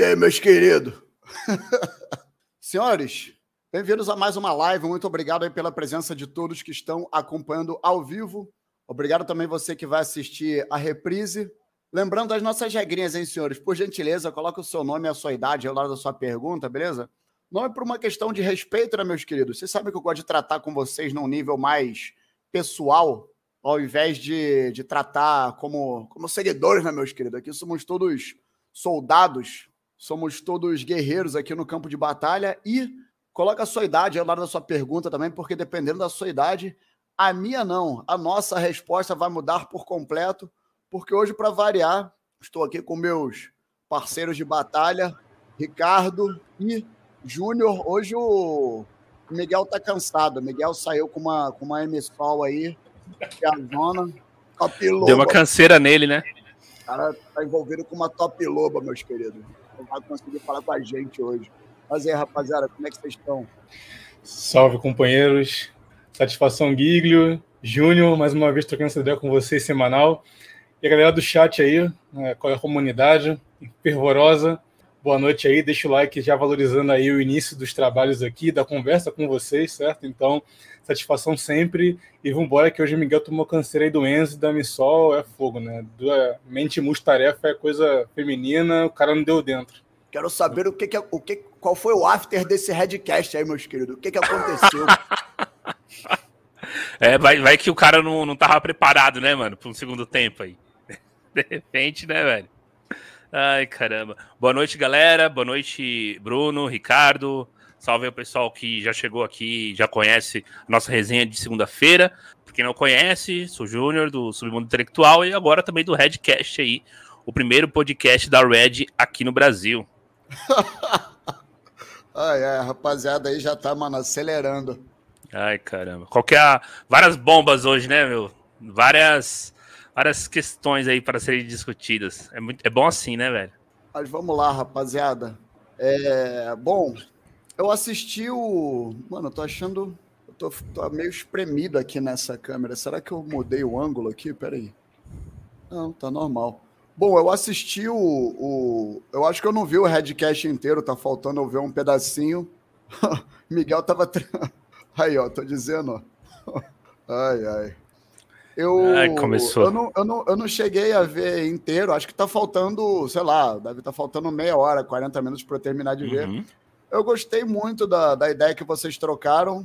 aí, meus queridos? Senhores, bem-vindos a mais uma live. Muito obrigado aí pela presença de todos que estão acompanhando ao vivo. Obrigado também você que vai assistir a reprise. Lembrando das nossas regrinhas, hein, senhores? Por gentileza, coloque o seu nome e a sua idade ao lado da sua pergunta, beleza? Não é por uma questão de respeito, né, meus queridos? Vocês sabem que eu gosto de tratar com vocês num nível mais pessoal, ao invés de tratar como seguidores, né, meus queridos? Aqui somos todos soldados, somos todos guerreiros aqui no campo de batalha. E coloca a sua idade ao lado da sua pergunta também, porque dependendo da sua idade, a minha não, a nossa resposta vai mudar por completo, porque hoje, para variar, estou aqui com meus parceiros de batalha, Ricardo e Júnior. Hoje o Miguel tá cansado. O Miguel saiu com uma MSOL aí, que é a zona. Top loba. Deu uma canseira nele, né? O cara tá envolvido com uma top loba, meus queridos. Não vai conseguir falar com a gente hoje. Mas aí, rapaziada, como é que vocês estão? Salve, companheiros. Satisfação, Giglio, Júnior, mais uma vez trocando essa ideia com vocês semanal. E a galera do chat aí, qual é a comunidade fervorosa, boa noite aí, deixa o like já valorizando aí o início dos trabalhos aqui, da conversa com vocês, certo? Então, satisfação sempre, e vambora que hoje o Miguel tomou canseira aí do Enzo e da Missol, é fogo, né? Mente multitarefa é coisa feminina, o cara não deu dentro. Quero saber qual foi o after desse Redcast aí, meus queridos, o que aconteceu? Vai que o cara não tava preparado, né, mano, para um segundo tempo aí. De repente, né, velho? Ai, caramba. Boa noite, galera. Boa noite, Bruno, Ricardo. Salve aí o pessoal que já chegou aqui, já conhece a nossa resenha de segunda-feira. Pra quem não conhece, sou o Júnior, do Submundo Intelectual, e agora também do Redcast aí, o primeiro podcast da Red aqui no Brasil. Ai, rapaziada aí já tá, mano, acelerando. Ai, caramba. Várias bombas hoje, né, meu? Várias questões aí para serem discutidas. É bom assim, né, velho? Mas vamos lá, rapaziada. Bom, eu assisti o... Mano, eu tô achando... Eu tô meio espremido aqui nessa câmera. Será que eu mudei o ângulo aqui? Peraí. Não, tá normal. Bom, eu assisti Eu acho que eu não vi o Redcast inteiro, tá faltando eu ver um pedacinho. Miguel tava... Aí, ó, tô dizendo, ó. Ai. Começou. Eu não cheguei a ver inteiro, acho que tá faltando, sei lá, deve estar faltando meia hora, 40 minutos para eu terminar de ver. Eu gostei muito da ideia que vocês trocaram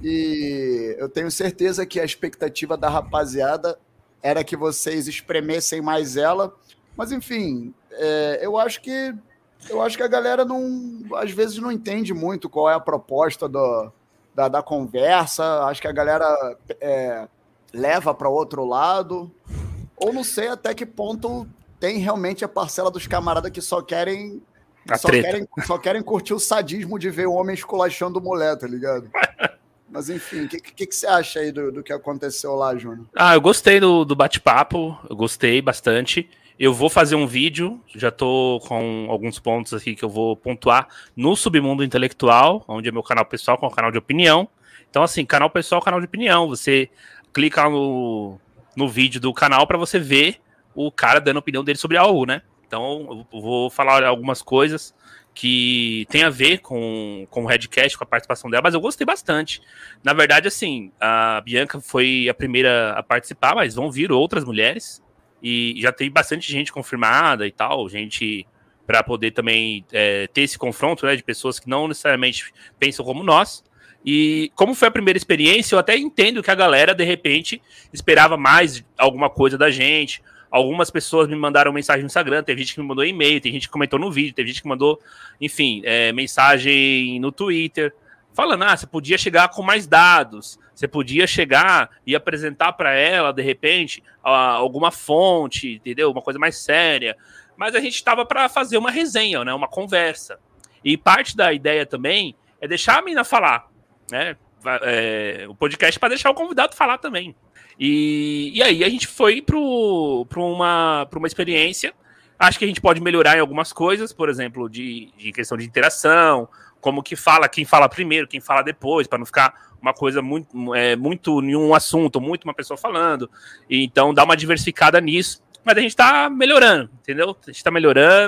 e eu tenho certeza que a expectativa da rapaziada era que vocês espremessem mais ela, mas enfim, eu acho que a galera às vezes não entende muito qual é a proposta da conversa, acho que a galera leva para outro lado, ou não sei até que ponto tem realmente a parcela dos camaradas que só querem curtir o sadismo de ver o homem esculachando mulher, tá ligado? Mas enfim, o que você acha aí do que aconteceu lá, Júnior? Eu gostei do bate-papo, eu gostei bastante. Eu vou fazer um vídeo, já tô com alguns pontos aqui que eu vou pontuar no Submundo Intelectual, onde é meu canal pessoal, com o canal de opinião. Então, assim, canal pessoal, canal de opinião. Você clica no vídeo do canal para você ver o cara dando a opinião dele sobre algo, né? Então, eu vou falar algumas coisas que tem a ver com o Redcast, com a participação dela, mas eu gostei bastante. Na verdade, assim, a Bianca foi a primeira a participar, mas vão vir outras mulheres. E já tem bastante gente confirmada e tal, gente para poder também ter esse confronto, né, de pessoas que não necessariamente pensam como nós. E como foi a primeira experiência, eu até entendo que a galera, de repente, esperava mais alguma coisa da gente. Algumas pessoas me mandaram mensagem no Instagram, teve gente que me mandou e-mail, tem gente que comentou no vídeo, teve gente que mandou, enfim, mensagem no Twitter, falando, você podia chegar com mais dados, você podia chegar e apresentar para ela, de repente, alguma fonte, entendeu? Uma coisa mais séria. Mas a gente estava para fazer uma resenha, né? Uma conversa. E parte da ideia também é deixar a mina falar, né? O podcast para deixar o convidado falar também. E aí a gente foi para uma experiência. Acho que a gente pode melhorar em algumas coisas, por exemplo, de questão de interação, como que fala, quem fala primeiro, quem fala depois, para não ficar uma coisa muito em um assunto, muito uma pessoa falando. E então dá uma diversificada nisso. Mas a gente está melhorando, entendeu? A gente está melhorando,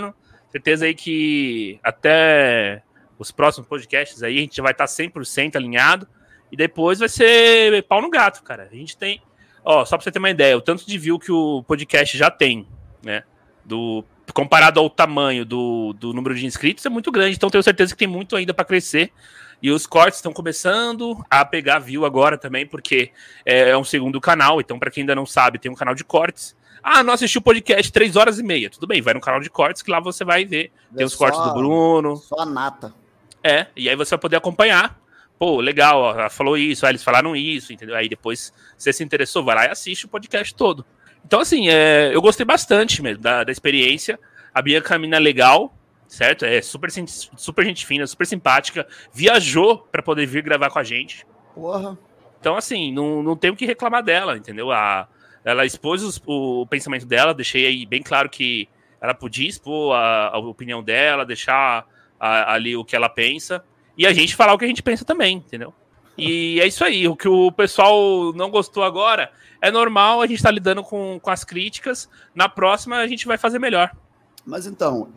Certeza aí que até os próximos podcasts aí a gente vai estar 100% alinhado e depois vai ser pau no gato, cara. A gente tem... Ó, só pra você ter uma ideia, o tanto de view que o podcast já tem, né? Comparado ao tamanho do número de inscritos, é muito grande. Então tenho certeza que tem muito ainda para crescer. E os cortes estão começando a pegar view agora também, porque é um segundo canal. Então, para quem ainda não sabe, tem um canal de cortes. Ah, não assistiu o podcast 3 horas e meia. Tudo bem, vai no canal de cortes que lá você vai ver. Tem os cortes do Bruno. Só a nata. E aí você vai poder acompanhar. Pô, legal, ó, ela falou isso, eles falaram isso, entendeu? Aí depois você se interessou, vai lá e assiste o podcast todo. Então, assim, eu gostei bastante mesmo da experiência. A Bianca mina é legal, certo? É super gente fina, super simpática. Viajou para poder vir gravar com a gente. Porra. Então, assim, não tenho o que reclamar dela, entendeu? Ela expôs o pensamento dela, deixei aí bem claro que ela podia expor a opinião dela, deixar ali o que ela pensa. E a gente falar o que a gente pensa também, entendeu? E é isso aí. O que o pessoal não gostou agora é normal, a gente tá lidando com as críticas. Na próxima a gente vai fazer melhor. Mas então,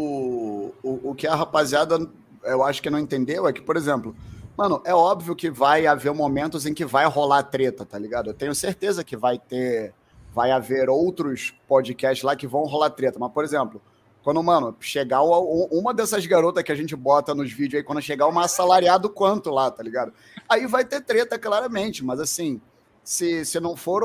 o que a rapaziada, eu acho que não entendeu é que, por exemplo, mano, é óbvio que vai haver momentos em que vai rolar treta, tá ligado? Eu tenho certeza que vai haver outros podcasts lá que vão rolar treta. Mas, por exemplo, quando, mano, chegar uma dessas garotas que a gente bota nos vídeos aí, quando chegar uma assalariado quanto lá, tá ligado? Aí vai ter treta, claramente, mas assim, se não for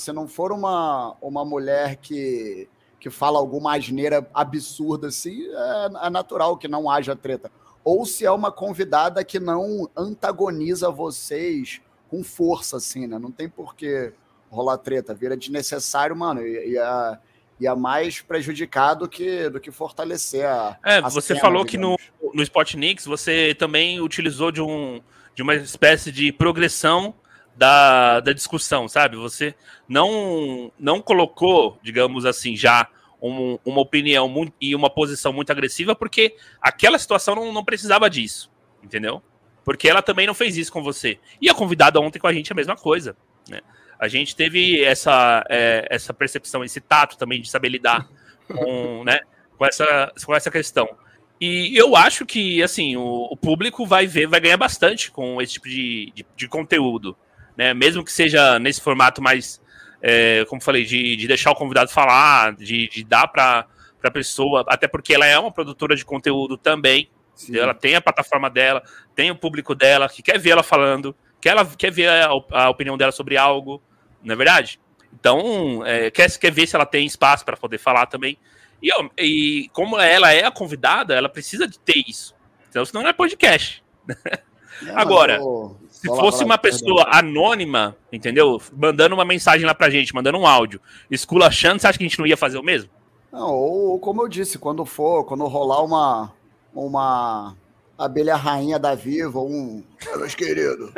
uma mulher que fala alguma asneira absurda assim, é natural que não haja treta. Ou se é uma convidada que não antagoniza vocês com força, assim, né? Não tem por que rolar treta, vira desnecessário, mano, e é mais prejudicado do que fortalecer a você cena, falou digamos. Que no Spotnix você também utilizou de uma espécie de progressão da discussão, sabe? Você não colocou, digamos assim, já uma opinião e uma posição muito agressiva, porque aquela situação não precisava disso, entendeu? Porque ela também não fez isso com você. E a convidada ontem com a gente é a mesma coisa, né? A gente teve essa percepção, esse tato também de saber lidar com essa questão. E eu acho que, assim, o público vai ganhar bastante com esse tipo de conteúdo, né? Mesmo que seja nesse formato mais, como falei, de deixar o convidado falar, de dar para a pessoa, até porque ela é uma produtora de conteúdo também. Ela tem a plataforma dela, tem o público dela, que quer ver ela falando, quer ver a opinião dela sobre algo, não é verdade? Então, quer ver se ela tem espaço para poder falar também. E como ela é a convidada, ela precisa de ter isso. Então, senão não é podcast. Agora, se fosse uma pessoa anônima, entendeu? Mandando uma mensagem lá pra gente, mandando um áudio, esculachando, você acha que a gente não ia fazer o mesmo? Não, ou como eu disse, quando rolar uma abelha rainha da Viva, meus queridos,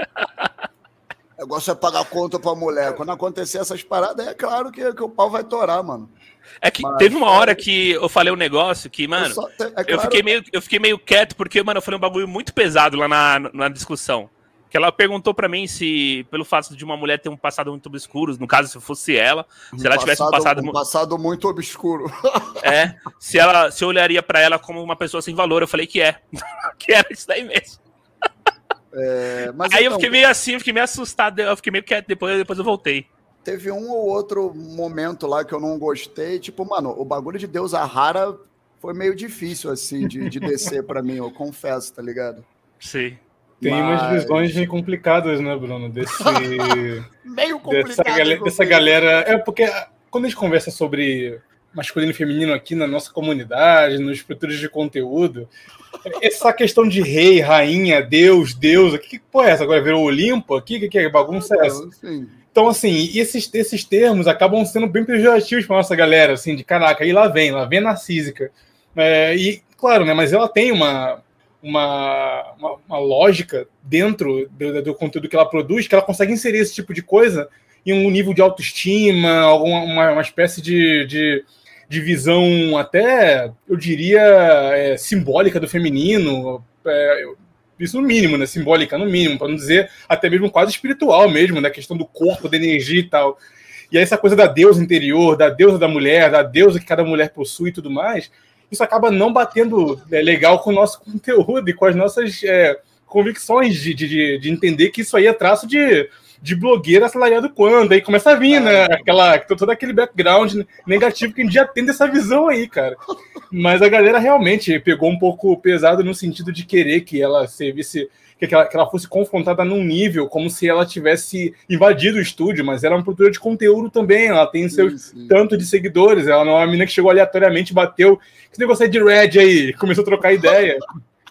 o negócio é pagar conta pra mulher. Quando acontecer essas paradas, é claro que o pau vai torar, mano. É que teve uma hora que eu falei um negócio que, mano, eu fiquei meio quieto, porque, mano, eu falei um bagulho muito pesado lá na discussão. Que ela perguntou pra mim se, pelo fato de uma mulher ter um passado muito obscuro, no caso, se fosse ela, se ela tivesse um passado muito obscuro. Se eu olharia pra ela como uma pessoa sem valor. Eu falei que que era isso daí mesmo. Mas aí então, eu fiquei meio assim, eu fiquei meio assustado, eu fiquei meio quieto, depois eu voltei. Teve um ou outro momento lá que eu não gostei, tipo, mano, o bagulho de Deusa Rara foi meio difícil, assim, de descer pra mim, eu confesso, tá ligado? Sim. Tem umas visões meio complicadas, né, Bruno? Meio complicado. Dessa galera. Porque quando a gente conversa sobre masculino e feminino aqui na nossa comunidade, nos produtores de conteúdo, essa questão de rei, rainha, Deus, deusa, que porra é essa? Agora virou Olimpo aqui? Que bagunça é essa? Sim. Então, assim, esses termos acabam sendo bem pejorativos para nossa galera, assim, de caraca, aí lá vem narcísica. E, claro, né, mas ela tem uma lógica dentro do conteúdo que ela produz, que ela consegue inserir esse tipo de coisa em um nível de autoestima, uma espécie de visão até, eu diria, simbólica do feminino, isso no mínimo, né? Simbólica no mínimo, para não dizer até mesmo quase espiritual mesmo, né? A questão do corpo, da energia e tal. E aí essa coisa da deusa interior, da deusa da mulher, da deusa que cada mulher possui e tudo mais, isso acaba não batendo legal com o nosso conteúdo e com as nossas convicções de entender que isso aí é traço de blogueiro assalariado quando, aí começa a vir, né, todo aquele background negativo que a gente já tem dessa visão aí, cara. Mas a galera realmente pegou um pouco pesado no sentido de querer que ela servisse, que ela fosse confrontada num nível como se ela tivesse invadido o estúdio, mas ela é uma produtora de conteúdo também, ela tem seus tanto de seguidores, ela não é uma menina que chegou aleatoriamente, bateu, que negócio aí de Red aí, começou a trocar ideia.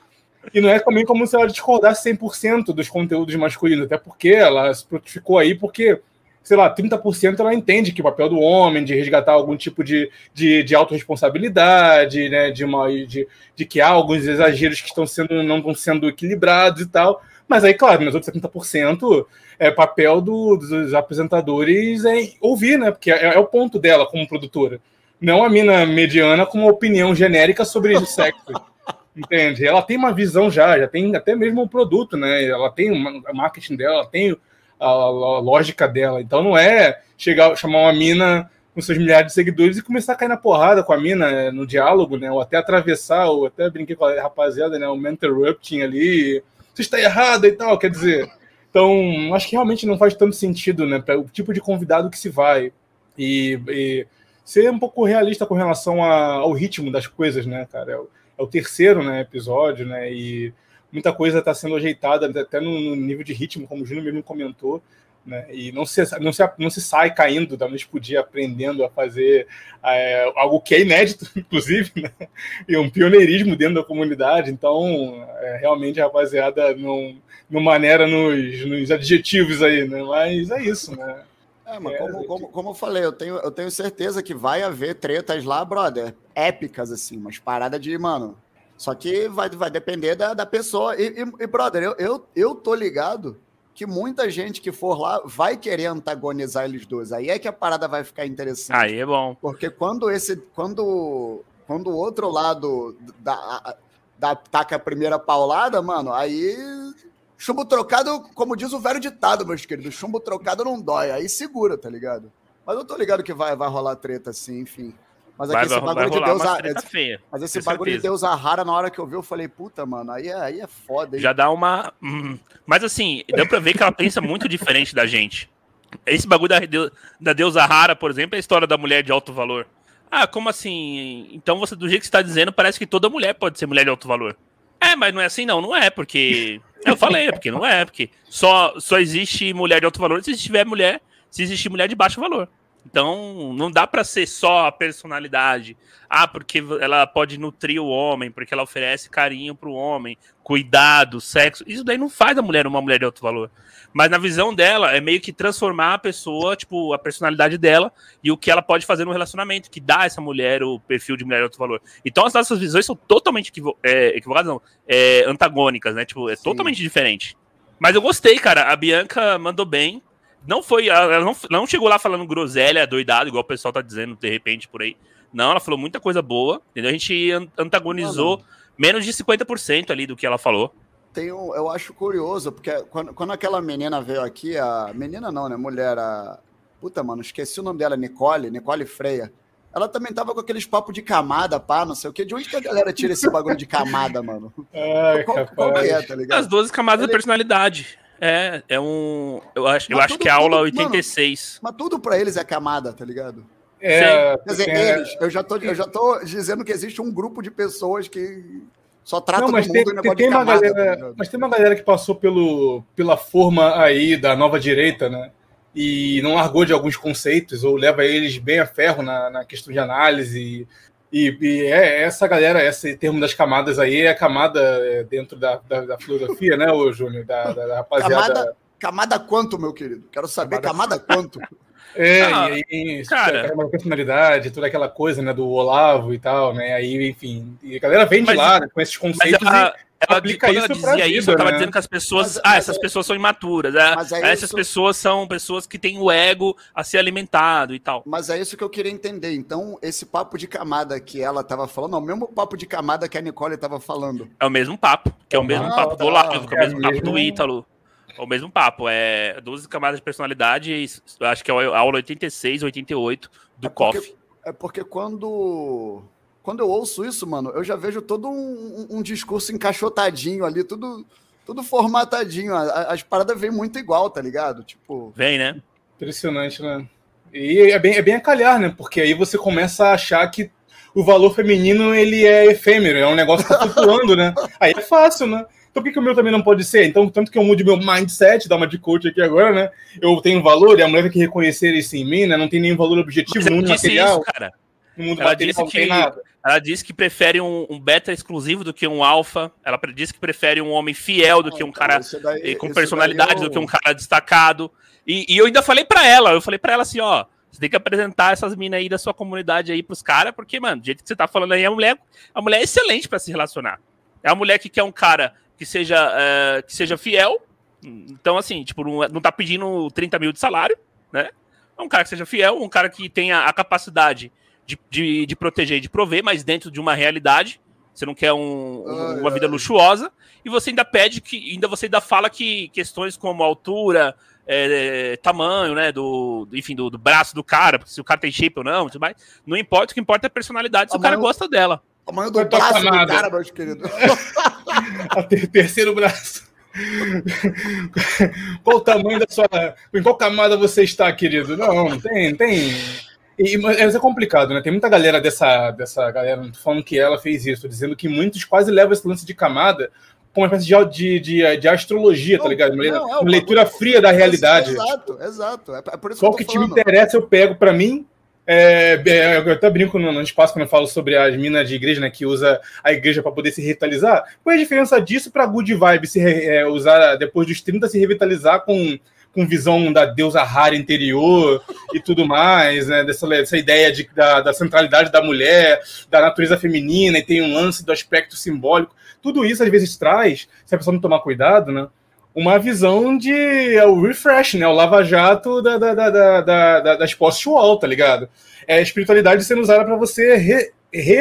E não é também como se ela discordasse 100% dos conteúdos masculinos, até porque ela se prontificou aí porque, sei lá, 30% ela entende que o papel do homem de resgatar algum tipo de autorresponsabilidade, né, de que há alguns exageros que não estão sendo equilibrados e tal. Mas aí, claro, nos outros 70% é papel dos apresentadores ouvir, né? Porque é o ponto dela como produtora. Não a mina mediana com uma opinião genérica sobre sexo. Entende? Ela tem uma visão já tem até mesmo um produto, né? Ela tem o marketing dela, ela tem a lógica dela. Então não é chamar uma mina com seus milhares de seguidores e começar a cair na porrada com a mina no diálogo, né? Ou até atravessar, ou até brinquei com a rapaziada, né? O interrupting ali, você está errado e tal, quer dizer. Então, acho que realmente não faz tanto sentido, né? Para o tipo de convidado que se vai. E ser um pouco realista com relação ao ritmo das coisas, né, cara? É o terceiro, né, episódio, né, e muita coisa está sendo ajeitada até no nível de ritmo, como o Júnior mesmo comentou, né, e não se sai caindo da noite pro dia aprendendo a fazer algo que é inédito, inclusive, né, e um pioneirismo dentro da comunidade. Então, realmente, a rapaziada não maneira nos adjetivos aí, né, mas é isso, né. Mas como eu falei, eu tenho certeza que vai haver tretas lá, brother, épicas, assim, umas paradas de, mano, só que vai depender da pessoa. E brother, eu tô ligado que muita gente que for lá vai querer antagonizar eles dois. Aí é que a parada vai ficar interessante. Aí é bom. Porque quando o outro lado taca a primeira paulada, mano, aí... Chumbo trocado, como diz o velho ditado, meus queridos, chumbo trocado não dói, aí segura, tá ligado? Mas eu tô ligado que vai rolar treta, assim, enfim. Mas aqui esse bagulho de Deus... Mas esse bagulho de Deus Ahara, na hora que eu vi, eu falei, puta, mano, aí é foda, hein? Já dá uma... Mas assim, deu pra ver que ela pensa muito diferente da gente. Esse bagulho da Deus Ahara, por exemplo, é a história da mulher de alto valor. Ah, como assim? Então, você, do jeito que você tá dizendo, parece que toda mulher pode ser mulher de alto valor. Mas não é assim, não é, porque... Eu falei, porque não é, porque só existe mulher de alto valor se existir mulher de baixo valor. Então, não dá pra ser só a personalidade. Porque ela pode nutrir o homem, porque ela oferece carinho pro homem, cuidado, sexo. Isso daí não faz da mulher uma mulher de alto valor. Mas na visão dela, é meio que transformar a pessoa, tipo, a personalidade dela e o que ela pode fazer no relacionamento, que dá a essa mulher o perfil de mulher de alto valor. Então, as nossas visões são totalmente equivocadas, não, antagônicas, né? Tipo, totalmente diferente. Mas eu gostei, cara. A Bianca mandou bem. Ela não chegou lá falando groselha, doidado, igual o pessoal tá dizendo de repente por aí. Não, ela falou muita coisa boa, entendeu? A gente antagonizou menos de 50% ali do que ela falou. Eu acho curioso, porque quando aquela menina veio aqui, a menina não, né? Mulher, puta, mano, esqueci o nome dela, Nicole Freia. Ela também tava com aqueles papos de camada, pá, não sei o quê. De onde que a galera tira esse bagulho de camada, mano? Qual que é, tá ligado? As 12 camadas da personalidade. Eu acho que é a aula 86. Mano, mas tudo pra eles é camada, tá ligado? Quer dizer, eu já tô dizendo que existe um grupo de pessoas que só trata todo mundo em negócio de camada. Mas tem uma galera que passou pela forma aí da nova direita, né? E não largou de alguns conceitos, ou leva eles bem a ferro na questão de análise. E essa galera, esse termo das camadas aí é a camada dentro da filosofia, né, ô Júnior? Da rapaziada. Camada quanto, meu querido? Quero saber camada quanto. E aí, cara, uma personalidade, toda aquela coisa, né, do Olavo e tal, né? Aí, enfim, e a galera vem de lá, né, com esses conceitos ela aplica isso pra vida, isso, ela tava dizendo que as pessoas, essas pessoas são imaturas, essas pessoas são pessoas que têm o ego a ser alimentado e tal. Mas é isso que eu queria entender. Então, esse papo de camada que ela tava falando, é o mesmo papo de camada que a Nicole tava falando. É o mesmo papo, que é o mesmo papo do Olavo, que é o mesmo papo do Ítalo. É o mesmo papo, 12 camadas de personalidade, acho que é a aula 86, 88 do COF. É porque quando quando eu ouço isso, mano, eu já vejo todo um discurso encaixotadinho ali, tudo formatadinho. As paradas vêm muito igual, tá ligado? Tipo... Vem, né? Impressionante, né? E é bem a calhar, né? Porque aí você começa a achar que o valor feminino, ele é efêmero, é um negócio que tá flutuando, né? Aí é fácil, né? Então por que o meu também não pode ser? Então, tanto que eu mude meu mindset, dar uma de coach aqui agora, né? Eu tenho valor e a mulher tem que reconhecer isso em mim, né? Não tem nenhum valor objetivo no mundo material. Isso, cara. No mundo Ela material disse não tem nada. Ela disse que prefere um beta exclusivo do que um alfa. Ela disse que prefere um homem fiel do que um cara com personalidade, do que um cara destacado. E eu ainda falei pra ela, assim, ó, você tem que apresentar essas minas aí da sua comunidade aí pros caras, porque, mano, do jeito que você tá falando aí, a mulher é excelente pra se relacionar. É uma mulher que quer um cara que seja fiel. Então, assim, tipo, não tá pedindo 30 mil de salário, né? É um cara que seja fiel, um cara que tenha a capacidade de proteger e de prover, mas dentro de uma realidade. Você não quer uma vida luxuosa. E você ainda pede você ainda fala que questões como altura, tamanho, né? Enfim, do braço do cara, se o cara tem shape ou não, tudo mais. Não importa, o que importa é a personalidade, se o cara gosta dela. O tamanho do braço do cara, meus queridos. Terceiro braço. Qual o tamanho da sua... Em qual camada você está, querido? Não, tem... Mas é complicado, né? Tem muita galera dessa galera falando que ela fez isso, dizendo que muitos quase levam esse lance de camada como uma espécie de astrologia, tá ligado? Uma leitura fria da realidade. Exato. É por isso qual que te interessa, eu pego pra mim. Eu até brinco no espaço quando eu falo sobre as minas de igreja, né, que usa a igreja para poder se revitalizar. Qual é a diferença disso para good vibe usar depois dos 30 se revitalizar com visão da deusa rara interior e tudo mais, né? Dessa ideia da centralidade da mulher, da natureza feminina, e tem um lance do aspecto simbólico. Tudo isso às vezes traz, se a pessoa não tomar cuidado, né? Uma visão o refresh, né? O lava-jato das post-wall, tá ligado? É a espiritualidade sendo usada para você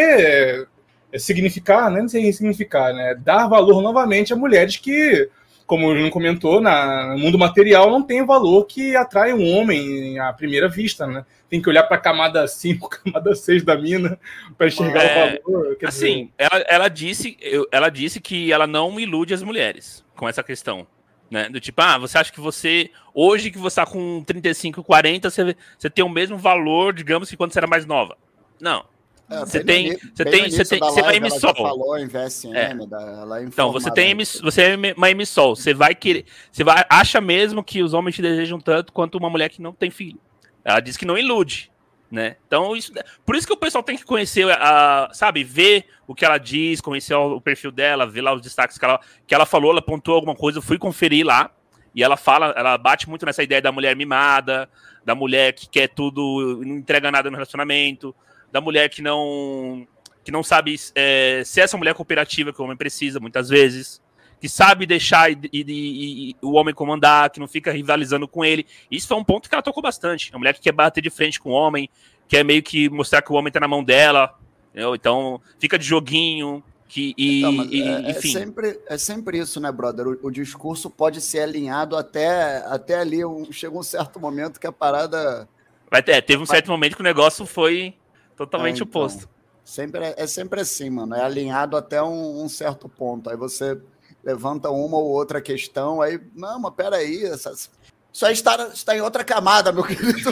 significar, né? Não sei significar, né? Dar valor novamente a mulheres que, como o Júnior comentou, no mundo material não tem o valor que atrai um homem à primeira vista, né? Tem que olhar para a camada 5, camada 6 da mina para enxergar o valor. Assim, ela disse que ela não ilude as mulheres com essa questão. Né? Do tipo, você acha que hoje que você tá com 35, 40, você tem o mesmo valor, digamos, que quando você era mais nova. Não. Você é uma emissol. Falou em VSM, então, você é uma emissol. Acha mesmo que os homens te desejam tanto quanto uma mulher que não tem filho. Ela diz que não ilude. Né? Então, por isso que o pessoal tem que conhecer, ver o que ela diz, conhecer o perfil dela, ver lá os destaques que ela falou, ela pontuou alguma coisa, eu fui conferir lá, e ela bate muito nessa ideia da mulher mimada, da mulher que quer tudo, não entrega nada no relacionamento, da mulher que não sabe ser essa mulher cooperativa que o homem precisa, muitas vezes, que sabe deixar o homem comandar, que não fica rivalizando com ele. Isso foi um ponto que ela tocou bastante. A mulher que quer bater de frente com o homem, quer meio que mostrar que o homem tá na mão dela, entendeu? Então fica de joguinho, enfim. É sempre isso, né, brother? O discurso pode ser alinhado até ali, chega um certo momento que a parada... Teve um certo momento que o negócio foi totalmente oposto. É sempre assim, mano. É alinhado até um certo ponto. Aí você levanta uma ou outra questão, aí, não, mas peraí, isso aí está em outra camada, meu querido.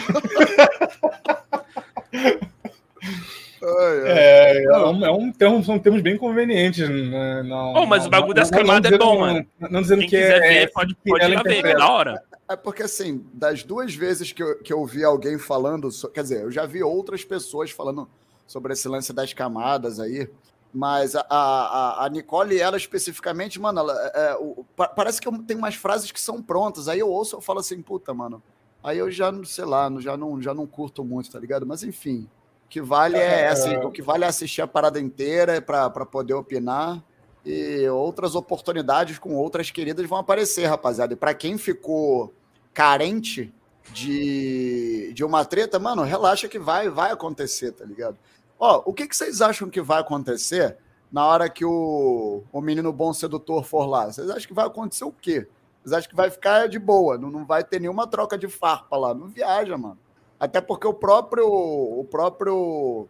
São termos bem convenientes. Né? Mas o bagulho das camadas é bom, mano. Não dizendo quem quiser ver, pode ir lá ver, que é da hora. É porque, assim, das 2 vezes que eu vi alguém falando, quer dizer, eu já vi outras pessoas falando sobre esse lance das camadas aí, mas a Nicole, ela especificamente, mano, parece que eu tenho umas frases que são prontas, aí eu ouço, eu falo assim, puta, mano, aí eu já, sei lá, já não curto muito, tá ligado? Mas, enfim, o que vale o que vale é assistir a parada inteira pra poder opinar, e outras oportunidades com outras queridas vão aparecer, rapaziada. E pra quem ficou carente de uma treta, mano, relaxa que vai acontecer, tá ligado? O que vocês acham que vai acontecer na hora que o menino bom sedutor for lá? Vocês acham que vai acontecer o quê? Vocês acham que vai ficar de boa? Não vai ter nenhuma troca de farpa lá? Não viaja, mano. Até porque o próprio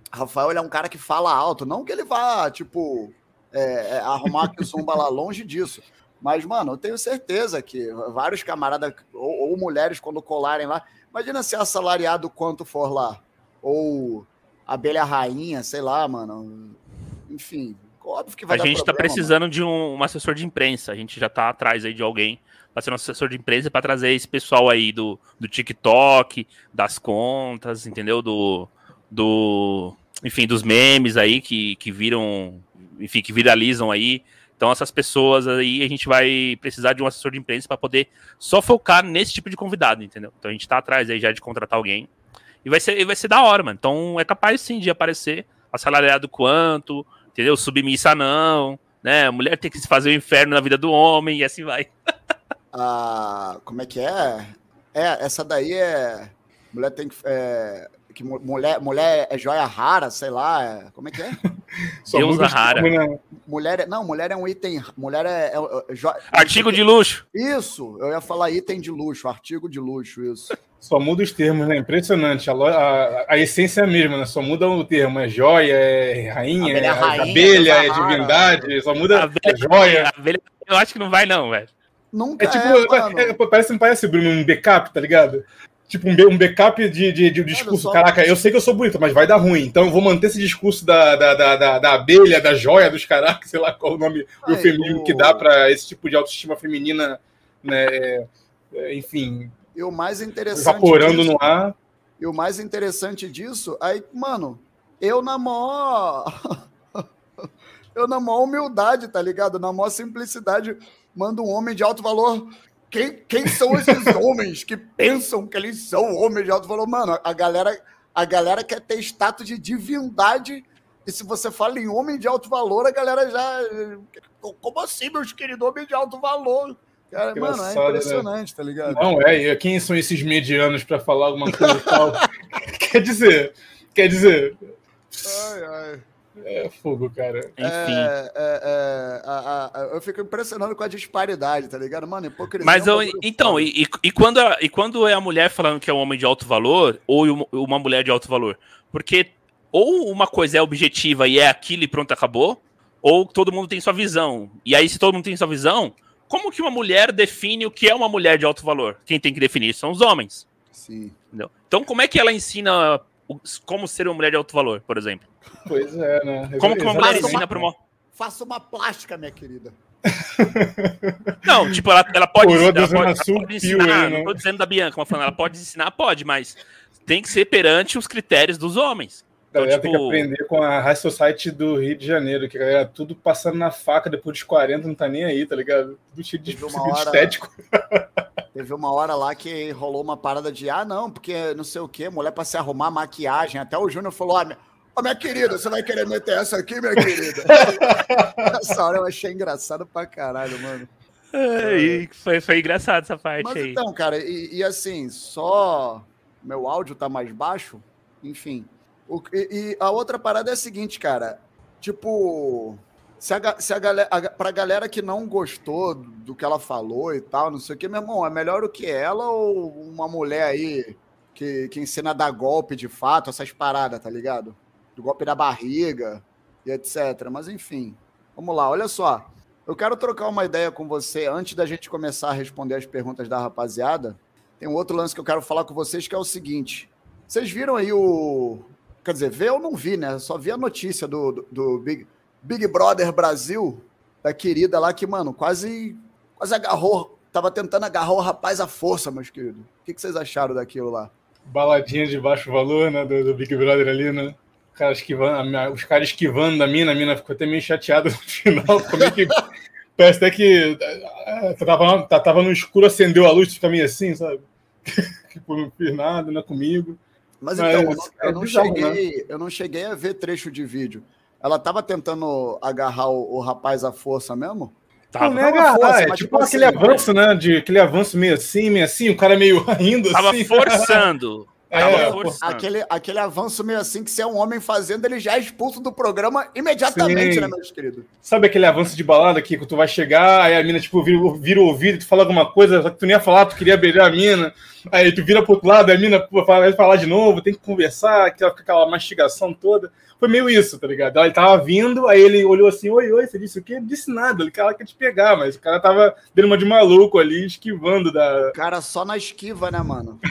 Rafael, ele é um cara que fala alto. Não que ele vá, tipo, arrumar aqui o zumba lá, longe disso. Mas, mano, eu tenho certeza que vários camaradas ou mulheres, quando colarem lá, imagina ser assalariado quanto for lá. Ou abelha rainha, sei lá, mano. Enfim, óbvio que vai dar A gente problema, tá precisando de um assessor de imprensa. A gente já tá atrás aí de alguém para ser nosso assessor de imprensa para trazer esse pessoal aí do TikTok, das contas, entendeu? Enfim, dos memes aí que viram, enfim, que viralizam aí. Então, essas pessoas aí, a gente vai precisar de um assessor de imprensa para poder só focar nesse tipo de convidado, entendeu? Então, a gente tá atrás aí já de contratar alguém. E vai ser da hora, mano. Então, é capaz, sim, de aparecer assalariado quanto, entendeu? Submissa não, né? A mulher tem que fazer o inferno na vida do homem e assim vai. Como é que é? Essa daí é... Mulher tem que... mulher é joia rara, sei lá. Como é que é? Deusa rara. Mulher é um item. Mulher artigo de luxo. Isso, eu ia falar item de luxo, artigo de luxo, isso. Só muda os termos, né? Impressionante. A essência é a mesma, né? Só muda o termo. É joia, é rainha, é abelha, é divindade. Só muda a joia. Abelha, eu acho que não vai, não, velho. Nunca parece, Bruno, um backup, tá ligado? Tipo, um backup de discurso. Caraca, eu sei que eu sou bonito, mas vai dar ruim. Então eu vou manter esse discurso da abelha, da joia, dos caracas, sei lá qual o nome eufemismo que dá pra esse tipo de autoestima feminina, né? Enfim. E o mais interessante evaporando no ar. E o mais interessante disso, aí, mano, eu na maior humildade, tá ligado? Na maior simplicidade, mando um homem de alto valor. Quem são esses homens que pensam que eles são homens de alto valor? Mano, a galera quer ter status de divindade, e se você fala em homem de alto valor, a galera já... Como assim, meus queridos, homem de alto valor? Cara, mano, é impressionante, né? Tá ligado? Não, e quem são esses medianos pra falar alguma coisa e tal? Quer dizer... Ai. É fogo, cara. Enfim. Eu fico impressionado com a disparidade, tá ligado? Mano, hipocrisia. Mas então, e quando é a mulher falando que é um homem de alto valor, ou uma mulher de alto valor? Porque ou uma coisa é objetiva e é aquilo e pronto, acabou, ou todo mundo tem sua visão. E aí, se todo mundo tem sua visão, como que uma mulher define o que é uma mulher de alto valor? Quem tem que definir são os homens. Sim. Entendeu? Então, como é que ela ensina como ser uma mulher de alto valor, por exemplo? Pois é, né? Como que uma mulher ensina para uma... Faça uma plástica, minha querida. Não, tipo, ela pode ensinar, aí, não tô dizendo da Bianca, mas falando, ela pode ensinar, pode, mas tem que ser perante os critérios dos homens. A galera tem que aprender com a High Society do Rio de Janeiro, que a galera tudo passando na faca depois dos 40, não tá nem aí, tá ligado? Tudo cheio de estético. Teve uma hora lá que rolou uma parada de, não, porque não sei o quê, mulher pra se arrumar, maquiagem. Até o Júnior falou, minha querida, você vai querer meter essa aqui, minha querida? Essa hora eu achei engraçado pra caralho, mano. Foi engraçado essa parte. Mas aí. Então, cara, e assim, só meu áudio tá mais baixo, enfim. E a outra parada é a seguinte, cara, tipo, pra galera que não gostou do que ela falou e tal, não sei o que, meu irmão, é melhor o que ela ou uma mulher aí que ensina a dar golpe de fato, essas paradas, tá ligado? Do golpe da barriga e etc. Mas enfim, vamos lá, olha só. Eu quero trocar uma ideia com você antes da gente começar a responder as perguntas da rapaziada. Tem um outro lance que eu quero falar com vocês, que é o seguinte. Vocês viram aí Quer dizer, ver eu não vi, né? Só vi a notícia do Big Brother Brasil, da querida lá que, mano, quase agarrou, tava tentando agarrar o rapaz à força, meus queridos. O que vocês acharam daquilo lá? Baladinha de baixo valor, né, do Big Brother ali, né? Os caras esquivando da mina, a mina ficou até meio chateada no final. Como é que... Parece até que tava no escuro, acendeu a luz, fica meio assim, sabe? Tipo, não fiz nada, não é comigo. Mas então, eu não cheguei a ver trecho de vídeo. Ela tava tentando agarrar o rapaz à força mesmo? Não é agarrar, é tipo aquele avanço, né? Aquele avanço meio assim, o cara meio rindo tava assim. Forçando. Aquele avanço meio assim que se é um homem fazendo, ele já é expulso do programa imediatamente, sim, né, meus queridos? Sabe aquele avanço de balada que tu vai chegar, aí a mina, tipo, vira o ouvido e tu fala alguma coisa, só que tu nem ia falar, tu queria beijar a mina. Aí tu vira pro outro lado, a mina vai falar de novo, tem que conversar, aquela mastigação toda. Foi meio isso, tá ligado? Ele tava vindo, aí ele olhou assim, oi, você disse o quê? Não disse nada, ele quer te pegar, mas o cara tava dando uma de maluco ali, esquivando da... O cara só na esquiva, né, mano?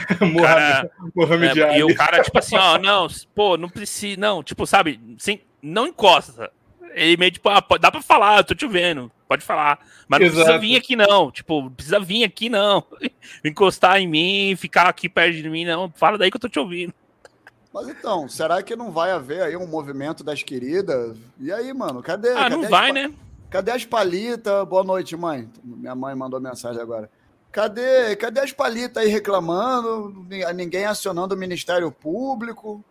Mohamed Ali. E o cara, tipo assim, ó, não, pô, não precisa, não, tipo, sabe, não encosta. Ele meio tipo, dá pra falar, eu tô te vendo, pode falar. Mas não precisa vir aqui, não. Tipo, não precisa vir aqui, não. Encostar em mim, ficar aqui perto de mim, não. Fala daí que eu tô te ouvindo. Mas então, será que não vai haver aí um movimento das queridas? E aí, mano, cadê? Ah, não vai, né? Cadê as palitas? Boa noite, mãe. Minha mãe mandou mensagem agora. Cadê as palitas aí reclamando? Ninguém acionando o Ministério Público?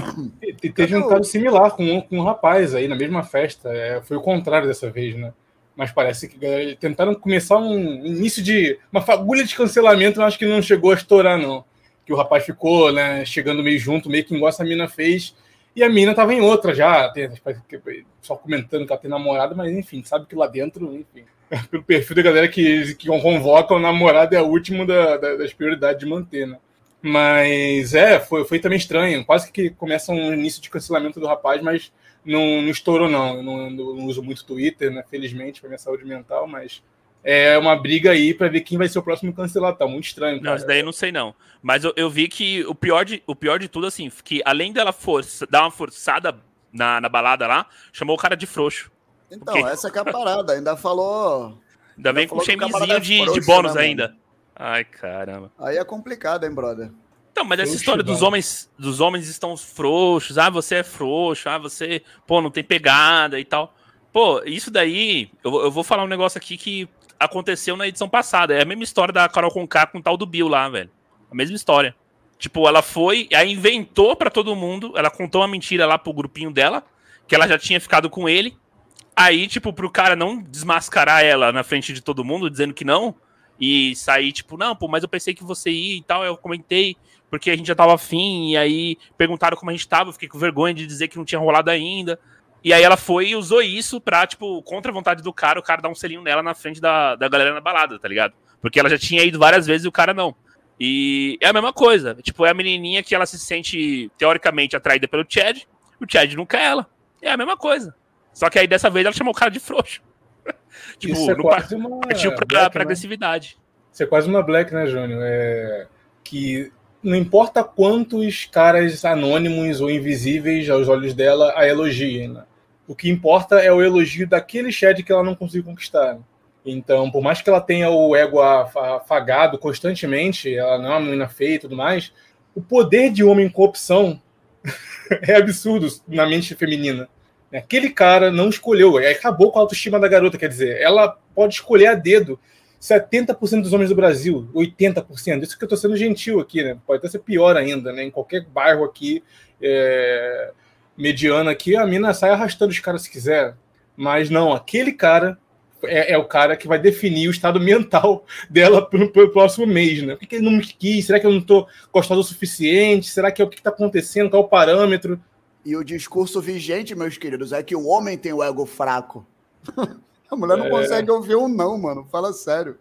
Teve um caso similar com um rapaz aí na mesma festa. Foi o contrário dessa vez, né? Mas parece que tentaram começar um início de uma fagulha de cancelamento, mas acho que não chegou a estourar, não. Que o rapaz ficou, né, chegando meio junto, meio que igual essa mina fez, e a mina tava em outra já, só comentando que ela tem namorada, mas enfim, sabe que lá dentro, enfim, pelo perfil da galera que convoca, o namorado é o último das prioridades de manter, né? Mas foi também estranho, quase que começa um início de cancelamento do rapaz, mas não estourou, não. Eu não uso muito Twitter, né, felizmente, para minha saúde mental, mas é uma briga aí para ver quem vai ser o próximo cancelado. Tá muito estranho, cara. Não, isso daí eu não sei, não. Mas eu vi que o pior de tudo, assim, que além dela dar uma forçada na balada lá, chamou o cara de frouxo. Então, essa que é a parada. Ainda falou... Ainda vem com um chemizinho de bônus, né, ainda. Ai, caramba. Aí é complicado, hein, brother? Então, mas essa história dos homens estão frouxos, você é frouxo, você, pô, não tem pegada e tal. Pô, isso daí, eu vou falar um negócio aqui que aconteceu na edição passada. É a mesma história da Carol Conká com o tal do Bill lá, velho. A mesma história. Tipo, ela foi, aí inventou pra todo mundo, ela contou uma mentira lá pro grupinho dela, que ela já tinha ficado com ele. Aí, tipo, pro cara não desmascarar ela na frente de todo mundo, dizendo que não, e sair, tipo, não, pô, mas eu pensei que você ia e tal, eu comentei, porque a gente já tava afim, e aí perguntaram como a gente tava, eu fiquei com vergonha de dizer que não tinha rolado ainda. E aí ela foi e usou isso pra, tipo, contra a vontade do cara, o cara dar um selinho nela na frente da galera na balada, tá ligado? Porque ela já tinha ido várias vezes e o cara não. E é a mesma coisa. Tipo, é a menininha que ela se sente, teoricamente, atraída pelo Chad, o Chad não quer ela. É a mesma coisa. Só que aí, dessa vez, ela chamou o cara de frouxo. Tipo, isso não partiu pra agressividade. Isso é quase uma black, né, Júnior? Que não importa quantos caras anônimos ou invisíveis aos olhos dela a elogiem, né? O que importa é o elogio daquele Chad que ela não conseguiu conquistar. Né? Então, por mais que ela tenha o ego afagado constantemente, ela não é uma menina feia e tudo mais, o poder de homem com opção é absurdo na mente feminina. Aquele cara não escolheu, acabou com a autoestima da garota, quer dizer, ela pode escolher a dedo 70% dos homens do Brasil, 80%, isso que eu tô sendo gentil aqui, né? Pode até ser pior ainda, né? Em qualquer bairro aqui, mediano aqui, a mina sai arrastando os caras se quiser, mas não, aquele cara é o cara que vai definir o estado mental dela pelo próximo mês, né? Por que ele não me quis? Será que eu não tô gostoso o suficiente? Será que é o que tá acontecendo? Qual é o parâmetro? E o discurso vigente, meus queridos, é que o homem tem o ego fraco. A mulher não consegue ouvir um não, mano. Fala sério.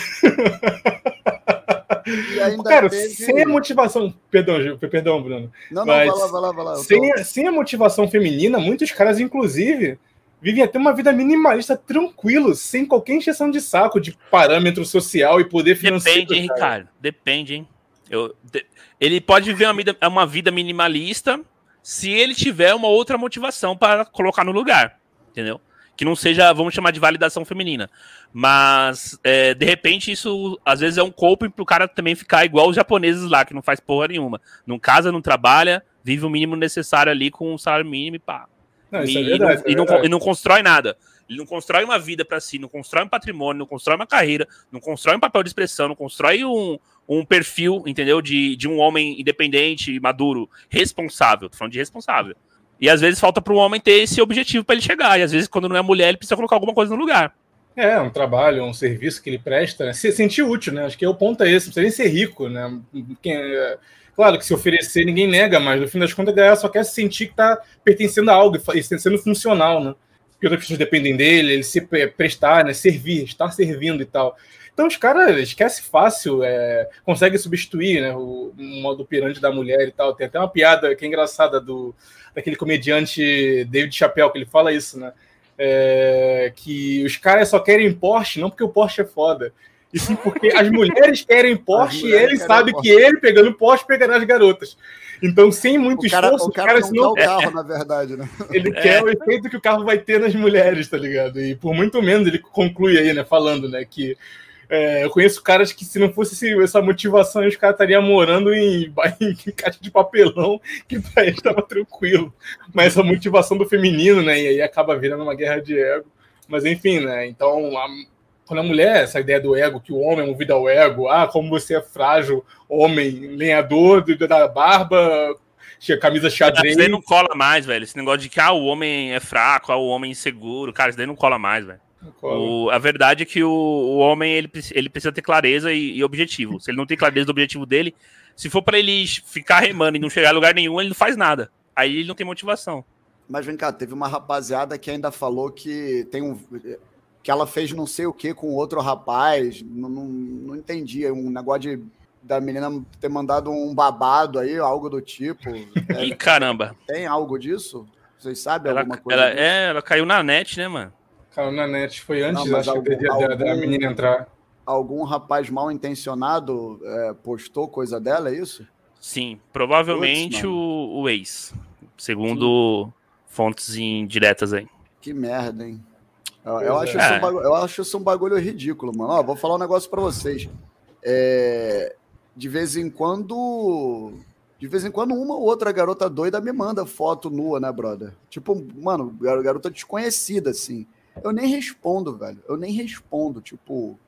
E ainda cara, sem a motivação... Perdão, Bruno. Não, vai lá. Sem a motivação feminina, muitos caras, inclusive, vivem até uma vida minimalista tranquilo, sem qualquer encheção de saco de parâmetro social e poder financeiro. Depende, hein, Ricardo? Depende, hein? Ele pode viver uma vida minimalista se ele tiver uma outra motivação para colocar no lugar, entendeu? Que não seja, vamos chamar de validação feminina. Mas, de repente, isso às vezes é um coping pro cara também ficar igual os japoneses lá, que não faz porra nenhuma. Não casa, não trabalha, vive o mínimo necessário ali com um salário mínimo e pá. Não, isso é verdade, e não constrói nada. Ele não constrói uma vida para si, não constrói um patrimônio, não constrói uma carreira, não constrói um papel de expressão, não constrói um perfil, entendeu? De um homem independente, maduro, responsável. Tô falando de responsável. E às vezes falta para o homem ter esse objetivo para ele chegar. E às vezes, quando não é mulher, ele precisa colocar alguma coisa no lugar. Um trabalho, um serviço que ele presta, né? Se sentir útil, né? Acho que o ponto é esse. Não precisa nem ser rico, né? Claro que se oferecer, ninguém nega, mas no fim das contas, a galera só quer sentir que está pertencendo a algo e sendo funcional, né? Porque outras pessoas dependem dele, ele se prestar, né? Servir, estar servindo e tal. Então os caras esquecem fácil, conseguem substituir, né, o modo operante da mulher e tal. Tem até uma piada que é engraçada daquele comediante David Chappelle, que ele fala isso, né? Que os caras só querem Porsche, não porque o Porsche é foda, e sim porque as mulheres querem Porsche e ele sabe que ele, pegando Porsche, pegará as garotas. Então, sem muito esforço, o cara não quer o carro, na verdade, né? Ele quer o efeito que o carro vai ter nas mulheres, tá ligado? E por muito menos ele conclui aí, né, falando, né, que eu conheço caras que se não fosse essa motivação, os caras estariam morando em caixa de papelão, que pra eles estava tranquilo. Mas essa motivação do feminino, né, e aí acaba virando uma guerra de ego. Mas enfim, né, então... Quando a mulher, essa ideia do ego, que o homem é movido ao ego, como você é frágil, homem, lenhador da barba, camisa xadrez. Isso daí não cola mais, velho. Esse negócio de que o homem é fraco, o homem é inseguro, cara, isso daí não cola mais, velho. A verdade é que o homem ele precisa ter clareza e objetivo. Se ele não tem clareza do objetivo dele, se for pra ele ficar remando e não chegar a lugar nenhum, ele não faz nada. Aí ele não tem motivação. Mas vem cá, teve uma rapaziada que ainda falou que que ela fez não sei o que com outro rapaz, não entendi, um negócio da menina ter mandado um babado aí, algo do tipo. Ih, caramba. Tem algo disso? Vocês sabem alguma coisa disso? Ela caiu na net, né, mano? Caiu na net, foi antes, acho que da menina entrar. Algum rapaz mal intencionado postou coisa dela, é isso? Sim, provavelmente o ex, segundo fontes indiretas aí. Que merda, hein? Eu acho isso um bagulho ridículo, mano. Vou falar um negócio pra vocês. De vez em quando uma ou outra garota doida me manda foto nua, né, brother? Tipo, mano, garota desconhecida, assim. Eu nem respondo, velho. Tipo,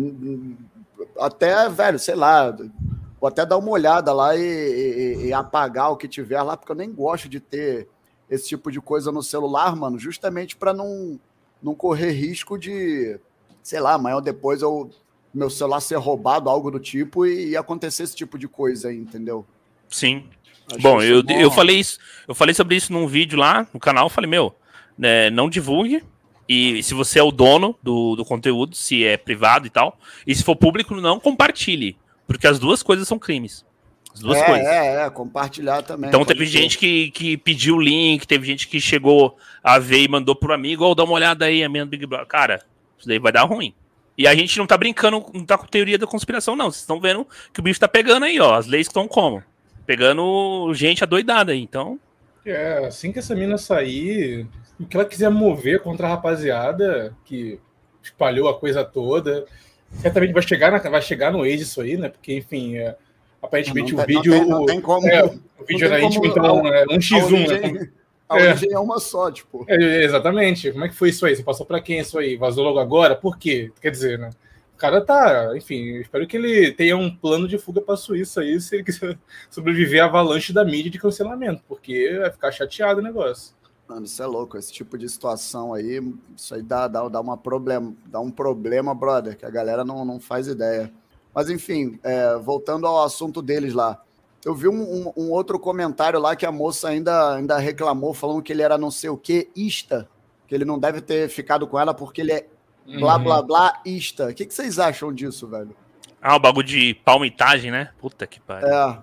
até, velho, sei lá, vou até dar uma olhada lá e apagar o que tiver lá, porque eu nem gosto de ter esse tipo de coisa no celular, mano, justamente pra não correr risco de, sei lá, amanhã ou depois meu celular ser roubado, algo do tipo, e acontecer esse tipo de coisa aí, entendeu? Sim. Bom, eu falei sobre isso num vídeo lá no canal, falei, não divulgue, e se você é o dono do conteúdo, se é privado e tal, e se for público, não compartilhe, porque as duas coisas são crimes. As duas coisas. Compartilhar também. Então teve gente que pediu o link, teve gente que chegou a ver e mandou pro amigo, dá uma olhada aí, a minha Big Brother. Cara, isso daí vai dar ruim. E a gente não tá brincando, não tá com teoria da conspiração, não. Vocês estão vendo que o bicho tá pegando aí, ó. As leis estão como? Pegando gente adoidada aí, então... Assim que essa mina sair, o que ela quiser mover contra a rapaziada, que espalhou a coisa toda, certamente vai chegar no ex isso aí, né? Porque, enfim... Aparentemente o vídeo. Não tem como. O vídeo era íntimo, então é 1x1, né? A origem é uma só, tipo. Exatamente. Como é que foi isso aí? Você passou pra quem isso aí? Vazou logo agora? Por quê? Quer dizer, né? O cara tá. Enfim, espero que ele tenha um plano de fuga pra Suíça aí, se ele quiser sobreviver à avalanche da mídia de cancelamento, porque vai ficar chateado o negócio. Mano, isso é louco. Esse tipo de situação aí, isso aí dá um problema, brother, que a galera não faz ideia. Mas, enfim, voltando ao assunto deles lá. Eu vi um outro comentário lá que a moça ainda reclamou, falando que ele era não sei o que, ista. Que ele não deve ter ficado com ela porque ele é blá, blá, blá, ista. O que vocês acham disso, velho? O bagulho de palmitagem, né? Puta que pariu.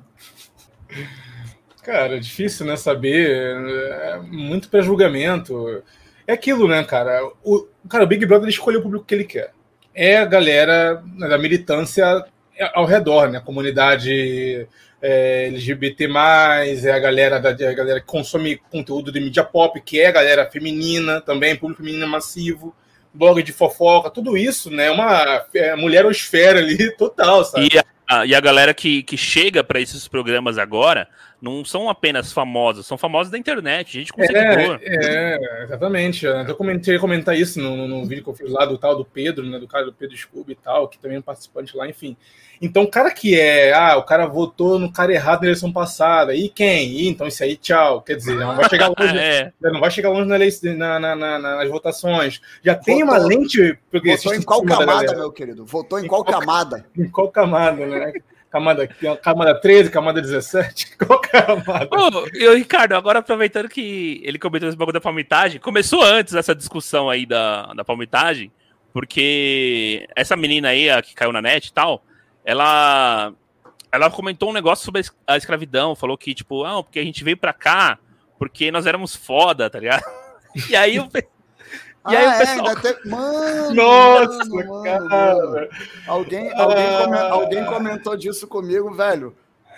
Cara, é difícil, né, saber. É muito pré-julgamento. É aquilo, né, cara? O Big Brother escolheu o público que ele quer. É a galera da militância ao redor, né? A comunidade LGBT+, é a galera que consome conteúdo de mídia pop, que é a galera feminina também, público feminino massivo, blog de fofoca, tudo isso, né? Uma mulherosfera ali total, sabe? E a galera que chega para esses programas agora não são apenas famosos, são famosos da internet, gente com seguidor. Exatamente. Eu comecei a comentar isso no vídeo que eu fiz lá do tal do Pedro, né, do cara do Pedro Scooby e tal, que também é um participante lá, enfim. Então, o cara que o cara votou no cara errado na eleição passada, e quem? Então, isso aí, tchau. Quer dizer, não vai chegar longe, não vai chegar longe nas votações. Já tem uma lente... Votou em qual camada, meu querido? Votou em qual camada? Em qual camada, né? Camada 13, camada 17, qual camada? Ricardo, agora aproveitando que ele comentou esse bagulho da palmitagem, começou antes essa discussão aí da palmitagem, Porque essa menina aí, a que caiu na net e tal, ela comentou um negócio sobre a escravidão, falou que, tipo, porque a gente veio pra cá porque nós éramos foda, tá ligado? E aí o pessoal... Mano, Nossa, mano. Alguém comentou disso comigo, velho.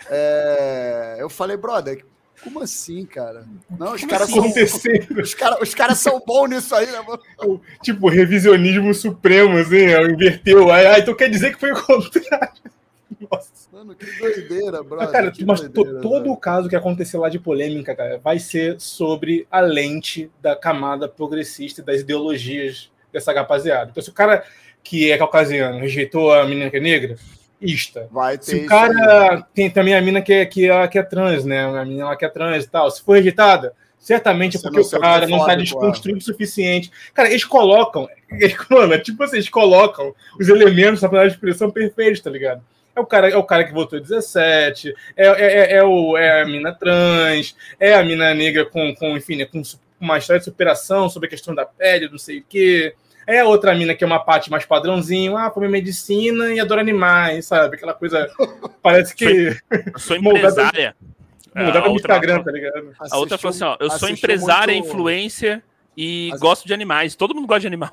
Eu falei, brother, como assim, cara? Não, os caras são... Os caras são bons nisso aí, né, mano? Tipo, revisionismo supremo, assim, inverteu. Então quer dizer que foi o contrário. Nossa. Mano, que doideira, brother. Cara, todo o caso que aconteceu lá de polêmica, cara, vai ser sobre a lente da camada progressista e das ideologias dessa rapaziada. Então, se o cara que é caucasiano rejeitou a menina que é negra, vai ter. Se o cara tem também a menina que é trans, né? A menina lá que é trans e tal, se for rejeitada, certamente é porque o cara não tá desconstruído o suficiente. Cara, eles colocam, tipo assim, eles colocam os elementos da panela de expressão perfeitos, tá ligado? É o cara que votou 17, é a mina trans, é a mina negra com uma história de superação sobre a questão da pele, não sei o quê. É a outra mina que é uma parte mais padrãozinho, come medicina e adora animais, sabe? Aquela coisa, parece que... Sou empresária. Mudada no Instagram, tá ligado? A outra falou assim, eu sou empresária, influencer e gosto de animais. Todo mundo gosta de animal.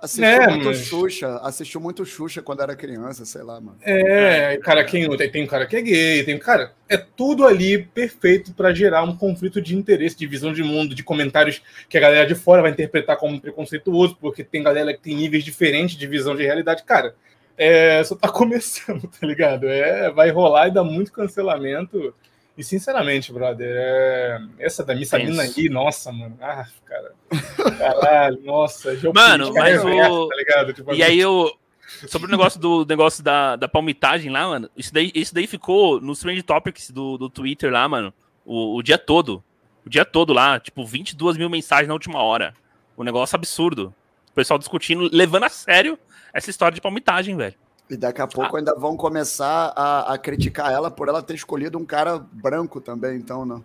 Assistiu muito Xuxa quando era criança, sei lá, mano. Cara, tem um cara que é gay, é tudo ali perfeito pra gerar um conflito de interesse, de visão de mundo, de comentários que a galera de fora vai interpretar como preconceituoso, porque tem galera que tem níveis diferentes de visão de realidade. Cara, só tá começando, tá ligado? Vai rolar e dar muito cancelamento. E, sinceramente, brother, essa da Miss Mina aí, nossa, mano. Cara. Caralho, nossa. Mano, mas tá ligado? Tipo, e aí sobre o negócio da palmitagem lá, mano, isso daí ficou nos Trend Topics do Twitter lá, mano, o dia todo. O dia todo lá, tipo, 22 mil mensagens na última hora. Um negócio absurdo. O pessoal discutindo, levando a sério essa história de palmitagem, velho. E daqui a pouco ainda vão começar a criticar ela por ela ter escolhido um cara branco também, então, não.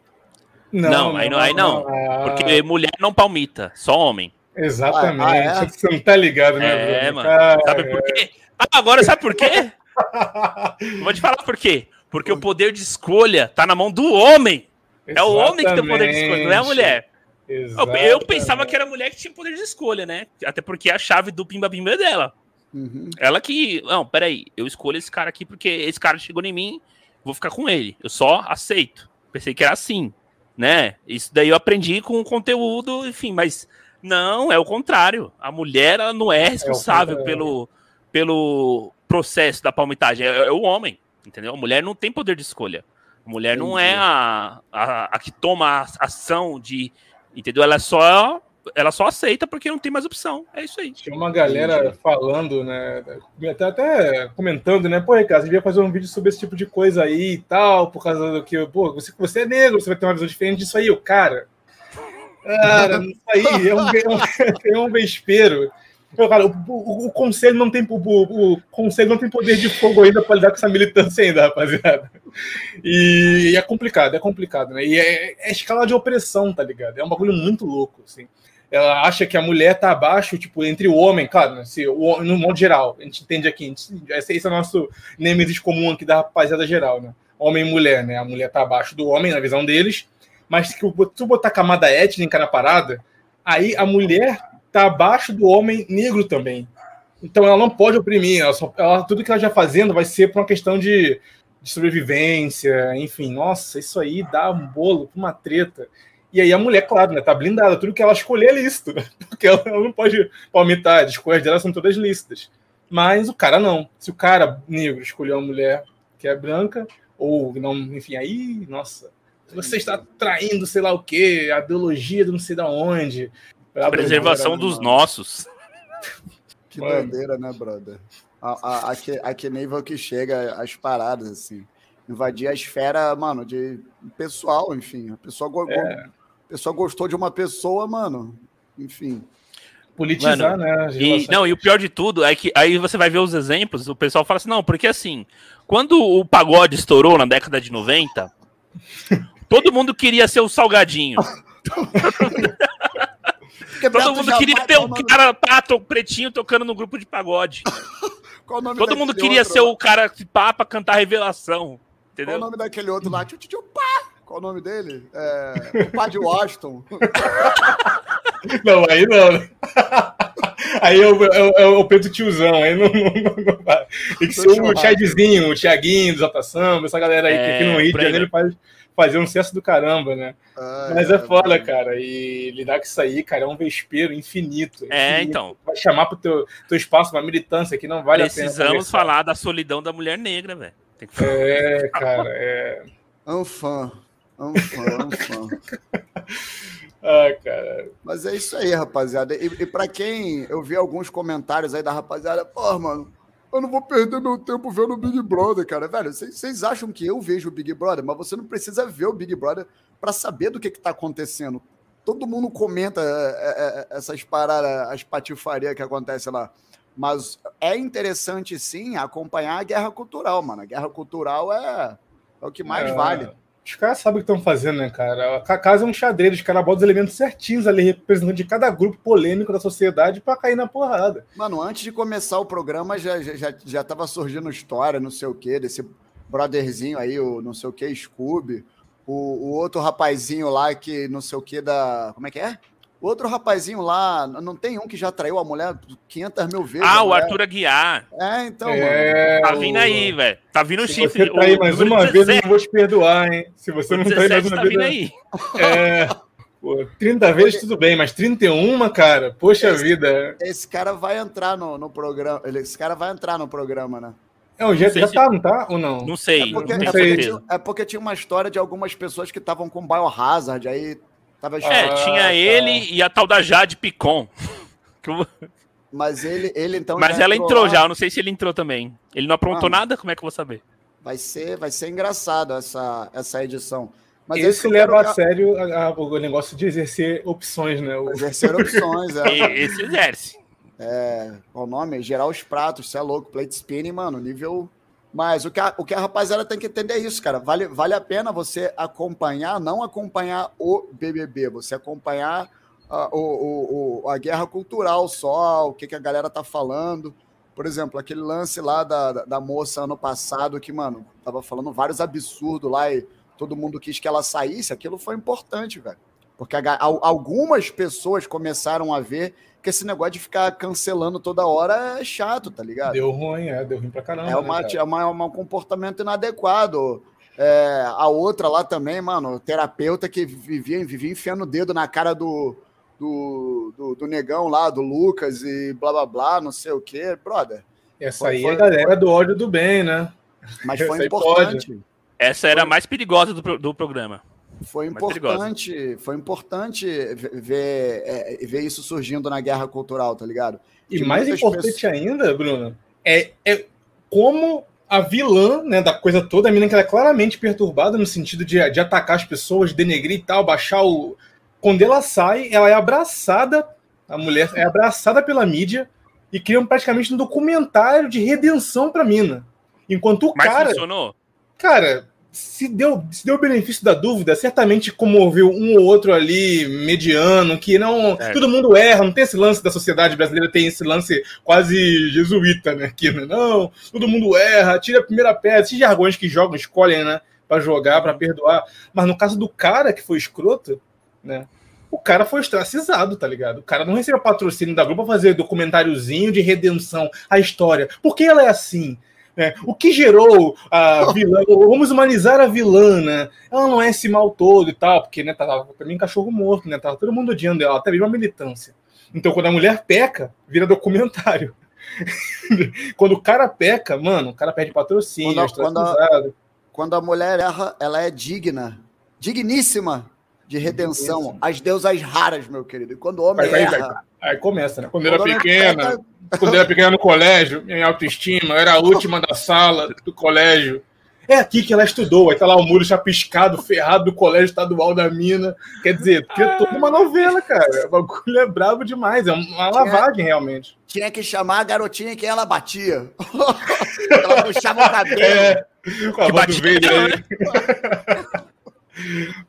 Aí não. Porque mulher não palmita, só homem. Exatamente. Você não tá ligado, né, Bruno? Mano. Sabe por quê? Agora sabe por quê? Vou te falar por quê. Porque o poder de escolha tá na mão do homem. É o homem que tem o poder de escolha, não é a mulher. Eu pensava que era a mulher que tinha poder de escolha, né? Até porque a chave do pimba-pimba é dela. Uhum. Ela que... Não, peraí. Eu escolho esse cara aqui porque esse cara chegou em mim, vou ficar com ele. Eu só aceito. Pensei que era assim, né? Isso daí eu aprendi com o conteúdo, enfim, mas não, é o contrário. A mulher, ela não é responsável pelo processo da palmitagem. É o homem, entendeu? A mulher não tem poder de escolha. A mulher não é a que toma a ação de... Entendeu? Ela só aceita porque não tem mais opção. É isso aí. Tinha uma galera falando, né? Até comentando, né? Pô, Ricardo, você devia fazer um vídeo sobre esse tipo de coisa aí e tal, por causa do que, pô, você é negro, você vai ter uma visão diferente disso aí. Cara, isso aí é um vespeiro. Cara, o conselho não tem poder de fogo ainda para lidar com essa militância ainda, rapaziada. E é complicado, né? E é escala de opressão, tá ligado? É um bagulho muito louco, assim. Ela acha que a mulher tá abaixo, tipo, entre o homem, claro, né? No modo geral, a gente entende aqui, esse é o nosso nêmesis comum aqui da rapaziada geral, né? Homem e mulher, né? A mulher tá abaixo do homem, na visão deles, mas se tu botar camada étnica na parada, aí a mulher tá abaixo do homem negro também. Então ela não pode oprimir, tudo que ela já fazendo vai ser por uma questão de sobrevivência, enfim, nossa, isso aí dá um bolo, uma treta. E aí a mulher, claro, né, tá blindada, tudo que ela escolher é lícito, né? Porque ela não pode palmitar, as escolhas dela são todas lícitas. Mas o cara não. Se o cara negro escolher uma mulher que é branca, ou não, enfim, aí, nossa, você está traindo sei lá o quê, a biologia de não sei da onde. A preservação dos nossos. Que doideira, né, brother? A que nível que chega as paradas, assim. Invadir a esfera, mano, de pessoal, enfim. A pessoa gostou de uma pessoa, mano. Enfim. Politizar, mano, né? E o pior de tudo é que aí você vai ver os exemplos, o pessoal fala assim, não, porque assim, quando o pagode estourou na década de 90, todo mundo queria ser o Salgadinho. Todo mundo queria ter um cara pato pretinho tocando no grupo de pagode. Todo mundo queria ser o cara de pá pra cantar Revelação. Entendeu? Qual o nome daquele outro lá? Pá! Qual o nome dele? O Pá de Washington. Não, aí não. Aí é o Pedro Tiozão. Aí não vai. Tem que ser o Chadzinho, o Thiaguinho do Jota Samba, essa galera aí que aqui no Rio de Janeiro fazer um sucesso do caramba, né? Mas é foda, cara. E lidar com isso aí, cara, é um vespeiro infinito. Então. Vai chamar pro teu espaço uma militância que não vale a pena. Precisamos falar da solidão da mulher negra, velho. Cara, É um fã. Cara. Mas é isso aí, rapaziada. E pra quem eu vi alguns comentários aí da rapaziada, pô, mano, eu não vou perder meu tempo vendo o Big Brother, cara. Velho, vocês acham que eu vejo o Big Brother, mas você não precisa ver o Big Brother pra saber do que tá acontecendo. Todo mundo comenta essas paradas, as patifarias que acontecem lá. Mas é interessante, sim, acompanhar a guerra cultural, mano. A guerra cultural é o que mais vale. Os caras sabem o que estão fazendo, né, cara? A casa é um xadrez, os caras botam os elementos certinhos ali, representando de cada grupo polêmico da sociedade pra cair na porrada. Mano, antes de começar o programa, já tava surgindo história, não sei o quê, desse brotherzinho aí, o não sei o quê, Scooby. O outro rapazinho lá que não sei o quê da... Como é que é? O outro rapazinho lá, não tem um que já traiu a mulher 500 mil vezes? O Arthur Aguiar. Então, mano. Tá vindo aí, velho. Tá vindo o chifre. Se você trair mais uma vez, eu não vou te perdoar, hein? Se você não trair mais uma vez... Tá vindo aí. Pô, 30 vezes tudo bem, mas 31, cara? Poxa vida. Esse cara vai entrar no programa. Esse cara vai entrar no programa, né? Já tá, não tá? Ou não? Não sei. É porque tinha uma história de algumas pessoas que estavam com Biohazard, aí... tinha ele e a tal da Jade Picon. Mas ele então. Mas ela entrou já, eu não sei se ele entrou também. Ele não aprontou nada, como é que eu vou saber? Vai ser engraçado essa edição. Mas esse leva a sério o negócio de exercer opções, né? Exercer opções, Esse exerce. Qual o nome? Gerar os pratos, você é louco. Plate spinning, mano, nível. Mas o que a rapaziada tem que entender é isso, cara. Vale a pena você acompanhar, não acompanhar o BBB, você acompanhar a guerra cultural só, o que a galera tá falando. Por exemplo, aquele lance lá da moça ano passado que, mano, tava falando vários absurdos lá e todo mundo quis que ela saísse. Aquilo foi importante, velho. Porque algumas pessoas começaram a ver que esse negócio de ficar cancelando toda hora é chato, tá ligado? Deu ruim pra caramba. É um comportamento inadequado. A outra lá também, mano, o terapeuta que vivia enfiando o dedo na cara do negão lá, do Lucas e blá blá blá, não sei o quê, brother. Essa aí é a galera do ódio do bem, né? Mas foi importante. Essa era a mais perigosa do programa. Foi importante ver isso surgindo na guerra cultural, tá ligado? E mais importante ainda, Bruno, é como a vilã, né, da coisa toda, a menina que ela é claramente perturbada no sentido de atacar as pessoas, denegrir e tal, baixar o... Quando ela sai, ela é abraçada, a mulher é abraçada pela mídia e criam praticamente um documentário de redenção pra mina. Enquanto o cara... funcionou? Cara... Se deu o benefício da dúvida, certamente comoveu um ou outro ali, mediano, que não... Todo mundo erra, não tem esse lance da sociedade brasileira, tem esse lance quase jesuíta, né? Que, não, todo mundo erra, tira a primeira pedra, esses jargões que jogam, escolhem, né? Pra jogar, pra perdoar. Mas no caso do cara que foi escroto, né? O cara foi ostracizado, tá ligado? O cara não recebeu patrocínio da Globo pra fazer documentáriozinho de redenção, a história. Por que ela é assim? O que gerou a vilã? Vamos humanizar a vilã, né? Ela não é esse mal todo e tal, porque, né, tava pra mim cachorro morto, né? Tava todo mundo odiando ela, até mesmo a militância. Então, quando a mulher peca, vira documentário. Quando o cara peca, mano, o cara perde patrocínio, quando a mulher erra, ela é digníssima de redenção. As deusas raras, meu querido. E quando o homem erra... Aí começa, né? Quando eu era pequena no colégio, minha autoestima, eu era a última da sala do colégio. É aqui que ela estudou. Aí tá lá o muro chapiscado, ferrado do colégio estadual da mina. Quer dizer, é toda uma novela, cara. O bagulho é brabo demais. É uma lavagem, realmente. Tinha que chamar a garotinha que ela batia. Ela puxava o cabelo. Que batia, né?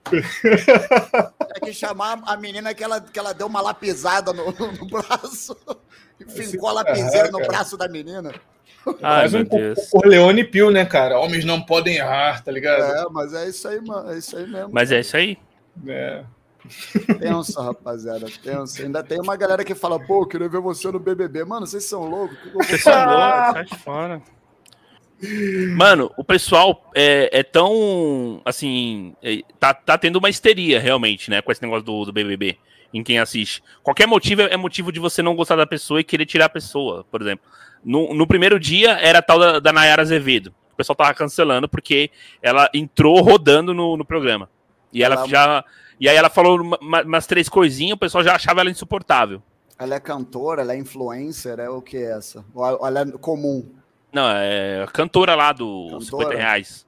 Tem que chamar a menina que ela deu uma lapisada no braço e fincou a lapiseira no braço da menina. Ai, meu Deus. Corleone Pio, né, cara? Homens não podem errar, tá ligado? Mas é isso aí, mano. É isso aí mesmo. Mas é isso aí. Pensa, rapaziada. Pensa. Ainda tem uma galera que fala, pô, eu queria ver você no BBB. Mano, vocês são loucos. Vocês são loucos, sai fora. Mano, o pessoal é tão, assim, tá tendo uma histeria, realmente, né, com esse negócio do BBB, em quem assiste. Qualquer motivo é motivo de você não gostar da pessoa e querer tirar a pessoa, por exemplo. No primeiro dia, era a tal da Nayara Azevedo. O pessoal tava cancelando porque ela entrou rodando no programa. E e aí ela falou umas 3 coisinhas, o pessoal já achava ela insuportável. Ela é cantora, ela é influencer, é o que é essa? Ou ela é comum? Não, é a cantora lá do R$50.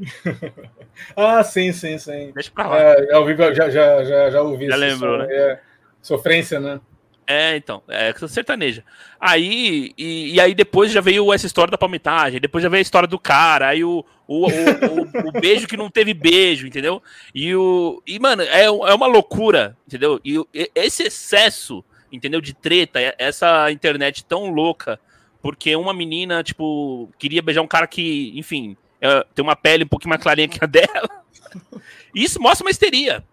Sim. Deixa pra lá. Já ouvi. Já lembrou, né? Sofrência, né? Então, sertaneja. Aí, e aí depois já veio essa história da palmitagem, depois já veio a história do cara, aí o beijo que não teve beijo, entendeu? E mano, é uma loucura, entendeu? E esse excesso, entendeu, de treta, essa internet tão louca, porque uma menina, tipo, queria beijar um cara que, enfim, tem uma pele um pouquinho mais clarinha que a dela. Isso mostra uma histeria.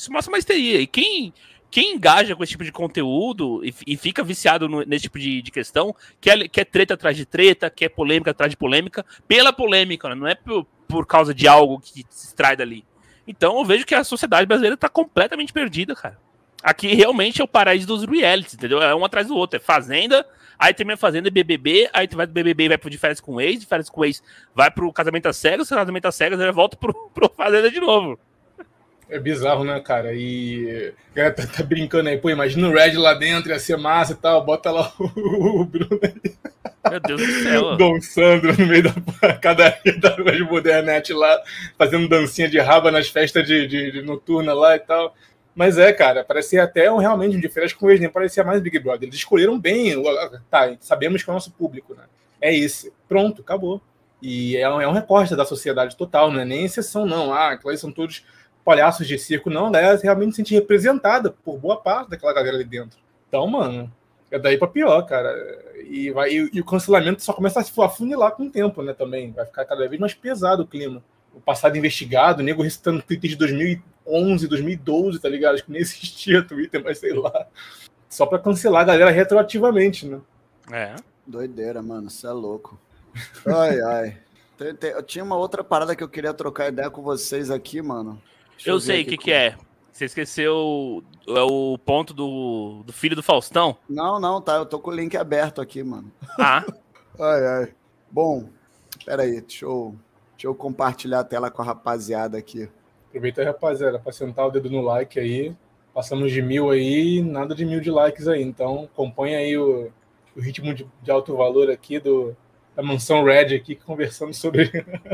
E quem engaja com esse tipo de conteúdo e fica viciado nesse tipo de questão, quer treta atrás de treta, quer polêmica atrás de polêmica, pela polêmica, né? Não é por causa de algo que se extrai dali. Então eu vejo que a sociedade brasileira tá completamente perdida, cara. Aqui realmente é o paraíso dos realities, entendeu? É um atrás do outro. É Fazenda, aí termina Fazenda e BBB, aí tu vai do BBB e vai pro de férias com o ex, de férias com o ex vai pro Casamento às Cegas, Casamento às Cegas, aí volta pro Fazenda de novo. É bizarro, né, cara? E a galera tá brincando aí, pô, imagina o Red lá dentro, ia ser massa e tal, bota lá o Bruno aí. Meu Deus do céu. Dom Sandro no meio da cadaria da Modernete lá, fazendo dancinha de raba nas festas de noturna lá e tal. Mas cara, parecia até realmente um de férias com eles, nem parecia mais Big Brother. Eles escolheram bem, sabemos que é o nosso público, né? É esse. Pronto, acabou. E é um recorte da sociedade total, não é nem exceção, não. Aqueles são todos palhaços de circo, não. A galera realmente se sente representada por boa parte daquela galera ali dentro. Então, mano, é daí pra pior, cara. E o cancelamento só começa a se afunilar com o tempo, né, também. Vai ficar cada vez mais pesado o clima. O passado investigado, o nego recitando Twitter de 2011, 2012, tá ligado? Acho que nem existia Twitter, mas sei lá. Só pra cancelar a galera retroativamente, né? Doideira, mano. Isso é louco. Ai. Eu tinha uma outra parada que eu queria trocar ideia com vocês aqui, mano. Eu sei o que é. Você esqueceu o ponto do filho do Faustão? Não, tá. Eu tô com o link aberto aqui, mano. Ai. Bom, peraí, deixa eu compartilhar a tela com a rapaziada aqui. Aproveita aí, rapaziada, pra sentar o dedo no like aí. Passamos de 1000 aí, nada de 1000 de likes aí. Então, acompanha aí o ritmo de alto valor aqui da Mansão Red aqui, conversando sobre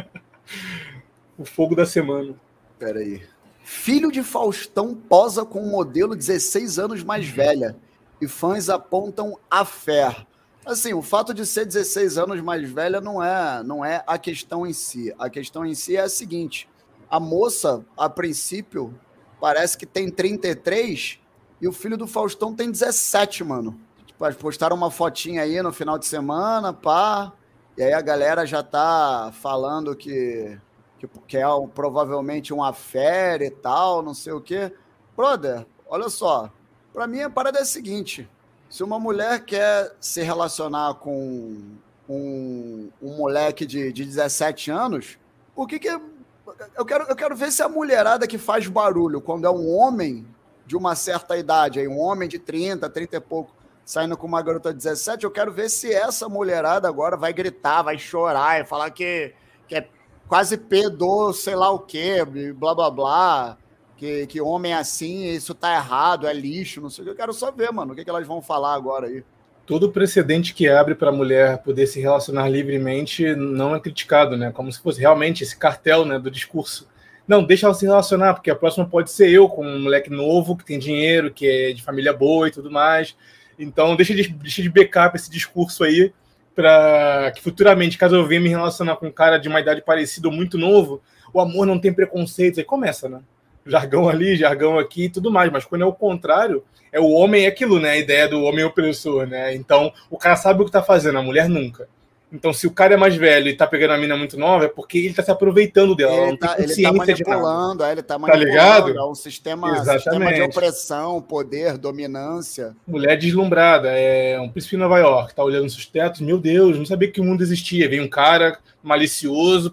o fogo da semana. Peraí. Filho de Faustão posa com um modelo 16 anos mais velha e fãs apontam a fé. Assim, o fato de ser 16 anos mais velha não é a questão em si. A questão em si é a seguinte: a moça, a princípio, parece que tem 33 e o filho do Faustão tem 17, mano. Tipo, postaram uma fotinha aí no final de semana, pá, e aí a galera já tá falando que é provavelmente uma affair e tal, não sei o quê. Brother, olha só, pra mim a parada é a seguinte: se uma mulher quer se relacionar com um moleque de 17 anos, por que eu quero ver se a mulherada que faz barulho quando é um homem de uma certa idade, aí um homem de 30 e pouco, saindo com uma garota de 17, eu quero ver se essa mulherada agora vai gritar, vai chorar e falar que é quase pedou, sei lá o quê, blá, blá, blá, que homem é assim, isso tá errado, é lixo, não sei o que. Eu quero só ver, mano, o que elas vão falar agora aí. Todo precedente que abre para a mulher poder se relacionar livremente não é criticado, né? Como se fosse realmente esse cartel, né, do discurso. Não, deixa ela se relacionar, porque a próxima pode ser eu, com um moleque novo, que tem dinheiro, que é de família boa e tudo mais. Então, deixa de backup esse discurso aí, para que futuramente, caso eu venha me relacionar com um cara de uma idade parecida ou muito novo, o amor não tem preconceitos. Aí começa, né? jargão ali, jargão aqui e tudo mais. Mas quando é o contrário, é o homem é aquilo, né? A ideia do homem opressor, né? Então, o cara sabe o que tá fazendo, a mulher nunca. Então, se o cara é mais velho e tá pegando a mina muito nova, é porque ele tá se aproveitando dela. Ela não tem consciência de nada. Ele tá manipulando, ligado? É um sistema de opressão, poder, dominância. Mulher deslumbrada, é um príncipe de Nova York, tá olhando os tetos, meu Deus, não sabia que o mundo existia. Vem um cara malicioso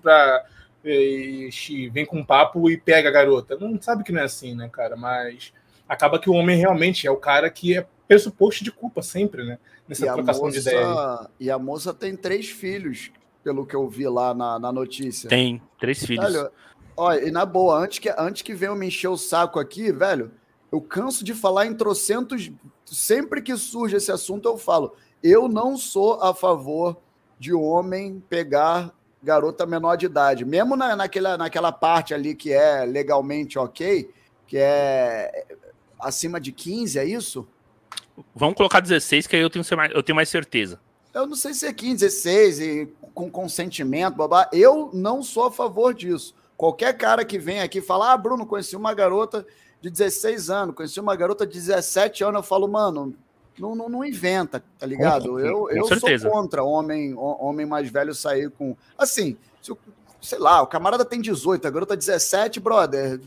vem com um papo e pega a garota. Não sabe que não é assim, né, cara? Mas acaba que o homem realmente é o cara que é pressuposto de culpa sempre, né? Nessa trocação de ideia. E a moça tem 3 filhos, pelo que eu vi lá na notícia. Tem 3 filhos. Velho, olha, e na boa, antes que venham me encher o saco aqui, velho, eu canso de falar em trocentos. Sempre que surge esse assunto, eu falo. Eu não sou a favor de homem pegar garota menor de idade. Mesmo naquela parte ali que é legalmente ok, que é acima de 15, é isso? Vamos colocar 16, que aí eu tenho mais certeza. Eu não sei se é 15, 16, e com consentimento, babá. Eu não sou a favor disso. Qualquer cara que vem aqui e fala, Bruno, conheci uma garota de 16 anos, conheci uma garota de 17 anos, eu falo, mano, não inventa, tá ligado? Eu sou contra homem mais velho sair com... Assim, sei lá, o camarada tem 18, a garota 17, brother,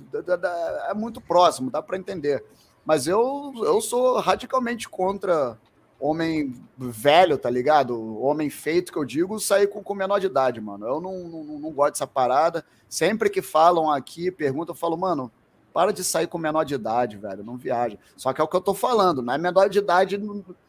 é muito próximo, dá pra entender. Mas eu sou radicalmente contra homem velho, tá ligado? Homem feito, que eu digo, sair com menor de idade, mano. Eu não gosto dessa parada. Sempre que falam aqui, perguntam, eu falo, mano, para de sair com menor de idade, velho, não viaja. Só que é o que eu tô falando, não é menor de idade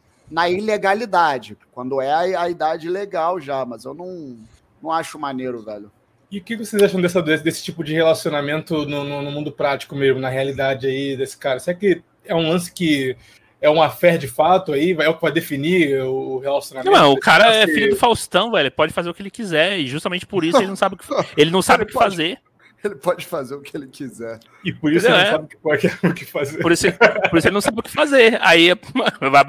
na ilegalidade, quando é a idade legal já, mas eu não acho maneiro, velho. E o que vocês acham desse tipo de relacionamento no mundo prático mesmo, na realidade aí desse cara? Será que é um lance que é uma affair de fato aí? É o que vai definir o relacionamento? Não, o cara é filho do Faustão, velho. Ele pode fazer o que ele quiser. E justamente por isso ele não sabe o que fazer. Ele pode fazer o que ele quiser. E por isso ele não sabe o que fazer. Por isso ele não sabe o que fazer. Aí vai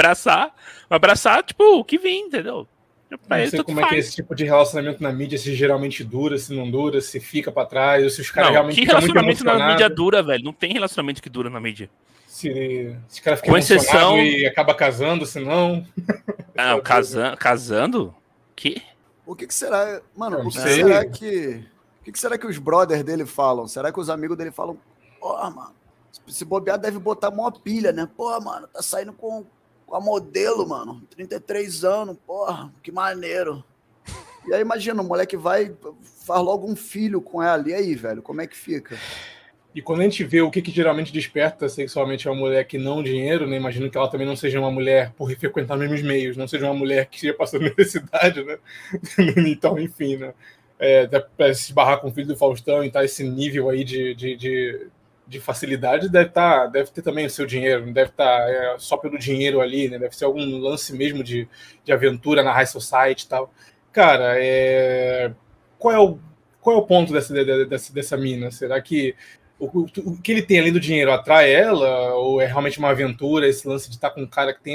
abraçar, tipo, o que vem, entendeu? Não sei como é que é esse tipo de relacionamento na mídia, se geralmente dura, se não dura, se fica pra trás, ou se os caras realmente ficam muito emocionados. Que relacionamento na mídia dura, velho? Não tem relacionamento que dura na mídia. Se o cara fica emocionado e acaba casando, senão... Não, casando? Que? O que será? Mano, o que será que os brothers dele falam? Será que os amigos dele falam, porra, mano, se bobear deve botar mó pilha, né? Porra, mano, tá saindo com a modelo, mano, 33 anos, porra, que maneiro. E aí imagina, o moleque faz logo um filho com ela, e aí, velho, como é que fica? E quando a gente vê o que geralmente desperta sexualmente uma mulher que não dinheiro, né? Imagino que ela também não seja uma mulher por frequentar os mesmos meios, não seja uma mulher que esteja passando necessidade, né? Então, enfim, né? Para se esbarrar com o filho do Faustão e tá esse nível aí de facilidade, deve ter também o seu dinheiro, não deve estar só pelo dinheiro ali, né? Deve ser algum lance mesmo de aventura na high society e tal. Cara, qual é o ponto dessa mina? Será que o que ele tem além do dinheiro atrai ela? Ou é realmente uma aventura, esse lance de estar com um cara que tem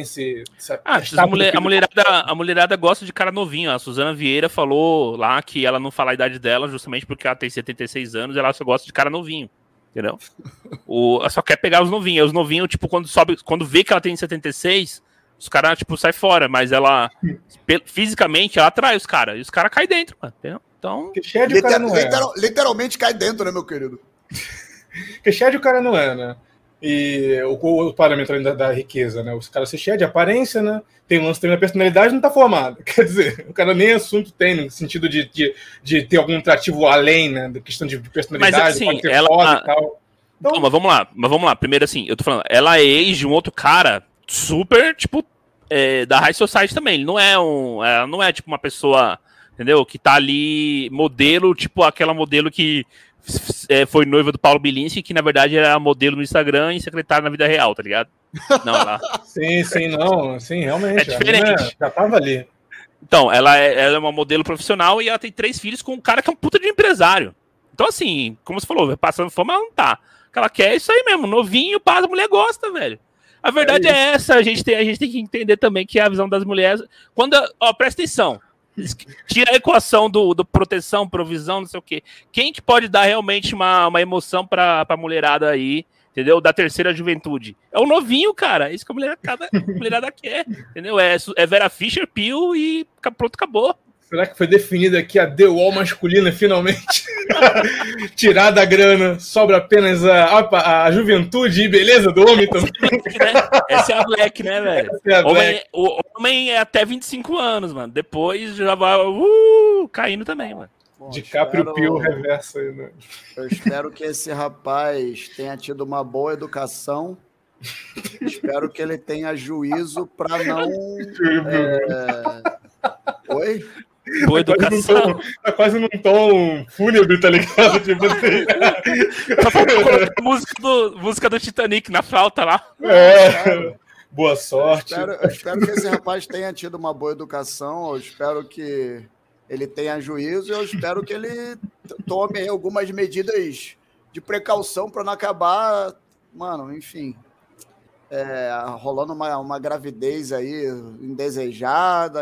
a mulherada gosta de cara novinho. A Suzana Vieira falou lá que ela não fala a idade dela justamente porque ela tem 76 anos e ela só gosta de cara novinho. Entendeu? Ela só quer pegar os novinhos. Os novinhos, tipo, quando vê que ela tem 76, os caras, tipo, saem fora. Mas ela, fisicamente, ela atrai os caras. E os caras caem dentro, mano. Entendeu? Então... Literalmente cai dentro, né, meu querido? Porque shed o cara não é, né? E o parâmetro ainda da riqueza, né? Os caras se shed, aparência, né? Tem lance, tem a personalidade, não tá formado. Quer dizer, o cara nem assunto tem, no sentido de ter algum atrativo além, né? Da questão de personalidade, mas, assim, pode ter foda e tal. Então... Não, mas vamos lá. Primeiro, assim, eu tô falando, ela é ex de um outro cara super, tipo, da high society também. Ele ela não é, tipo, uma pessoa, entendeu? Que tá ali, modelo, tipo, aquela modelo que foi noiva do Paulo Bilinski, que na verdade era modelo no Instagram e secretária na vida real, tá ligado? Não, ela... Sim, realmente. É diferente. Já tava ali. Então, ela é uma modelo profissional e ela tem 3 filhos com um cara que é um puta de empresário. Então, assim, como você falou, passando fome, ela não tá. O que ela quer é isso aí mesmo, novinho, a mulher gosta, velho. A verdade é essa, a gente tem que entender também que a visão das mulheres... Presta atenção, Tira a equação do proteção, provisão, não sei o quê. Quem que pode dar realmente uma emoção pra mulherada aí, entendeu? Da terceira juventude. É o novinho, cara. Isso que a mulherada quer, entendeu? É Vera Fischer, Pio e pronto, acabou. Será que foi definida aqui a The Wall masculina, finalmente? Tirada a grana, sobra apenas a juventude e beleza do homem também. Essa é a Black, né, velho? O homem é até 25 anos, mano. Depois já vai caindo também, mano. Bom, DiCaprio Pio reversa aí, né? Eu espero que esse rapaz tenha tido uma boa educação. Espero que ele tenha juízo para não... Oi? Boa educação. Tá quase num tom fúnebre, tá ligado? Tipo assim. Só faltou colocar música do Titanic na flauta lá. Boa sorte. Eu espero que esse rapaz tenha tido uma boa educação. Eu espero que ele tenha juízo. Eu espero que ele tome algumas medidas de precaução para não acabar, mano, enfim, rolando uma gravidez aí indesejada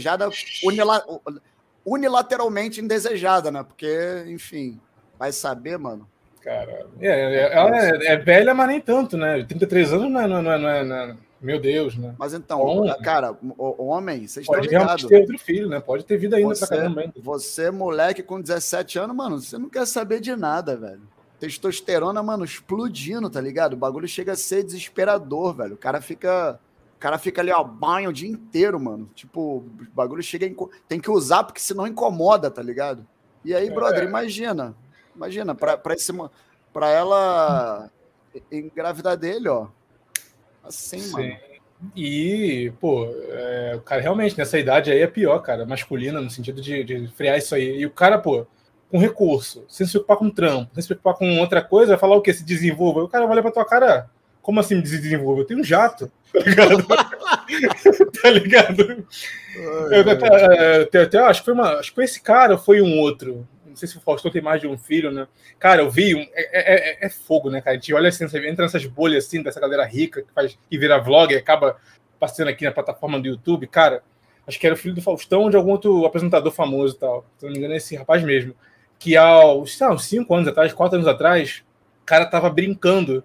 unilateralmente indesejada, né? Porque, enfim, vai saber, mano. Cara, ela é velha, mas nem tanto, né? 33 anos não é meu Deus, né? Mas então, cara, o homem, vocês estão ligados. Pode realmente ter outro filho, né? Pode ter vida ainda pra caramba. Você, moleque com 17 anos, mano, você não quer saber de nada, velho. Testosterona, mano, explodindo, tá ligado? O bagulho chega a ser desesperador, velho. O cara fica ali, ó, banho o dia inteiro, mano. Tipo, o bagulho chega... Tem que usar, porque senão incomoda, tá ligado? E aí, brother, imagina, pra ela engravidar dele, ó. Assim, sim, mano. E, pô, o cara realmente, nessa idade aí é pior, cara. Masculina, no sentido de frear isso aí. E o cara, pô, com recurso, sem se preocupar com trampo, sem se preocupar com outra coisa, vai falar o quê? Se desenvolva. O cara vai olhar pra tua cara, como assim desenvolva? Eu tenho um jato, tá ligado? Tá ligado? Eu até acho que foi esse cara ou foi um outro? Não sei se o Faustão tem mais de um filho, né? Cara, eu vi, é fogo, né, cara? A gente olha assim, você entra nessas bolhas assim, dessa galera rica que vira vlog e acaba passando aqui na plataforma do YouTube, cara. Acho que era o filho do Faustão ou de algum outro apresentador famoso e tal. Se não me engano, é esse rapaz mesmo. Que uns 5 anos atrás, 4 anos atrás, o cara tava brincando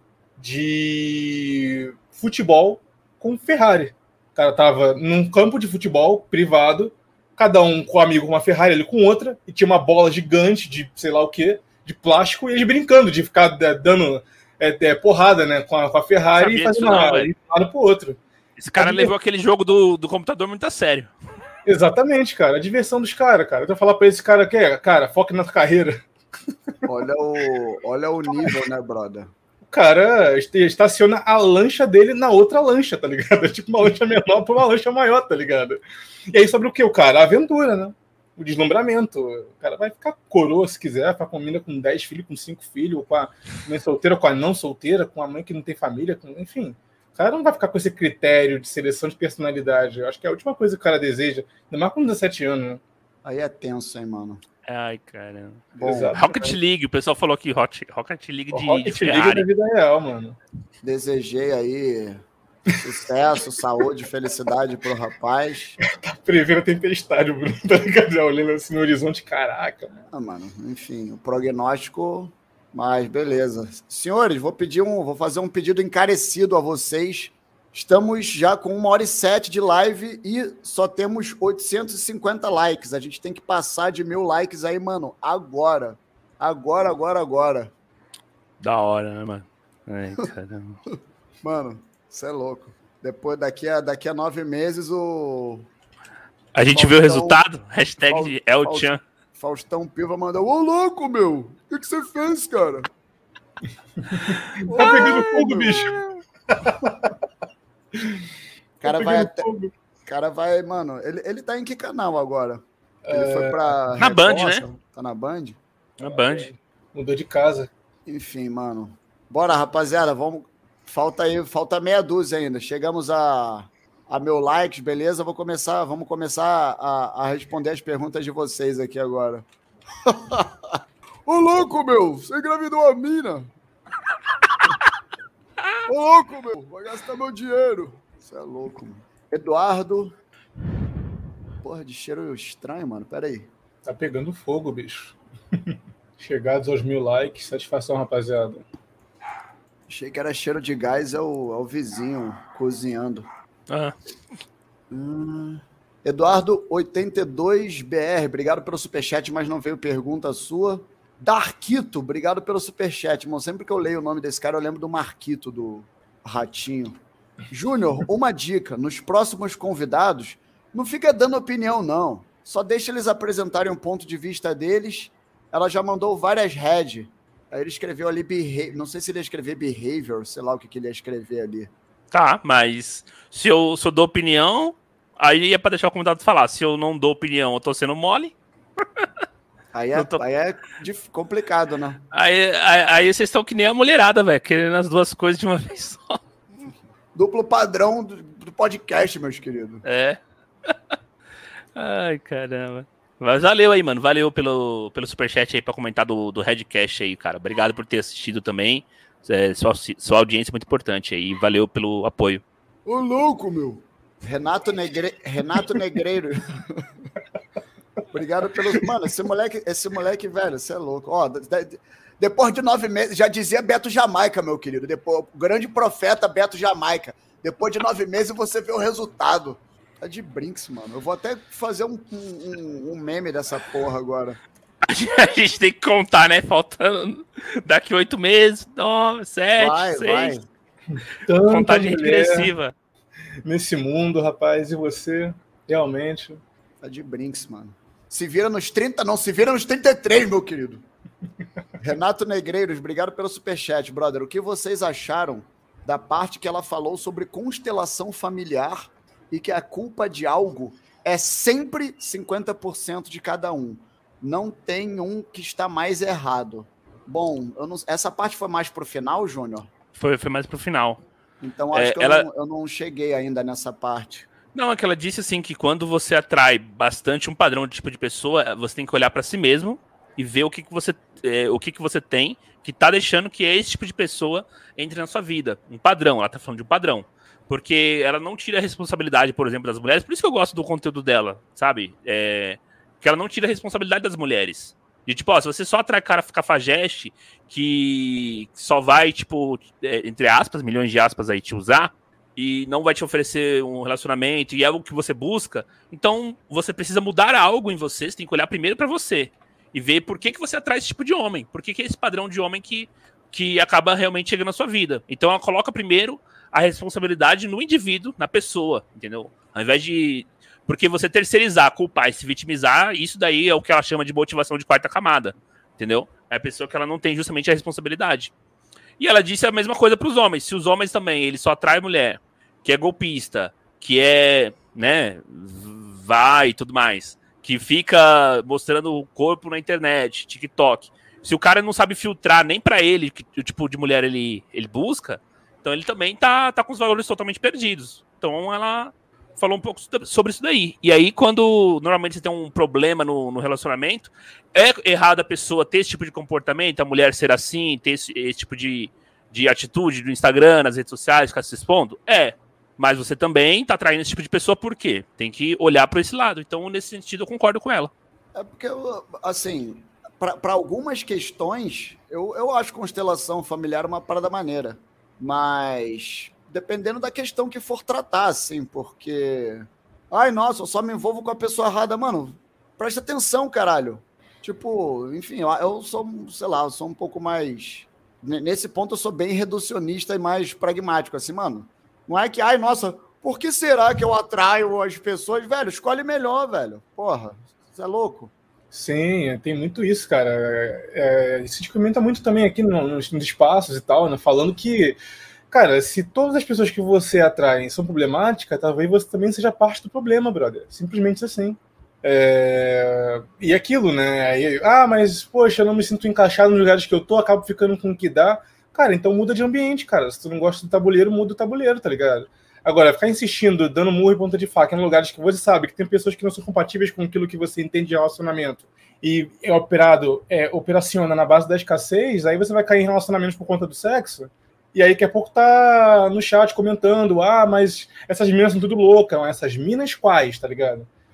de futebol com Ferrari. O cara tava num campo de futebol privado, cada um com um amigo com uma Ferrari, ele com outra, e tinha uma bola gigante de sei lá o que, de plástico, e eles brincando de ficar dando porrada, né, com a Ferrari e fazendo um lado pro outro. Esse cara levou aquele jogo do computador muito a sério. Exatamente, cara. A diversão dos caras, cara. Eu vou falar pra esse cara que cara, foca na carreira. Olha o nível, né, brother? O cara estaciona a lancha dele na outra lancha, tá ligado? É tipo uma lancha menor pra uma lancha maior, tá ligado? E aí sobre o que? O cara? A aventura, né? O deslumbramento. O cara vai ficar coroa se quiser, ficar com mina com 10 filhos, com 5 filhos, ou com a mãe solteira, ou com a não solteira, com a mãe que não tem família, enfim. O cara não vai ficar com esse critério de seleção de personalidade. Eu acho que é a última coisa que o cara deseja, ainda mais com 17 anos, né? Aí é tenso, hein, mano? Ai, caramba. Exato, Rocket League, o pessoal falou aqui, Rocket League de Ferrari. League da vida real, mano. Desejei aí sucesso, saúde, felicidade pro rapaz. Tá prevendo a tempestade, o Bruno, tá ligado? Olhando assim no horizonte, caraca. Mano, enfim, o prognóstico... Mas beleza. Senhores, vou fazer um pedido encarecido a vocês. Estamos já com 1h07 de live e só temos 850 likes. A gente tem que passar de 1000 likes aí, mano. Agora. Da hora, né, mano? Ai, caramba. Mano, você é louco. Depois, daqui a 9 meses, A gente vê o resultado? Hashtag Elchan. Faustão Piva mandou: ô louco, meu! O que você fez, cara? Tá pegando fogo, bicho. Cara vai, mano. Ele tá em que canal agora? Ele foi pra. Na Band, né? Tá na Band? Na Band. Mudou de casa. Enfim, mano. Bora, rapaziada. Falta meia dúzia ainda. Chegamos a 1000 likes, beleza? Vamos começar a responder as perguntas de vocês aqui agora. Ô louco, meu! Você engravidou a mina! Ô louco, meu! Vai gastar meu dinheiro! Você é louco, mano. Eduardo. porra de cheiro estranho, mano. Pera aí. Tá pegando fogo, bicho. Chegados aos 1000 likes. Satisfação, rapaziada. Achei que era cheiro de gás, é o vizinho cozinhando. Eduardo 82BR, obrigado pelo superchat, mas não veio pergunta sua. Darquito, obrigado pelo superchat, irmão. Sempre que eu leio o nome desse cara, eu lembro do Marquito, do Ratinho. Júnior, uma dica. Nos próximos convidados, não fica dando opinião, não. Só deixa eles apresentarem um ponto de vista deles. Ela já mandou várias head. Aí ele escreveu ali, não sei se ele ia escrever behavior, sei lá o que ele ia escrever ali. Tá, mas se eu dou opinião, aí é pra deixar o convidado falar. Se eu não dou opinião, eu tô sendo mole. Aí é complicado, né? Aí vocês estão que nem a mulherada, velho, querendo as duas coisas de uma vez só. Duplo padrão do podcast, meus queridos. É. Ai, caramba. Mas valeu aí, mano. Valeu pelo superchat aí pra comentar do Redcast aí, cara. Obrigado por ter assistido também. Sua audiência é muito importante aí. Valeu pelo apoio. Ô, louco, meu. Renato Negreiro. Obrigado pelo... Mano, esse moleque, velho, você é louco. Ó, depois de 9 meses, já dizia Beto Jamaica, meu querido. Depois, o grande profeta Beto Jamaica. Depois de 9 meses, você vê o resultado. Tá de brinks, mano. Eu vou até fazer um meme dessa porra agora. A gente tem que contar, né? Faltando daqui 8 meses, 9, 7, 6. Contagem regressiva. Nesse mundo, rapaz, e você, realmente... Tá de brinks, mano. Se vira nos 30, não, se vira nos 33, meu querido. Renato Negreiros, obrigado pelo superchat, brother. O que vocês acharam da parte que ela falou sobre constelação familiar e que a culpa de algo é sempre 50% de cada um? Não tem um que está mais errado. Bom, essa parte foi mais pro final, Júnior? Foi mais pro final. Então acho que eu não cheguei ainda nessa parte. Não, é que ela disse assim que quando você atrai bastante um padrão de tipo de pessoa, você tem que olhar para si mesmo e ver o que você tem que tá deixando que esse tipo de pessoa entre na sua vida. Um padrão, ela tá falando de um padrão. Porque ela não tira a responsabilidade, por exemplo, das mulheres. Por isso que eu gosto do conteúdo dela, sabe? Que ela não tira a responsabilidade das mulheres. De tipo, ó, se você só atrai cara cafajeste que só vai, tipo, entre aspas, milhões de aspas aí, te usar, e não vai te oferecer um relacionamento, e é algo que você busca, então você precisa mudar algo em você tem que olhar primeiro pra você, e ver por que você atrai esse tipo de homem, por que é esse padrão de homem que acaba realmente chegando na sua vida. Então ela coloca primeiro a responsabilidade no indivíduo, na pessoa, entendeu? Ao invés de... Porque você terceirizar, culpar e se vitimizar, isso daí é o que ela chama de motivação de quarta camada, entendeu? É a pessoa que ela não tem justamente a responsabilidade. E ela disse a mesma coisa para os homens. Se os homens também, eles só atraem mulher, que é golpista, que é, né, vai e tudo mais, que fica mostrando o corpo na internet, TikTok. Se o cara não sabe filtrar nem para ele que o tipo de mulher ele busca, então ele também tá com os valores totalmente perdidos. Então ela falou um pouco sobre isso daí. E aí, quando normalmente você tem um problema no relacionamento, é errado a pessoa ter esse tipo de comportamento, a mulher ser assim, ter esse tipo de atitude no Instagram, nas redes sociais, ficar se expondo? É. Mas você também tá atraindo esse tipo de pessoa por quê? Tem que olhar para esse lado. Então, nesse sentido, eu concordo com ela. É porque, assim, para algumas questões, eu acho constelação familiar uma parada maneira. Mas... dependendo da questão que for tratar, assim, porque... ai, nossa, eu só me envolvo com a pessoa errada. Mano, presta atenção, caralho. Tipo, enfim, eu sou, sei lá, eu sou um pouco mais... nesse ponto eu sou bem reducionista e mais pragmático, assim, mano. Não é que, ai, nossa, por que será que eu atraio as pessoas? Velho, escolhe melhor, velho. Porra, você é louco? Sim, tem muito isso, cara. Isso a gente comenta muito também aqui nos espaços e tal, né? Falando que... cara, se todas as pessoas que você atrai são problemáticas, talvez você também seja parte do problema, brother. Simplesmente assim. E aquilo, né? Mas, poxa, eu não me sinto encaixado nos lugares que eu tô, acabo ficando com o que dá. Cara, então muda de ambiente, cara. Se tu não gosta do tabuleiro, muda o tabuleiro, tá ligado? Agora, ficar insistindo, dando murro e ponta de faca em lugares que você sabe que tem pessoas que não são compatíveis com aquilo que você entende de relacionamento e operaciona na base da escassez, aí você vai cair em relacionamentos por conta do sexo. E aí daqui a pouco tá no chat comentando, mas essas minas são tudo loucas. Essas minas quais, tá ligado?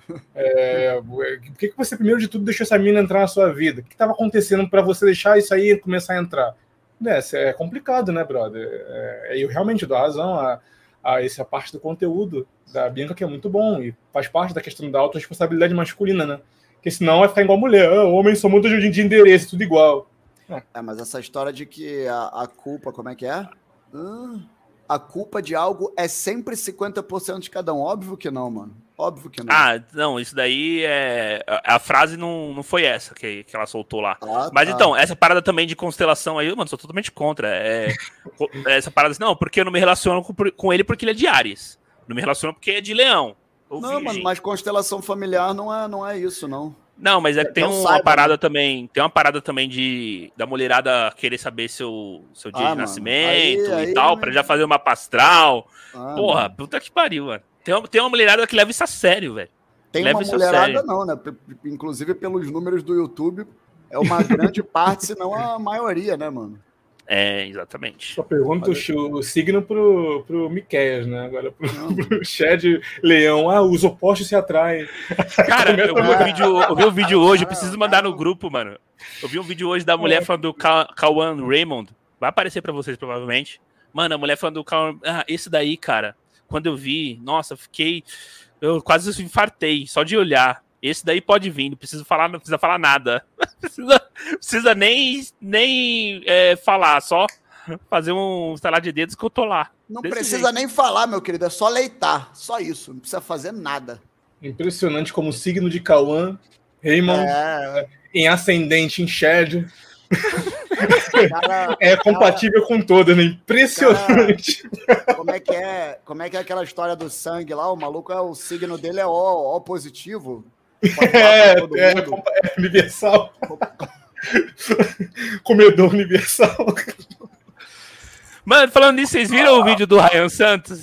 Por que você, primeiro de tudo, deixou essa mina entrar na sua vida? O que estava acontecendo para você deixar isso aí começar a entrar? É complicado, né, brother? Eu realmente dou razão a essa parte do conteúdo da Bianca, que é muito bom, e faz parte da questão da autorresponsabilidade masculina, né? Porque senão vai ficar igual mulher. Homens são muito de endereço, tudo igual. Mas essa história de que a culpa, como é que é? A culpa de algo é sempre 50% de cada um. Óbvio que não, mano. Óbvio que não. Não, isso daí é... A frase não foi essa que ela soltou lá. Mas tá. então, essa parada também de constelação aí, mano, sou totalmente contra. Essa parada assim, não, porque eu não me relaciono com ele porque ele é de Áries. Não me relaciono porque é de Leão. Não, mano, mas constelação familiar não é isso, não. Não, mas tem uma parada também. Tem uma parada também da mulherada querer saber seu dia de nascimento e tal, pra já fazer uma pastral. Porra, mano. Puta que pariu, mano. Tem uma mulherada que leva isso a sério, velho. Tem uma mulherada, não, né? Inclusive, pelos números do YouTube, é uma grande parte, se não a maioria, né, mano? Exatamente. Só pergunta o signo pro Miqueias, né? Agora pro Shed Leão. Os opostos se atraem. Cara, eu vi um vídeo hoje, eu preciso mandar no grupo, mano. Eu vi um vídeo hoje da mulher falando do Cauã Raymond. Vai aparecer pra vocês, provavelmente. Mano, a mulher falando do Cauã... esse daí, cara, quando eu vi, nossa, eu quase infartei, só de olhar. Esse daí pode vir, não precisa falar nada. Não precisa nem falar, só fazer um estalar de dedos que eu tô lá. Não precisa nem falar, meu querido, é só leitar, só isso, não precisa fazer nada. Impressionante como o signo de Cauã, Raymond, em ascendente, em Shed, é compatível com todas, né? Impressionante. Como é que é aquela história do sangue lá? O maluco, o signo dele é O positivo. Universal. Comedor universal. Mano, falando nisso, vocês viram o vídeo do Ryan Santos?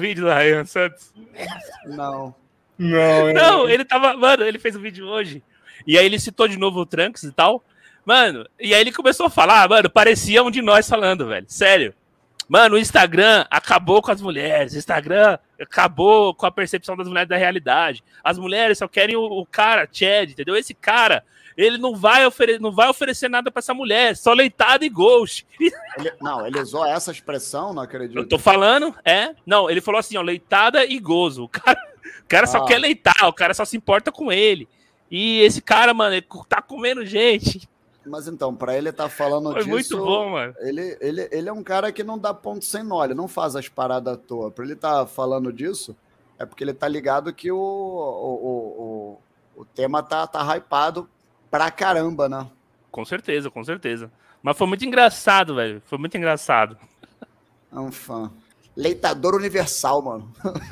Não, ele tava... Mano, ele fez um vídeo hoje. E aí ele citou de novo o Trunks e tal. Mano, e aí ele começou a falar, mano, parecia um de nós falando, velho. Sério. Mano, o Instagram acabou com as mulheres. O Instagram acabou com a percepção das mulheres da realidade. As mulheres só querem o cara, Chad, entendeu? Esse cara, ele não vai oferecer nada pra essa mulher, só leitada e ghost. Ele usou essa expressão, não acredito. Eu tô falando, Não, ele falou assim, ó, leitada e gozo. O cara só quer leitar, o cara só se importa com ele. E esse cara, mano, ele tá comendo gente. Mas então, pra ele estar falando disso... Foi muito bom, mano. Ele é um cara que não dá ponto sem nó, ele não faz as paradas à toa. Pra ele estar falando disso, é porque ele tá ligado que o tema tá hypado pra caramba, né? Com certeza. Mas foi muito engraçado, velho. Foi muito engraçado. É um fã. Leitador universal, mano.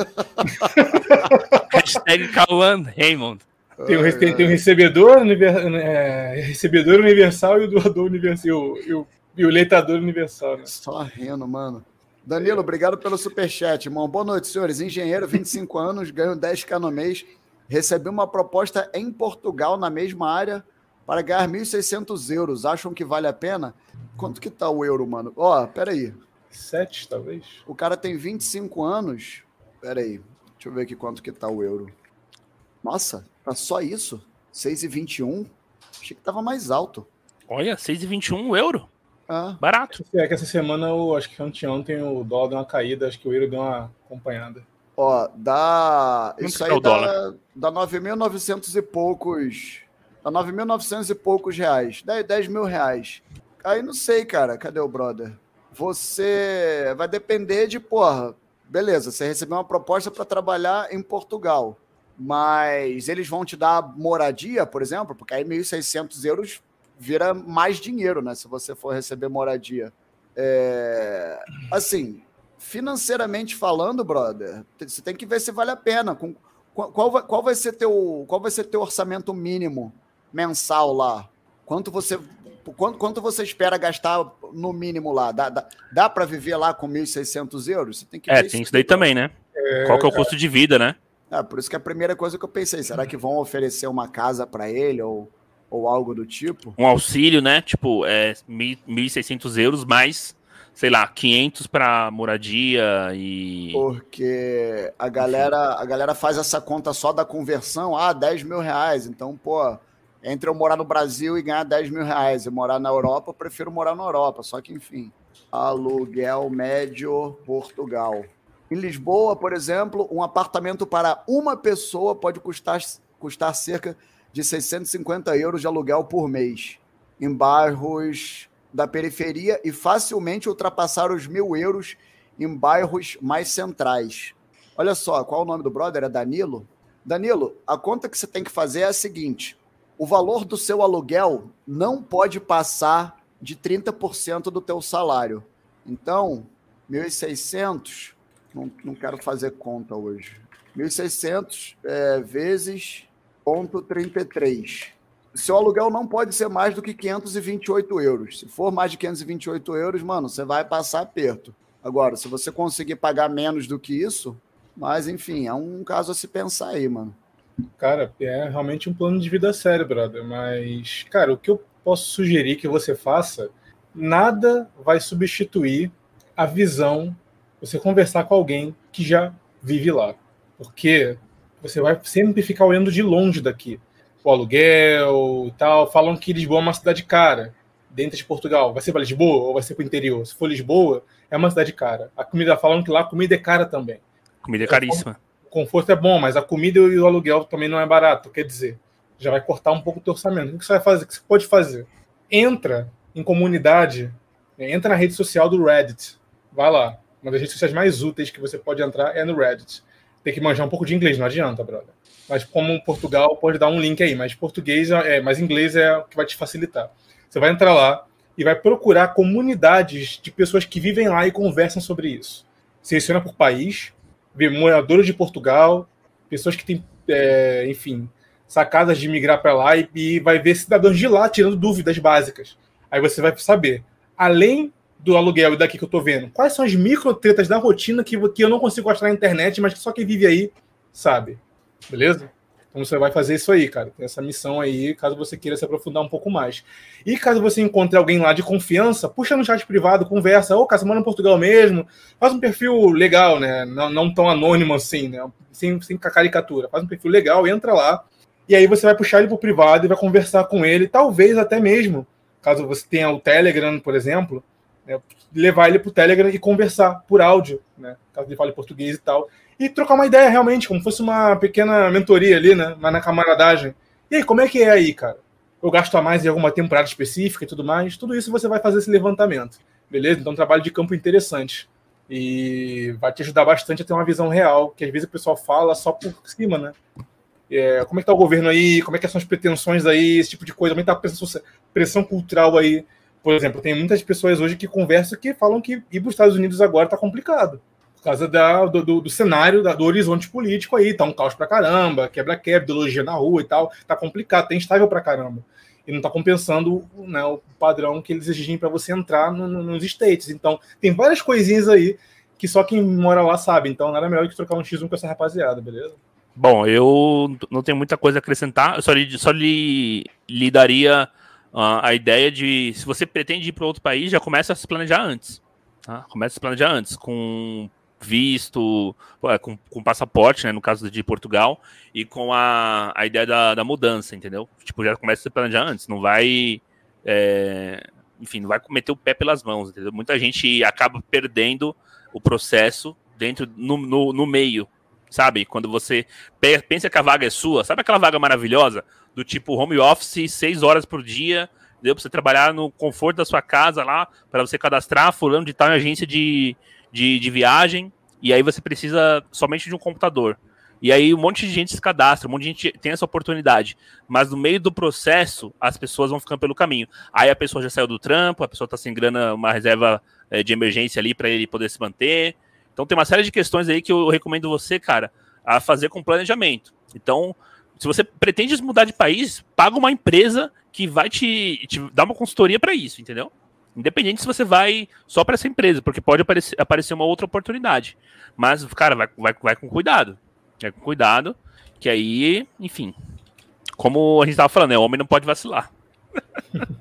Hashtag Cauã Raymond. Tem o recebedor universal e o doador universal. E o leitador universal, né? Só rindo, mano. Danilo, obrigado pelo superchat, irmão. Boa noite, senhores. Engenheiro, 25 anos, ganho 10k no mês. Recebi uma proposta em Portugal, na mesma área, para ganhar 1.600 euros. Acham que vale a pena? Quanto que tá o euro, mano? Peraí. 7, talvez. O cara tem 25 anos. Peraí. Deixa eu ver aqui quanto que tá o euro. Nossa, tá só isso? 6,21? Achei que tava mais alto. Olha, 6,21 euro. Barato. Que essa semana, acho que ontem o dólar deu uma caída, acho que o euro deu uma acompanhada. Isso aí dá 9.900 e poucos. Dá 9.900 e poucos reais. 10 mil reais. Aí não sei, cara. Cadê o brother? Você vai depender de, beleza, você recebeu uma proposta para trabalhar em Portugal. Mas eles vão te dar moradia, por exemplo, porque aí 1.600 euros vira mais dinheiro, né? Se você for receber moradia. Assim, financeiramente falando, brother, você tem que ver se vale a pena. Qual vai ser teu orçamento mínimo mensal lá? Quanto você espera gastar no mínimo lá? Dá para viver lá com 1.600 euros? Você tem que ver tem isso daí também, né? Qual que é o custo de vida, né? Por isso que é a primeira coisa que eu pensei, será que vão oferecer uma casa para ele ou algo do tipo? Um auxílio, né? Tipo, 1.600 euros mais sei lá, 500 para moradia e... Porque a galera faz essa conta só da conversão, 10 mil reais. Então, pô, entre eu morar no Brasil e ganhar 10 mil reais e morar na Europa, eu prefiro morar na Europa. Só que, enfim, aluguel médio Portugal. Em Lisboa, por exemplo, um apartamento para uma pessoa pode custar cerca de 650 euros de aluguel por mês, em bairros da periferia e facilmente ultrapassar os 1.000 euros em bairros mais centrais. Olha só, qual é o nome do brother? É Danilo? Danilo, a conta que você tem que fazer é a seguinte: o valor do seu aluguel não pode passar de 30% do teu salário. Então, 1.600, não quero fazer conta hoje, 1.600 vezes 0,33. Seu aluguel não pode ser mais do que 528 euros. Se for mais de 528 euros, mano, você vai passar aperto. Agora, se você conseguir pagar menos do que isso, mas enfim, é um caso a se pensar aí, mano. Cara, é realmente um plano de vida sério, brother. Mas, cara, o que eu posso sugerir que você faça, nada vai substituir a visão, você conversar com alguém que já vive lá. Porque você vai sempre ficar olhando de longe daqui. O aluguel e tal. Falam que Lisboa é uma cidade cara, dentro de Portugal. Vai ser para Lisboa ou vai ser para o interior? Se for Lisboa, é uma cidade cara. A comida, falam que lá a comida é cara também. Comida é caríssima. O conforto é bom, mas a comida e o aluguel também não é barato. Quer dizer, já vai cortar um pouco o teu orçamento. O que você vai fazer? O que você pode fazer? Entra em comunidade, entra na rede social do Reddit. Vai lá. Uma das redes sociais mais úteis que você pode entrar é no Reddit. Tem que manjar um pouco de inglês, não adianta, brother. Mas como Portugal, pode dar um link aí. Mas português, mas inglês é o que vai te facilitar. Você vai entrar lá e vai procurar comunidades de pessoas que vivem lá e conversam sobre isso. Seleciona por país, vê moradores de Portugal, pessoas que têm, enfim, sacadas de migrar para lá e vai ver cidadãos de lá tirando dúvidas básicas. Aí você vai saber, além do aluguel e daqui que eu tô vendo, quais são as micro-tretas da rotina que eu não consigo achar na internet, mas que só quem vive aí sabe. Beleza? Então você vai fazer isso aí, cara. Tem essa missão aí, caso você queira se aprofundar um pouco mais. E caso você encontre alguém lá de confiança, puxa no chat privado, conversa. Ô, cara, você mora em Portugal mesmo? Faz um perfil legal, né? Não tão anônimo assim, né? Sem caricatura. Faz um perfil legal, entra lá. E aí você vai puxar ele pro privado e vai conversar com ele. Talvez até mesmo, caso você tenha o Telegram, por exemplo, né, levar ele pro Telegram e conversar por áudio, né? Caso ele fale português e tal. E trocar uma ideia realmente, como fosse uma pequena mentoria ali, né? Mas na camaradagem. E aí, como é que é aí, cara? Eu gasto a mais em alguma temporada específica e tudo mais? Tudo isso você vai fazer esse levantamento, beleza? Então, um trabalho de campo interessante. E vai te ajudar bastante a ter uma visão real, que às vezes o pessoal fala só por cima, né? Como é que tá o governo aí? Como é que são as pretensões aí? Esse tipo de coisa. Como é que tá a pressão cultural aí? Por exemplo, tem muitas pessoas hoje que conversam que falam que ir para os Estados Unidos agora tá complicado. Por causa do cenário, do horizonte político aí, tá um caos pra caramba, quebra-quebra, ideologia na rua e tal, tá complicado, tá instável pra caramba. E não tá compensando, né, o padrão que eles exigem para você entrar nos States. Então, tem várias coisinhas aí que só quem mora lá sabe. Então, nada melhor do que trocar um X1 com essa rapaziada, beleza? Bom, eu não tenho muita coisa a acrescentar, eu só lhe daria a ideia de, se você pretende ir para outro país, já começa a se planejar antes. Tá? Começa a se planejar antes, com visto, com passaporte, né, no caso de Portugal, e com a ideia da mudança, entendeu? Tipo, já começa a se planejar antes, não vai, enfim, não vai meter o pé pelas mãos, entendeu? Muita gente acaba perdendo o processo no meio, sabe? Quando você pensa que a vaga é sua, sabe aquela vaga maravilhosa, do tipo home office, 6 horas por dia, deu para você trabalhar no conforto da sua casa lá, para você cadastrar fulano de tal em agência de viagem, e aí você precisa somente de um computador. E aí um monte de gente se cadastra, um monte de gente tem essa oportunidade. Mas no meio do processo, as pessoas vão ficando pelo caminho. Aí a pessoa já saiu do trampo, a pessoa tá sem grana, uma reserva de emergência ali para ele poder se manter. Então tem uma série de questões aí que eu recomendo você, cara, a fazer com planejamento. Então, se você pretende mudar de país, paga uma empresa que vai te dar uma consultoria para isso, entendeu? Independente se você vai só para essa empresa, porque pode aparecer uma outra oportunidade. Mas, cara, vai com cuidado. Vai com cuidado, que aí, enfim, como a gente estava falando, né, o homem não pode vacilar.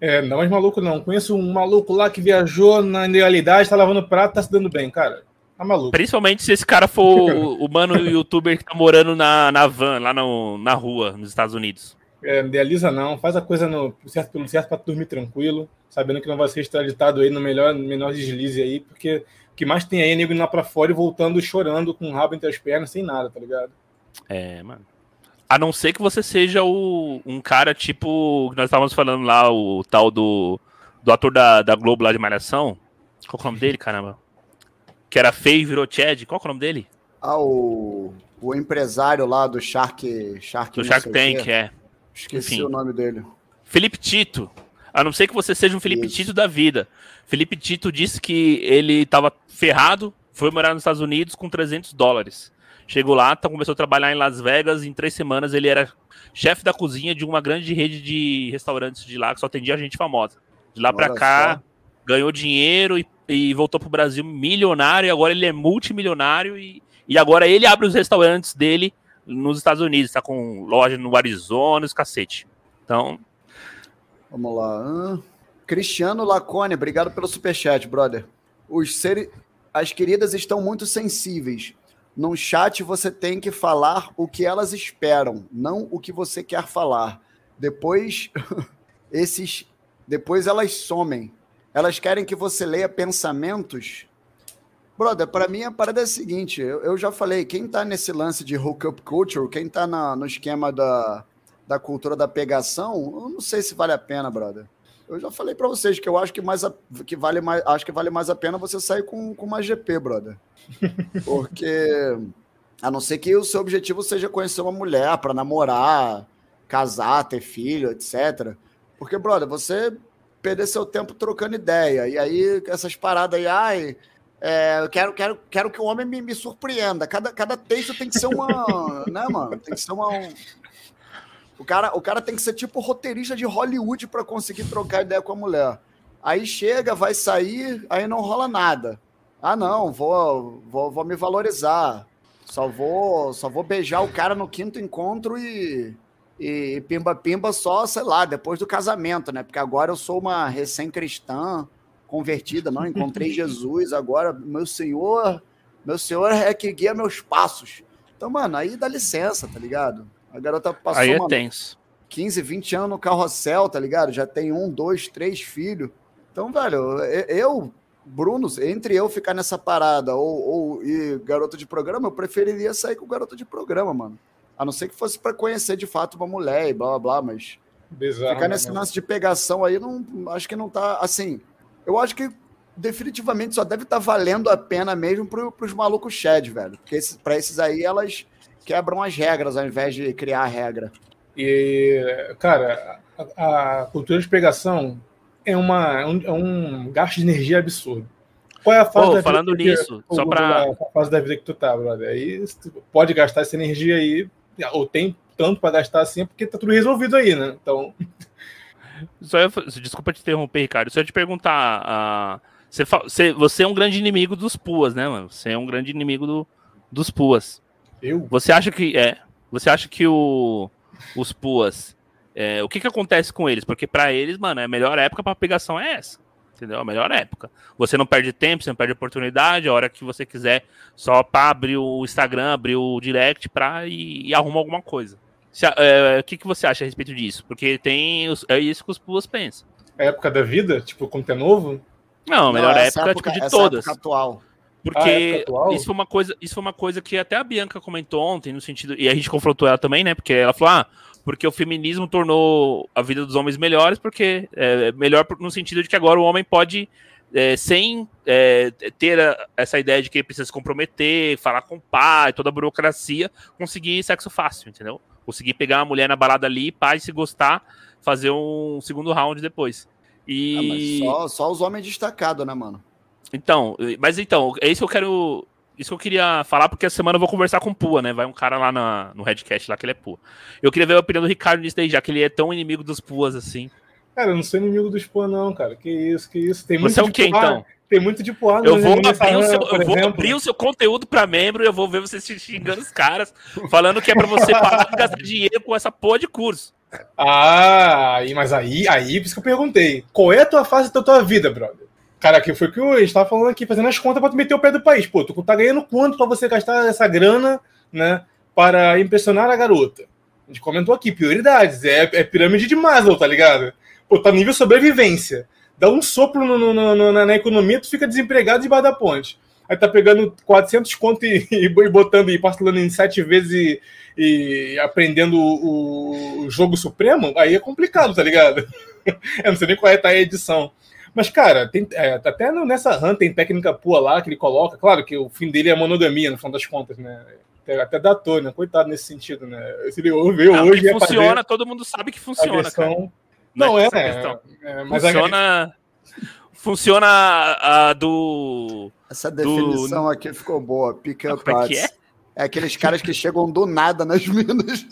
Não, mas maluco não. Conheço um maluco lá que viajou na ilegalidade, tá lavando prato, tá se dando bem, cara. Tá maluco. Principalmente se esse cara for o mano youtuber que tá morando na van, lá na rua, nos Estados Unidos. Idealiza não, faz a coisa pelo certo pra dormir tranquilo, sabendo que não vai ser extraditado aí no menor deslize aí, porque o que mais tem aí é nego indo lá pra fora e voltando chorando com o rabo entre as pernas, sem nada, tá ligado? Mano. A não ser que você seja um cara tipo, que nós estávamos falando lá, o tal do ator da Globo lá de Malhação. Qual é o nome dele, caramba? Que era feio e virou Chad. Qual é o nome dele? O empresário lá do Shark do Shark Tank, Esqueci Enfim. o nome dele. Felipe Tito. A não ser que você seja um Felipe Tito da vida. Felipe Tito disse que ele estava ferrado, foi morar nos Estados Unidos com $300. Chegou lá, começou a trabalhar em Las Vegas, em 3 semanas ele era chefe da cozinha de uma grande rede de restaurantes de lá, que só atendia gente famosa. De lá pra cá, ganhou dinheiro e voltou pro Brasil milionário, e agora ele é multimilionário, e agora ele abre os restaurantes dele nos Estados Unidos, tá com loja no Arizona, os cacete. Então... Vamos lá. Cristiano Lacone, obrigado pelo superchat, brother. As queridas estão muito sensíveis. No chat você tem que falar o que elas esperam, não o que você quer falar. Depois elas somem. Elas querem que você leia pensamentos. Brother, para mim a parada é a seguinte, eu já falei, quem tá nesse lance de hookup culture, quem tá no esquema da cultura da pegação, eu não sei se vale a pena, brother. Eu já falei para vocês que eu acho que vale mais a pena você sair com uma GP, brother. Porque, a não ser que o seu objetivo seja conhecer uma mulher para namorar, casar, ter filho, etc. Porque, brother, você perder seu tempo trocando ideia, e aí essas paradas aí, eu quero que o homem me surpreenda. Cada texto tem que ser uma... né, mano? Tem que ser uma... O cara tem que ser tipo roteirista de Hollywood para conseguir trocar ideia com a mulher. Aí chega, vai sair, aí não rola nada. Ah, não, vou me valorizar. Só vou beijar o cara no 5º encontro e pimba-pimba só, sei lá, depois do casamento, né? Porque agora eu sou uma recém-cristã, convertida, não, encontrei Jesus, agora meu senhor é que guia meus passos. Então, mano, aí dá licença, tá ligado? A garota passou, aí é tenso. 15, 20 anos no carrossel, tá ligado? Já tem 1, 2, 3 filhos. Então, velho, Bruno, entre eu ficar nessa parada e garota de programa, eu preferiria sair com garota de programa, mano. A não ser que fosse pra conhecer de fato uma mulher e blá, blá, blá, mas... Bizarro, ficar nesse lance de pegação aí, acho que não tá... Assim, eu acho que definitivamente só deve estar valendo a pena mesmo pros malucos Chad, velho. Porque pra esses aí, elas quebram as regras ao invés de criar a regra. E, cara, a cultura de pegação é um gasto de energia absurdo. Qual é a fase da vida falando nisso, só pra... A fase da vida que tu tá, brother? Aí tu pode gastar essa energia aí, ou tem tanto pra gastar assim, porque tá tudo resolvido aí, né? Então... Desculpa te interromper, Ricardo. Se eu te perguntar, você é um grande inimigo dos puas, né, mano? Você é um grande inimigo dos puas. Eu? Você acha que os puas, o que acontece com eles? Porque pra eles, mano, a melhor época pra pegação é essa, entendeu? A melhor época. Você não perde tempo, você não perde oportunidade, a hora que você quiser, só pra abrir o Instagram, abrir o direct e arruma alguma coisa. O que você acha a respeito disso? Porque é isso que os puas pensam. A época da vida? Tipo, quando é novo? Não, a melhor época tipo, de todas. Época atual. Porque isso foi uma coisa que até a Bianca comentou ontem, no sentido... E a gente confrontou ela também, né? Porque ela falou, porque o feminismo tornou a vida dos homens melhores, porque melhor no sentido de que agora o homem pode, sem ter essa ideia de que ele precisa se comprometer, falar com o pai, toda a burocracia, conseguir sexo fácil, entendeu? Conseguir pegar uma mulher na balada ali, pai, se gostar, fazer um segundo round depois. Mas só os homens destacados, né, mano? Então, é isso que eu queria falar, porque essa semana eu vou conversar com o Pua, né? Vai um cara lá no Redcast lá que ele é Pua. Eu queria ver a opinião do Ricardo nisso daí, já que ele é tão inimigo dos Puas assim. Cara, eu não sou inimigo dos Pua, não, cara. Que isso. Tem muito Você é o quê, então? Tem muito de porrada. Eu vou abrir o seu conteúdo pra membro e eu vou ver você xingando os caras, falando que é pra você parar de gastar dinheiro com essa porra de curso. Mas aí, por isso que eu perguntei. Qual é a tua fase da tua vida, brother? Cara, que foi o que a gente tava falando aqui, fazendo as contas pra tu meter o pé do país. Pô, tu tá ganhando quanto pra você gastar essa grana, né, para impressionar a garota? A gente comentou aqui, prioridades. É pirâmide de Maslow, tá ligado? Pô, tá nível sobrevivência. Dá um sopro na economia, tu fica desempregado debaixo da ponte. Aí tá pegando 400 conto e botando e parcelando em 7 vezes e aprendendo o jogo supremo, aí é complicado, tá ligado? Eu não sei nem qual é a edição. Mas, cara, até nessa run tem técnica pua lá que ele coloca. Claro que o fim dele é monogamia, no final das contas, né? Até datou, né? Coitado nesse sentido, né? Se ele veio hoje. Que funciona, todo mundo sabe que funciona, cara. Não é, mas funciona a do. Essa definição aqui ficou boa. Pick-up arts. É aqueles caras que chegam do nada nas minas.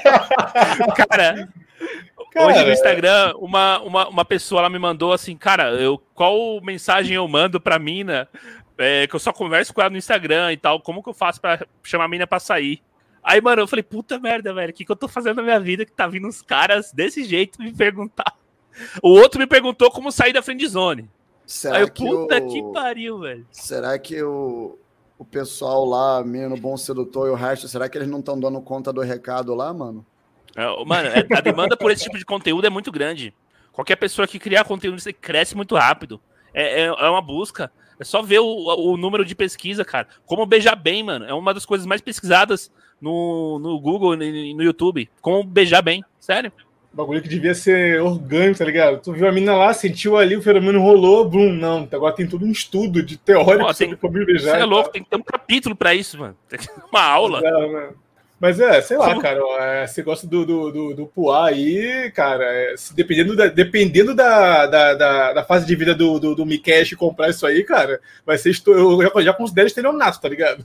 Cara, hoje no Instagram, uma pessoa ela me mandou assim, cara, qual mensagem eu mando pra mina? Que eu só converso com ela no Instagram e tal. Como que eu faço pra chamar a mina pra sair? Aí, mano, eu falei, puta merda, velho, o que eu tô fazendo na minha vida que tá vindo uns caras desse jeito me perguntar? O outro me perguntou como sair da friendzone. Aí eu, puta que pariu, velho. Será que o pessoal lá, Menino Bom Sedutor e o resto, será que eles não estão dando conta do recado lá, mano? Mano, a demanda por esse tipo de conteúdo é muito grande. Qualquer pessoa que criar conteúdo cresce muito rápido. É uma busca. É só ver o número de pesquisa, cara. Como beijar bem, mano. É uma das coisas mais pesquisadas no Google e no YouTube. Como beijar bem. Sério. Bagulho que devia ser orgânico, tá ligado? Tu viu a mina lá, sentiu ali, o fenômeno rolou, blum, não. Agora tem todo um estudo de teórico sobre como beijar. Você é louco, tem que ter um capítulo pra isso, mano. Tem que ter uma aula. Mas sei lá, cara, você gosta do Puá aí, cara, dependendo da fase de vida do Mikesh comprar isso aí, cara, vai ser, eu já considero estelionato, tá ligado?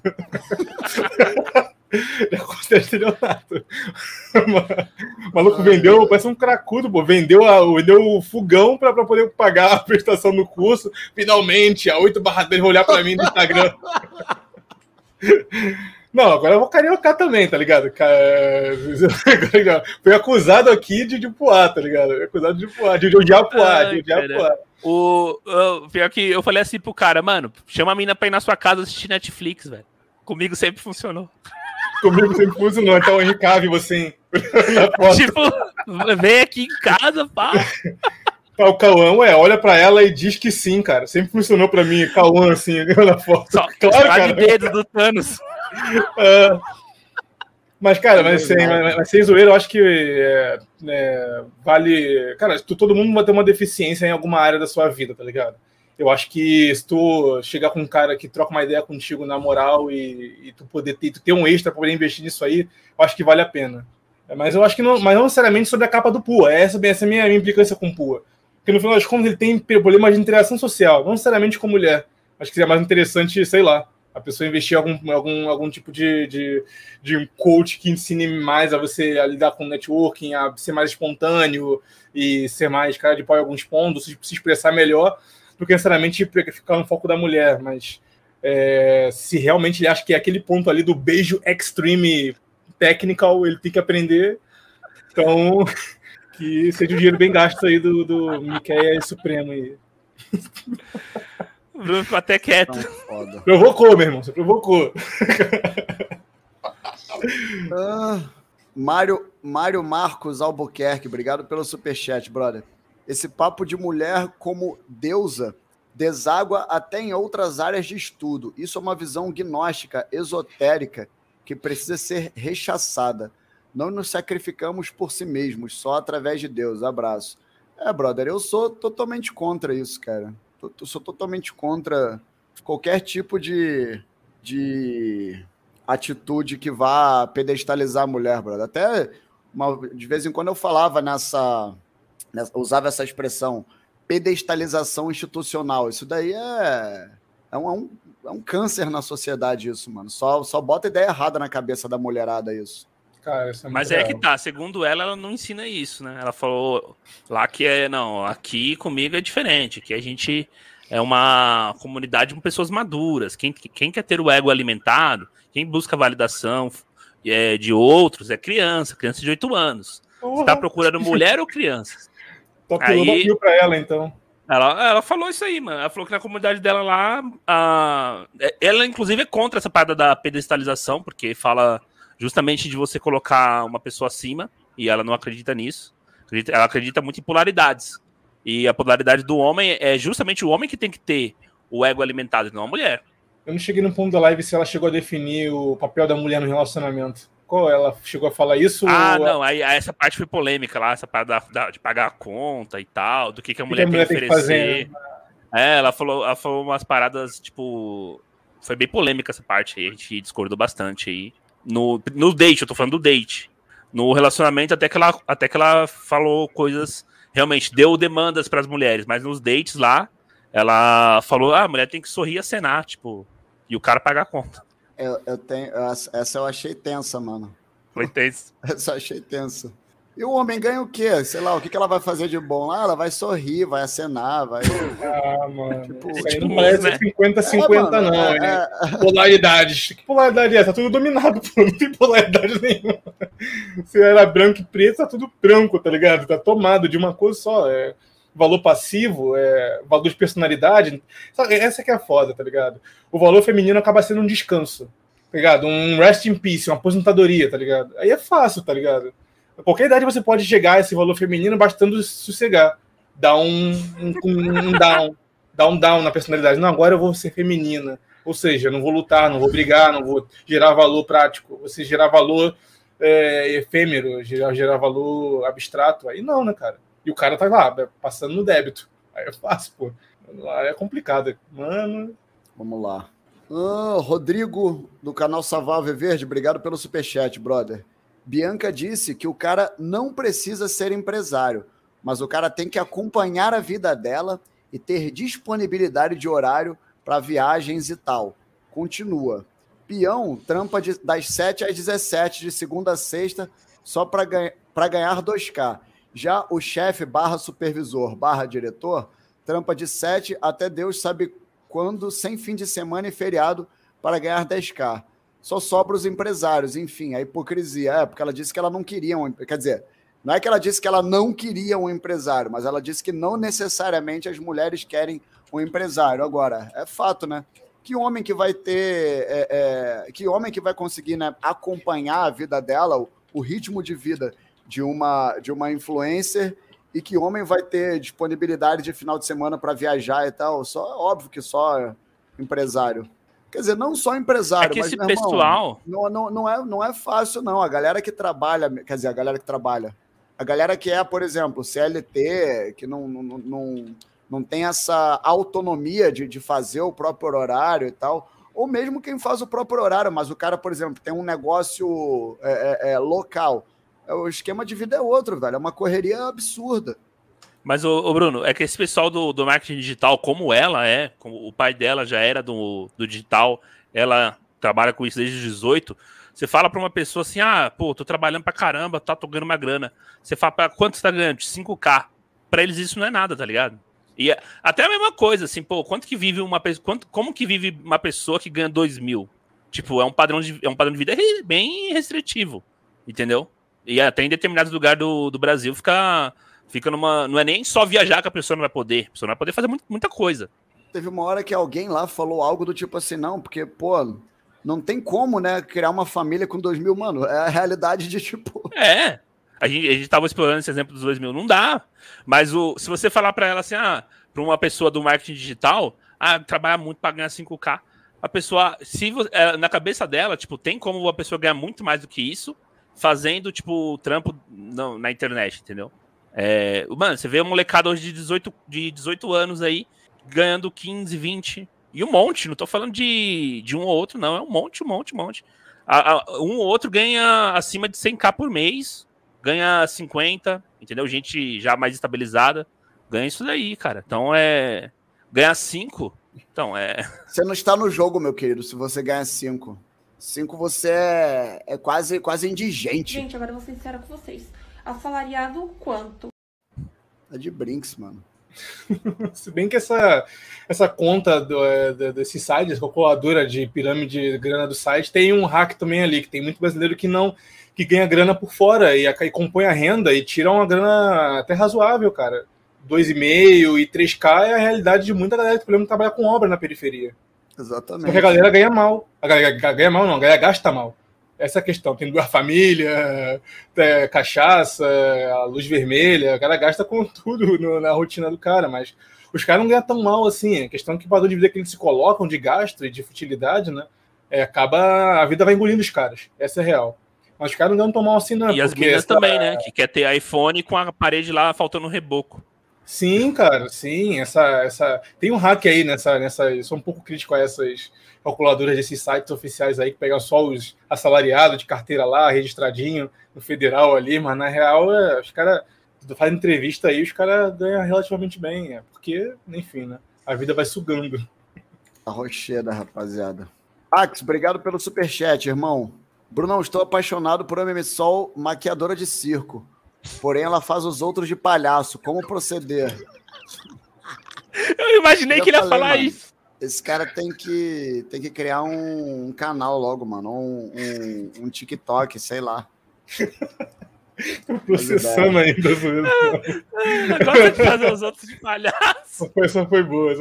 Já considero estelionato. O maluco vendeu, parece um cracudo, pô, vendeu o fogão pra poder pagar a prestação no curso, finalmente, a 8/10 vai olhar pra mim no Instagram. Não, agora eu vou cariocar também, tá ligado? Foi acusado aqui de Puá, tá ligado? Foi acusado de Puá, de odiar Puá, de odiar Puá. Pior que eu falei assim pro cara, mano, chama a mina pra ir na sua casa assistir Netflix, velho. Comigo sempre funcionou. Comigo sempre funcionou, então o Henrique Cave, você tipo, vem aqui em casa, pá. O Cauã, olha pra ela e diz que sim, cara. Sempre funcionou pra mim, Cauã, assim, na foto. Claro, cara. Dedo do Thanos. Mas, cara, mas sem zoeira, eu acho que vale... Cara, todo mundo vai ter uma deficiência em alguma área da sua vida, tá ligado? Eu acho que se tu chegar com um cara que troca uma ideia contigo na moral e tu ter um extra pra poder investir nisso aí, eu acho que vale a pena. Mas eu acho que não necessariamente sobre a capa do Pua. Essa é a minha implicância com o Pua. Porque no final das contas ele tem problemas de interação social, não necessariamente com mulher. Acho que seria mais interessante, sei lá, a pessoa investir em algum tipo de coach que ensine mais a você a lidar com networking, a ser mais espontâneo e ser mais cara de pau em alguns pontos, se expressar melhor, do que necessariamente ficar no foco da mulher. Mas se realmente ele acha que é aquele ponto ali do beijo extreme technical, ele tem que aprender. Então, que seja um dinheiro bem gasto aí do Miquel Supremo aí. O Bruno ficou até quieto. Provocou, meu irmão. Você provocou. Mário Marcos Albuquerque, obrigado pelo superchat, brother. Esse papo de mulher como deusa deságua até em outras áreas de estudo. Isso é uma visão gnóstica, esotérica, que precisa ser rechaçada. Não nos sacrificamos por si mesmos, só através de Deus. Abraço. Brother, eu sou totalmente contra isso, cara. Eu sou totalmente contra qualquer tipo de atitude que vá pedestalizar a mulher, brother. Até de vez em quando eu falava usava essa expressão, pedestalização institucional. Isso daí é um câncer na sociedade, isso, mano. Só bota ideia errada na cabeça da mulherada, isso. Cara, mas que tá, segundo ela não ensina isso, né? Ela falou lá que aqui comigo é diferente, que a gente é uma comunidade com pessoas maduras. Quem quer ter o ego alimentado, quem busca validação de outros é criança de 8 anos. Você tá procurando mulher ou crianças? Top aí, mil pra ela, então. Ela falou isso aí, mano. Ela falou que na comunidade dela lá, ela inclusive é contra essa parada da pedestalização, porque fala justamente de você colocar uma pessoa acima, e ela não acredita nisso. Ela acredita muito em polaridades. E a polaridade do homem é justamente o homem que tem que ter o ego alimentado, não a mulher. Eu não cheguei no ponto da live se ela chegou a definir o papel da mulher no relacionamento. Qual? Ela chegou a falar isso? Não, aí essa parte foi polêmica lá, essa parte de pagar a conta e tal, do que a mulher tem que oferecer. Ela falou umas paradas, tipo... Foi bem polêmica essa parte aí, a gente discordou bastante aí. No date, eu tô falando do date. No relacionamento, até que ela falou coisas... Realmente, deu demandas pras mulheres, mas nos dates lá, ela falou, a mulher tem que sorrir e acenar, tipo... E o cara pagar a conta. Essa eu achei tensa, mano. Foi tenso. Essa eu achei tensa. E o homem ganha o quê? Sei lá, o que ela vai fazer de bom lá? Ela vai sorrir, vai acenar, vai... mano. Tipo, isso aí não parece 50-50, não. Polaridades. Que polaridade é? Tá tudo dominado, pô. Não tem polaridade nenhuma. Se era branco e preto, tá tudo branco, tá ligado? Tá tomado de uma coisa só. Valor passivo, valor de personalidade. Essa que é a foda, tá ligado? O valor feminino acaba sendo um descanso, tá ligado? Um rest in peace, uma aposentadoria, tá ligado? Aí é fácil, tá ligado? A qualquer idade você pode chegar a esse valor feminino bastando sossegar. Dar um down. Dar um down na personalidade. Não, agora eu vou ser feminina. Ou seja, não vou lutar, não vou brigar, não vou gerar valor prático. Você gerar valor efêmero, gerar valor abstrato. Aí não, né, cara? E o cara tá lá, passando no débito. Aí é fácil, pô. Lá é complicado. Mano. Vamos lá. Rodrigo, do canal Salve Verde, obrigado pelo superchat, brother. Bianca disse que o cara não precisa ser empresário, mas o cara tem que acompanhar a vida dela e ter disponibilidade de horário para viagens e tal. Continua. Peão trampa das 7 às 17, de segunda a sexta, só para ganhar 2K. Já o chefe /supervisor /diretor trampa de 7 até Deus sabe quando, sem fim de semana e feriado, para ganhar 10K. Só sobra os empresários, enfim, a hipocrisia. Porque ela disse que ela não queria quer dizer, não é que ela disse que ela não queria um empresário, mas ela disse que não necessariamente as mulheres querem um empresário. Agora, é fato, né? Que homem que vai ter... que homem que vai conseguir, né, acompanhar a vida dela, o ritmo de vida de uma influencer, e que homem vai ter disponibilidade de final de semana para viajar e tal? Óbvio que só empresário. Quer dizer, não só empresário, que mas, esse meu pessoal... irmão, não é fácil, não. A galera que trabalha, quer dizer, a galera que é, por exemplo, CLT, que não tem essa autonomia de fazer o próprio horário e tal, ou mesmo quem faz o próprio horário, mas o cara, por exemplo, tem um negócio local. O esquema de vida é outro, velho. É uma correria absurda. Mas, Bruno, é que esse pessoal do marketing digital, como o pai dela já era do digital, ela trabalha com isso desde os 18, você fala pra uma pessoa assim, tô trabalhando pra caramba, tô ganhando uma grana. Você fala, quanto você tá ganhando? 5K. Pra eles isso não é nada, tá ligado? E até a mesma coisa, assim, quanto que vive uma pessoa, como que vive uma pessoa que ganha 2.000? Tipo, é um padrão de vida bem restritivo, entendeu? E até em determinados lugares do Brasil fica numa... Não é nem só viajar que a pessoa não vai poder. A pessoa não vai poder fazer muita coisa. Teve uma hora que alguém lá falou algo do tipo assim, não, porque, pô, não tem como, né, criar uma família com 2.000, mano. É a realidade de, tipo... A gente tava explorando esse exemplo dos 2.000, não dá. Mas se você falar pra ela assim, pra uma pessoa do marketing digital, trabalhar muito pra ganhar 5K, a pessoa, na cabeça dela, tipo, tem como a pessoa ganhar muito mais do que isso, fazendo, tipo, trampo na internet, entendeu? Mano, você vê a molecada hoje de 18 anos aí, ganhando 15, 20, e um monte, não tô falando de um ou outro, não, é um monte. Um ou outro ganha acima de 100K por mês, ganha 50, entendeu? Gente já mais estabilizada, ganha isso daí, cara. Então, ganhar 5, então, Você não está no jogo, meu querido, se você ganha 5. 5 você é quase indigente. Gente, agora eu vou ser sincera com vocês. Assalariado quanto? É de brinks, mano. Se bem que essa conta desse site, essa calculadora de pirâmide de grana do site, tem um hack também ali, que tem muito brasileiro que ganha grana por fora e compõe a renda e tira uma grana até razoável, cara. 2,5 e 3K é a realidade de muita galera que, por exemplo, trabalha com obra na periferia. Exatamente. Só que a galera ganha mal. A galera gasta mal. Essa é a questão. Tem duas famílias, cachaça, a luz vermelha, o cara gasta com tudo na rotina do cara, mas os caras não ganham tão mal assim. A questão é que o padrão de vida que eles se colocam de gasto e de futilidade, né? A vida vai engolindo os caras. Essa é real. Mas os caras não ganham tão mal assim, não. E as meninas também, né? Que quer ter iPhone com a parede lá faltando um reboco. Sim, cara, sim. Tem um hack aí eu sou um pouco crítico a essas calculadoras desses sites oficiais aí que pegam só os assalariados de carteira lá, registradinho no federal ali, mas na real, os caras fazem entrevista aí, os caras ganham relativamente bem, porque, enfim, né? A vida vai sugando. A rocheda, rapaziada. Ax, obrigado pelo superchat, irmão. Brunão, estou apaixonado por uma Sol maquiadora de circo. Porém, ela faz os outros de palhaço. Como proceder? Eu imaginei que ele ia falar mano, isso. Esse cara tem que criar um canal logo, mano. Um TikTok, sei lá. Tô processando ainda. Gosta de fazer os outros de palhaço. Essa foi boa.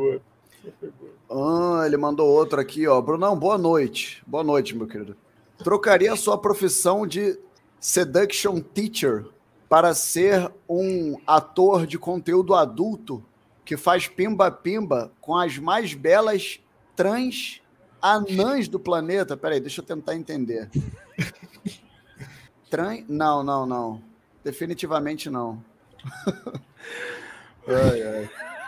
Ele mandou outro aqui, ó. Brunão, boa noite. Boa noite, meu querido. Trocaria a sua profissão de seduction teacher para ser um ator de conteúdo adulto que faz pimba-pimba com as mais belas trans anãs do planeta? Peraí, deixa eu tentar entender. Não. Definitivamente não. Ai.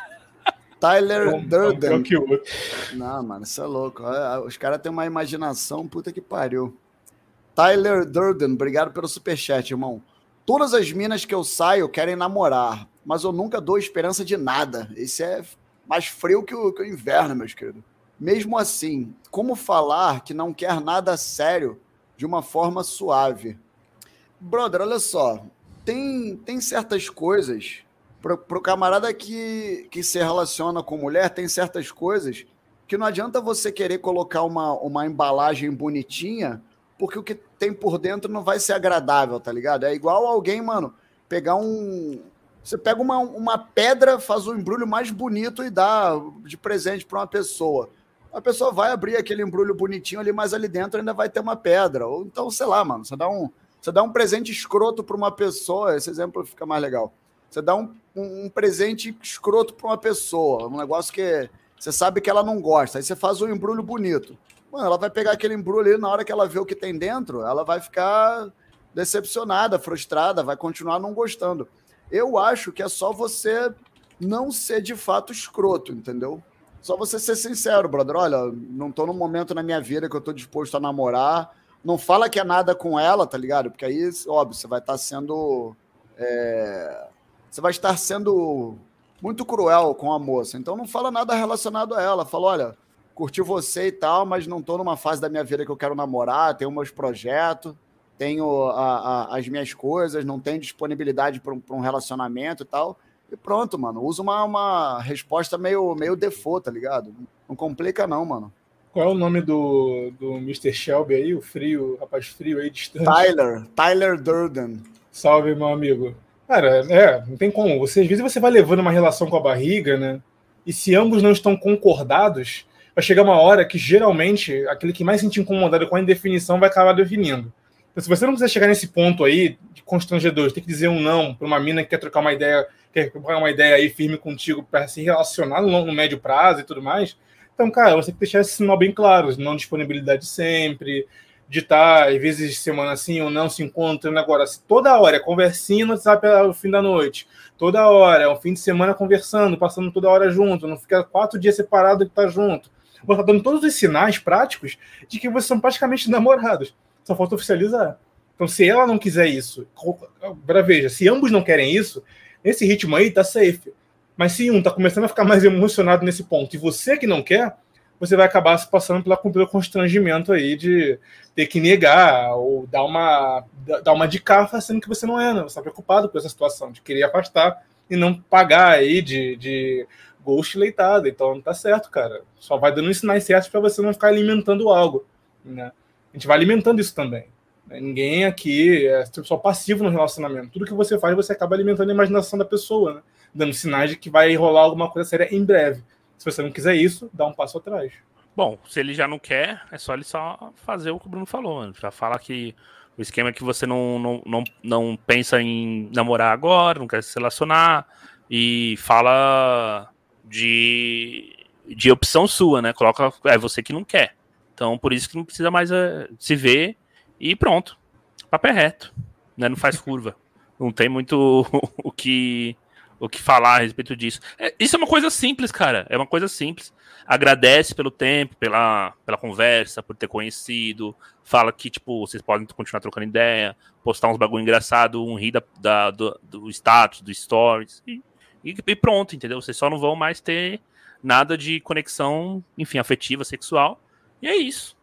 Tyler Durden. Não, mano, isso é louco. Os caras têm uma imaginação, puta que pariu. Tyler Durden, obrigado pelo superchat, irmão. Todas as minas que eu saio querem namorar, mas eu nunca dou esperança de nada. Esse é mais frio que o inverno, meus queridos. Mesmo assim, como falar que não quer nada sério de uma forma suave? Brother, olha só. Tem certas coisas... Pro camarada que se relaciona com mulher, tem certas coisas que não adianta você querer colocar uma embalagem bonitinha, porque o que tem por dentro não vai ser agradável, tá ligado? É igual alguém, mano, pegar você pega uma pedra, faz um embrulho mais bonito e dá de presente para uma pessoa. A pessoa vai abrir aquele embrulho bonitinho ali, mas ali dentro ainda vai ter uma pedra. Ou então, sei lá, mano, você dá um presente escroto para uma pessoa, esse exemplo fica mais legal. Você dá um presente escroto para uma pessoa, um negócio que você sabe que ela não gosta, aí você faz um embrulho bonito. Mano, ela vai pegar aquele embrulho ali, na hora que ela vê o que tem dentro, ela vai ficar decepcionada, frustrada, vai continuar não gostando. Eu acho que é só você não ser de fato escroto, entendeu? Só você ser sincero, brother. Olha, não tô num momento na minha vida que eu tô disposto a namorar. Não fala que é nada com ela, tá ligado? Porque aí, óbvio, você vai estar sendo... Você vai estar sendo muito cruel com a moça. Então não fala nada relacionado a ela. Fala, olha, curti você e tal, mas não tô numa fase da minha vida que eu quero namorar, tenho meus projetos, tenho as minhas coisas, não tenho disponibilidade para um relacionamento e tal. E pronto, mano. Usa uma resposta meio default, tá ligado? Não complica não, mano. Qual é o nome do Mr. Shelby aí? O rapaz frio aí, distante? Tyler Durden. Salve, meu amigo. Cara, não tem como. Às vezes você vai levando uma relação com a barriga, né? E se ambos não estão concordados, vai chegar uma hora que, geralmente, aquele que mais se sente incomodado com a indefinição vai acabar definindo. Então, se você não quiser chegar nesse ponto aí, de constrangedor, tem que dizer um não para uma mina que quer trocar uma ideia aí firme contigo para se relacionar no médio prazo e tudo mais. Então, cara, você tem que deixar esse sinal bem claro. Não disponibilidade sempre... de estar, às vezes, semana sim ou não, se encontrando agora. Se toda hora é conversinha no WhatsApp ao fim da noite, toda hora é um fim de semana conversando, passando toda hora junto, não fica 4 dias separado e tá junto. Você tá dando todos os sinais práticos de que vocês são praticamente namorados. Só falta oficializar. Então, se ela não quiser isso, agora veja, se ambos não querem isso, nesse ritmo aí tá safe. Mas se um tá começando a ficar mais emocionado nesse ponto e você que não quer, você vai acabar se passando pelo constrangimento aí de ter que negar ou dar uma de cara sendo que você não é, né? Você está preocupado com essa situação, de querer afastar e não pagar aí de ghost leitada. Então não tá certo, cara. Só vai dando os sinais certos para você não ficar alimentando algo, né? A gente vai alimentando isso também. Ninguém aqui é só passivo no relacionamento. Tudo que você faz, você acaba alimentando a imaginação da pessoa, né? Dando sinais de que vai rolar alguma coisa séria em breve. Se você não quiser isso, dá um passo atrás. Bom, se ele já não quer, é só ele só fazer o que o Bruno falou, mano. Já fala que o esquema é que você não pensa em namorar agora, não quer se relacionar, e fala de opção sua, né? Coloca, é você que não quer. Então, por isso que não precisa mais se ver e pronto. Papo é reto, né? Não faz curva. Não tem muito o que falar a respeito disso. Isso é uma coisa simples, cara. É uma coisa simples. Agradece pelo tempo, pela conversa, por ter conhecido. Fala que, tipo, vocês podem continuar trocando ideia, postar uns bagulho engraçado, rir do status, do stories. E pronto, entendeu? Vocês só não vão mais ter nada de conexão, enfim, afetiva, sexual. E é isso.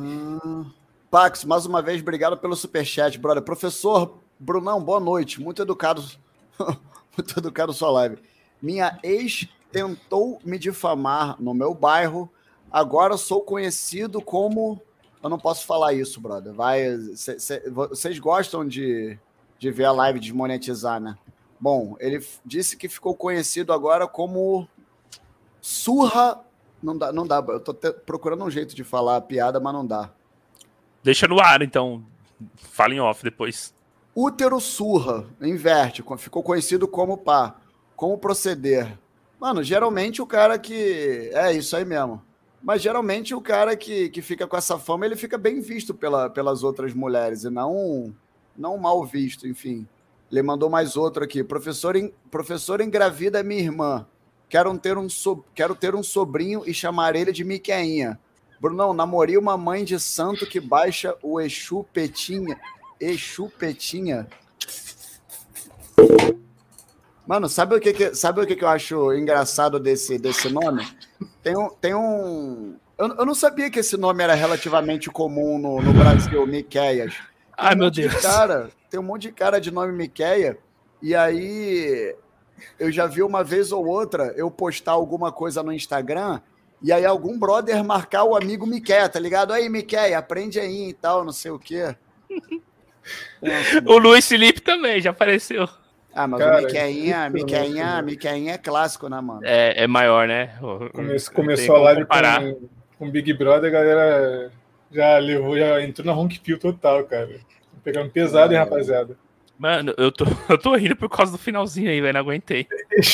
Pax, mais uma vez, obrigado pelo superchat, brother. Professor Brunão, boa noite. Muito educado. Muito educado sua live. Minha ex tentou me difamar no meu bairro. Agora sou conhecido como... Eu não posso falar isso, brother. Vocês gostam de ver a live desmonetizar, né? Bom, ele disse que ficou conhecido agora como surra... Não dá. Eu tô procurando um jeito de falar a piada, mas não dá. Deixa no ar, então. Fala em off depois. Útero surra, inverte. Ficou conhecido como pá. Como proceder? Mano, geralmente o cara que... É isso aí mesmo. Mas geralmente o cara que fica com essa fama, ele fica bem visto pelas outras mulheres e não mal visto, enfim. Ele mandou mais outro aqui. Professor engravida minha irmã. Quero ter um sobrinho e chamar ele de Miqueinha. Brunão, namorei uma mãe de santo que baixa o Exu Petinha. Exu Petinha. Mano, sabe o que eu acho engraçado desse nome? Tem um... Eu não sabia que esse nome era relativamente comum no Brasil, Miqueias. Ai, meu Deus. Tem um monte de cara de nome Miqueia, e aí... Eu já vi uma vez ou outra eu postar alguma coisa no Instagram e aí algum brother marcar o amigo Miqueia, tá ligado? Aí, Miqueia, aprende aí e tal, não sei o quê. O Luiz Felipe também já apareceu. Ah, mas cara, o Miqueinha é clássico, né, mano? É maior, né? Começou a live com Big Brother, a galera já entrou na Honk Pill total, cara. Pegando pesado, hein, rapaziada? Mano, eu tô rindo por causa do finalzinho aí, velho. Não aguentei.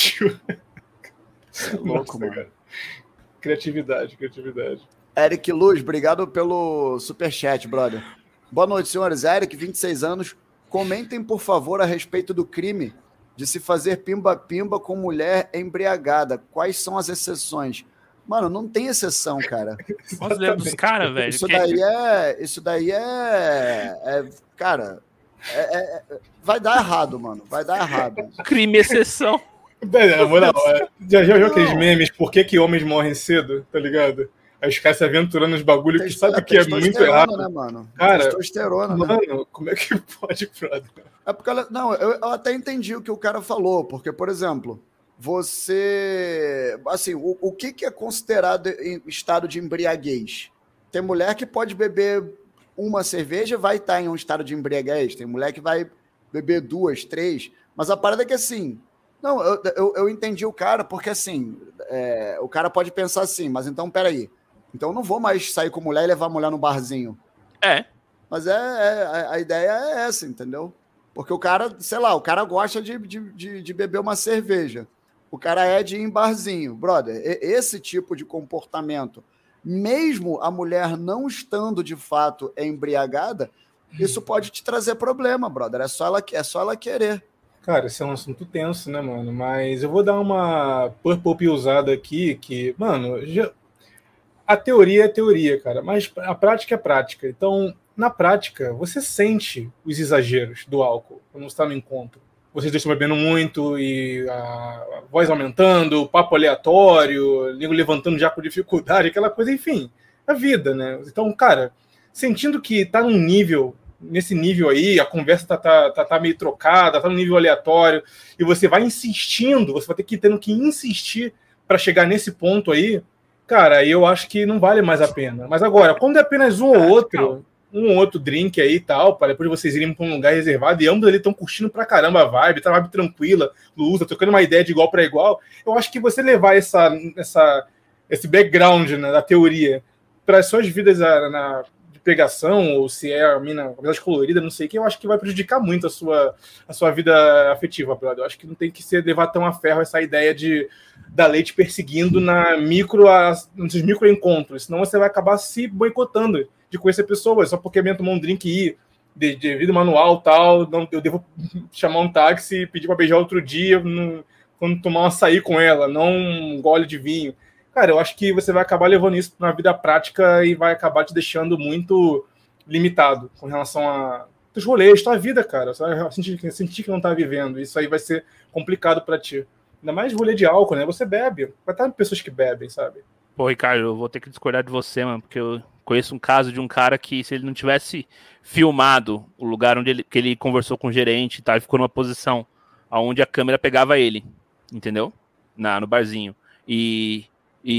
Louco, mano. Cara. Criatividade. Eric Luz, obrigado pelo superchat, brother. Boa noite, senhores. Eric, 26 anos. Comentem, por favor, a respeito do crime de se fazer pimba-pimba com mulher embriagada. Quais são as exceções? Mano, não tem exceção, cara. Olha os dedos dos caras, velho. Isso daí é cara... vai dar errado, mano. Vai dar errado. Crime exceção. Já viu aqueles memes? Por que homens morrem cedo? Tá ligado? Aí os caras se aventurando nos bagulhos que sabe que é muito errado. Né, mano? Cara, testosterona, mano, né? Como é que pode, brother? É porque eu até entendi o que o cara falou, porque, por exemplo, você... Assim, o que é considerado em estado de embriaguez? Tem mulher que pode beber uma cerveja, vai estar em um estado de embriaguez. Tem mulher que vai beber 2, 3. Mas a parada é que, assim... Não, eu entendi o cara, porque, assim, o cara pode pensar assim, mas então, peraí. Então eu não vou mais sair com mulher e levar a mulher no barzinho. Mas a ideia é essa, entendeu? Porque o cara, sei lá, o cara gosta de beber uma cerveja. O cara é de ir em barzinho. Brother, esse tipo de comportamento, mesmo a mulher não estando de fato embriagada, isso pode te trazer problema, brother. É só ela querer. Cara, esse é um assunto tenso, né, mano? Mas eu vou dar uma purple usada aqui, que, mano, a teoria é teoria, cara, mas a prática é prática. Então, na prática, você sente os exageros do álcool quando você está no encontro. Vocês dois estão bebendo muito e a voz aumentando, o papo aleatório, levantando já com dificuldade, aquela coisa, enfim, a vida, né? Então, cara, sentindo que tá num nível nesse nível aí, a conversa tá meio trocada, tá no nível aleatório, e você vai insistindo, você vai ter que tendo que insistir para chegar nesse ponto aí, cara, aí eu acho que não vale mais a pena. Mas agora, quando é apenas um ou outro drink aí e tal, para depois vocês irem para um lugar reservado e ambos ali estão curtindo pra caramba a vibe, tá uma vibe tranquila, lusa, trocando uma ideia de igual para igual, eu acho que você levar esse background, né, da teoria para as suas vidas de pegação, ou se é a mina colorida, não sei o que, eu acho que vai prejudicar muito a sua vida afetiva, brother. Eu acho que não tem que levar tão a ferro essa ideia da lei te perseguindo nos seus micro encontros, senão você vai acabar se boicotando de conhecer pessoas, só porque a minha tomou um drink e ir de vida manual tal, não, eu devo chamar um táxi e pedir para beijar outro dia, quando tomar um açaí com ela, não um gole de vinho. Cara, eu acho que você vai acabar levando isso na vida prática e vai acabar te deixando muito limitado com relação a teus rolês, tua vida, cara. Você vai sentir que não tá vivendo. Isso aí vai ser complicado para ti. Ainda mais rolê de álcool, né? Você bebe. Vai estar pessoas que bebem, sabe? Pô, Ricardo, eu vou ter que discordar de você, mano, porque eu conheço um caso de um cara que, se ele não tivesse filmado o lugar que ele conversou com o gerente, tá, ele ficou numa posição onde a câmera pegava ele, entendeu? No barzinho. E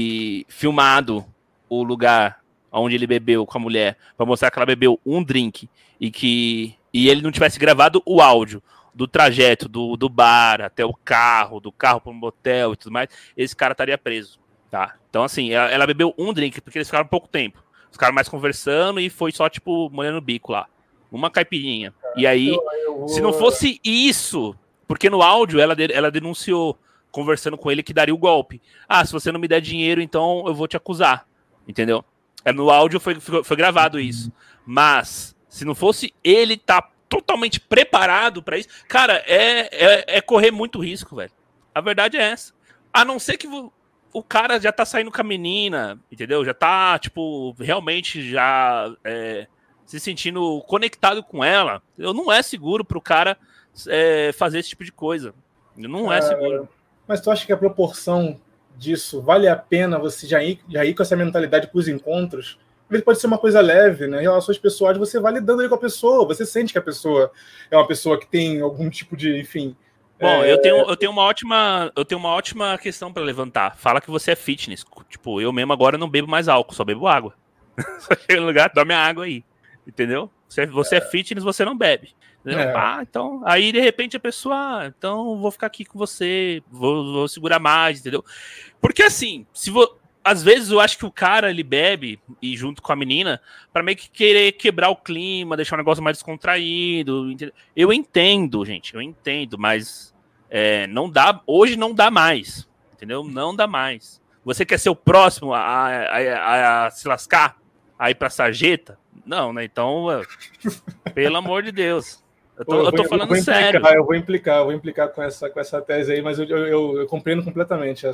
filmado o lugar onde ele bebeu com a mulher, para mostrar que ela bebeu um drink e ele não tivesse gravado o áudio do trajeto do bar até o carro, do carro para um motel e tudo mais, esse cara estaria preso, tá? Então, assim, ela bebeu um drink, porque eles ficaram pouco tempo. Ficaram mais conversando e foi só, tipo, molhando o bico lá. Uma caipirinha. E aí, se não fosse isso, porque no áudio ela denunciou, conversando com ele, que daria o golpe. Ah, se você não me der dinheiro, então eu vou te acusar. Entendeu? No áudio foi gravado isso. Mas, se não fosse ele tá totalmente preparado pra isso, cara, é correr muito risco, velho. A verdade é essa. A não ser que o cara já tá saindo com a menina, entendeu? Já tá, tipo, realmente já se sentindo conectado com ela. Não é seguro pro cara fazer esse tipo de coisa. Não é seguro. Mas tu acha que a proporção disso vale a pena você já ir com essa mentalidade para os encontros? Ele pode ser uma coisa leve, né? Em relações pessoais, você vai lidando ali com a pessoa, você sente que a pessoa é uma pessoa que tem algum tipo de, enfim. Bom, eu tenho uma ótima questão para levantar. Fala que você é fitness. Tipo, eu mesmo agora não bebo mais álcool, só bebo água. Só chega no lugar, tome a água aí. Entendeu? Você é fitness, você não bebe. Então, aí de repente a pessoa, então vou ficar aqui com você, vou segurar mais, entendeu? Porque assim, às vezes eu acho que o cara ele bebe e junto com a menina para meio que querer quebrar o clima, deixar o negócio mais descontraído, entendeu? Eu entendo, gente, mas não dá, hoje não dá mais, entendeu? Não dá mais. Você quer ser o próximo a se lascar, a ir pra sarjeta? Não, né? Então, pelo amor de Deus. Eu tô falando sério. Eu vou implicar com essa tese aí, mas eu compreendo completamente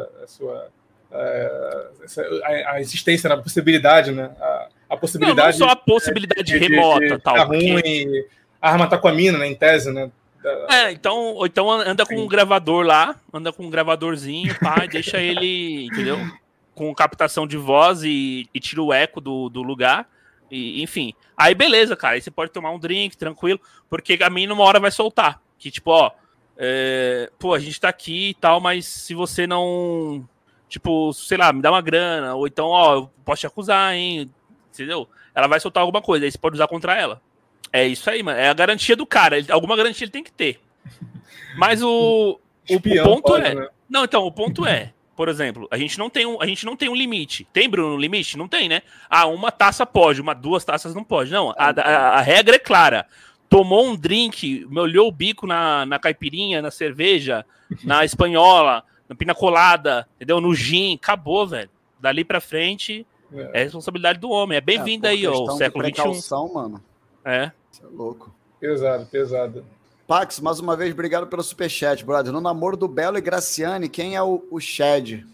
a existência na possibilidade, né? A possibilidade. Não só a possibilidade remota, tal. Tá ruim, a arma tá com a mina, né? Em tese, né? Então anda com um gravador lá, anda com um gravadorzinho, pá, deixa ele, entendeu? Com captação de voz e tira o eco do lugar. Enfim, aí beleza, cara, aí você pode tomar um drink, tranquilo, porque a mina uma hora vai soltar, que tipo, a gente tá aqui e tal, mas se você não, tipo, sei lá, me dá uma grana, ou então, eu posso te acusar, hein, entendeu? Ela vai soltar alguma coisa, aí você pode usar contra ela. É isso aí, mano, é a garantia do cara, alguma garantia ele tem que ter. Mas o ponto pode, né? Não, então, o ponto é, por exemplo, a gente não tem um limite. Tem, Bruno, um limite? Não tem, né? Uma taça pode, duas taças não pode. Não, a regra é clara. Tomou um drink, me olhou o bico na caipirinha, na cerveja, na espanhola, na pina colada, entendeu? No gin, acabou, velho. Dali pra frente, é responsabilidade do homem. É bem-vindo aí, ó, século XXI. Mano. Isso é louco. Pesado. Pax, mais uma vez, obrigado pelo superchat, brother. No namoro do Belo e Graciane, quem é o Shed?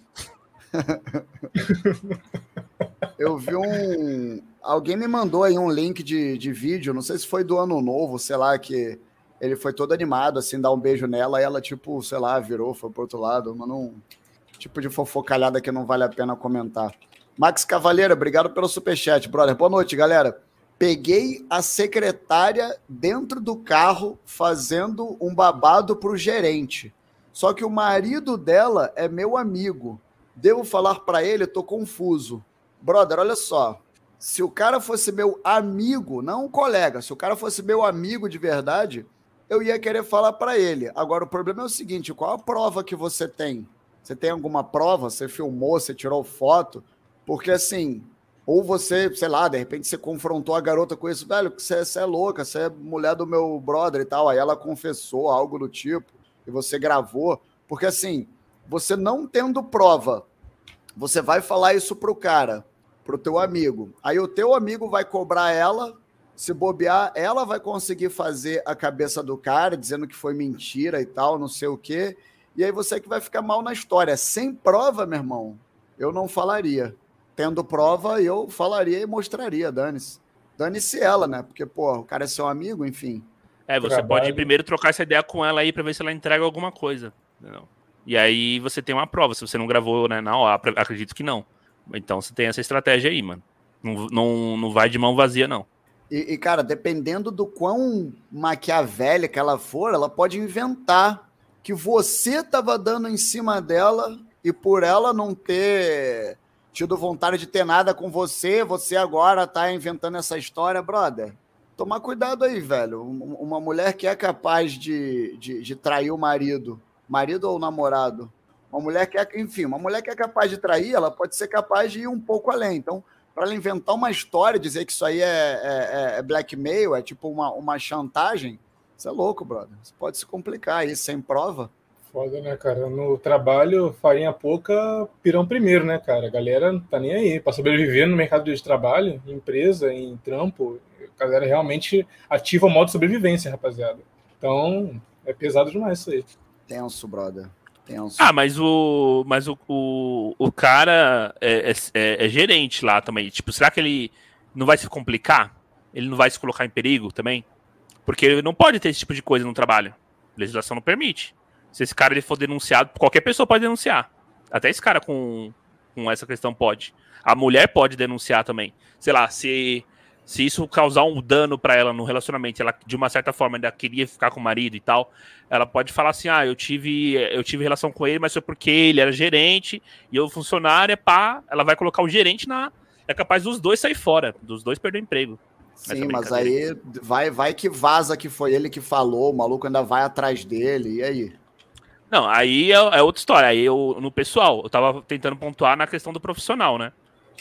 Eu vi alguém me mandou aí um link de vídeo, não sei se foi do Ano Novo, sei lá, que ele foi todo animado, assim, dar um beijo nela, e ela, tipo, sei lá, virou, foi pro outro lado, mas não... Tipo de fofocalhada que não vale a pena comentar. Max Cavaleiro, obrigado pelo superchat, brother. Boa noite, galera. Peguei a secretária dentro do carro fazendo um babado pro gerente. Só que o marido dela é meu amigo. Devo falar pra ele? Tô confuso. Brother, olha só. Se o cara fosse meu amigo, não um colega, se o cara fosse meu amigo de verdade, eu ia querer falar pra ele. Agora, o problema é o seguinte, qual a prova que você tem? Você tem alguma prova? Você filmou, você tirou foto? Porque assim... Ou você, sei lá, de repente você confrontou a garota com isso, velho, que você é louca, você é mulher do meu brother e tal. Aí ela confessou algo do tipo, e você gravou. Porque assim, você não tendo prova, você vai falar isso pro cara, pro teu amigo. Aí o teu amigo vai cobrar ela, se bobear, ela vai conseguir fazer a cabeça do cara, dizendo que foi mentira e tal, não sei o quê. E aí você que vai ficar mal na história. Sem prova, meu irmão, eu não falaria. Tendo prova, eu falaria e mostraria, dane-se. Dane-se ela, né? Porque, pô, o cara é seu amigo, enfim. Você pode primeiro trocar essa ideia com ela aí pra ver se ela entrega alguma coisa. Entendeu? E aí você tem uma prova. Se você não gravou, né, na hora, acredito que não. Então você tem essa estratégia aí, mano. Não vai de mão vazia, não. E, cara, dependendo do quão maquiavélica ela for, ela pode inventar que você tava dando em cima dela e por ela não ter... tido vontade de ter nada com você, você agora tá inventando essa história, brother. Tomar cuidado aí, velho. Uma mulher que é capaz de trair o marido ou namorado, uma mulher que é capaz de trair, ela pode ser capaz de ir um pouco além. Então, para ela inventar uma história, dizer que isso aí é blackmail, é tipo uma chantagem, isso é louco, brother. Isso pode se complicar aí, sem prova. Foda, né, cara? No trabalho, farinha pouca, pirão primeiro, né, cara? A galera não tá nem aí. Pra sobreviver no mercado de trabalho, em empresa, em trampo, a galera realmente ativa o modo sobrevivência, rapaziada. Então, é pesado demais isso aí. Tenso, brother. Tenso. Mas o cara é gerente lá também. Tipo, será que ele não vai se complicar? Ele não vai se colocar em perigo também? Porque ele não pode ter esse tipo de coisa no trabalho. A legislação não permite. Se esse cara ele for denunciado, qualquer pessoa pode denunciar. Até esse cara com essa questão pode. A mulher pode denunciar também. Sei lá, se isso causar um dano pra ela no relacionamento, ela de uma certa forma ainda queria ficar com o marido e tal, ela pode falar assim, eu tive relação com ele, mas foi porque ele era gerente e eu funcionária, pá. Ela vai colocar o gerente é capaz dos dois sair fora, dos dois perder o emprego. Sim, mas aí vai que vaza que foi ele que falou, o maluco ainda vai atrás dele, e aí? Não, aí é outra história. Aí no pessoal, eu tava tentando pontuar na questão do profissional, né?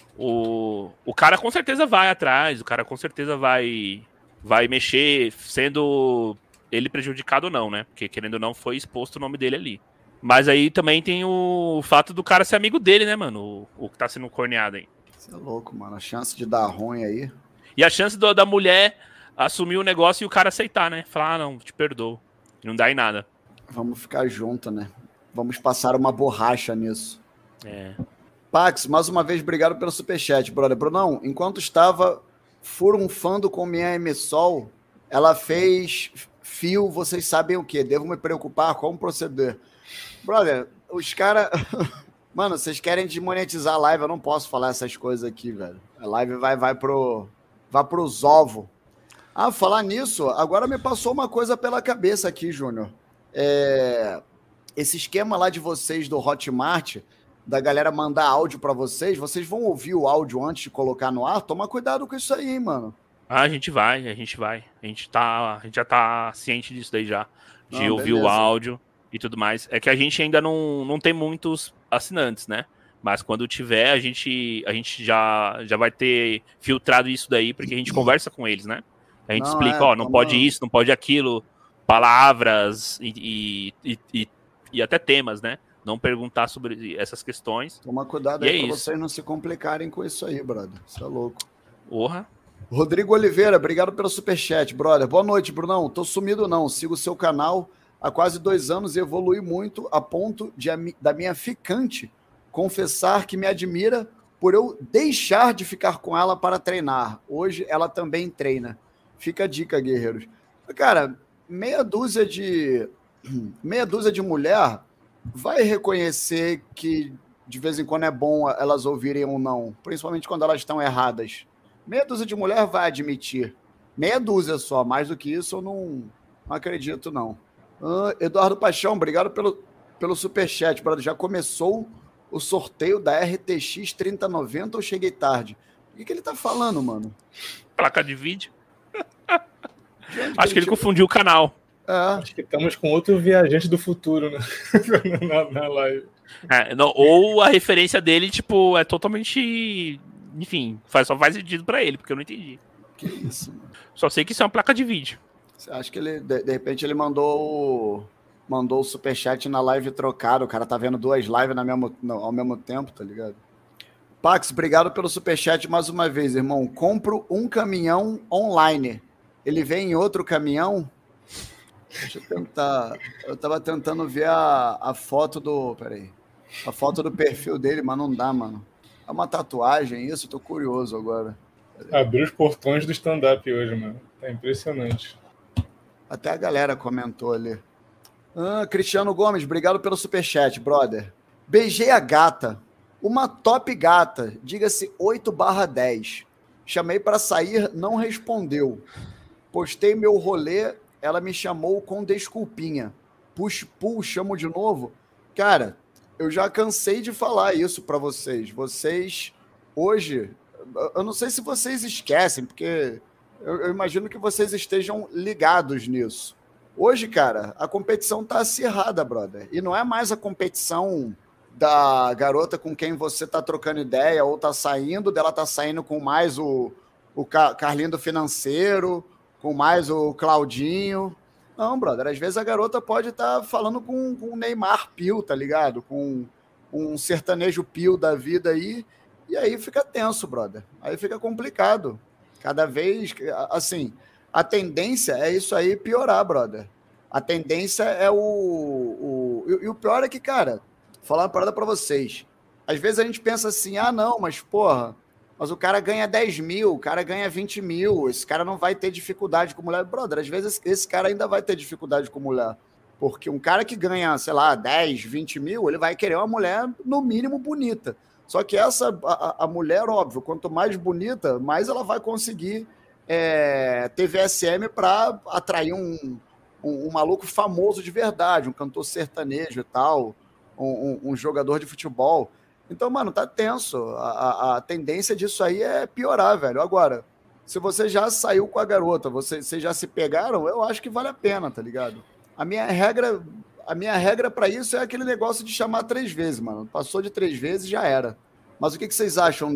O cara com certeza vai atrás, o cara com certeza vai mexer, sendo ele prejudicado ou não, né? Porque, querendo ou não, foi exposto o nome dele ali. Mas aí também tem o fato do cara ser amigo dele, né, mano? O que tá sendo corneado aí. Você é louco, mano. A chance de dar ruim aí. E a chance da mulher assumir o negócio e o cara aceitar, né? Falar, não, te perdoo. Não dá em nada. Vamos ficar junto, né? Vamos passar uma borracha nisso. Pax, mais uma vez, obrigado pelo superchat, brother. Brunão, enquanto estava furunfando com minha Emissol, ela fez fio, vocês sabem o quê? Devo me preocupar? Como proceder? Brother, os caras... Mano, vocês querem desmonetizar a live, eu não posso falar essas coisas aqui, velho. A live vai pros ovos. Ah, falar nisso, agora me passou uma coisa pela cabeça aqui, Júnior. Esse esquema lá de vocês do Hotmart, da galera mandar áudio pra vocês vão ouvir o áudio antes de colocar no ar? Toma cuidado com isso aí, mano. A gente vai. A gente já tá ciente disso daí já. De ouvir beleza. o áudio e tudo mais. É que a gente ainda não tem muitos assinantes, né? Mas quando tiver, a gente já vai ter filtrado isso daí, porque a gente conversa com eles, né? A gente explica, não pode isso, não pode aquilo, palavras e até temas, né? Não perguntar sobre essas questões. Toma cuidado aí pra vocês não se complicarem com isso aí, brother. Isso é louco. Porra. Rodrigo Oliveira, obrigado pelo superchat, brother. Boa noite, Brunão. Tô sumido não, sigo o seu canal há quase 2 anos e evolui muito a ponto da minha ficante confessar que me admira por eu deixar de ficar com ela para treinar. Hoje ela também treina. Fica a dica, guerreiros. Cara, meia dúzia de mulher vai reconhecer que de vez em quando é bom elas ouvirem ou não, principalmente quando elas estão erradas. Meia dúzia de mulher vai admitir. Meia dúzia só, mais do que isso eu não acredito, não. Eduardo Paixão, obrigado pelo superchat, brother. Já começou o sorteio da RTX 3090 ou cheguei tarde? O que ele tá falando, mano? Placa de vídeo. Acho que ele confundiu o canal. Acho que estamos com outro viajante do futuro, né? na live. Não, ou a referência dele, tipo, é totalmente... Enfim, só faz sentido pra ele, porque eu não entendi. Que isso, mano? Só sei que isso é uma placa de vídeo. Você acha que ele, de repente, ele mandou o superchat na live trocado. O cara tá vendo duas lives ao mesmo tempo, tá ligado? Pax, obrigado pelo superchat mais uma vez, irmão. Compro um caminhão online. Ele vem em outro caminhão? Deixa eu tentar. Eu tava tentando ver a foto do... Peraí. A foto do perfil dele, mas não dá, mano. É uma tatuagem isso? Eu tô curioso agora. Abriu os portões do stand-up hoje, mano. Tá impressionante. Até a galera comentou ali. Cristiano Gomes, obrigado pelo superchat, brother. Beijei a gata. Uma top gata, diga-se 8/10. Chamei para sair, não respondeu. Postei meu rolê, ela me chamou com desculpinha. Push-pull, chamo de novo. Cara, eu já cansei de falar isso para vocês. Vocês, hoje, eu não sei se vocês esquecem, porque eu imagino que vocês estejam ligados nisso. Hoje, cara, a competição tá acirrada, brother. E não é mais a competição da garota com quem você tá trocando ideia ou tá saindo, dela tá saindo com mais o Carlinho do Financeiro, com mais o Claudinho. Não, brother, às vezes a garota pode estar falando com o Neymar Pio, tá ligado? Com um sertanejo Pio da vida aí, e aí fica tenso, brother. Aí fica complicado. Cada vez, assim, a tendência é isso aí piorar, brother. A tendência é e o pior é que, cara, vou falar uma parada pra vocês. Às vezes a gente pensa assim, não, mas porra, mas o cara ganha 10 mil, o cara ganha 20 mil, esse cara não vai ter dificuldade com mulher. Brother, às vezes esse cara ainda vai ter dificuldade com mulher. Porque um cara que ganha, sei lá, 10, 20 mil, ele vai querer uma mulher, no mínimo, bonita. Só que a mulher, óbvio, quanto mais bonita, mais ela vai conseguir ter VSM para atrair um maluco famoso de verdade, um cantor sertanejo e tal, um jogador de futebol. Então, mano, tá tenso. A tendência disso aí é piorar, velho. Agora, se você já saiu com a garota, vocês já se pegaram, eu acho que vale a pena, tá ligado? A minha regra para isso é aquele negócio de chamar 3 vezes, mano. Passou de 3 vezes, já era. Mas o que vocês acham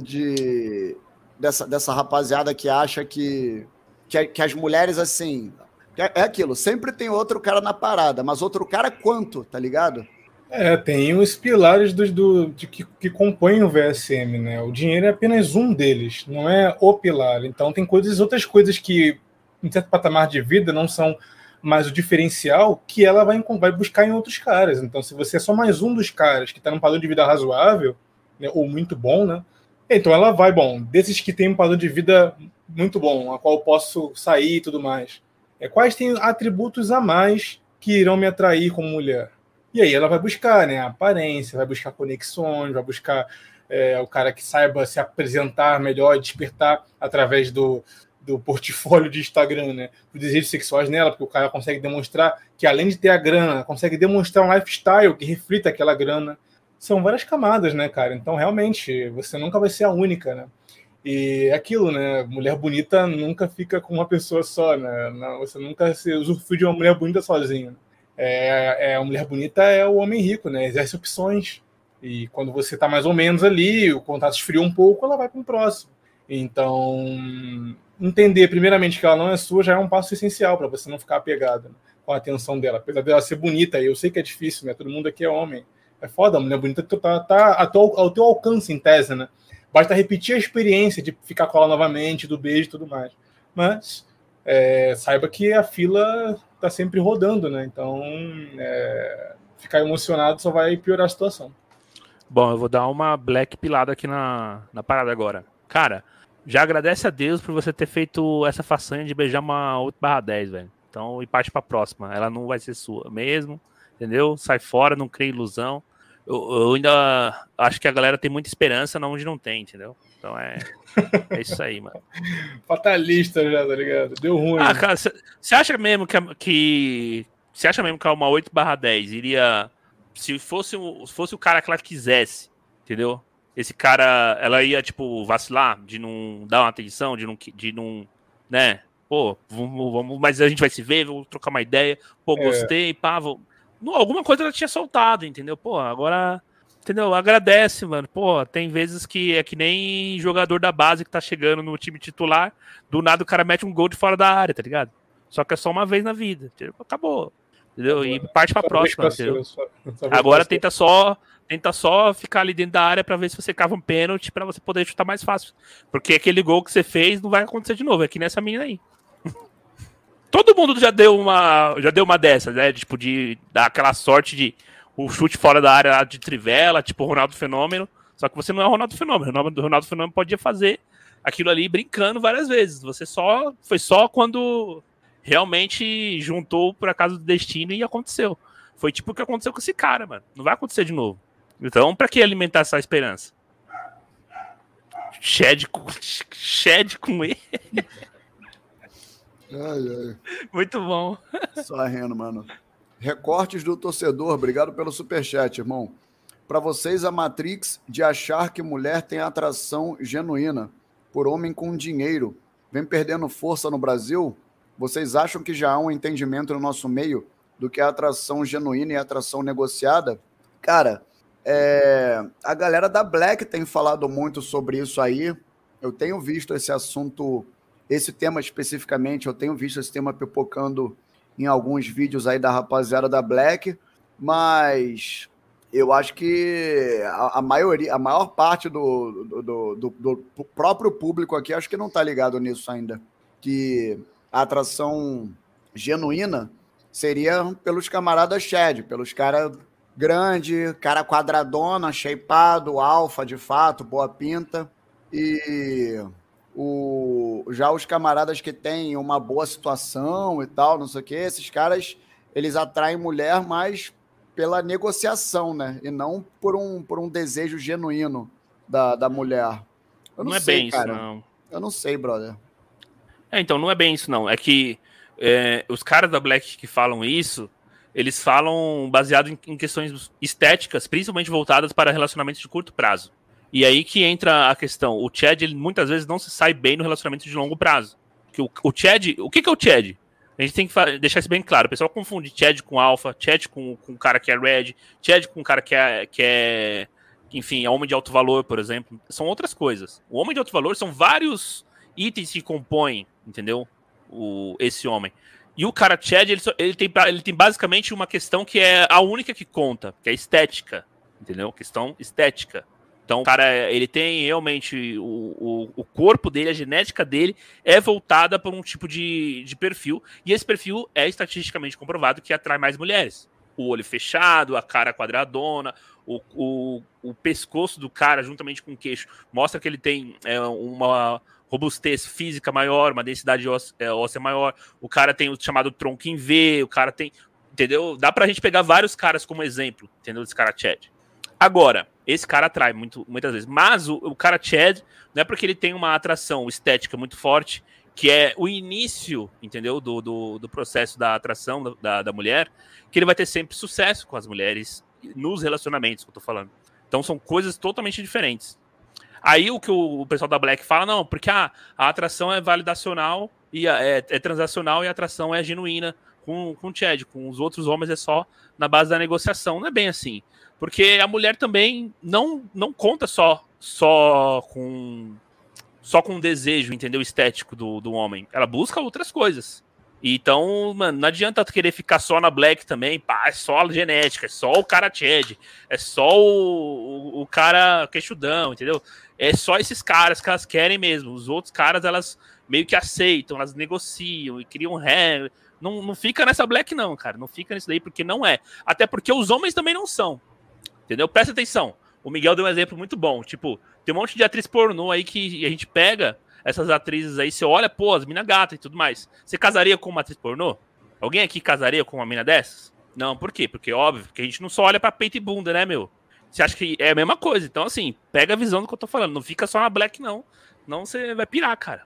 dessa rapaziada que acha que as mulheres, assim... É aquilo, sempre tem outro cara na parada, mas outro cara quanto, tá ligado? Tem os pilares que compõem o VSM, né? O dinheiro é apenas um deles, não é o pilar. Então tem outras coisas que, em certo patamar de vida, não são mais o diferencial que ela vai buscar em outros caras. Então, se você é só mais um dos caras que está num padrão de vida razoável, né, ou muito bom, né? Então ela vai, desses que tem um padrão de vida muito bom, a qual eu posso sair e tudo mais. Quais têm atributos a mais que irão me atrair como mulher? E aí ela vai buscar, né, a aparência, vai buscar conexões, vai buscar o cara que saiba se apresentar melhor, despertar através do portfólio de Instagram, né, os desejos sexuais nela, porque o cara consegue demonstrar que, além de ter a grana, consegue demonstrar um lifestyle que reflita aquela grana. São várias camadas, né, cara? Então, realmente, você nunca vai ser a única, né? E é aquilo, né? Mulher bonita nunca fica com uma pessoa só, né? Não, você nunca se usufrui de uma mulher bonita sozinha. A mulher bonita é o homem rico, né? Exerce opções. E quando você tá mais ou menos ali, o contato esfriou um pouco, ela vai para o próximo. Então, entender primeiramente que ela não é sua já é um passo essencial para você não ficar apegado, né, com a atenção dela. Apesar dela ser bonita, eu sei que é difícil, né? Todo mundo aqui é homem. É foda, a mulher bonita tá ao teu alcance, em tese, né? Basta repetir a experiência de ficar com ela novamente, do beijo e tudo mais. Mas saiba que a fila tá sempre rodando, né? Então, ficar emocionado só vai piorar a situação. Bom, eu vou dar uma black pilada aqui na parada agora. Cara, já agradece a Deus por você ter feito essa façanha de beijar uma 8/10, velho. Então, e parte pra próxima. Ela não vai ser sua mesmo, entendeu? Sai fora, não cria ilusão. eu ainda acho que a galera tem muita esperança onde não tem, entendeu? Então é isso aí, mano. Fatalista já, tá ligado? Deu ruim. Ah, cara, você acha mesmo que você acha mesmo que uma 8/10 iria, se fosse o cara que ela quisesse, entendeu? Esse cara, ela ia, tipo, vacilar de não dar uma atenção, de não, né? Pô, vamos, mas a gente vai se ver, vou trocar uma ideia. Pô, gostei, pá, alguma coisa ela tinha soltado, entendeu? Pô, agora, entendeu? Agradece, mano. Pô, tem vezes que é que nem jogador da base que tá chegando no time titular, do nada o cara mete um gol de fora da área, tá ligado? Só que é só uma vez na vida, entendeu? Acabou, entendeu? E parte pra próxima, entendeu? Agora tenta só ficar ali dentro da área pra ver se você cava um pênalti pra você poder chutar mais fácil. Porque aquele gol que você fez não vai acontecer de novo, é que nessa menina aí. Todo mundo já deu uma dessas, né? Tipo, de dar aquela sorte de o chute fora da área de trivela, tipo o Ronaldo Fenômeno. Só que você não é o Ronaldo Fenômeno. O Ronaldo Fenômeno podia fazer aquilo ali brincando várias vezes. Foi só quando realmente juntou por acaso do destino e aconteceu. Foi tipo o que aconteceu com esse cara, mano. Não vai acontecer de novo. Então, pra que alimentar essa esperança? Shed com E. Ai. Muito bom. Só rindo, mano. Recortes do torcedor, obrigado pelo superchat, irmão. Para vocês, a Matrix de achar que mulher tem atração genuína por homem com dinheiro vem perdendo força no Brasil? Vocês acham que já há um entendimento no nosso meio do que é atração genuína e atração negociada? Cara, a galera da Black tem falado muito sobre isso aí. Eu tenho visto esse assunto, esse tema especificamente, eu tenho visto esse tema pipocando em alguns vídeos aí da rapaziada da Black, mas eu acho que a maior parte do próprio público aqui, acho que não tá ligado nisso ainda, que a atração genuína seria pelos camaradas Shed, pelos caras grande, cara quadradona, shapeado, alfa de fato, boa pinta, e já os camaradas que têm uma boa situação e tal, não sei o que, esses caras, eles atraem mulher mais pela negociação, né? E não por um desejo genuíno da mulher. Eu não é sei, bem cara. Isso, não. Eu não sei, brother. Então, não é bem isso, não. É que os caras da Black que falam isso, eles falam baseado em questões estéticas, principalmente voltadas para relacionamentos de curto prazo. E aí que entra a questão. O Chad, ele muitas vezes não se sai bem no relacionamento de longo prazo. O Chad, o que é o Chad? A gente tem que deixar isso bem claro. O pessoal confunde Chad com Alpha, Chad com um cara que é Red, Chad com um cara que é enfim, é homem de alto valor, por exemplo. São outras coisas. O homem de alto valor são vários itens que compõem, entendeu? Esse homem. E o cara Chad, ele tem basicamente uma questão que é a única que conta, que é estética, entendeu? Questão estética. Então, o cara, ele tem realmente o corpo dele, a genética dele é voltada para um tipo de perfil, e esse perfil é estatisticamente comprovado que atrai mais mulheres. O olho fechado, a cara quadradona, o pescoço do cara, juntamente com o queixo, mostra que ele tem uma robustez física maior, uma densidade óssea maior, o cara tem o chamado tronco em V, o cara tem, entendeu? Dá pra gente pegar vários caras como exemplo, entendeu? Desse cara Chad. Agora, esse cara atrai muitas vezes, mas o cara Chad, não é porque ele tem uma atração estética muito forte, que é o início, entendeu, do processo da atração da mulher, que ele vai ter sempre sucesso com as mulheres nos relacionamentos que eu tô falando. Então são coisas totalmente diferentes. Aí o que o pessoal da Black fala, não, porque a atração é validacional, e é transacional, e a atração é genuína com o Chad, com os outros homens é só na base da negociação. Não é bem assim. Porque a mulher também não conta só com o desejo, entendeu, estético do homem. Ela busca outras coisas. Então, mano, não adianta querer ficar só na Black também, pá, é só a genética, é só o cara Chad, é só o cara queixudão, entendeu? É só esses caras que elas querem mesmo. Os outros caras, elas meio que aceitam, elas negociam e criam regras. Não fica nessa Black não, cara. Não fica nisso daí, porque não é. Até porque os homens também não são. Entendeu? Presta atenção. O Miguel deu um exemplo muito bom. Tipo, tem um monte de atriz pornô aí que a gente pega essas atrizes aí, você olha, pô, as mina gata e tudo mais. Você casaria com uma atriz pornô? Alguém aqui casaria com uma mina dessas? Não, por quê? Porque, óbvio, porque a gente não só olha pra peito e bunda, né, meu? Você acha que é a mesma coisa. Então, assim, pega a visão do que eu tô falando. Não fica só na Black, não. Não, você vai pirar, cara.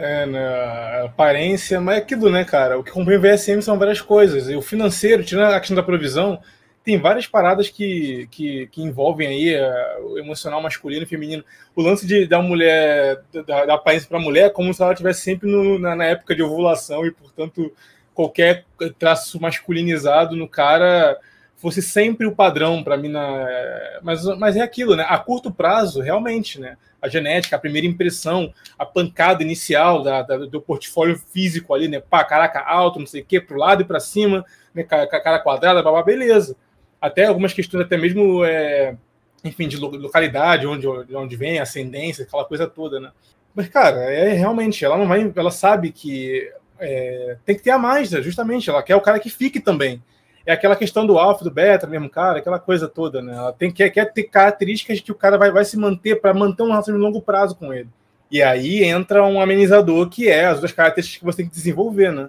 Né, aparência, mas é aquilo, né, cara? O que compõe o VSM são várias coisas. E o financeiro, tirando a questão da provisão, tem várias paradas que envolvem aí o emocional masculino e feminino. O lance da mulher, da aparência para a mulher, é como se ela estivesse sempre na época de ovulação e, portanto, qualquer traço masculinizado no cara fosse sempre o padrão para mim. Mas é aquilo, né? A curto prazo, realmente, né? A genética, a primeira impressão, a pancada inicial do portfólio físico ali, né? Pá, caraca, alto, não sei o quê, pro lado e para cima, né? Cara quadrada, babá, beleza. Até algumas questões, até mesmo, enfim, de localidade, onde vem, ascendência, aquela coisa toda, né? Mas, cara, realmente, ela não vai. Ela sabe que tem que ter a mais, né? Justamente. Ela quer o cara que fique também. É aquela questão do alfa, do beta, mesmo cara, aquela coisa toda, né? Ela quer ter características que o cara vai se manter para manter um relacionamento de longo prazo com ele. E aí entra um amenizador que é as outras características que você tem que desenvolver, né?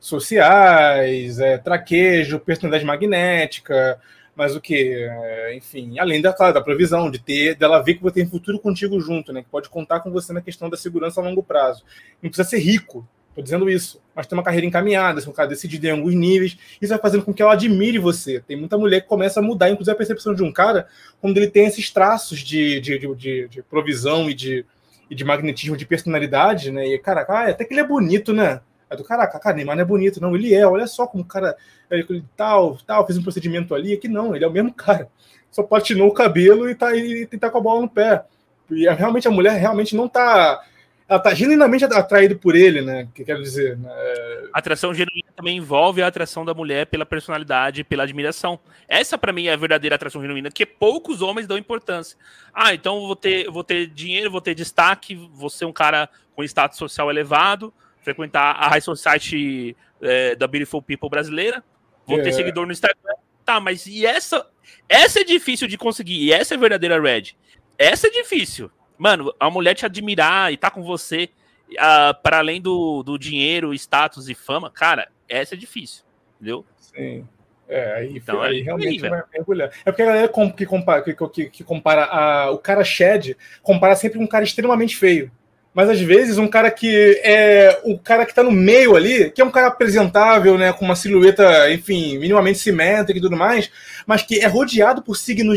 Sociais, traquejo, personalidade magnética, mas o que? Enfim, além da provisão, dela ver que você tem futuro contigo junto, né? Que pode contar com você na questão da segurança a longo prazo. Não precisa ser rico, estou dizendo isso, mas ter uma carreira encaminhada, ser um cara decidido em alguns níveis, isso vai fazendo com que ela admire você. Tem muita mulher que começa a mudar, inclusive a percepção de um cara, quando ele tem esses traços de provisão e de magnetismo, de personalidade, né? E, cara, até que ele é bonito, né? É do caraca, Neymar não é bonito, não, ele olha só como o cara, ele fez um procedimento ali, aqui não, ele é o mesmo cara, só platinou o cabelo e tá com a bola no pé. E realmente a mulher realmente não tá, ela tá genuinamente atraída por ele, né, que quero dizer. A atração genuína também envolve a atração da mulher pela personalidade e pela admiração. Essa, pra mim, é a verdadeira atração genuína, que poucos homens dão importância. Então eu vou ter dinheiro, vou ter destaque, vou ser um cara com status social elevado, frequentar a High Society da Beautiful People brasileira, vou ter seguidor no Instagram. Tá, mas e essa é difícil de conseguir, e essa é a verdadeira Red. Essa é difícil. Mano, a mulher te admirar e tá com você, para além do dinheiro, status e fama, cara, essa é difícil, entendeu? Sim. Então, aí realmente vai mergulhar. É porque a galera que compara o cara Shed compara sempre com um cara extremamente feio. Mas às vezes um cara que é o cara que tá no meio ali, que é um cara apresentável, né, com uma silhueta, enfim, minimamente simétrica e tudo mais, mas que é rodeado por signos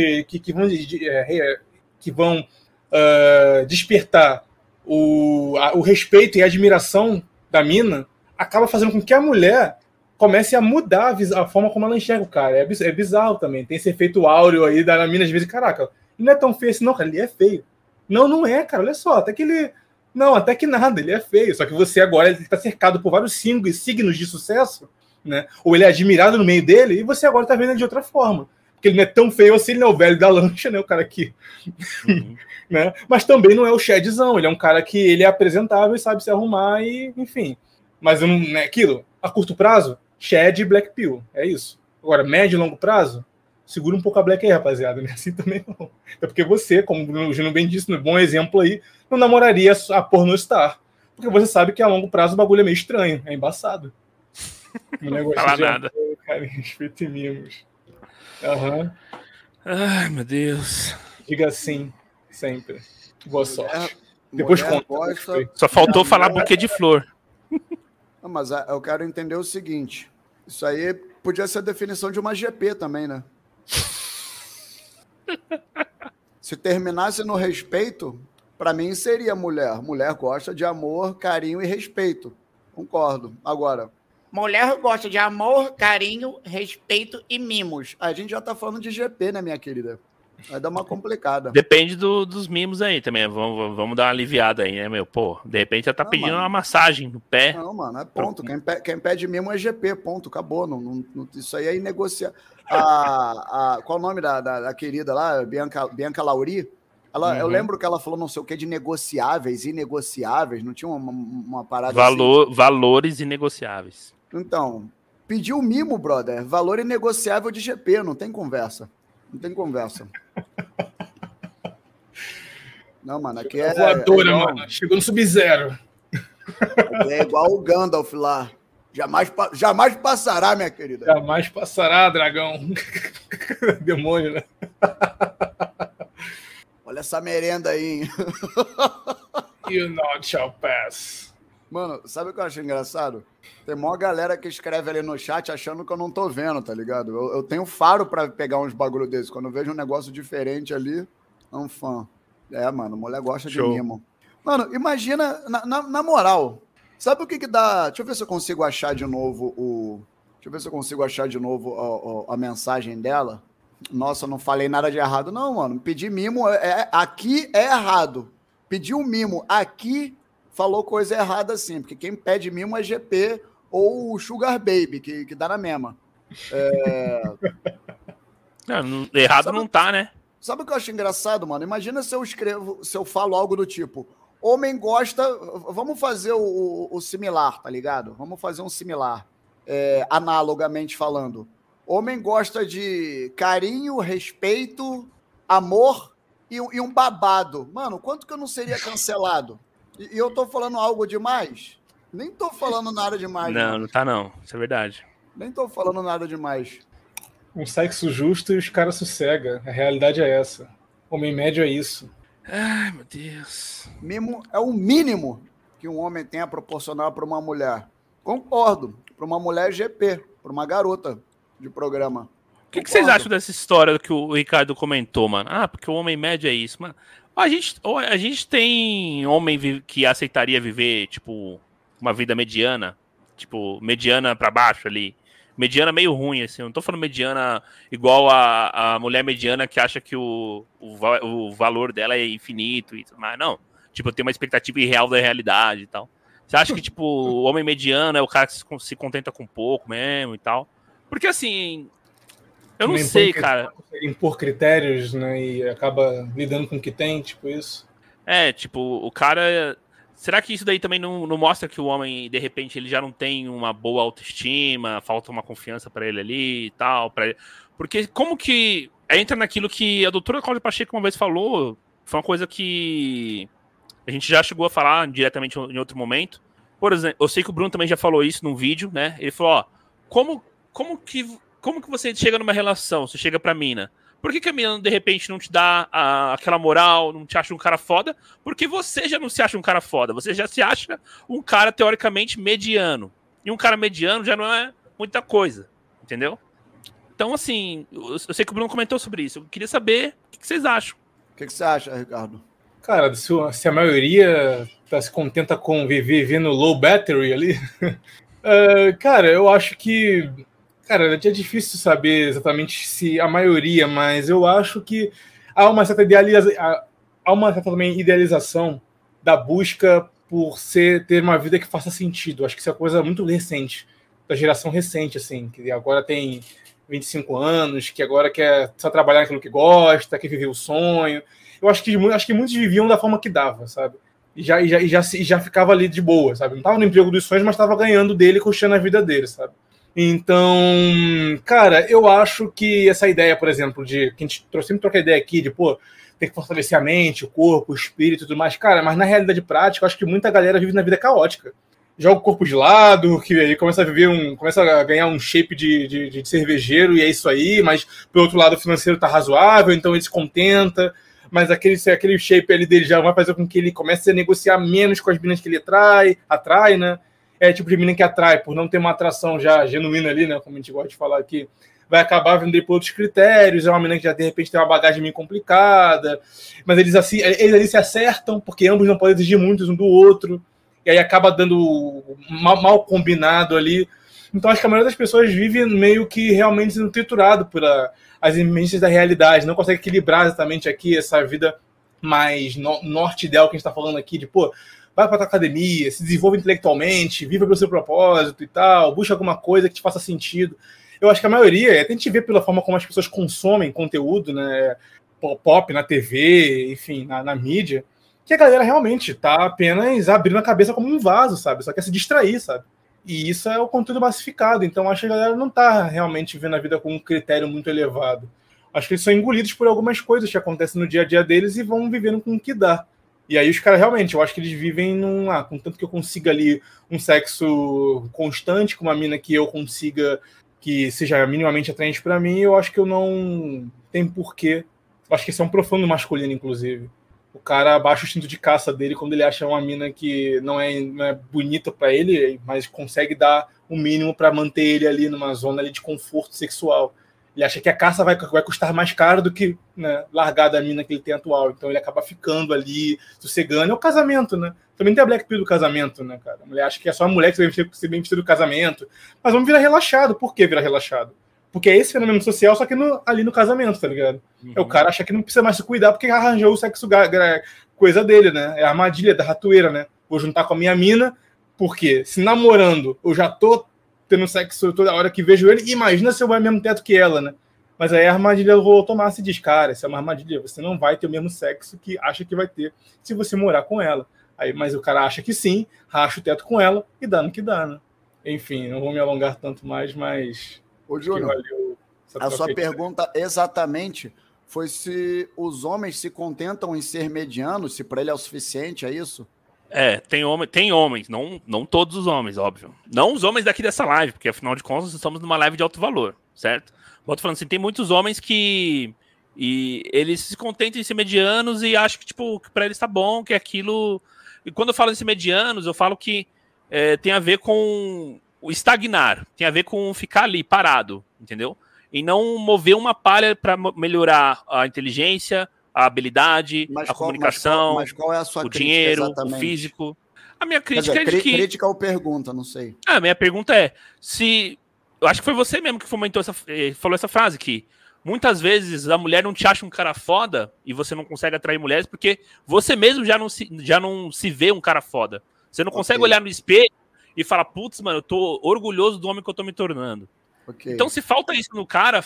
que vão despertar o respeito e a admiração da mina, acaba fazendo com que a mulher comece a mudar a forma como ela enxerga o cara. É bizarro também. Tem esse efeito áureo aí da mina, às vezes, caraca, ele não é tão feio assim, não, cara, ele é feio. Não é, cara, olha só, até que nada, ele é feio, só que você agora está cercado por vários signos de sucesso, né? Ou ele é admirado no meio dele, e você agora está vendo ele de outra forma, porque ele não é tão feio assim, ele não é o velho da lancha, né, o cara aqui, né? Mas também não é o Shadzão, ele é um cara que ele é apresentável e sabe se arrumar, e enfim, mas não é aquilo, a curto prazo, Shad e Black Pill, é isso. Agora, médio e longo prazo, segura um pouco a Black aí, rapaziada. Não é assim também, não. É porque você, como o Júnior bem disse, no bom exemplo aí, não namoraria a pornostar. Porque você sabe que a longo prazo o bagulho é meio estranho, é embaçado. Um negócio Fala de nada. Cara, respeito e mimos. Uhum. Ai, meu Deus. Diga sim, sempre. Boa sorte. Depois conta. Só faltou falar buquê de flor. Não, mas eu quero entender o seguinte. Isso aí podia ser a definição de uma GP também, né? Se terminasse no respeito, para mim seria mulher. Mulher gosta de amor, carinho e respeito. Concordo. Agora, mulher gosta de amor, carinho, respeito e mimos. A gente já tá falando de GP, né, minha querida? Vai dar uma complicada. Depende dos mimos aí também. Vamos dar uma aliviada aí, né, meu? Pô, de repente ela tá pedindo uma massagem no pé. Não, mano, é ponto. Quem pede mimo é GP, ponto. Acabou. Isso aí é inegociável. Qual o nome da querida lá? Bianca Lauri? Eu lembro que ela falou não sei o que de negociáveis, inegociáveis. Não tinha uma parada assim? Valores inegociáveis. Então, pediu mimo, brother. Valor inegociável de GP. Não tem conversa. Não tem conversa. Não, mano, aqui voadora, mano. Chegou no Sub-Zero. É igual o Gandalf lá. Jamais passará, minha querida. Jamais passará, dragão. Demônio, né? Olha essa merenda aí, hein? You not shall pass. Mano, sabe o que eu acho engraçado? Tem maior galera que escreve ali no chat achando que eu não tô vendo, tá ligado? Eu tenho faro pra pegar uns bagulho desses. Quando eu vejo um negócio diferente ali, é um fã. É, mano, mulher gosta de mimo. Mano, imagina, na moral, sabe o que dá... Deixa eu ver se eu consigo achar de novo a mensagem dela. Nossa, eu não falei nada de errado. Não, mano, pedir mimo aqui é errado. Pedir um mimo aqui falou coisa errada sim, porque quem pede mimo é GP ou o Sugar Baby, que dá na mesma. Errado não tá, né? Sabe o que eu acho engraçado, mano? Imagina se eu falo algo do tipo, homem gosta, vamos fazer o similar, tá ligado? Vamos fazer um similar, analogamente falando. Homem gosta de carinho, respeito, amor e um babado. Mano, quanto que eu não seria cancelado? E eu tô falando algo demais? Nem tô falando nada demais. Não, mano. Não tá não. Isso é verdade. Nem tô falando nada demais. Um sexo justo e os caras sossegam. A realidade é essa. Homem médio é isso. Ai, meu Deus. Mimo é o mínimo que um homem tem a proporcionar para uma mulher. Concordo. Para uma mulher GP, para uma garota de programa. O que vocês acham dessa história que o Ricardo comentou, mano? Ah, porque o homem médio é isso, mano. A gente tem homem que aceitaria viver, tipo, uma vida mediana. Tipo, mediana pra baixo ali. Mediana meio ruim, assim. Eu não tô falando mediana igual a mulher mediana que acha que o valor dela é infinito e tudo mais. Não. Tipo, tem uma expectativa irreal da realidade e tal. Você acha que, tipo, o homem mediano é o cara que se contenta com pouco mesmo e tal? Porque, assim, eu não sei, cara. Impor critérios, né, e acaba lidando com o que tem, tipo isso. Tipo, o cara... Será que isso daí também não mostra que o homem, de repente, ele já não tem uma boa autoestima, falta uma confiança pra ele ali e tal? Porque como que... Entra naquilo que a doutora Cláudia Pacheco uma vez falou, foi uma coisa que a gente já chegou a falar diretamente em outro momento. Por exemplo, eu sei que o Bruno também já falou isso num vídeo, né? Ele falou, ó, como que você chega numa relação? Você chega pra mina. Por que a mina, de repente, não te dá aquela moral, não te acha um cara foda? Porque você já não se acha um cara foda. Você já se acha um cara, teoricamente, mediano. E um cara mediano já não é muita coisa. Entendeu? Então, assim, eu sei que o Bruno comentou sobre isso. Eu queria saber o que vocês acham. O que você acha, Ricardo? Cara, se a maioria se contenta com viver no low battery ali... cara, eu acho que... Cara, é difícil saber exatamente se a maioria, mas eu acho que há uma certa idealização da busca por ter uma vida que faça sentido. Acho que isso é uma coisa muito recente, da geração recente, assim, que agora tem 25 anos, que agora quer só trabalhar naquilo que gosta, quer viver o sonho. Eu acho que muitos viviam da forma que dava, sabe? E já ficava ali de boa, sabe? Não estava no emprego dos sonhos, mas estava ganhando dele, custando a vida dele, sabe? Então, cara, eu acho que essa ideia, por exemplo, de que a gente sempre troca a ideia aqui de, pô, tem que fortalecer a mente, o corpo, o espírito e tudo mais, cara, mas na realidade prática, eu acho que muita galera vive na vida caótica. Joga o corpo de lado, que aí começa a ganhar um shape de cervejeiro, e é isso aí, mas pelo outro lado o financeiro tá razoável, então ele se contenta, mas aquele shape ali dele já vai fazer com que ele comece a negociar menos com as meninas que ele atrai, né? É tipo de menina que atrai, por não ter uma atração já genuína ali, né? Como a gente gosta de falar aqui, vai acabar vendo por outros critérios. É uma menina que já de repente tem uma bagagem meio complicada, mas eles ali se acertam, porque ambos não podem exigir muito um do outro, e aí acaba dando mal combinado ali. Então acho que a maioria das pessoas vive meio que realmente sendo triturado por as emergências da realidade, não consegue equilibrar exatamente aqui essa vida mais norte ideal que a gente está falando aqui, de pô, vai para a academia, se desenvolva intelectualmente, viva pelo seu propósito e tal, busca alguma coisa que te faça sentido. Eu acho que a maioria, até a gente vê pela forma como as pessoas consomem conteúdo, né, pop na TV, enfim, na mídia, que a galera realmente tá apenas abrindo a cabeça como um vaso, sabe? Só quer se distrair, sabe? E isso é o conteúdo massificado. Então acho que a galera não tá realmente vendo a vida com um critério muito elevado. Acho que eles são engolidos por algumas coisas que acontecem no dia a dia deles e vão vivendo com o que dá. E aí os caras realmente, eu acho que eles vivem contanto que eu consiga ali um sexo constante com uma mina que eu consiga, que seja minimamente atraente pra mim, eu acho que eu não tenho porquê. Eu acho que esse é um profundo masculino, inclusive. O cara abaixa o instinto de caça dele quando ele acha uma mina que não é bonita pra ele, mas consegue dar o mínimo pra manter ele ali numa zona ali de conforto sexual. Ele acha que a caça vai custar mais caro do que, né, largar da mina que ele tem atual. Então ele acaba ficando ali, sossegando. É o casamento, né? Também tem a Black Pill do casamento, né, cara? A mulher acha que é só a mulher que ser bem vestida do casamento. Mas vamos virar relaxado. Por que virar relaxado? Porque é esse fenômeno social, só que ali no casamento, tá ligado? É o cara achar que não precisa mais se cuidar porque arranjou o sexo coisa dele, né? É a armadilha da ratoeira, né? Vou juntar com a minha mina, porque se namorando eu já tô tendo sexo toda hora que vejo ele, imagina se eu vou ao mesmo teto que ela, né? Mas aí a armadilha do Tomás se diz, cara, isso é uma armadilha, você não vai ter o mesmo sexo que acha que vai ter se você morar com ela. Aí, mas o cara acha que sim, racha o teto com ela e dá no que dá, né? Enfim, não vou me alongar tanto mais, mas... Ô, Júnior, a sua pergunta exatamente foi se os homens se contentam em ser medianos, se para ele é o suficiente, é isso? Tem homens, não todos os homens, óbvio. Não os homens daqui dessa live, porque afinal de contas estamos numa live de alto valor, certo? Vou falando assim, tem muitos homens que eles se contentam em ser medianos e acham que, tipo, que pra eles tá bom, que aquilo... E quando eu falo em ser medianos, eu falo que tem a ver com o estagnar, tem a ver com ficar ali parado, entendeu? E não mover uma palha para melhorar a inteligência, a habilidade, a comunicação, mas qual é a sua o dinheiro, exatamente? O físico. A minha crítica é de que... Crítica ou pergunta, não sei. A minha pergunta é, se... Eu acho que foi você mesmo que falou essa frase, que muitas vezes a mulher não te acha um cara foda e você não consegue atrair mulheres porque você mesmo já não se vê um cara foda. Você não consegue olhar no espelho e falar, putz, mano, eu tô orgulhoso do homem que eu tô me tornando. Então, se falta isso no cara,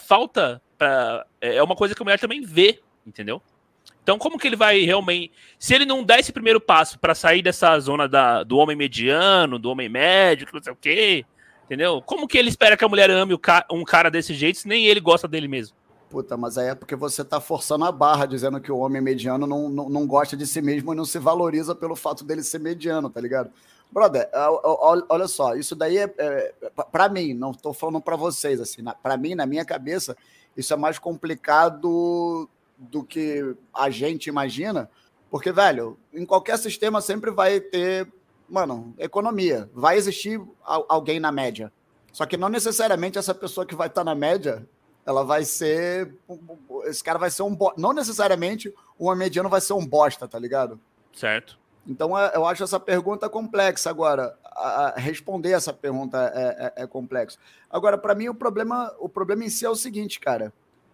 é uma coisa que a mulher também vê, entendeu? Então, como que ele vai realmente... Se ele não der esse primeiro passo para sair dessa zona do homem mediano, do homem médio, que não sei o quê, entendeu? Como que ele espera que a mulher ame um cara desse jeito se nem ele gosta dele mesmo? Puta, mas aí é porque você tá forçando a barra, dizendo que o homem mediano não gosta de si mesmo e não se valoriza pelo fato dele ser mediano, tá ligado? Brother, olha só, isso daí para mim, não tô falando para vocês, assim, para mim, na minha cabeça, isso é mais complicado do que a gente imagina, porque, velho, em qualquer sistema sempre vai ter, mano, economia, vai existir alguém na média, só que não necessariamente essa pessoa que vai estar na média, ela vai ser, esse cara vai ser não necessariamente um mediano vai ser um bosta, tá ligado? Certo. Então, eu acho essa pergunta complexa. Agora, responder essa pergunta é complexo. Agora, para mim, o problema em si é o seguinte, cara.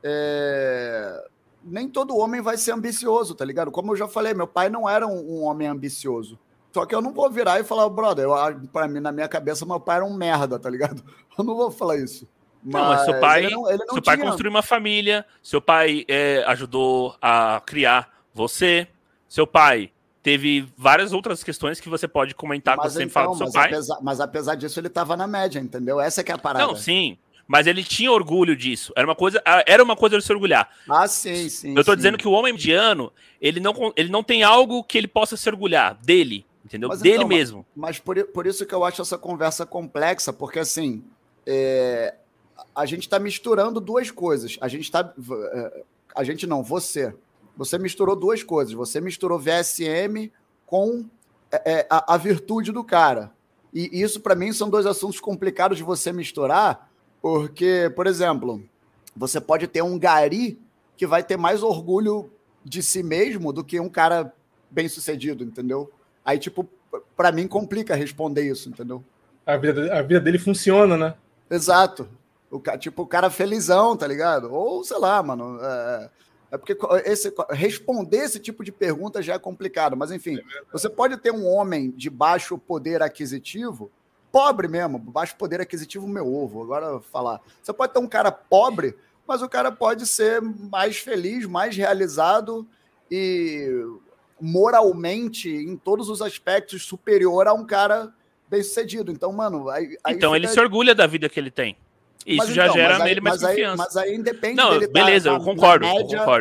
Nem todo homem vai ser ambicioso, tá ligado? Como eu já falei, meu pai não era um homem ambicioso. Só que eu não vou virar e falar, brother, para mim, na minha cabeça, meu pai era um merda, tá ligado? Eu não vou falar isso. Mas seu pai construiu uma família, seu pai ajudou a criar você, seu pai teve várias outras questões que você pode comentar quando você sempre fala do seu pai. Mas apesar disso, ele estava na média, entendeu? Essa que é a parada. Não, sim. Mas ele tinha orgulho disso. Era uma coisa de se orgulhar. Ah, sim. Eu tô dizendo que o homem mediano, ele não tem algo que ele possa se orgulhar dele, entendeu? Mas, dele mesmo. Mas por isso que eu acho essa conversa complexa, porque assim, a gente está misturando duas coisas. Você misturou duas coisas. Você misturou VSM com a virtude do cara. E isso, para mim, são dois assuntos complicados de você misturar, porque, por exemplo, você pode ter um gari que vai ter mais orgulho de si mesmo do que um cara bem-sucedido, entendeu? Aí, tipo, para mim, complica responder isso, entendeu? A vida dele funciona, né? Exato. O cara felizão, tá ligado? Ou, sei lá, mano... porque responder esse tipo de pergunta já é complicado. Mas, enfim, você pode ter um homem de baixo poder aquisitivo, pobre mesmo, baixo poder aquisitivo, meu ovo, agora falar. Você pode ter um cara pobre, mas o cara pode ser mais feliz, mais realizado e moralmente, em todos os aspectos, superior a um cara bem-sucedido. Então, mano... Então ele se orgulha da vida que ele tem. Isso já gera nele mais confiança. Mas aí independe dele. Não, beleza, eu concordo.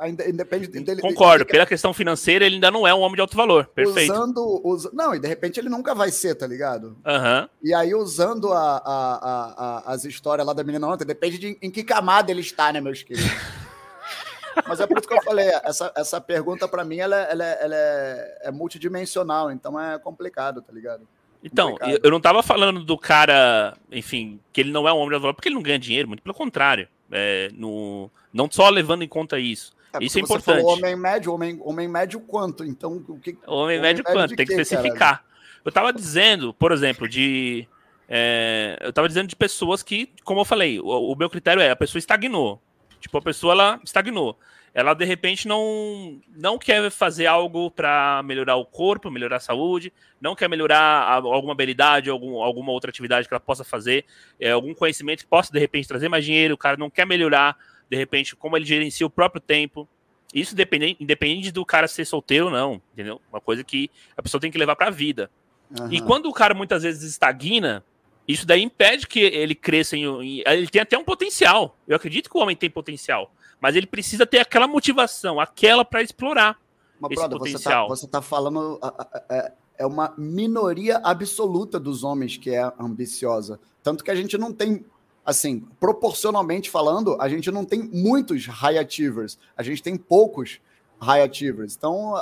Ainda depende dele. Concordo. Pela questão financeira, ele ainda não é um homem de alto valor. Perfeito. Não, e de repente ele nunca vai ser, tá ligado? Uhum. E aí, usando as histórias lá da menina ontem, depende em que camada ele está, né, meus queridos? Mas é por isso que eu falei, essa pergunta pra mim, ela é multidimensional, então é complicado, tá ligado? Então, eu não tava falando do cara, enfim, que ele não é um homem de alto valor, porque ele não ganha dinheiro, muito pelo contrário. Não só levando em conta isso. Isso é importante. Você falou homem médio quanto? Então, o que? Homem médio quanto? Tem que especificar. Caralho? Eu tava dizendo, por exemplo, de pessoas que, como eu falei, o meu critério é a pessoa estagnou. Tipo, a pessoa, ela estagnou. Ela, de repente, não quer fazer algo para melhorar o corpo, melhorar a saúde, não quer melhorar alguma habilidade, alguma outra atividade que ela possa fazer, algum conhecimento que possa, de repente, trazer mais dinheiro. O cara não quer melhorar, de repente, como ele gerencia o próprio tempo. Isso independente do cara ser solteiro ou não, entendeu? Uma coisa que a pessoa tem que levar para a vida. Uhum. E quando o cara, muitas vezes, estagna, isso daí impede que ele cresça. Ele tem até um potencial. Eu acredito que o homem tem potencial. Mas ele precisa ter aquela motivação, aquela para explorar esse potencial. Você tá falando... É uma minoria absoluta dos homens que é ambiciosa. Tanto que a gente não tem... Assim, proporcionalmente falando, a gente não tem muitos high achievers. A gente tem poucos high achievers. Então,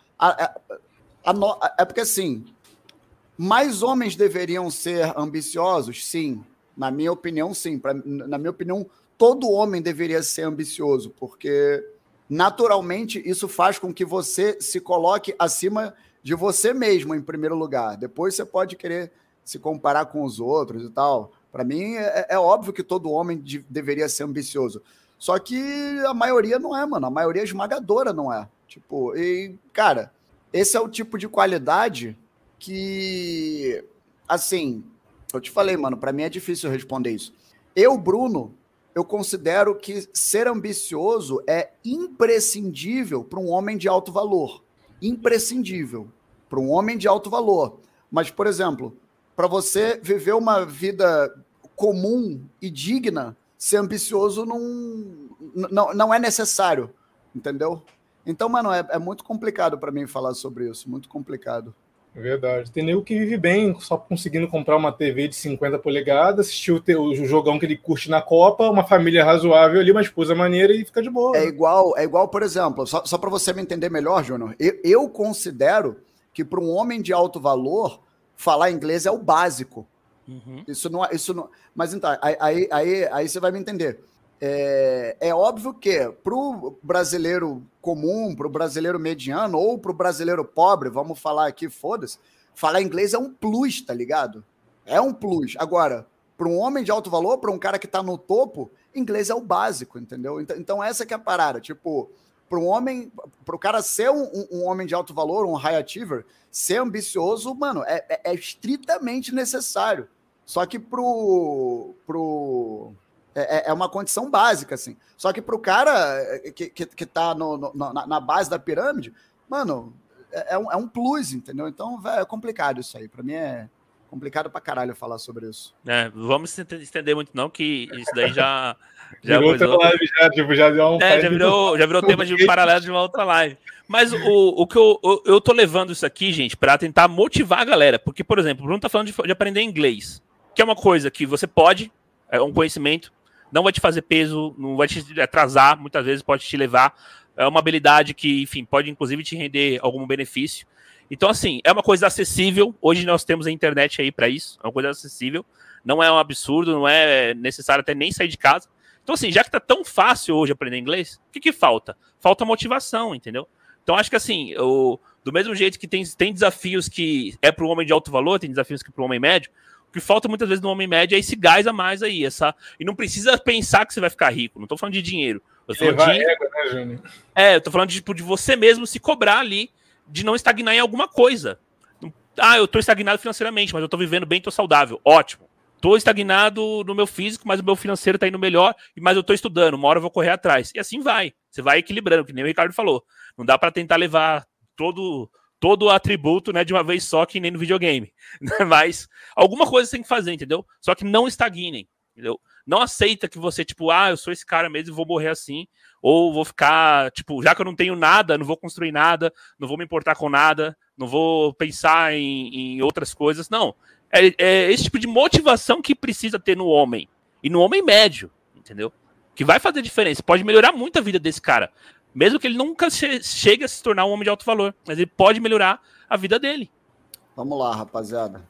é porque assim... Mais homens deveriam ser ambiciosos? Sim. Na minha opinião, sim. Na minha opinião, todo homem deveria ser ambicioso, porque naturalmente isso faz com que você se coloque acima de você mesmo, em primeiro lugar. Depois você pode querer se comparar com os outros e tal. Para mim, é óbvio que todo homem deveria ser ambicioso. Só que a maioria não é, mano. A maioria esmagadora não é. Tipo, e, cara, esse é o tipo de qualidade que, assim, eu te falei, mano, pra mim é difícil responder isso. Eu, Bruno, eu considero que ser ambicioso é imprescindível para um homem de alto valor. Imprescindível para um homem de alto valor. Mas, por exemplo, para você viver uma comum e digna, ser ambicioso não é necessário, entendeu? Então, mano, é muito complicado para mim falar sobre isso, muito complicado. É verdade. Tem nego que vive bem, só conseguindo comprar uma TV de 50 polegadas, assistir o jogão que ele curte na Copa, uma família razoável ali, uma esposa maneira e fica de boa. É igual, por exemplo, só para você me entender melhor, Júnior, eu considero que para um homem de alto valor, falar inglês é o básico. Uhum. Isso não. Mas então, aí você vai me entender. É óbvio que para o brasileiro comum, para o brasileiro mediano ou para o brasileiro pobre, vamos falar aqui, foda-se, falar inglês é um plus, tá ligado? É um plus. Agora, para um homem de alto valor, para um cara que tá no topo, inglês é o básico, entendeu? Então essa que é a parada. Tipo, para o cara ser um homem de alto valor, um high achiever, ser ambicioso, mano, é estritamente necessário. Só que é uma condição básica, assim. Só que pro cara que tá na base da pirâmide, mano, é um plus, entendeu? Então, véio, é complicado isso aí. Pra mim é complicado pra caralho falar sobre isso. Vamos se estender muito não, que isso daí já virou outra live, já deu um... já virou tema de paralelo de uma outra live. Mas o que eu tô levando isso aqui, gente, pra tentar motivar a galera. Porque, por exemplo, o Bruno tá falando de aprender inglês, que é uma coisa que você pode, é um conhecimento, não vai te fazer peso, não vai te atrasar, muitas vezes pode te levar. É uma habilidade que, enfim, pode inclusive te render algum benefício. Então, assim, é uma coisa acessível. Hoje nós temos a internet aí para isso, é uma coisa acessível. Não é um absurdo, não é necessário até nem sair de casa. Então, assim, já que tá tão fácil hoje aprender inglês, o que falta? Falta motivação, entendeu? Então, acho que, assim, do mesmo jeito que tem desafios que é para o homem de alto valor, tem desafios que é para o homem médio, o que falta muitas vezes no homem médio é esse gás a mais aí. E não precisa pensar que você vai ficar rico. Não tô falando de dinheiro. Eu tô falando ego, né, Júnior? Eu tô falando de você mesmo se cobrar ali, de não estagnar em alguma coisa. Eu tô estagnado financeiramente, mas eu tô vivendo bem, tô saudável. Ótimo. Tô estagnado no meu físico, mas o meu financeiro tá indo melhor, mas eu tô estudando. Uma hora eu vou correr atrás. E assim vai. Você vai equilibrando, que nem o Ricardo falou. Não dá para tentar levar todo o atributo, né, de uma vez só, que nem no videogame. Mas alguma coisa você tem que fazer, entendeu? Só que não estagnem, entendeu? Não aceita que você, tipo, eu sou esse cara mesmo e vou morrer assim. Ou vou ficar, tipo, já que eu não tenho nada, não vou construir nada, não vou me importar com nada, não vou pensar em outras coisas. Não. É esse tipo de motivação que precisa ter no homem. E no homem médio, entendeu? Que vai fazer diferença. Pode melhorar muito a vida desse cara. Mesmo que ele nunca chegue a se tornar um homem de alto valor. Mas ele pode melhorar a vida dele. Vamos lá, rapaziada.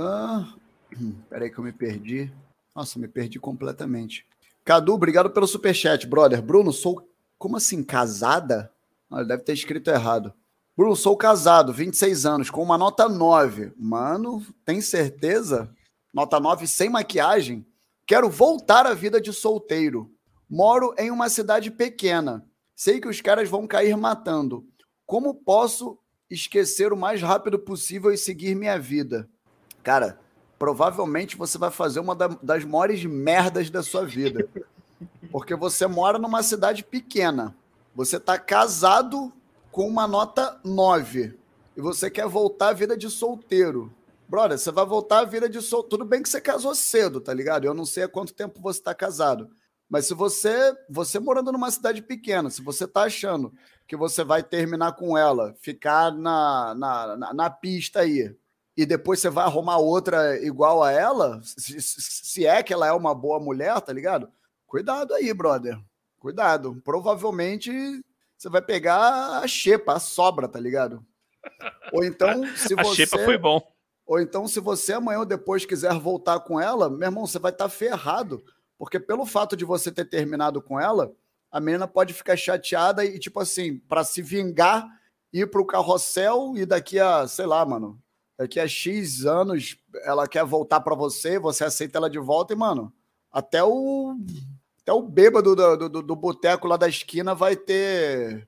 Peraí que eu me perdi. Nossa, me perdi completamente. Cadu, obrigado pelo superchat, brother. Bruno, sou... Como assim, casada? Ele deve ter escrito errado. Bruno, sou casado, 26 anos, com uma nota 9. Mano, tem certeza? Nota 9 sem maquiagem? Quero voltar à vida de solteiro. Moro em uma cidade pequena. Sei que os caras vão cair matando. Como posso esquecer o mais rápido possível e seguir minha vida? Cara, provavelmente você vai fazer uma das maiores merdas da sua vida. Porque você mora numa cidade pequena. Você tá casado com uma nota 9. E você quer voltar à vida de solteiro. Brother, você vai voltar à vida de solteiro. Tudo bem que você casou cedo, tá ligado? Eu não sei há quanto tempo você tá casado. Mas se você morando numa cidade pequena, se você tá achando que você vai terminar com ela, ficar na pista aí, e depois você vai arrumar outra igual a ela, se é que ela é uma boa mulher, tá ligado? Cuidado aí, brother. Cuidado. Provavelmente você vai pegar a xepa, a sobra, tá ligado? Ou então, se A xepa foi bom. Ou então, se você amanhã ou depois quiser voltar com ela, meu irmão, você vai estar ferrado. Porque pelo fato de você ter terminado com ela, a menina pode ficar chateada e, tipo assim, para se vingar, ir pro carrossel e daqui a, sei lá, mano, daqui a X anos ela quer voltar para você aceita ela de volta e, mano, até o bêbado do boteco lá da esquina vai ter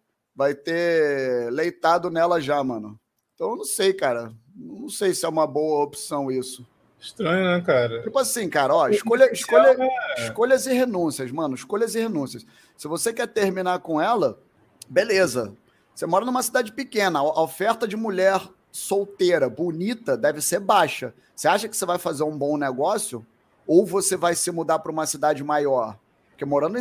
leitado nela já, mano. Então eu não sei, cara. Não sei se é uma boa opção isso. Estranho, né, cara? Tipo assim, cara, ó, escolhas e renúncias, mano. Escolhas e renúncias. Se você quer terminar com ela, beleza. Você mora numa cidade pequena. A oferta de mulher solteira, bonita, deve ser baixa. Você acha que você vai fazer um bom negócio? Ou você vai se mudar para uma cidade maior? Porque morando em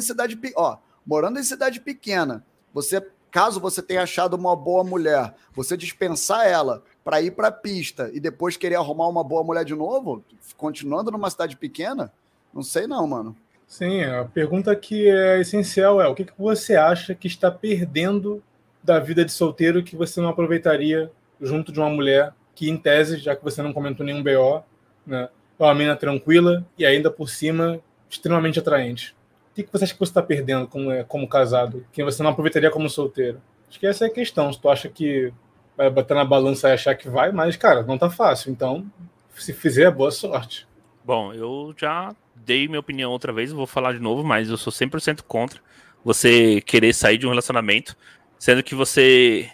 cidade pequena, caso você tenha achado uma boa mulher, você dispensar ela para ir para a pista e depois querer arrumar uma boa mulher de novo, continuando numa cidade pequena, não sei não, mano. Sim, a pergunta que é essencial é: o que você acha que está perdendo da vida de solteiro que você não aproveitaria junto de uma mulher que, em tese, já que você não comentou nenhum BO, né, é uma menina tranquila e ainda por cima extremamente atraente? O que você acha que você está perdendo como casado, que você não aproveitaria como solteiro? Acho que essa é a questão. Se tu acha que vai bater na balança e achar que vai, mas, cara, não tá fácil. Então, se fizer, boa sorte. Bom, eu já dei minha opinião outra vez, vou falar de novo, mas eu sou 100% contra você querer sair de um relacionamento, sendo que você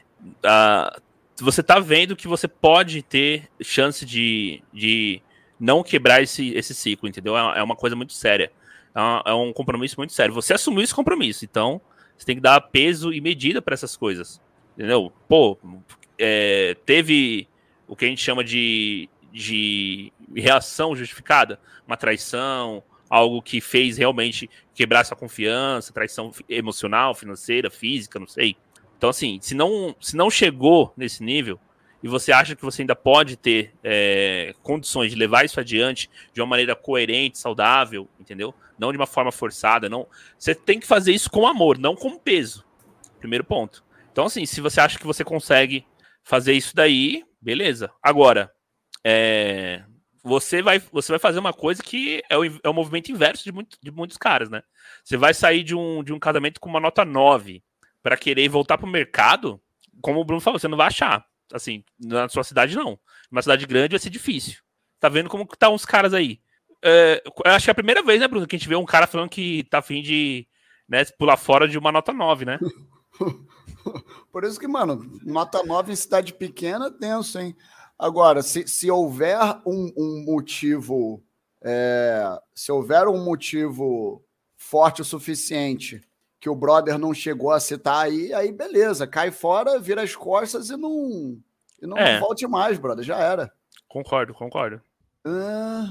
tá vendo que você pode ter chance de não quebrar esse ciclo, entendeu? É uma coisa muito séria. É um compromisso muito sério. Você assumiu esse compromisso, então você tem que dar peso e medida para essas coisas, entendeu? Pô, teve o que a gente chama de reação justificada, uma traição, algo que fez realmente quebrar sua confiança, traição emocional, financeira, física, não sei. Então, assim, se não chegou nesse nível e você acha que você ainda pode ter condições de levar isso adiante de uma maneira coerente, saudável, entendeu? Não de uma forma forçada, não. Você tem que fazer isso com amor, não com peso. Primeiro ponto. Então, assim, se você acha que você consegue fazer isso daí, beleza. Agora, você vai fazer uma coisa que é o movimento inverso de muitos caras, né? Você vai sair de um casamento com uma nota 9 para querer voltar pro mercado, como o Bruno falou, você não vai achar. Assim, na sua cidade, não. Numa cidade grande vai ser difícil. Tá vendo como que tá uns caras aí? Eu acho que é a primeira vez, né, Bruno, que a gente vê um cara falando que tá a fim de, né, pular fora de uma nota 9, né? Por isso que, mano, nota 9 em cidade pequena, tenso, hein? Agora, se houver um motivo, se houver um motivo forte o suficiente que o brother não chegou a citar aí beleza, cai fora, vira as costas e não volte mais, brother, já era. Concordo.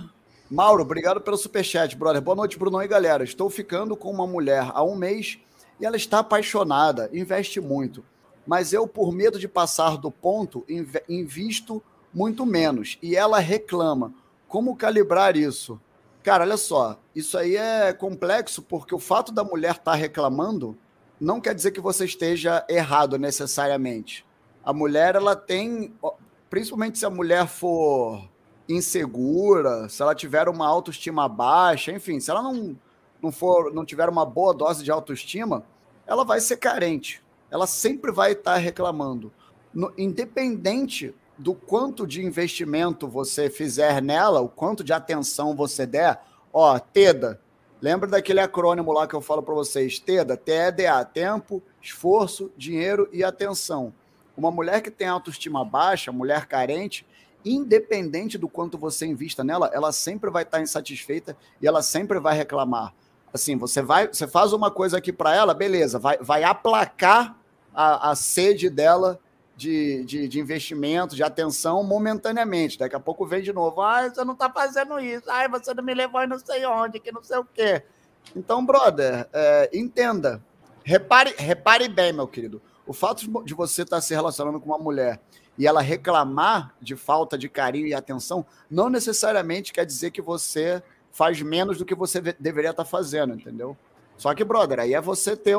Mauro, obrigado pelo superchat, brother. Boa noite, Brunão e galera. Estou ficando com uma mulher há um mês e ela está apaixonada, investe muito. Mas eu, por medo de passar do ponto, invisto muito menos. E ela reclama. Como calibrar isso? Cara, olha só, isso aí é complexo porque o fato da mulher estar reclamando não quer dizer que você esteja errado necessariamente. A mulher, ela tem, principalmente se a mulher for insegura, se ela tiver uma autoestima baixa, enfim, se ela não tiver uma boa dose de autoestima, ela vai ser carente. Ela sempre vai estar reclamando. Independente do quanto de investimento você fizer nela, o quanto de atenção você der, ó, TEDA, lembra daquele acrônimo lá que eu falo para vocês, TEDA, TEDA, tempo, esforço, dinheiro e atenção. Uma mulher que tem autoestima baixa, mulher carente, independente do quanto você invista nela, ela sempre vai estar insatisfeita e ela sempre vai reclamar. Assim, você faz uma coisa aqui para ela, beleza, vai aplacar a sede dela de investimento, de atenção momentaneamente. Daqui a pouco vem de novo. Ai, você não tá fazendo isso. Ai, você não me levou e não sei onde, que não sei o quê. Então, brother, entenda. Repare bem, meu querido. O fato de você estar se relacionando com uma mulher e ela reclamar de falta de carinho e atenção, não necessariamente quer dizer que você faz menos do que você deveria estar fazendo, entendeu? Só que, brother, aí é você ter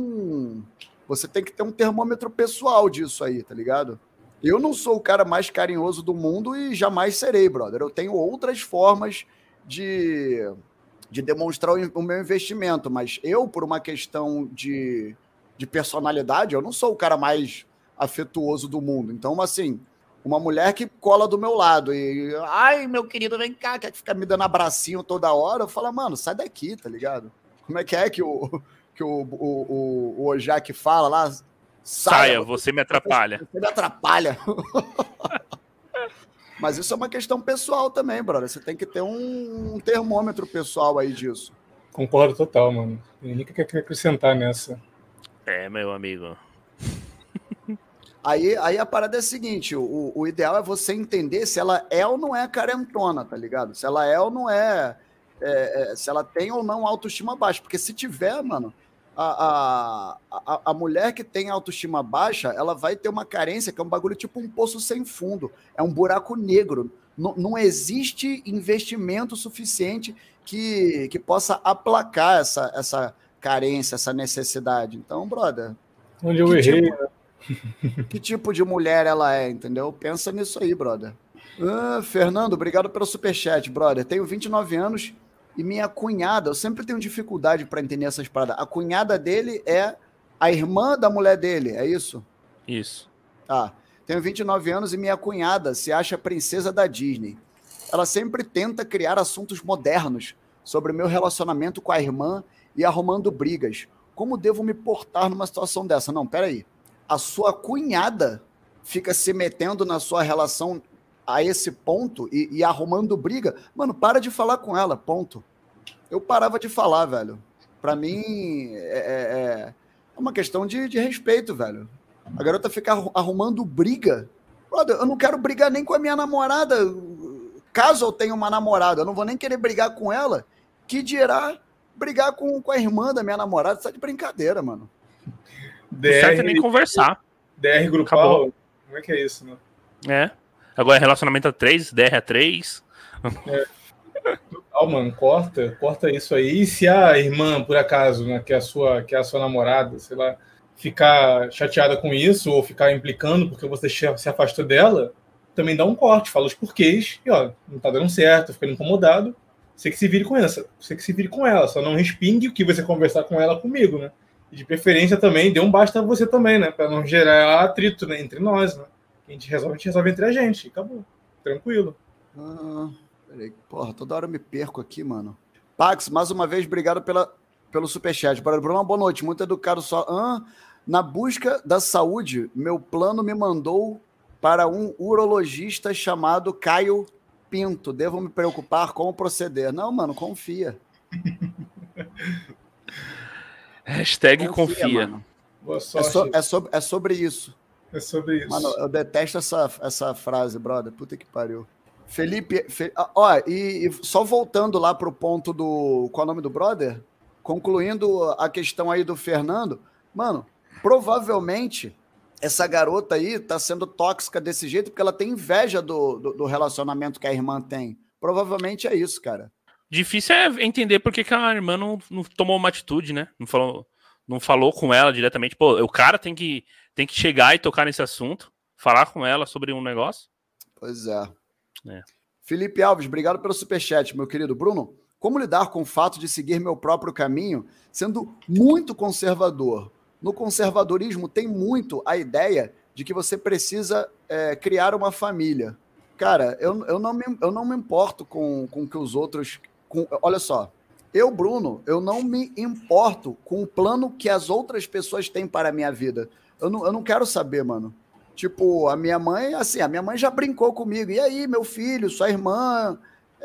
Você tem que ter um termômetro pessoal disso aí, tá ligado? Eu não sou o cara mais carinhoso do mundo e jamais serei, brother. Eu tenho outras formas de demonstrar o meu investimento, mas eu, por uma questão de personalidade, eu não sou o cara mais afetuoso do mundo. Então, assim, uma mulher que cola do meu lado e, ai, meu querido, vem cá, quer ficar me dando abracinho toda hora, eu falo, mano, sai daqui, tá ligado? Como é que o Ojak fala lá? Saia, você me atrapalha. Você me atrapalha. Mas isso é uma questão pessoal também, brother. Você tem que ter um termômetro pessoal aí disso. Concordo total, mano. Eu nunca quero acrescentar nessa. Meu amigo. Aí a parada é a seguinte, o ideal é você entender se ela é ou não é carentona, tá ligado? Se ela é ou não é, se ela tem ou não autoestima baixa. Porque se tiver, mano, a mulher que tem autoestima baixa, ela vai ter uma carência que é um bagulho tipo um poço sem fundo. É um buraco negro. Não existe investimento suficiente que possa aplacar essa carência, essa necessidade. Então, brother... Onde eu errei... Que tipo de mulher ela é, entendeu? Pensa nisso aí, brother. Fernando, obrigado pelo superchat, brother. Tenho 29 anos e minha cunhada, eu sempre tenho dificuldade para entender essas paradas. A cunhada dele é a irmã da mulher dele, é isso? Isso. Tá. Tenho 29 anos e minha cunhada se acha princesa da Disney. Ela sempre tenta criar assuntos modernos sobre meu relacionamento com a irmã e arrumando brigas. Como devo me portar numa situação dessa? Não, peraí. A sua cunhada fica se metendo na sua relação a esse ponto e arrumando briga, mano, para de falar com ela, ponto. Eu parava de falar, velho. Pra mim, é uma questão de respeito, velho. A garota fica arrumando briga. Brother, eu não quero brigar nem com a minha namorada. Caso eu tenha uma namorada, eu não vou nem querer brigar com ela, que dirá brigar com a irmã da minha namorada. Isso tá de brincadeira, mano. Não certo é nem conversar. DR grupal. Acabou. Como é que é isso, né? Agora relacionamento a 3, DR a 3. Mano, corta isso aí. E se a irmã, por acaso, né, que é a sua namorada, sei lá, ficar chateada com isso ou ficar implicando porque você se afastou dela, também dá um corte, fala os porquês e, ó, não tá dando certo, ficando incomodado. Você que se vire com essa. Você que se vire com ela. Só não respingue o que você conversar com ela comigo, né? E de preferência também, dê um basta a você também, né? Pra não gerar atrito, né, entre nós, né? A gente resolve entre a gente. Acabou. Tranquilo. Peraí. Porra, toda hora eu me perco aqui, mano. Pax, mais uma vez, obrigado pelo superchat. Bruno, boa noite. Muito educado só. Na busca da saúde, meu plano me mandou para um urologista chamado Caio Pinto. Devo me preocupar? Como proceder? Não, mano, confia. Hashtag confia. Boa sorte. É sobre isso. É sobre isso. Mano, eu detesto essa frase, brother. Puta que pariu. Felipe, ó, e só voltando lá pro ponto do... Qual é o nome do brother? Concluindo a questão aí do Fernando, mano, provavelmente essa garota aí tá sendo tóxica desse jeito porque ela tem inveja do relacionamento que a irmã tem. Provavelmente é isso, cara. Difícil é entender por que a irmã não tomou uma atitude, né? Não falou com ela diretamente. Pô, o cara tem que chegar e tocar nesse assunto, falar com ela sobre um negócio. Pois é. Felipe Alves, obrigado pelo superchat, meu querido. Bruno, como lidar com o fato de seguir meu próprio caminho sendo muito conservador? No conservadorismo tem muito a ideia de que você precisa criar uma família. Cara, eu não me importo com que os outros... olha só, Bruno, eu não me importo com o plano que as outras pessoas têm para a minha vida. Eu não quero saber, mano. Tipo, a minha mãe já brincou comigo. E aí, meu filho, sua irmã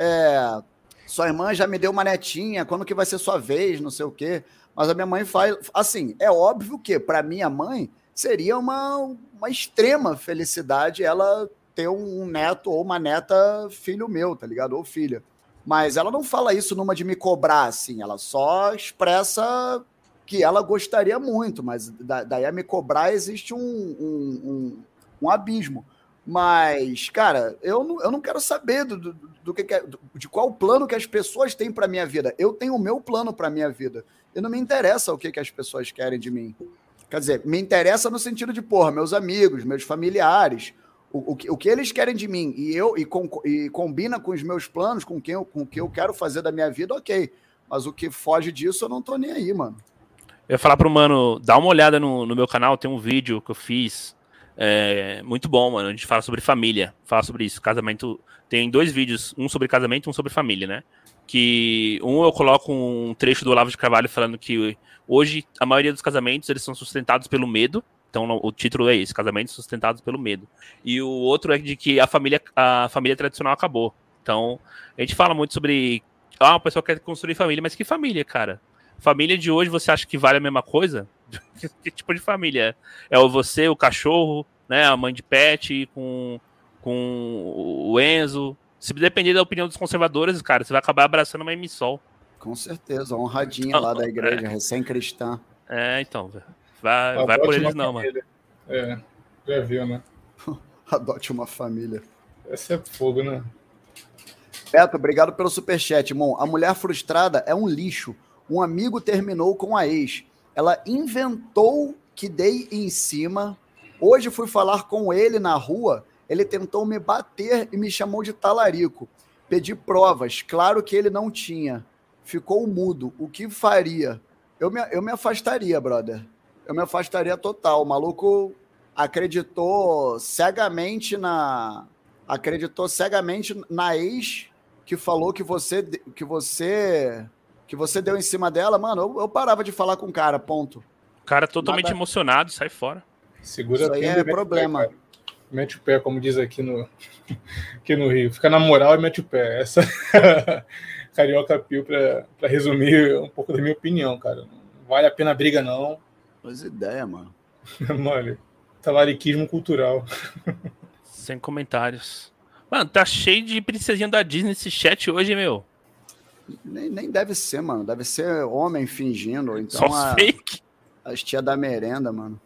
já me deu uma netinha, quando que vai ser sua vez, não sei o quê. Mas a minha mãe faz... Assim, é óbvio que para minha mãe seria uma extrema felicidade ela ter um neto ou uma neta filho meu, tá ligado? Ou filha. Mas ela não fala isso numa de me cobrar, assim. Ela só expressa que ela gostaria muito, mas daí a me cobrar existe um abismo. Mas, cara, eu não quero saber de qual plano que as pessoas têm para minha vida. Eu tenho o meu plano para minha vida. E não me interessa o que as pessoas querem de mim. Quer dizer, me interessa no sentido de, porra, meus amigos, meus familiares, o que eles querem de mim e combina com os meus planos, com o que eu quero fazer da minha vida, ok. Mas o que foge disso, eu não tô nem aí, mano. Eu ia falar pro mano, dá uma olhada no meu canal, tem um vídeo que eu fiz, muito bom, mano. A gente fala sobre família, fala sobre isso, casamento. Tem 2 vídeos, um sobre casamento e um sobre família, né? Que eu coloco um trecho do Olavo de Carvalho falando que hoje a maioria dos casamentos eles são sustentados pelo medo. Então o título é esse, casamentos sustentados pelo medo. E o outro é de que a família tradicional acabou. Então a gente fala muito sobre o pessoal quer construir família, mas que família, cara? Família de hoje, você acha que vale a mesma coisa? Que tipo de família? É você, o cachorro, né? A mãe de pet com o Enzo. Se depender da opinião dos conservadores, cara, você vai acabar abraçando uma emissol. Com certeza, honradinha lá da igreja, recém-cristã. Então, velho. Vai por eles não, família. Mano. Já viu, né? Adote uma família. Esse é fogo, né? Beto, obrigado pelo superchat, irmão. A mulher frustrada é um lixo. Um amigo terminou com a ex. Ela inventou que dei em cima. Hoje fui falar com ele na rua. Ele tentou me bater e me chamou de talarico. Pedi provas. Claro que ele não tinha. Ficou mudo. O que faria? Eu me afastaria, brother. Eu me afastaria total. O maluco acreditou cegamente na ex que falou que você deu em cima dela. Mano, eu parava de falar com o cara, ponto. O cara totalmente emocionado, sai fora. Segura isso aí é problema. Pé, mete o pé, como diz aqui no Rio. Fica na moral e mete o pé. Essa Carioca Pio pra resumir um pouco da minha opinião, cara. Não vale a pena a briga, não. Boas ideias, mano. Mano, talariquismo cultural. Sem comentários. Mano, tá cheio de princesinha da Disney esse chat hoje, meu. Nem deve ser, mano. Deve ser homem fingindo. Então só fake. As tia da merenda, mano.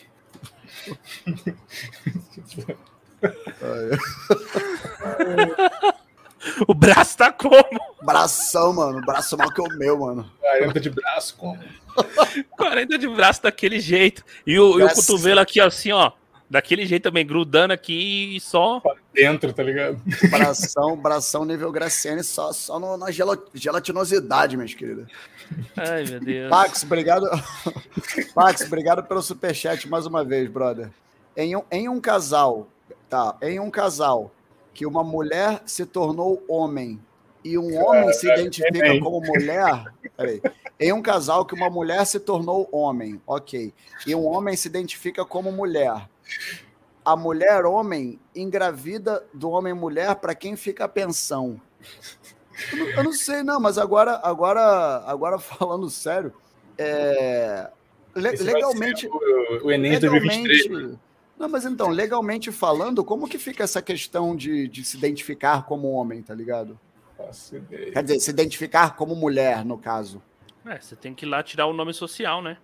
O braço tá como? Bração, mano. Braço mal que o meu, mano. 40 de braço, como? 40 de braço daquele jeito. E o cotovelo aqui, assim, ó. Daquele jeito também, grudando aqui e só... dentro, tá ligado? Bração nível Graciane, só na gelatinosidade, minhas queridas. Ai, meu Deus. Pax, obrigado. Pax, obrigado pelo superchat mais uma vez, brother. Em um casal que uma mulher se tornou homem e um homem se identifica como mulher... Peraí. Em um casal que uma mulher se tornou homem, ok, e um homem se identifica como mulher, a mulher-homem engravida do homem-mulher, para quem fica a pensão? Eu não sei, não, mas agora falando sério, legalmente... O Enem 2023. Não, mas então, legalmente falando, como que fica essa questão de se identificar como homem, tá ligado? Faço ideia. Quer dizer, se identificar como mulher, no caso. Você tem que ir lá tirar o nome social, né?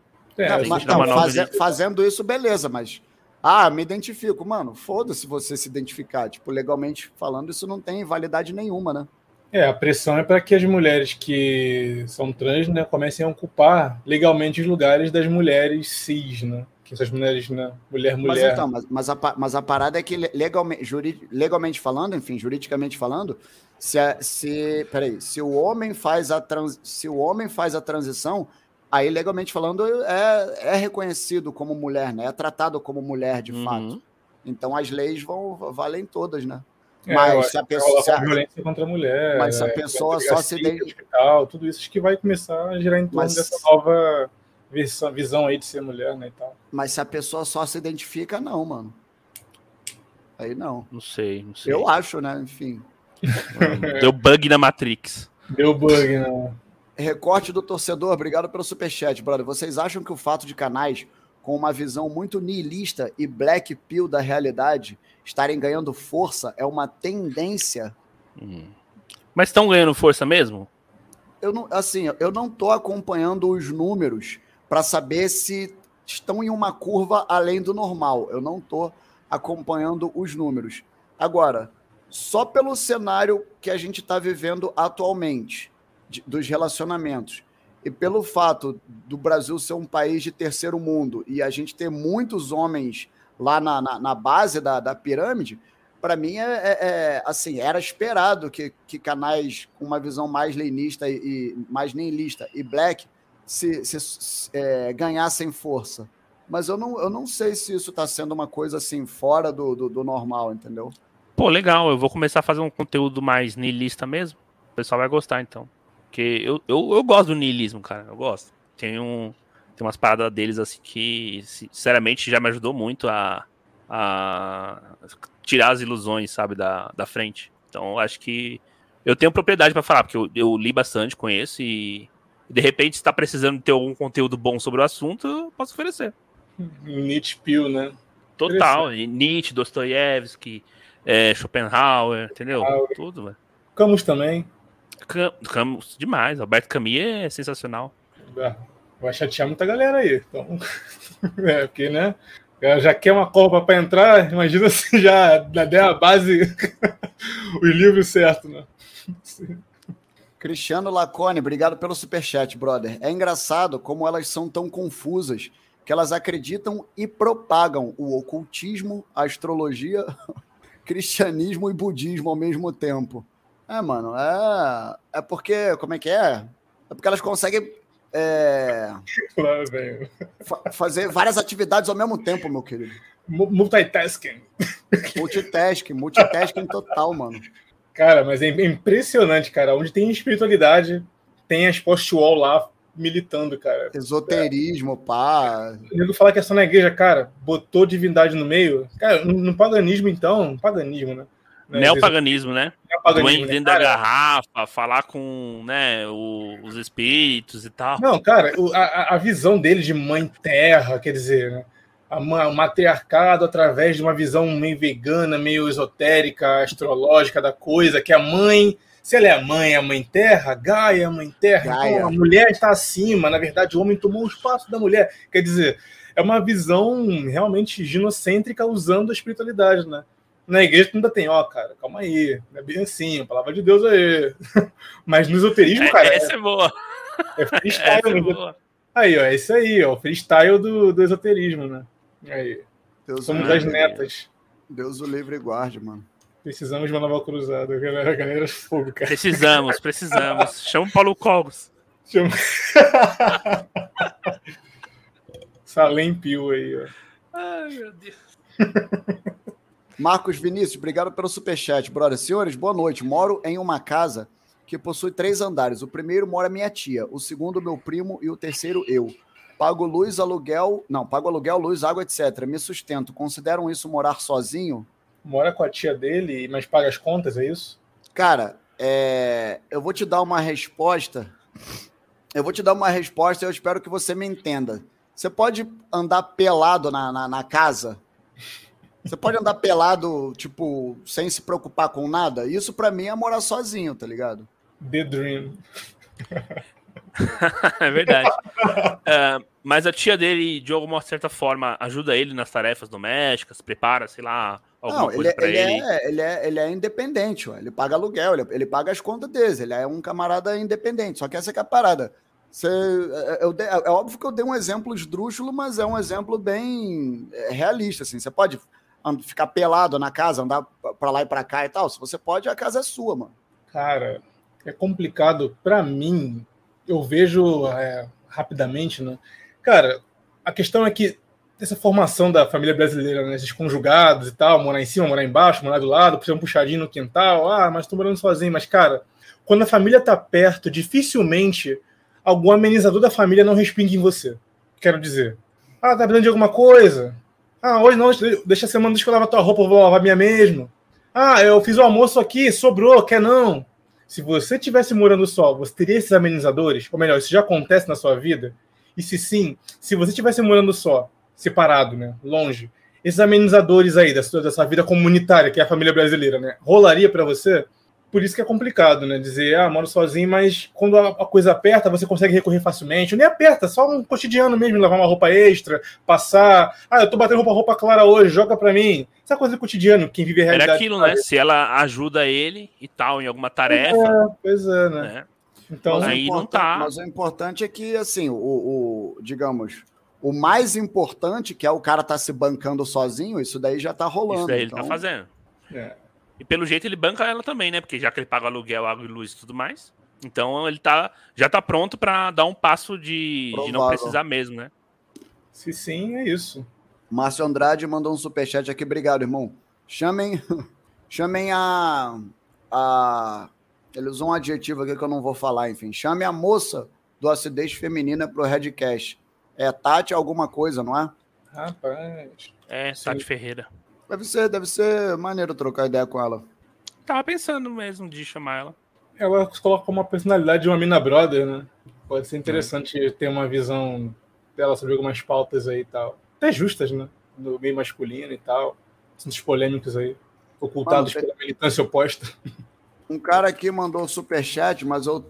Fazendo isso, beleza, mas... me identifico. Mano, foda-se você se identificar. Tipo, legalmente falando, isso não tem validade nenhuma, né? A pressão é para que as mulheres que são trans, né, comecem a ocupar legalmente os lugares das mulheres cis, né? Que essas mulheres, né? Mulher. Mas a parada é que legalmente falando, enfim, juridicamente falando, se o homem faz a transição, aí legalmente falando é reconhecido como mulher, né? É tratado como mulher de fato. Então as leis valem todas, né? Mas se a pessoa violência contra a mulher, mas se a pessoa só se hospital, tudo isso que vai começar a girar em torno dessa nova visão aí de ser mulher, né, e tal. Mas se a pessoa só se identifica, não, mano. Aí não. Não sei. Eu acho, né? Enfim. Deu bug na Matrix. Deu bug, né? Recorte do torcedor, obrigado pelo superchat, brother. Vocês acham que o fato de canais com uma visão muito nihilista e black pill da realidade estarem ganhando força é uma tendência? Mas estão ganhando força mesmo? Eu não tô acompanhando os números para saber se estão em uma curva além do normal. Eu não tô acompanhando os números. Agora, só pelo cenário que a gente está vivendo atualmente, dos relacionamentos, e pelo fato do Brasil ser um país de terceiro mundo e a gente ter muitos homens lá na base da pirâmide, para mim assim, era esperado que canais com uma visão mais leninista e mais nihilista e black ganhassem força. Mas eu não sei se isso está sendo uma coisa assim fora do normal, entendeu? Pô, legal, eu vou começar a fazer um conteúdo mais nihilista mesmo. O pessoal vai gostar, então. Porque eu gosto do niilismo, cara. Eu gosto. Tem umas paradas deles assim que, sinceramente, já me ajudou muito a tirar as ilusões, sabe, da frente. Então, eu acho que eu tenho propriedade para falar, porque eu li bastante, conheço e de repente, se tá precisando ter algum conteúdo bom sobre o assunto, eu posso oferecer. Nietzsche Pill, né? Total. Nietzsche, Dostoiévski, Schopenhauer, entendeu? Tudo, velho. Camus também. Camus, demais. Alberto Camus é sensacional. Vai chatear muita galera aí. Então, porque, né? Já quer uma Copa para entrar, imagina se já der a base, os livros certos, né? Cristiano Lacone, obrigado pelo superchat, brother. É engraçado como elas são tão confusas que elas acreditam e propagam o ocultismo, a astrologia, cristianismo e budismo ao mesmo tempo. Mano, é porque, como é que é? É porque elas conseguem fazer várias atividades ao mesmo tempo, meu querido. Multitasking. Multitasking total, mano. Cara, mas é impressionante, cara. Onde tem espiritualidade, tem as post-wall lá militando, cara. Esoterismo, pá. O nego fala que é só na igreja, cara, botou divindade no meio. Cara, no paganismo, então, paganismo, né? Neopaganismo, né? Neopaganismo, dentro da garrafa, falar com, né, os espíritos e tal. Não, cara, a visão dele de mãe terra, quer dizer, né? O matriarcado através de uma visão meio vegana, meio esotérica, astrológica da coisa, que a mãe, se ela é a mãe terra, Gaia é a mãe terra, Gaia. Então a mulher está acima, na verdade o homem tomou o espaço da mulher, quer dizer, é uma visão realmente ginocêntrica usando a espiritualidade, né? Na igreja ainda tem, cara, calma aí, não é bem assim, a palavra de Deus aí. Mas no esoterismo, cara... Essa é boa. É freestyle. Boa. Aí, é isso aí, o freestyle do esoterismo, né? Aí. Somos as netas. Deus o livre e guarde, mano. Precisamos de uma nova cruzada, galera fogo, cara. Precisamos. Chama o Paulo Cogos. Salem Pio aí, ó. Ai, meu Deus. Marcos Vinícius, obrigado pelo superchat, brother. Senhores, boa noite. Moro em uma casa que possui 3 andares. O primeiro mora minha tia, o segundo meu primo e o terceiro eu. Pago aluguel, luz, água, etc. Me sustento. Consideram isso morar sozinho? Mora com a tia dele, mas paga as contas, é isso? Cara, eu vou te dar uma resposta. Eu espero que você me entenda. Você pode andar pelado na casa? Você pode andar pelado, tipo, sem se preocupar com nada. Isso pra mim é morar sozinho, tá ligado? The Dream. É verdade. Mas a tia dele, de alguma certa forma, ajuda ele nas tarefas domésticas, prepara, sei lá, alguma coisa pra ele. Ele é independente, ué. Ele paga aluguel, ele paga as contas dele, ele é um camarada independente. Só que essa que é a parada. É óbvio que eu dei um exemplo esdrúxulo, mas é um exemplo bem realista, assim. Você pode ficar pelado na casa, andar pra lá e pra cá e tal. Se você pode, a casa é sua, mano. Cara, é complicado pra mim. Eu vejo rapidamente, né? Cara, a questão é que essa formação da família brasileira, né? Esses conjugados e tal, morar em cima, morar embaixo, morar do lado, precisar um puxadinho no quintal, mas tô morando sozinho. Mas, cara, quando a família tá perto, dificilmente algum amenizador da família não respinga em você. Quero dizer, tá precisando de alguma coisa? Hoje não, deixa a semana, deixa que eu lavar tua roupa, eu vou lavar minha mesmo. Eu fiz o almoço aqui, sobrou, quer não? Se você estivesse morando só, você teria esses amenizadores? Ou melhor, isso já acontece na sua vida? E se sim, se você estivesse morando só, separado, né, longe, esses amenizadores aí dessa vida comunitária, que é a família brasileira, né, rolaria para você? Por isso que é complicado, né, dizer, moro sozinho, mas quando a coisa aperta, você consegue recorrer facilmente. Nem aperta, só um cotidiano mesmo, lavar uma roupa extra, passar, eu tô batendo roupa clara hoje, joga pra mim. Essa coisa do cotidiano, quem vive a realidade. Era aquilo, né, se ela ajuda ele e tal, em alguma tarefa. Pois é, né? Então, aí não tá. Mas o importante é que, assim, digamos, o mais importante, que é o cara tá se bancando sozinho, isso daí já tá rolando. Isso daí então... ele tá fazendo. E pelo jeito ele banca ela também, né? Porque já que ele paga aluguel, água e luz e tudo mais. Então ele já tá pronto pra dar um passo de não precisar mesmo, né? Se sim, é isso. Márcio Andrade mandou um superchat aqui. Obrigado, irmão. Chamem ele usou um adjetivo aqui que eu não vou falar, enfim. Chame a moça do Acidez Feminina pro Redcast. É Tati alguma coisa, não é? Rapaz. Tati Ferreira. Deve ser maneiro trocar ideia com ela. Tava pensando mesmo de chamar ela. Ela coloca uma personalidade de uma mina brother, né? Pode ser interessante ter uma visão dela sobre algumas pautas aí e tal. Até justas, né? No meio masculino e tal. Assuntos polêmicos aí. Ocultados pela militância oposta. Um cara aqui mandou superchat, mas eu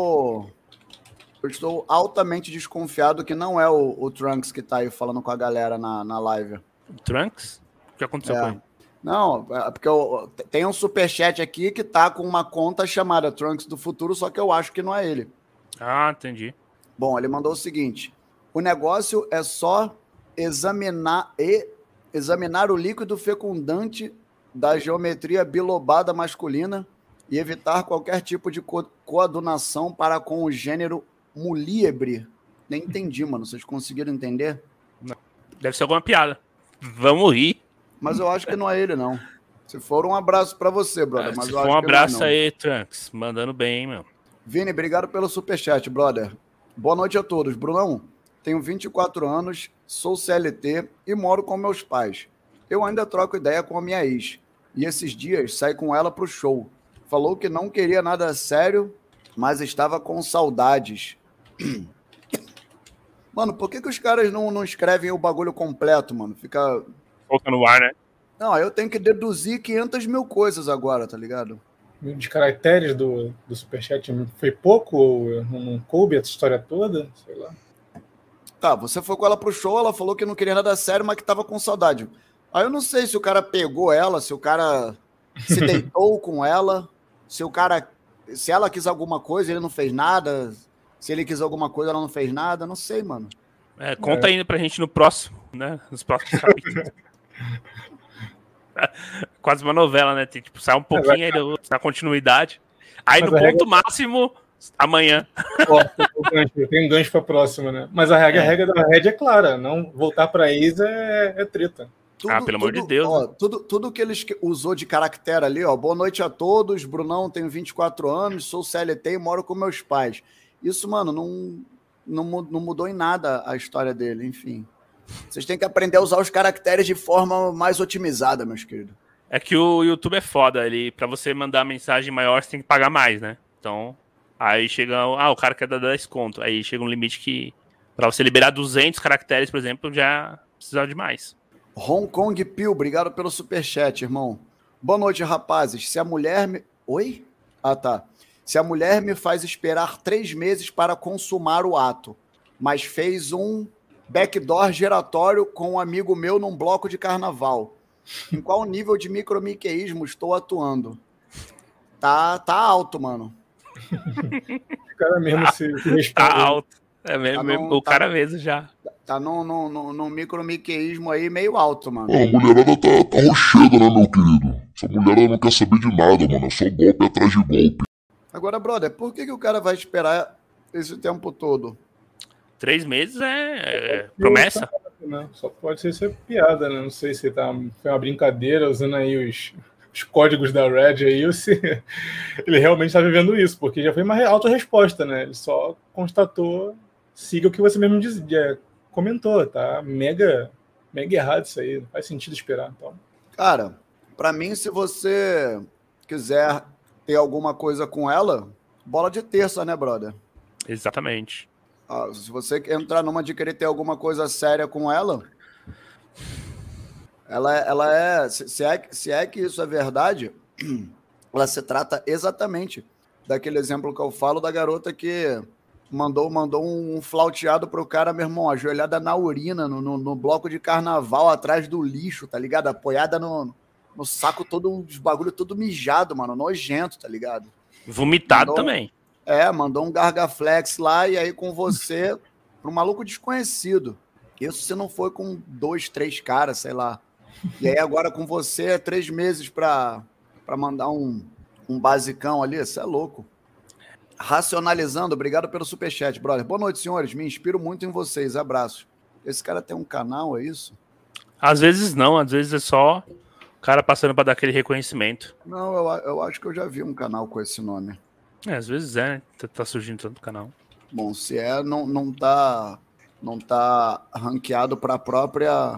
estou altamente desconfiado que não é o Trunks que tá aí falando com a galera na live. O Trunks? O que aconteceu com ele? Não, porque tem um superchat aqui que tá com uma conta chamada Trunks do Futuro, só que eu acho que não é ele. Entendi. Bom, ele mandou o seguinte: o negócio é só examinar o líquido fecundante da geometria bilobada masculina e evitar qualquer tipo de coadunação para com o gênero mulíebre. Nem entendi, mano. Vocês conseguiram entender? Não. Deve ser alguma piada. Vamos rir. Mas eu acho que não é ele, não. Se for, um abraço pra você, brother. Mas se eu for, acho um que abraço não é, não. aí, Trunks. Mandando bem, meu. Vini, obrigado pelo superchat, brother. Boa noite a todos. Brunão, tenho 24 anos, sou CLT e moro com meus pais. Eu ainda troco ideia com a minha ex. E esses dias saí com ela pro show. Falou que não queria nada sério, mas estava com saudades. Mano, por que os caras não escrevem o bagulho completo, mano? Fica... Foca no ar, né? Não, eu tenho que deduzir 500 mil coisas agora, tá ligado? De caracteres do superchat foi pouco? Ou não coube essa história toda? Sei lá. Tá, você foi com ela pro show, ela falou que não queria nada sério, mas que tava com saudade. Aí eu não sei se o cara pegou ela, se o cara se deitou com ela, se ela quis alguma coisa, ele não fez nada, se ele quis alguma coisa, ela não fez nada, não sei, mano. Conta ainda pra gente no próximo, né? Nos próximos capítulos. Quase uma novela, né? Tem, sai um pouquinho aí da continuidade. Aí no ponto máximo, amanhã. Tem um gancho pra próxima, né? Mas a regra da Red é clara, não voltar pra ex é treta. Pelo amor de Deus. Ó, tudo que eles usou de caractere ali, ó. Boa noite a todos, Brunão, tenho 24 anos, sou CLT e moro com meus pais. Isso, mano, não mudou em nada a história dele, enfim. Vocês têm que aprender a usar os caracteres de forma mais otimizada, meus queridos. É que o YouTube é foda, pra você mandar mensagem maior, você tem que pagar mais, né? Então, aí chega, o cara quer dar 10 conto. Aí chega um limite que, pra você liberar 200 caracteres, por exemplo, já precisa de mais. Hong Kong Pio, obrigado pelo superchat, irmão. Boa noite, rapazes. Se a mulher me... Oi? Ah, tá. Se a mulher me faz esperar 3 meses para consumar o ato, mas fez um backdoor giratório com um amigo meu num bloco de carnaval, em qual nível de micromiqueísmo estou atuando? Tá alto, mano. O cara mesmo se responde. Tá alto. É mesmo, Tá o cara mesmo já. Tá num micromiqueísmo aí meio alto, mano. A mulherada tá rocheda, né, meu querido? Essa mulherada não quer saber de nada, mano. É só golpe atrás de golpe. Agora, brother, por que o cara vai esperar esse tempo todo? 3 meses é promessa? Né? Só pode ser piada, né? Não sei se foi uma brincadeira usando aí os códigos da Red aí, ou se ele realmente está vivendo isso, porque já foi uma auto-resposta, né? Ele só constatou, siga o que você mesmo comentou, tá? Mega errado isso aí, não faz sentido esperar. Então. Cara, pra mim, se você quiser ter alguma coisa com ela, bola de terça, né, brother? Exatamente. Se você entrar numa de querer ter alguma coisa séria com ela, ela é... Se é que isso é verdade, ela se trata exatamente daquele exemplo que eu falo da garota que mandou um flauteado pro cara, meu irmão, ajoelhada na urina, no bloco de carnaval, atrás do lixo, tá ligado? Apoiada no saco, os bagulho todo mijado, mano, nojento, tá ligado? Vomitado também. Mandou um gargaflex lá e aí com você, pro maluco desconhecido. Isso se não foi com 2, 3 caras, sei lá. E aí agora com você, 3 meses pra mandar um basicão ali, isso é louco. Racionalizando, obrigado pelo superchat, brother. Boa noite, senhores. Me inspiro muito em vocês. Abraço. Esse cara tem um canal, é isso? Às vezes não, às vezes é só o cara passando pra dar aquele reconhecimento. Não, eu acho que eu já vi um canal com esse nome. Às vezes né? Tá surgindo tanto canal. Bom, se não tá ranqueado pra própria...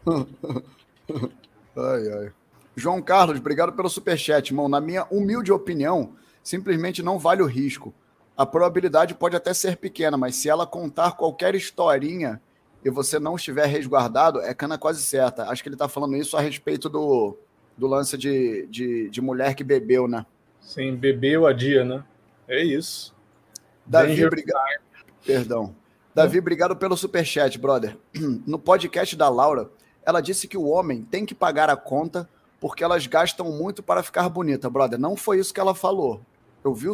Ai. João Carlos, obrigado pelo superchat, irmão. Na minha humilde opinião, simplesmente não vale o risco. A probabilidade pode até ser pequena, mas se ela contar qualquer historinha e você não estiver resguardado, é cana quase certa. Acho que ele tá falando isso a respeito do lance de mulher que bebeu, né? Sim, bebeu a dia, né? É isso. Davi, obrigado. Perdão. Davi, obrigado pelo superchat, brother. No podcast da Laura, ela disse que o homem tem que pagar a conta porque elas gastam muito para ficar bonita, brother. Não foi isso que ela falou. Eu vi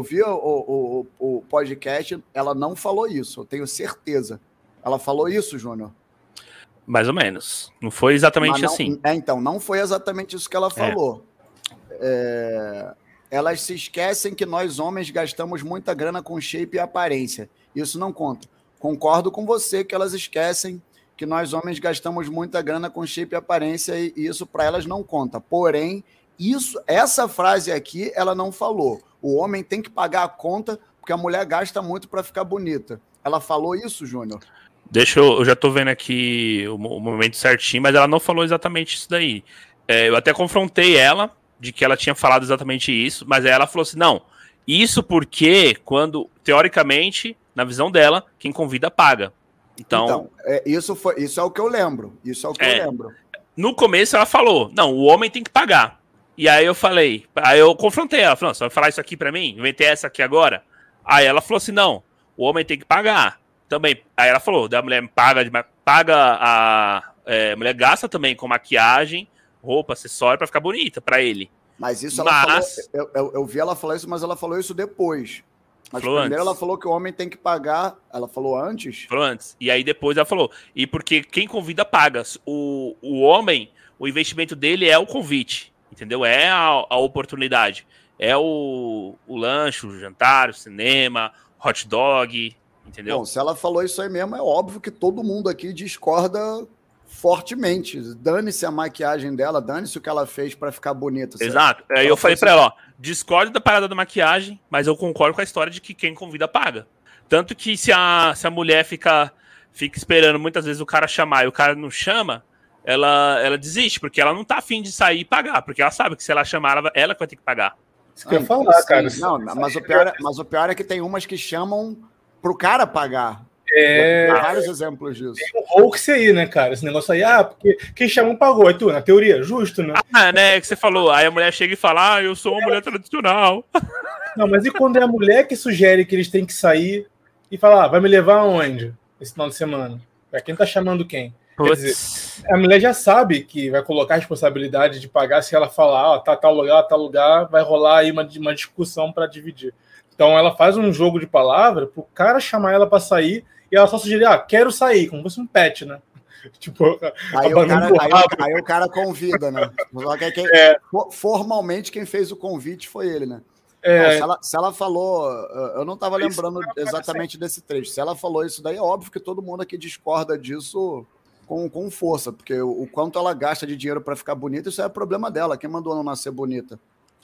o podcast, ela não falou isso, eu tenho certeza. Ela falou isso, Júnior? Mais ou menos. Não foi exatamente assim. Então, não foi exatamente isso que ela falou. Elas se esquecem que nós homens gastamos muita grana com shape e aparência. Isso não conta. Concordo com você que elas esquecem que nós homens gastamos muita grana com shape e aparência e isso para elas não conta. Porém, essa frase aqui ela não falou. O homem tem que pagar a conta porque a mulher gasta muito para ficar bonita. Ela falou isso, Júnior? Eu já tô vendo aqui o momento certinho, mas ela não falou exatamente isso daí. Eu até confrontei ela de que ela tinha falado exatamente isso, mas aí ela falou assim, não, isso porque quando, teoricamente, na visão dela, quem convida paga. Então isso é o que eu lembro. Isso é o que eu lembro. No começo ela falou, não, o homem tem que pagar. E aí eu confrontei ela, falando, você vai falar isso aqui pra mim? Inventei essa aqui agora? Aí ela falou assim, não, o homem tem que pagar. Também, aí ela falou, da mulher a mulher gasta também com maquiagem, roupa, acessório pra ficar bonita pra ele. Mas isso ela falou, eu vi ela falar isso, mas ela falou isso depois. Mas primeiro ela falou que o homem tem que pagar. Ela falou antes? Falou antes. E aí depois ela falou. E porque quem convida paga. O homem, o investimento dele é o convite. Entendeu? É a oportunidade. É o lanche, o jantar, o cinema, hot dog. Entendeu? Bom, se ela falou isso aí mesmo, é óbvio que todo mundo aqui discorda fortemente. Dane-se a maquiagem dela, dane-se o que ela fez pra ficar bonita. Exato. Aí eu falei pra ela, ó, discordo da parada da maquiagem, mas eu concordo com a história de que quem convida paga. Tanto que se a mulher fica esperando muitas vezes o cara chamar e o cara não chama, ela desiste, porque ela não tá afim de sair e pagar, porque ela sabe que se ela chamar, ela que vai ter que pagar. Isso que eu ia falar, cara. Não, mas o pior é que tem umas que chamam pro cara pagar. Vários exemplos disso. Tem um hoax aí, né, cara? Esse negócio aí, porque quem chamou pagou. Aí tu, na teoria, justo, né? Né, que você falou. Aí a mulher chega e fala, eu sou uma mulher tradicional. Não, mas e quando é a mulher que sugere que eles têm que sair e falar, vai me levar aonde esse final de semana? Pra quem tá chamando quem? Quer dizer, a mulher já sabe que vai colocar a responsabilidade de pagar se ela falar, tá tal lugar, vai rolar aí uma discussão para dividir. Então ela faz um jogo de palavra pro cara chamar ela para sair e ela só sugerir, quero sair, como se fosse um pet, né? Tipo, aí o cara convida, né? Formalmente quem fez o convite foi ele, né? Não, se ela falou, eu não estava lembrando exatamente desse trecho. Se ela falou isso daí, é óbvio que todo mundo aqui discorda disso com força, porque o quanto ela gasta de dinheiro para ficar bonita, isso é problema dela. Quem mandou não nascer bonita?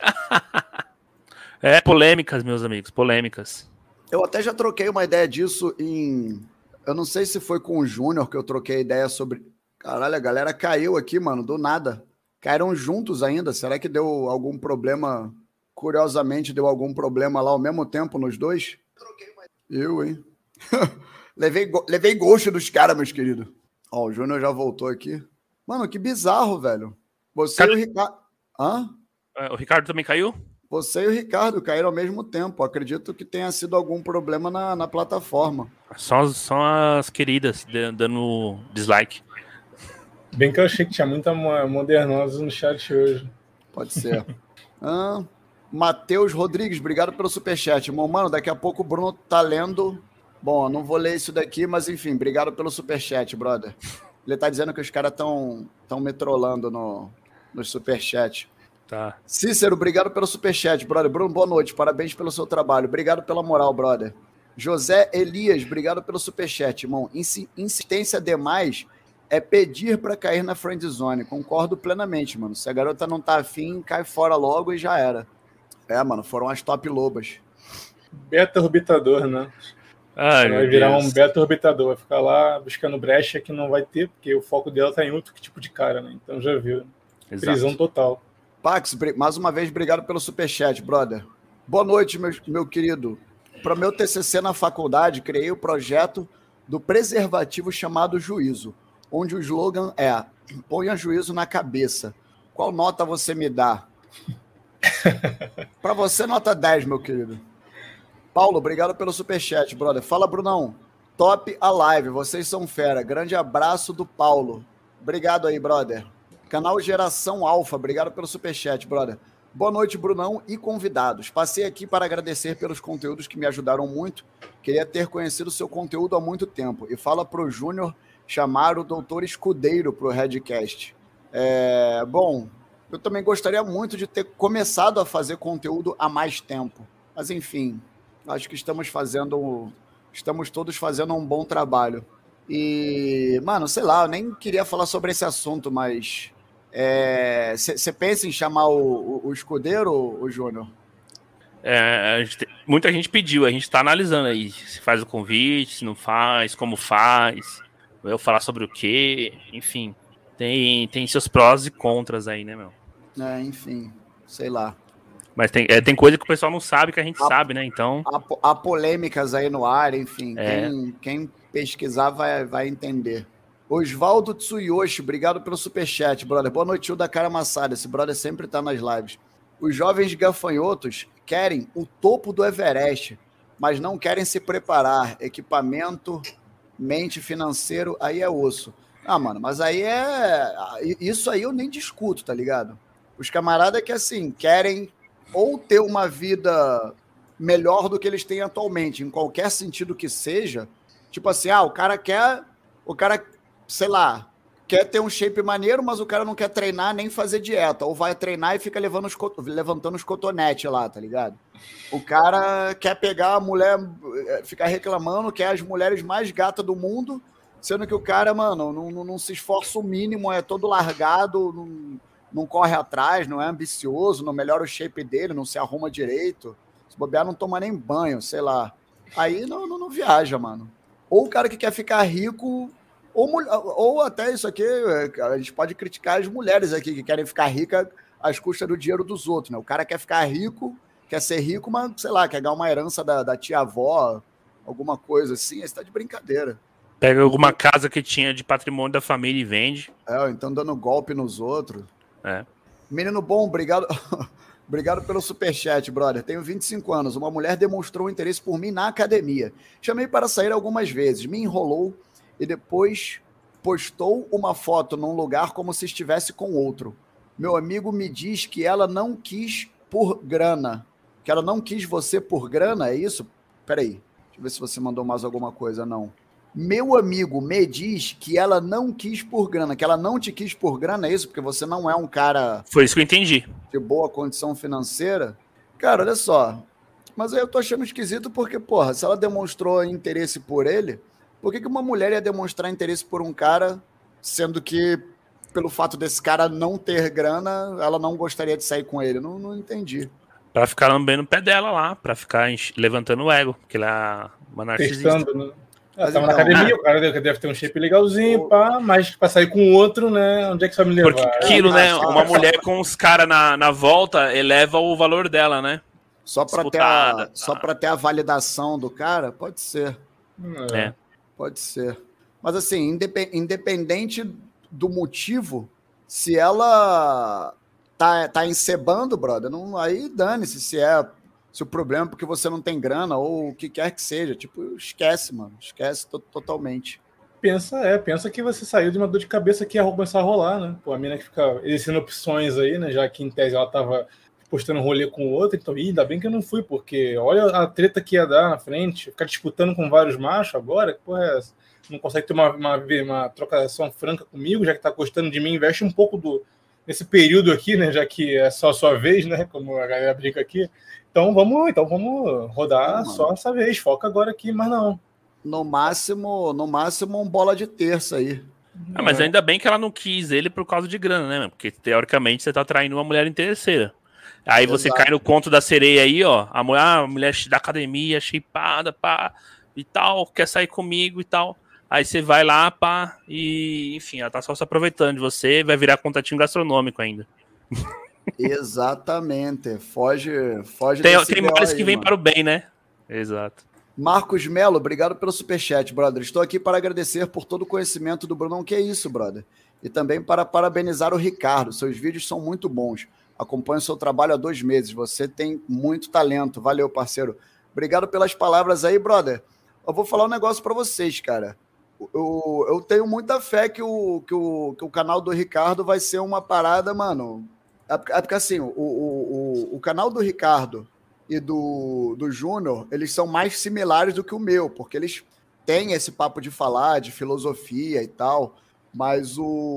Polêmicas, meus amigos, polêmicas. Eu até já troquei uma ideia disso eu não sei se foi com o Júnior que eu troquei a ideia sobre... Caralho, a galera caiu aqui, mano, do nada. Caíram juntos ainda. Será que deu algum problema... Curiosamente, deu algum problema lá ao mesmo tempo nos dois? Eu, hein? levei gosto dos caras, meus queridos. Ó, o Júnior já voltou aqui. Mano, que bizarro, velho. Você e o Ricardo... Hã? O Ricardo também caiu? Você e o Ricardo caíram ao mesmo tempo. Acredito que tenha sido algum problema na plataforma. Só as queridas dando dislike. Bem que eu achei que tinha muita modernosa no chat hoje. Pode ser. Matheus Rodrigues, obrigado pelo superchat. Mano, daqui a pouco o Bruno tá lendo... Bom, eu não vou ler isso daqui, mas enfim, obrigado pelo superchat, brother. Ele tá dizendo que os caras estão me trollando no superchat. Tá. Cícero, obrigado pelo superchat, brother. Bruno, boa noite, parabéns pelo seu trabalho. Obrigado pela moral, brother. José Elias, obrigado pelo superchat, irmão. Insistência demais é pedir pra cair na friendzone. Concordo plenamente, mano. Se a garota não tá afim, cai fora logo e já era. Mano, foram as top lobas. Beta orbitador, né? Vai virar um beta orbitador, vai ficar lá buscando brecha que não vai ter, porque o foco dela tá em outro tipo de cara, né? Então já viu. Exato. Prisão total. Pax, mais uma vez, obrigado pelo superchat, brother. Boa noite, meu querido. Para meu TCC na faculdade, criei o projeto do preservativo chamado Juízo, onde o slogan é ponha juízo na cabeça. Qual nota você me dá? Para você, nota 10, meu querido. Paulo, obrigado pelo superchat, brother. Fala, Brunão. Top a live, vocês são fera. Grande abraço do Paulo. Obrigado aí, brother. Canal Geração Alfa, obrigado pelo superchat, brother. Boa noite, Brunão e convidados. Passei aqui para agradecer pelos conteúdos que me ajudaram muito. Queria ter conhecido o seu conteúdo há muito tempo. E fala pro Júnior chamar o doutor Escudeiro pro Redcast. Bom, eu também gostaria muito de ter começado a fazer conteúdo há mais tempo. Mas, enfim, acho que estamos todos fazendo um bom trabalho. E, mano, sei lá, eu nem queria falar sobre esse assunto, mas você pensa em chamar o Escudeiro, o Júnior? Muita gente pediu, a gente tá analisando aí se faz o convite, se não faz, como faz, eu falar sobre o quê, enfim, tem seus prós e contras aí, né, meu? Enfim, sei lá. Mas tem coisa que o pessoal não sabe que a gente sabe, né? Então. Há polêmicas aí no ar, enfim. Quem pesquisar vai entender. Osvaldo Tsuyoshi, obrigado pelo superchat, brother. Boa noite, da cara amassada. Esse brother sempre tá nas lives. Os jovens gafanhotos querem o topo do Everest, mas não querem se preparar. Equipamento, mente, financeiro, aí é osso. Mano, mas aí isso aí eu nem discuto, tá ligado? Os camaradas que, assim, querem ou ter uma vida melhor do que eles têm atualmente, em qualquer sentido que seja. Tipo assim, o cara, sei lá, quer ter um shape maneiro, mas o cara não quer treinar nem fazer dieta. Ou vai treinar e fica levantando os cotonetes lá, tá ligado? O cara quer pegar a mulher, ficar reclamando que é as mulheres mais gatas do mundo, sendo que o cara, mano, não se esforça o mínimo, é todo largado, não corre atrás, não é ambicioso, não melhora o shape dele, não se arruma direito. Se bobear, não toma nem banho, sei lá. Aí não viaja, mano. Ou o cara que quer ficar rico, ou até isso aqui, a gente pode criticar as mulheres aqui que querem ficar ricas às custas do dinheiro dos outros, né? O cara quer ficar rico, quer ser rico, mas, sei lá, quer ganhar uma herança da tia-avó, alguma coisa assim, aí você tá de brincadeira. Pega alguma casa que tinha de patrimônio da família e vende. Ou então dando golpe nos outros. É. Menino bom, obrigado. Obrigado pelo superchat, brother. Tenho 25 anos. Uma mulher demonstrou interesse por mim na academia. Chamei para sair algumas vezes. Me enrolou e depois postou uma foto num lugar como se estivesse com outro. Meu amigo me diz que ela não quis por grana. Que ela não quis você por grana, é isso? Peraí. Deixa eu ver se você mandou mais alguma coisa, não. Meu amigo me diz que ela não quis por grana, que ela não te quis por grana, é isso? Porque você não é um cara... Foi isso que eu entendi. De boa condição financeira. Cara, olha só. Mas aí eu tô achando esquisito porque, porra, se ela demonstrou interesse por ele, por que uma mulher ia demonstrar interesse por um cara, sendo que, pelo fato desse cara não ter grana, ela não gostaria de sair com ele? Não entendi. Pra ficar lambendo o pé dela lá, pra ficar levantando o ego, porque ela é uma narcisista. Testando, né? Tava na academia, o cara deve ter um shape legalzinho, pá, mas pra sair com o outro, né? Onde é que você vai me levar? Porque aquilo, né? Uma mulher com os caras na volta eleva o valor dela, né? Só pra ter a validação do cara? Pode ser. É. Pode ser. Mas assim, independente do motivo, se ela tá encebando, brother, não, aí dane-se se o problema é porque você não tem grana ou o que quer que seja. Tipo, esquece, mano. Esquece totalmente. Pensa que você saiu de uma dor de cabeça que ia começar a rolar, né? Pô, a mina que fica exercendo opções aí, né? Já que em tese ela tava postando rolê com o outro, então, ainda bem que eu não fui, porque olha a treta que ia dar na frente, ficar disputando com vários machos agora, que porra é essa? Não consegue ter uma trocação franca comigo, já que tá gostando de mim, investe um pouco nesse período aqui, né? Já que é só a sua vez, né? Como a galera brinca aqui. Então vamos rodar só essa vez, foca agora aqui, mas não. No máximo um bola de terça aí. Mas ainda bem que ela não quis ele por causa de grana, né? Porque teoricamente você tá traindo uma mulher interesseira. Aí você cai no conto da sereia aí, ó. A mulher da academia, shapeada, pá, e tal, quer sair comigo e tal. Aí você vai lá, pá, e enfim, ela tá só se aproveitando de você, vai virar contatinho gastronômico ainda. Exatamente. Foge tem males que vêm para o bem, né? Exato. Marcos Melo, obrigado pelo superchat, brother. Estou aqui para agradecer por todo o conhecimento do Brunão. Que é isso, brother? E também para parabenizar o Ricardo. Seus vídeos são muito bons. Acompanho seu trabalho há 2 meses. Você tem muito talento. Valeu, parceiro. Obrigado pelas palavras aí, brother. Eu vou falar um negócio para vocês, cara. Eu tenho muita fé que o canal do Ricardo vai ser uma parada, mano. É porque assim, o canal do Ricardo e do Júnior, eles são mais similares do que o meu, porque eles têm esse papo de falar, de filosofia e tal, mas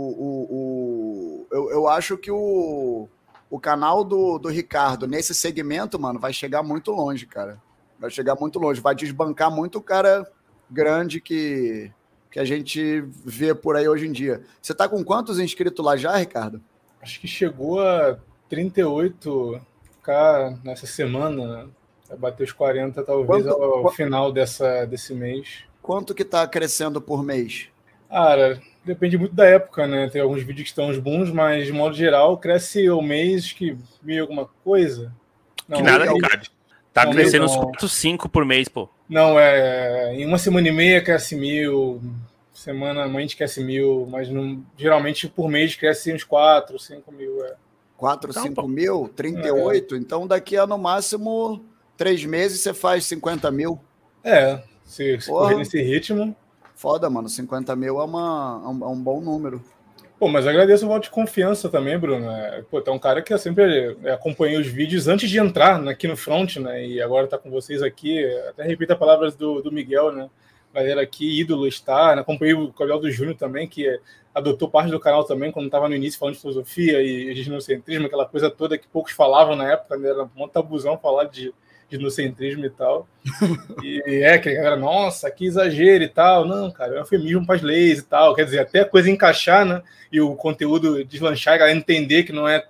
eu acho que o canal do Ricardo, nesse segmento, mano, vai chegar muito longe, cara. Vai chegar muito longe, vai desbancar muito o cara grande que a gente vê por aí hoje em dia. Você tá com quantos inscritos lá já, Ricardo? Acho que chegou a 38k nessa semana, vai bater os 40 talvez ao final desse mês. Quanto que tá crescendo por mês? Cara, depende muito da época, né? Tem alguns vídeos que estão uns bons, mas de modo geral cresce ao mês que meio alguma coisa. Não, que nada, Ricardo. Tá crescendo uns 4, 5 por mês, pô. Não, em uma semana e meia cresce 1.000, semanalmente cresce 1.000, mas geralmente por mês cresce uns 4, 5 mil. 4, 5 mil? 38? Então daqui a no máximo 3 meses você faz 50 mil. Se correr nesse ritmo. Foda, mano. 50 mil é um bom número. Pô, mas agradeço o voto de confiança também, Bruno. Pô, tá um cara que eu sempre acompanhei os vídeos antes de entrar aqui no front, né? E agora tá com vocês aqui. Até repito as palavras do Miguel, né? Galera aqui, ídolo está. Acompanhei o Gabriel do Júnior também, que adotou parte do canal também, quando estava no início falando de filosofia e de ginocentrismo, aquela coisa toda que poucos falavam na época, né? Era um tabuzão falar de ginocentrismo e tal. E que a galera, nossa, que exagero e tal. Não, cara, é um eufemismo para as leis e tal. Quer dizer, até a coisa encaixar, né? E o conteúdo deslanchar, a galera entender que não é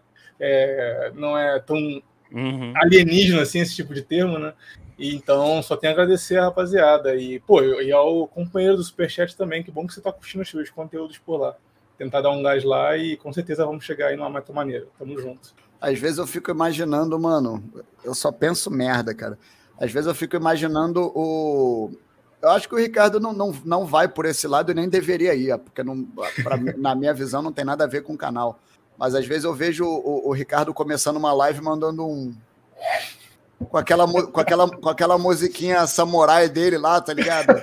tão alienígena assim esse tipo de termo, né? E então, só tenho a agradecer a rapaziada. E, pô, e ao companheiro do Superchat também, que bom que você tá curtindo os conteúdos por lá. Tentar dar um gás lá e com certeza vamos chegar aí numa meta maneira. Tamo junto. Às vezes eu fico imaginando, mano, eu só penso merda, cara. Às vezes eu fico imaginando Eu acho que o Ricardo não vai por esse lado e nem deveria ir, porque na minha visão não tem nada a ver com o canal. Mas às vezes eu vejo o Ricardo começando uma live mandando com aquela musiquinha samurai dele lá, tá ligado?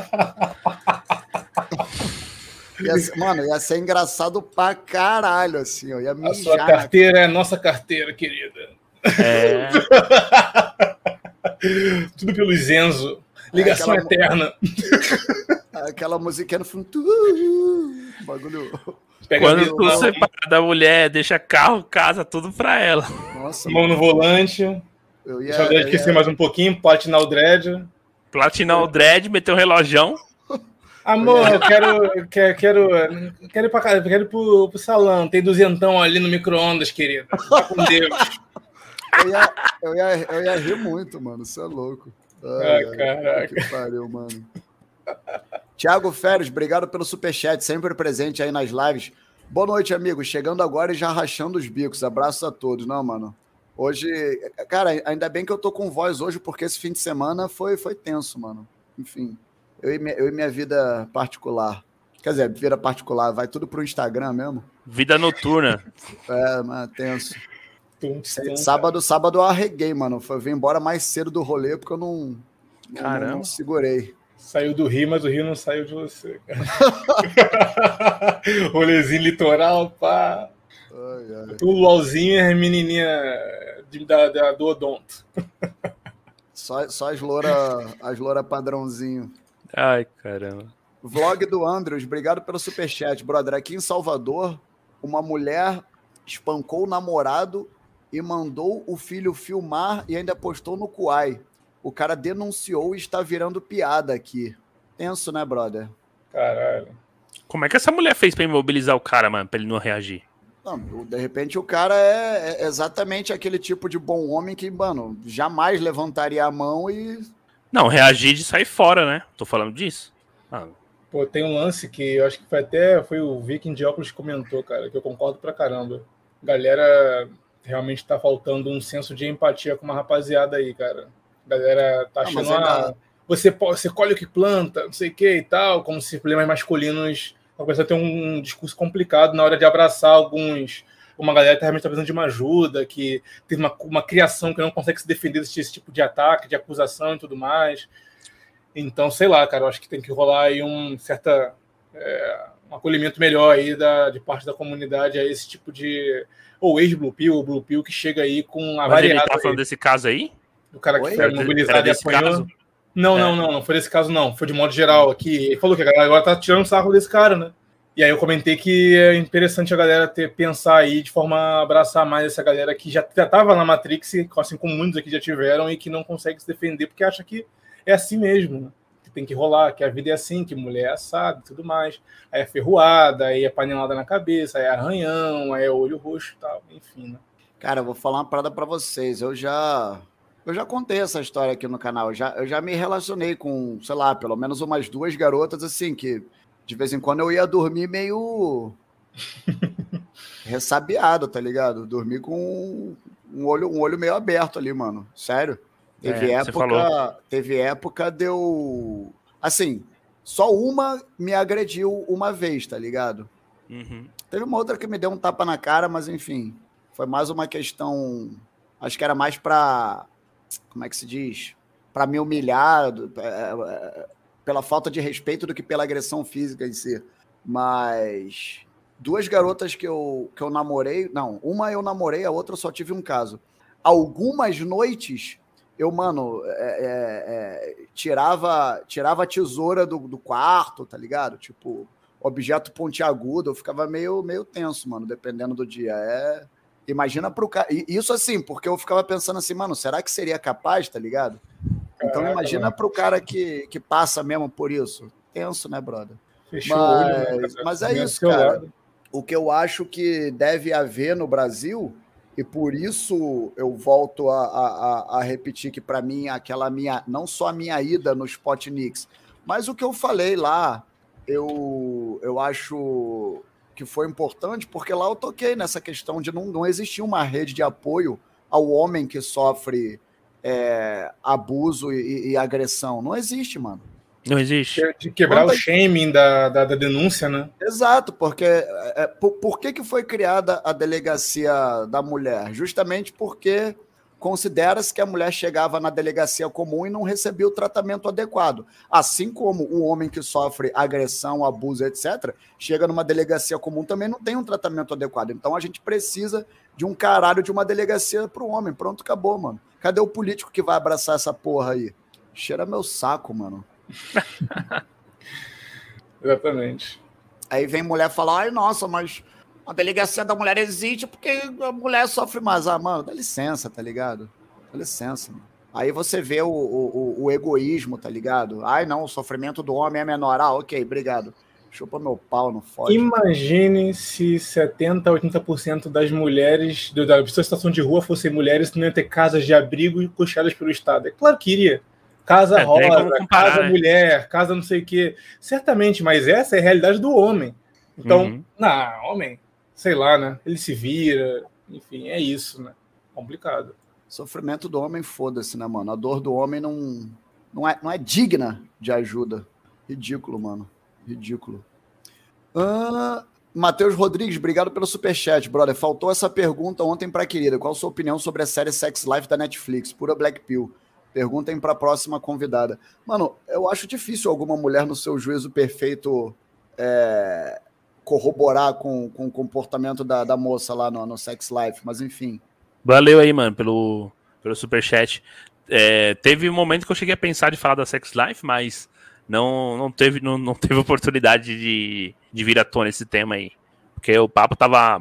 Mano, ia ser engraçado pra caralho, assim, ó. Ia mijar. A sua carteira é nossa carteira, querida. É. Tudo pelo Zenzo. Ligação eterna. Aquela musiquinha no fundo. Bagulho. Quando tu separa da mulher, deixa carro, casa, tudo pra ela. Nossa, mão no volante. Deixa o dread aquecer mais um pouquinho, platinar o dread. Platinar o dread, meter um relojão. Amor, eu quero ir pra casa, quero ir pro salão. Tem 200 ali no micro-ondas, querida. Tá com Deus. Eu ia rir muito, mano. Você é louco. Caraca. Que pariu, mano. Tiago Férias, obrigado pelo superchat, sempre presente aí nas lives. Boa noite, amigos. Chegando agora e já rachando os bicos. Abraços a todos, não, mano? Hoje, cara, ainda bem que eu tô com voz hoje, porque esse fim de semana foi tenso, mano. Enfim, eu e minha vida particular. Quer dizer, vida particular, vai tudo pro Instagram mesmo. Vida noturna. Mas tenso. Sábado eu arreguei, mano. Eu vim embora mais cedo do rolê porque eu não segurei. Saiu do Rio, mas o Rio não saiu de você. Rolezinho litoral, pá. O luauzinho é menininha do Odonto. Só as loura padrãozinho. Ai, caramba. Vlog do Andrews, obrigado pelo superchat, brother. Aqui em Salvador, uma mulher espancou o namorado e mandou o filho filmar e ainda postou no Kuai. O cara denunciou e está virando piada aqui. Tenso, né, brother? Caralho. Como é que essa mulher fez pra imobilizar o cara, mano, pra ele não reagir? Não, de repente o cara é exatamente aquele tipo de bom homem que, mano, jamais levantaria a mão e... Não, reagir de sair fora, né? Tô falando disso. Pô, tem um lance que eu acho que foi o Viking de óculos que comentou, cara, que eu concordo pra caramba. Galera, realmente tá faltando um senso de empatia com uma rapaziada aí, cara. A galera tá achando, você colhe o que planta, não sei o que e tal, como se problemas masculinos começam a ter um discurso complicado na hora de abraçar uma galera que realmente tá precisando de uma ajuda, que teve uma criação que não consegue se defender desse tipo de ataque, de acusação e tudo mais. Então, sei lá, cara, eu acho que tem que rolar aí um acolhimento melhor aí de parte da comunidade a esse tipo de... Ou ex-Blue Pill, ou Blue Pill, que chega aí com a variada. Mas ele tá falando desse caso aí? O cara que foi mobilizado e apanhou. Caso? Não foi desse caso, não. Foi de modo geral aqui. Ele falou que a galera agora tá tirando sarro desse cara, né? E aí eu comentei que é interessante a galera pensar aí de forma a abraçar mais essa galera que já tava na Matrix, assim como muitos aqui já tiveram, e que não consegue se defender porque acha que é assim mesmo, né? Que tem que rolar, que a vida é assim, que mulher é assada e tudo mais. Aí é ferroada, aí é panelada na cabeça, aí é arranhão, aí é olho roxo e tal, enfim, né? Cara, eu vou falar uma parada pra vocês. Eu já contei essa história aqui no canal. Eu já me relacionei com, sei lá, pelo menos umas 2 garotas, assim, que de vez em quando eu ia dormir meio ressabiado, tá ligado? Dormir com um olho meio aberto ali, mano. Sério. Teve época de eu... Assim, só uma me agrediu uma vez, tá ligado? Uhum. Teve uma outra que me deu um tapa na cara, mas enfim. Foi mais uma questão... Acho que era mais pra... Como é que se diz? Pra me humilhar pela falta de respeito do que pela agressão física em si. Mas 2 garotas que eu namorei... Não, uma eu namorei, a outra eu só tive um caso. Algumas noites... Eu, mano, tirava a tesoura do quarto, tá ligado? Tipo, objeto pontiagudo, eu ficava meio tenso, mano, dependendo do dia. Imagina pro cara... Isso assim, porque eu ficava pensando assim, mano, será que seria capaz, tá ligado? Então imagina pro cara que passa mesmo por isso. Tenso, né, brother? Fechou o olho, né, mas é isso, cara. O que eu acho que deve haver no Brasil... E por isso eu volto a repetir que para mim não só a minha ida no Spotnix, mas o que eu falei lá, eu acho que foi importante, porque lá eu toquei nessa questão de não existir uma rede de apoio ao homem que sofre abuso e agressão. Não existe, mano. Não existe. De quebrar o shaming da denúncia, né? Exato, porque por que foi criada a delegacia da mulher? Justamente porque considera-se que a mulher chegava na delegacia comum e não recebia o tratamento adequado. Assim como o homem que sofre agressão, abuso, etc., chega numa delegacia comum também não tem um tratamento adequado. Então a gente precisa de um caralho de uma delegacia pro homem. Pronto, acabou, mano. Cadê o político que vai abraçar essa porra aí? Cheira meu saco, mano. Exatamente. Aí vem mulher falar, ai, nossa, mas a delegacia da mulher existe porque a mulher sofre mais. Ah, mano, dá licença, tá ligado? Dá licença, mano. Aí você vê o egoísmo, tá ligado? Ai, não, o sofrimento do homem é menor. Ah, ok, obrigado. Chupa meu pau, não fode. Imagine se 70%, 80% das mulheres da situação de rua fossem mulheres, não iam ter casas de abrigo custeadas pelo Estado. É claro que iria. Casa rosa, casa mulher, casa não sei o quê. Certamente, mas essa é a realidade do homem. Então, homem, sei lá, né? Ele se vira, enfim, é isso, né? Complicado. Sofrimento do homem, foda-se, né, mano? A dor do homem não é digna de ajuda. Ridículo, mano. Ridículo. Matheus Rodrigues, obrigado pelo superchat, brother. Faltou essa pergunta ontem pra querida. Qual a sua opinião sobre a série Sex Life da Netflix? Pura Black Pill. Perguntem para a próxima convidada. Mano, eu acho difícil alguma mulher no seu juízo perfeito corroborar com o comportamento da moça lá no Sex Life, mas enfim. Valeu aí, mano, pelo superchat. Teve um momento que eu cheguei a pensar de falar da Sex Life, mas não teve oportunidade de vir à tona esse tema aí. Porque o papo tava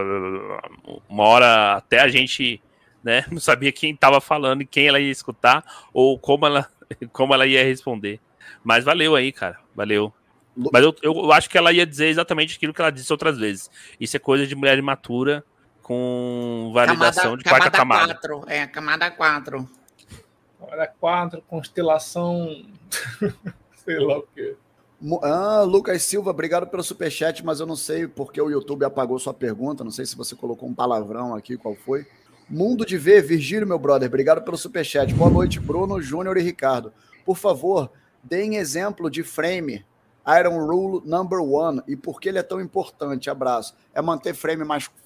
uma hora até a gente... né? Não sabia quem estava falando e quem ela ia escutar ou como ela ia responder. Mas valeu aí, cara. Valeu. Mas eu acho que ela ia dizer exatamente aquilo que ela disse outras vezes. Isso é coisa de mulher imatura com validação de quarta camada. Camada 4. Camada 4, constelação... sei lá o quê. Lucas Silva, obrigado pelo superchat, mas eu não sei porque o YouTube apagou sua pergunta. Não sei se você colocou um palavrão aqui, qual foi. Mundo de Ver, Virgílio, meu brother, obrigado pelo superchat. Boa noite, Bruno, Júnior e Ricardo. Por favor, deem exemplo de frame Iron Rule number 1 e por que ele é tão importante. Abraço. É manter frame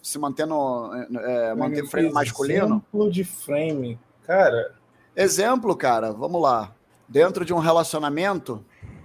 manter frame masculino? Exemplo de frame, cara. Exemplo, cara, vamos lá. Dentro de um relacionamento,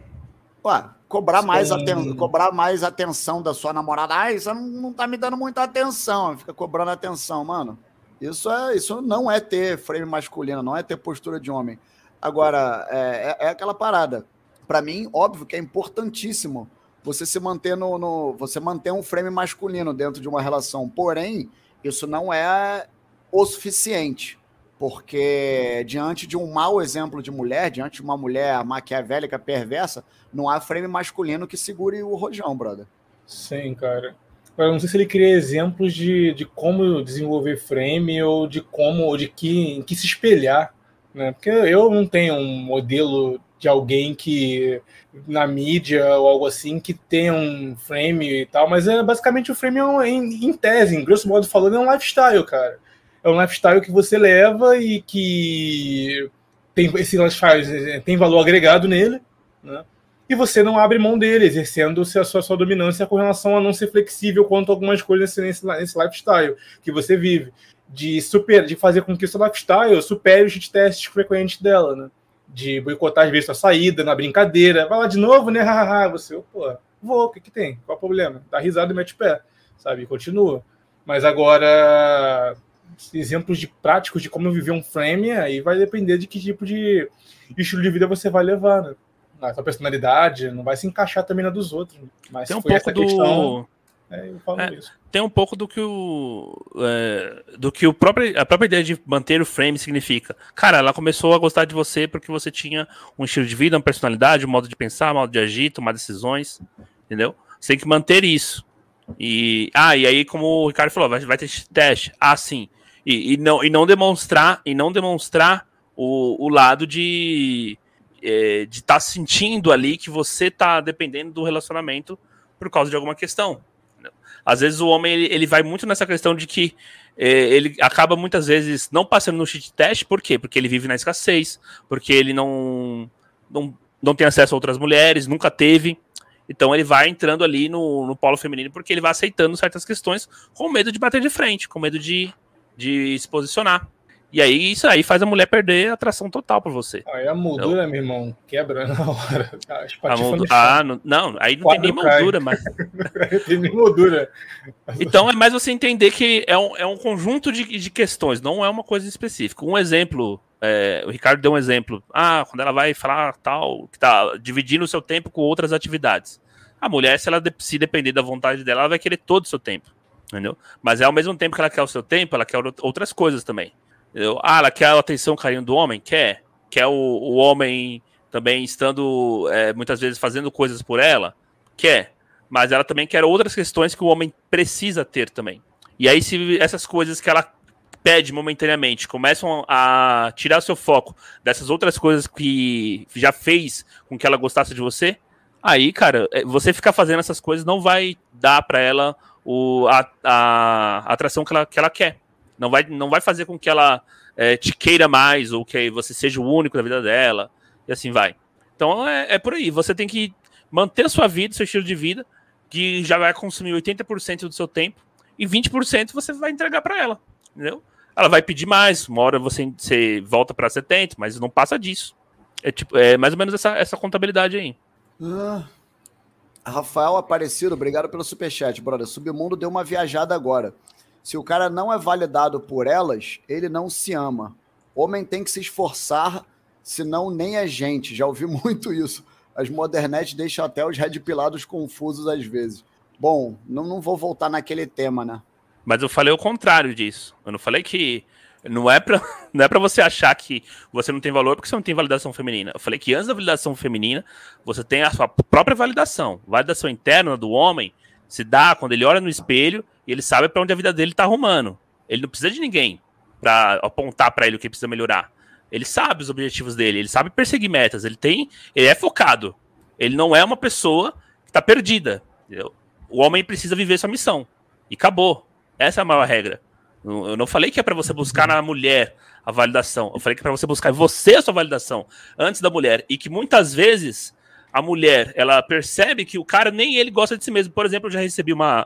cobrar mais atenção da sua namorada. Ah, isso não tá me dando muita atenção. Fica cobrando atenção, mano. Isso não é ter frame masculino, não é ter postura de homem. Agora, é aquela parada. Para mim, óbvio que é importantíssimo você se manter você manter um frame masculino dentro de uma relação. Porém, isso não é o suficiente. Porque diante de um mau exemplo de mulher, diante de uma mulher maquiavélica, perversa, não há frame masculino que segure o rojão, brother. Sim, cara. Eu não sei se ele cria exemplos de como desenvolver frame ou em que se espelhar, né? Porque eu não tenho um modelo de alguém que na mídia ou algo assim que tenha um frame e tal, mas basicamente o frame em tese, em grosso modo falando, é um lifestyle, cara. É um lifestyle que você leva e que esse lifestyle tem valor agregado nele, né? E você não abre mão dele, exercendo a sua dominância com relação a não ser flexível quanto a algumas coisas nesse lifestyle que você vive. De fazer com que o seu lifestyle supere os testes frequentes dela, né? De boicotar, às vezes, a saída, na brincadeira. Vai lá de novo, né? Você, vou, o que tem? Qual é o problema? Dá risada e mete o pé, sabe? Continua. Mas agora, exemplos práticos de como viver um frame, aí vai depender de que tipo de estilo de vida você vai levar, né? A sua personalidade não vai se encaixar também na dos outros. Mas tem um pouco questão, eu falo isso. Tem um pouco do que a própria ideia de manter o frame significa. Cara, ela começou a gostar de você porque você tinha um estilo de vida, uma personalidade, um modo de pensar, um modo de agir, tomar decisões, entendeu? Você tem que manter isso. E aí, como o Ricardo falou, vai ter teste. Sim. E não demonstrar o lado de estar sentindo ali que você está dependendo do relacionamento por causa de alguma questão. Às vezes o homem ele vai muito nessa questão de que ele acaba muitas vezes não passando no cheat test. Por quê? Porque ele vive na escassez, porque ele não não tem acesso a outras mulheres, nunca teve. Então ele vai entrando ali no polo feminino porque ele vai aceitando certas questões com medo de bater de frente, com medo de se posicionar. E aí isso aí faz a mulher perder a atração total por você. Aí a moldura, meu irmão, quebra na hora. Não, aí não tem nem moldura, mas... Não tem nem moldura. Então é mais você entender que é um conjunto de questões, não é uma coisa específica. Um exemplo, o Ricardo deu um exemplo. Quando ela vai falar tal, que tá dividindo o seu tempo com outras atividades. A mulher, se ela se depender da vontade dela, ela vai querer todo o seu tempo, entendeu? Mas ao mesmo tempo que ela quer o seu tempo, ela quer outras coisas também. Entendeu? Ela quer a atenção, carinho do homem? Quer o homem também estando, muitas vezes, fazendo coisas por ela? Quer. Mas ela também quer outras questões que o homem precisa ter também. E aí, se essas coisas que ela pede momentaneamente começam a tirar seu foco dessas outras coisas que já fez com que ela gostasse de você, aí, cara, você ficar fazendo essas coisas não vai dar pra ela a atração que ela quer. Não vai fazer com que ela te queira mais ou que você seja o único da vida dela. E assim vai. Então é por aí. Você tem que manter a sua vida, seu estilo de vida, que já vai consumir 80% do seu tempo e 20% você vai entregar para ela. Entendeu? Ela vai pedir mais. Uma hora você volta para 70%, mas não passa disso. É mais ou menos essa contabilidade aí. Rafael Aparecido, obrigado pelo superchat, brother. Submundo deu uma viajada agora. Se o cara não é validado por elas, ele não se ama. Homem tem que se esforçar, senão nem é gente. Já ouvi muito isso. As modernetes deixam até os red pilados confusos às vezes. Bom, não vou voltar naquele tema, né? Mas eu falei o contrário disso. Eu não falei que não é pra você achar que você não tem valor porque você não tem validação feminina. Eu falei que antes da validação feminina, você tem a sua própria validação. Validação interna do homem se dá quando ele olha no espelho e ele sabe para onde a vida dele tá arrumando. Ele não precisa de ninguém para apontar para ele o que precisa melhorar. Ele sabe os objetivos dele, ele sabe perseguir metas, ele é focado. Ele não é uma pessoa que tá perdida. Entendeu? O homem precisa viver sua missão. E acabou. Essa é a maior regra. Eu não falei que é para você buscar na mulher a validação. Eu falei que é para você buscar em você a sua validação antes da mulher. E que muitas vezes a mulher, ela percebe que o cara nem ele gosta de si mesmo. Por exemplo, eu já recebi uma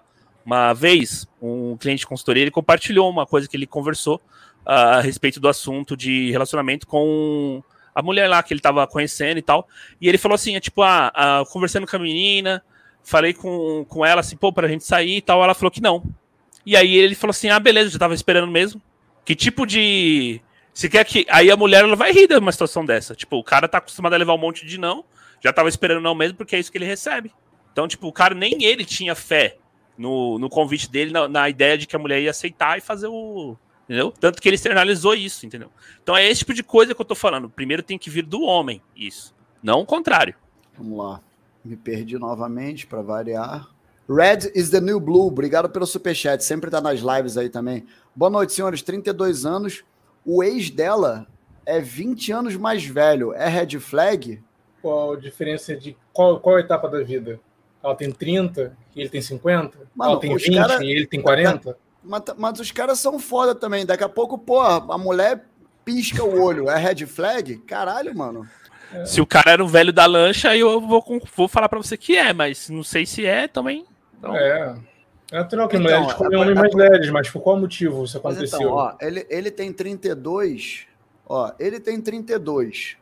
vez um cliente de consultoria, ele compartilhou uma coisa que ele conversou a respeito do assunto de relacionamento com a mulher lá que ele tava conhecendo e tal. E ele falou assim, conversando com a menina, falei com ela assim, pra gente sair e tal. Ela falou que não. E aí ele falou assim, beleza, já tava esperando mesmo. Que tipo de... Se quer que... Aí a mulher, ela vai rir de uma situação dessa. Tipo, o cara tá acostumado a levar um monte de não, já tava esperando não mesmo, porque é isso que ele recebe. Então, tipo, o cara nem ele tinha fé no convite dele, na ideia de que a mulher ia aceitar e fazer o... Entendeu? Tanto que ele externalizou isso, entendeu? Então é esse tipo de coisa que eu tô falando. Primeiro tem que vir do homem, isso. Não o contrário. Vamos lá. Me perdi novamente, para variar. Red is the new blue. Obrigado pelo superchat. Sempre tá nas lives aí também. Boa noite, senhores. 32 anos. O ex dela é 20 anos mais velho. É red flag? Qual a diferença de... Qual etapa da vida? Ela tem 30 e ele tem 50? Mano, ela tem 20 e ele tem 40? Mas os caras são foda também. Daqui a pouco, a mulher pisca o olho. É red flag? Caralho, mano. Se o cara era o velho da lancha, aí eu vou falar pra você que mas não sei se é também. Então... É natural que a mulher escolhe homens mais velhos, mas por qual motivo isso aconteceu? Então, ele tem 32. Ele tem 32.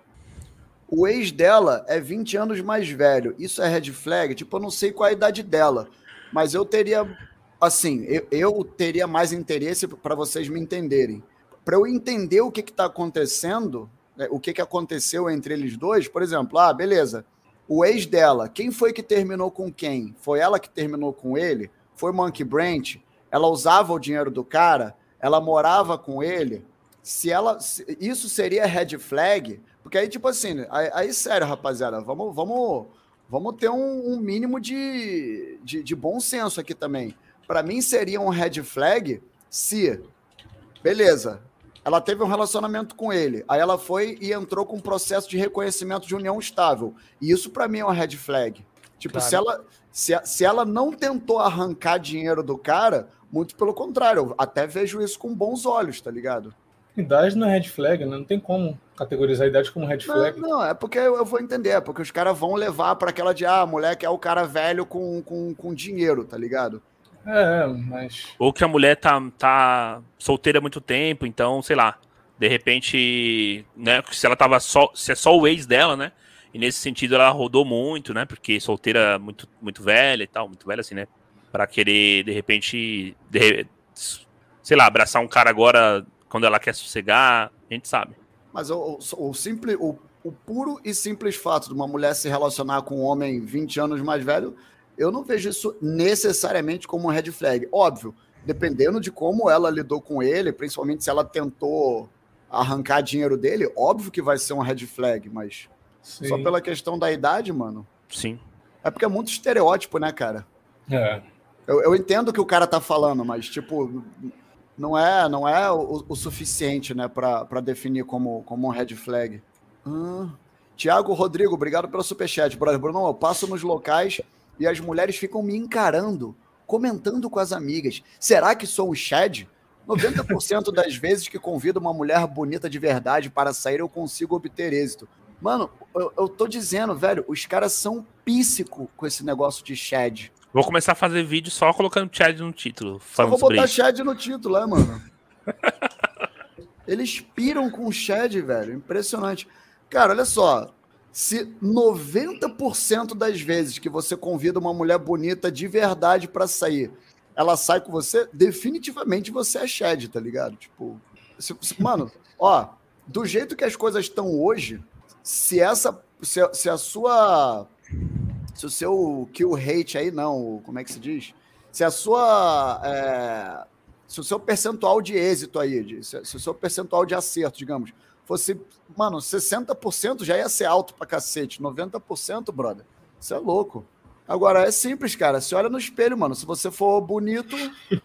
O ex dela é 20 anos mais velho. Isso é red flag? Tipo, eu não sei qual a idade dela. Mas eu teria... Assim, eu teria mais interesse para vocês me entenderem. Para eu entender o que está acontecendo, o que aconteceu entre eles dois, por exemplo, beleza, o ex dela, quem foi que terminou com quem? Foi ela que terminou com ele? Foi Monkey Branch? Ela usava o dinheiro do cara? Ela morava com ele? Isso seria red flag? Porque aí, tipo assim, aí sério, rapaziada, vamos ter um mínimo de bom senso aqui também. Para mim, seria um red flag se, beleza, ela teve um relacionamento com ele, aí ela foi e entrou com um processo de reconhecimento de união estável. E isso, para mim, é um red flag. Tipo, claro. se ela não tentou arrancar dinheiro do cara, muito pelo contrário, eu até vejo isso com bons olhos, tá ligado? Idade não é red flag, né? Não tem como categorizar a idade como red flag. Não, é porque eu vou entender, porque os caras vão levar para aquela de, moleque é o cara velho com dinheiro, tá ligado? Mas... Ou que a mulher tá solteira há muito tempo, então, sei lá, de repente, né, se ela tava se é só o ex dela, né, e nesse sentido ela rodou muito, né, porque solteira muito, muito velha e tal, muito velha assim, né, pra querer, de repente, sei lá, abraçar um cara agora quando ela quer sossegar, a gente sabe. Mas o puro e simples fato de uma mulher se relacionar com um homem 20 anos mais velho, eu não vejo isso necessariamente como um red flag. Óbvio, dependendo de como ela lidou com ele, principalmente se ela tentou arrancar dinheiro dele, óbvio que vai ser um red flag, mas sim, só pela questão da idade, mano. Sim. É porque é muito estereótipo, né, cara? Eu entendo o que o cara tá falando, mas, tipo, não é o suficiente, né, pra definir como um red flag. Tiago Rodrigo, obrigado pelo superchat, brother. Bruno, eu passo nos locais e as mulheres ficam me encarando, comentando com as amigas. Será que sou um Chad? 90% das vezes que convido uma mulher bonita de verdade para sair, eu consigo obter êxito. Mano, eu tô dizendo, velho, os caras são píssico com esse negócio de Chad. Vou começar a fazer vídeo só colocando Chad no título. Só vou botar Chad no título, mano. Eles piram com o Chad, velho. Impressionante. Cara, olha só. Se 90% das vezes que você convida uma mulher bonita de verdade pra sair, ela sai com você, definitivamente você é Chad, tá ligado? Tipo, mano, ó, do jeito que as coisas estão hoje, se o seu kill rate aí, não, como é que se diz? Se o seu percentual de êxito aí, se o seu percentual de acerto, digamos, fosse, mano, 60% já ia ser alto pra cacete, 90%, brother, isso é louco. Agora, é simples, cara, você olha no espelho, mano, se você for bonito,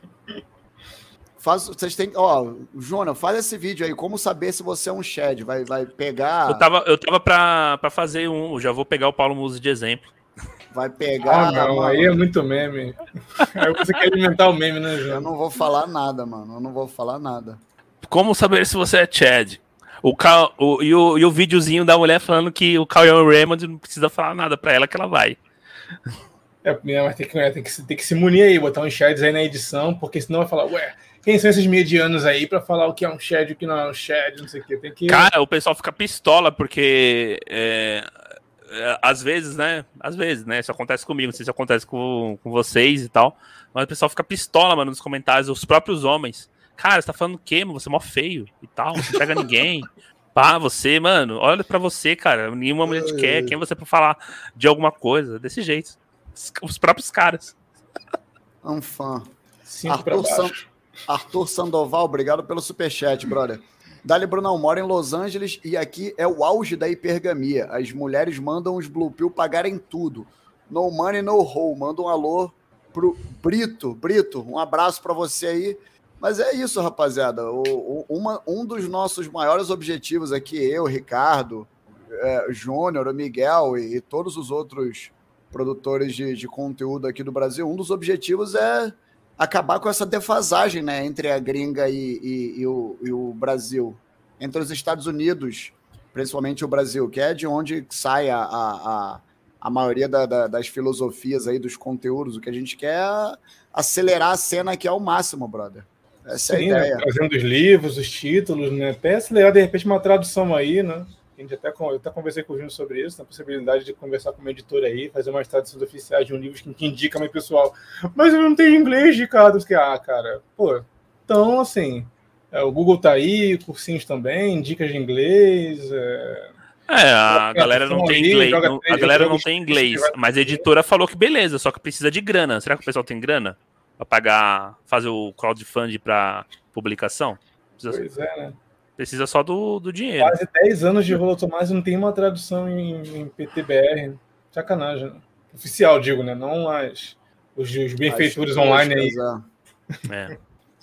vocês têm, Júnior, faz esse vídeo aí, como saber se você é um Chad, vai pegar... Eu tava pra fazer já vou pegar o Paulo Musi de exemplo. Vai pegar... não, mano, aí é muito meme. Aí você quer alimentar o meme, né, João? Eu não vou falar nada, mano, eu não vou falar nada. Como saber se você é Chad? E o videozinho da mulher falando que o Cauã Raymond não precisa falar nada pra ela que ela vai. Mas tem que se munir aí, botar uns Chads aí na edição, porque senão vai falar, ué, quem são esses medianos aí pra falar o que é um Chad e o que não é um Chad, não sei o que. Tem que... Cara, o pessoal fica pistola, porque às vezes, né, isso acontece comigo, não sei se acontece com vocês e tal, mas o pessoal fica pistola, mano, nos comentários, os próprios homens. Cara, você tá falando o quê, mano? Você é mó feio e tal, não pega ninguém. Pá, você, mano, olha pra você, cara, nenhuma mulher te quer, quem é você pra falar de alguma coisa? Desse jeito. Os próprios caras. Um fã. Arthur Sandoval, obrigado pelo superchat, brother. Dali Brunão, mora em Los Angeles e aqui é o auge da hipergamia. As mulheres mandam os Blue Pill pagarem tudo. No money, no hole. Manda um alô pro Brito. Brito, um abraço pra você aí. Mas é isso, rapaziada. Um dos nossos maiores objetivos aqui, eu, Ricardo, Júnior, o Miguel e todos os outros produtores de conteúdo aqui do Brasil, um dos objetivos é acabar com essa defasagem, né, entre a gringa e o Brasil, entre os Estados Unidos, principalmente o Brasil, que é de onde sai a maioria das filosofias aí, dos conteúdos. O que a gente quer é acelerar a cena aqui ao máximo, brother. Essa é a ideia. Né, trazendo os livros, os títulos, né, até acelerar de repente uma tradução aí, né? Eu até conversei com o Júnior sobre isso, na possibilidade de conversar com uma editora aí, fazer umas traduções oficiais de um livro que indica mais pessoal. Mas eu não tenho inglês, Ricardo. Cara, pô. Então, assim, o Google tá aí, cursinhos também, dicas de inglês. A galera não tem inglês. A galera não tem inglês, mas a editora falou que beleza, só que precisa de grana. Será que o pessoal tem grana pra pagar, fazer o crowdfunding pra publicação? Pois é, né? Precisa só do dinheiro. Quase 10 anos de Rolo Tomás não tem uma tradução em PTBR. Sacanagem. Né? Oficial, digo, né? Não os benfeitores online aí.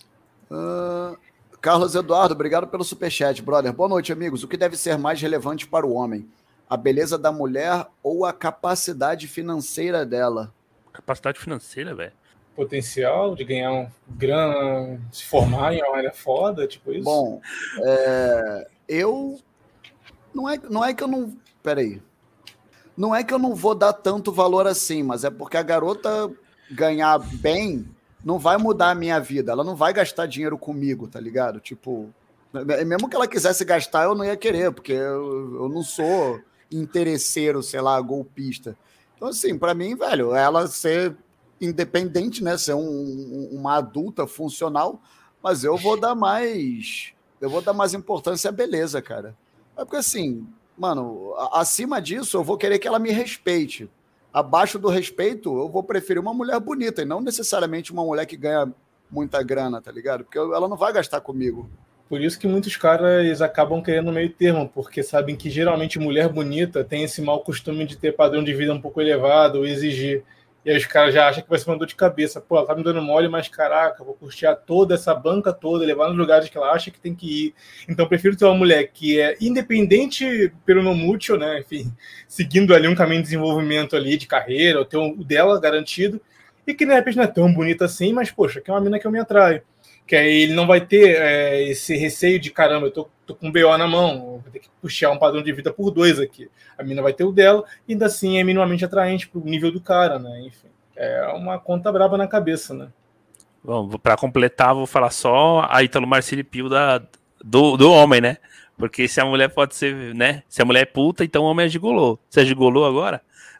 Carlos Eduardo, obrigado pelo superchat, brother. Boa noite, amigos. O que deve ser mais relevante para o homem? A beleza da mulher ou a capacidade financeira dela? Capacidade financeira, velho? potencial de ganhar um grana, se formar em uma área foda, tipo isso? Bom, eu... Não é que eu não... Peraí. Não é que eu não vou dar tanto valor assim, mas é porque a garota ganhar bem não vai mudar a minha vida. Ela não vai gastar dinheiro comigo, tá ligado? Tipo, mesmo que ela quisesse gastar, eu não ia querer, porque eu não sou interesseiro, sei lá, golpista. Então, assim, pra mim, velho, ela ser independente, né? Ser uma adulta funcional, mas eu vou dar mais importância à beleza, cara. É porque, assim, mano, acima disso, eu vou querer que ela me respeite. Abaixo do respeito, eu vou preferir uma mulher bonita e não necessariamente uma mulher que ganha muita grana, tá ligado? Porque ela não vai gastar comigo. Por isso que muitos caras acabam querendo meio termo, porque sabem que geralmente mulher bonita tem esse mau costume de ter padrão de vida um pouco elevado ou exigir. E aí os caras já acham que vai ser uma dor de cabeça. Pô, ela tá me dando mole, mas caraca, vou custear toda essa banca toda, levar nos lugares que ela acha que tem que ir. Então eu prefiro ter uma mulher que é independente pelo não mútil, né? Enfim, seguindo ali um caminho de desenvolvimento ali, de carreira, ou ter o dela garantido, e que de repente não é tão bonita assim, mas poxa, que é uma mina que eu me atraio. Que aí ele não vai ter esse receio de caramba, eu tô com um BO na mão, vou ter que puxar um padrão de vida por 2 aqui. A mina vai ter o dela, e ainda assim é minimamente atraente pro nível do cara, né? Enfim, é uma conta braba na cabeça, né? Bom, para completar, vou falar só a Ítalo Marcílio Pio do homem, né? Porque se a mulher pode ser, né? Se a mulher é puta, então o homem é gigolô. Você é gigolô agora?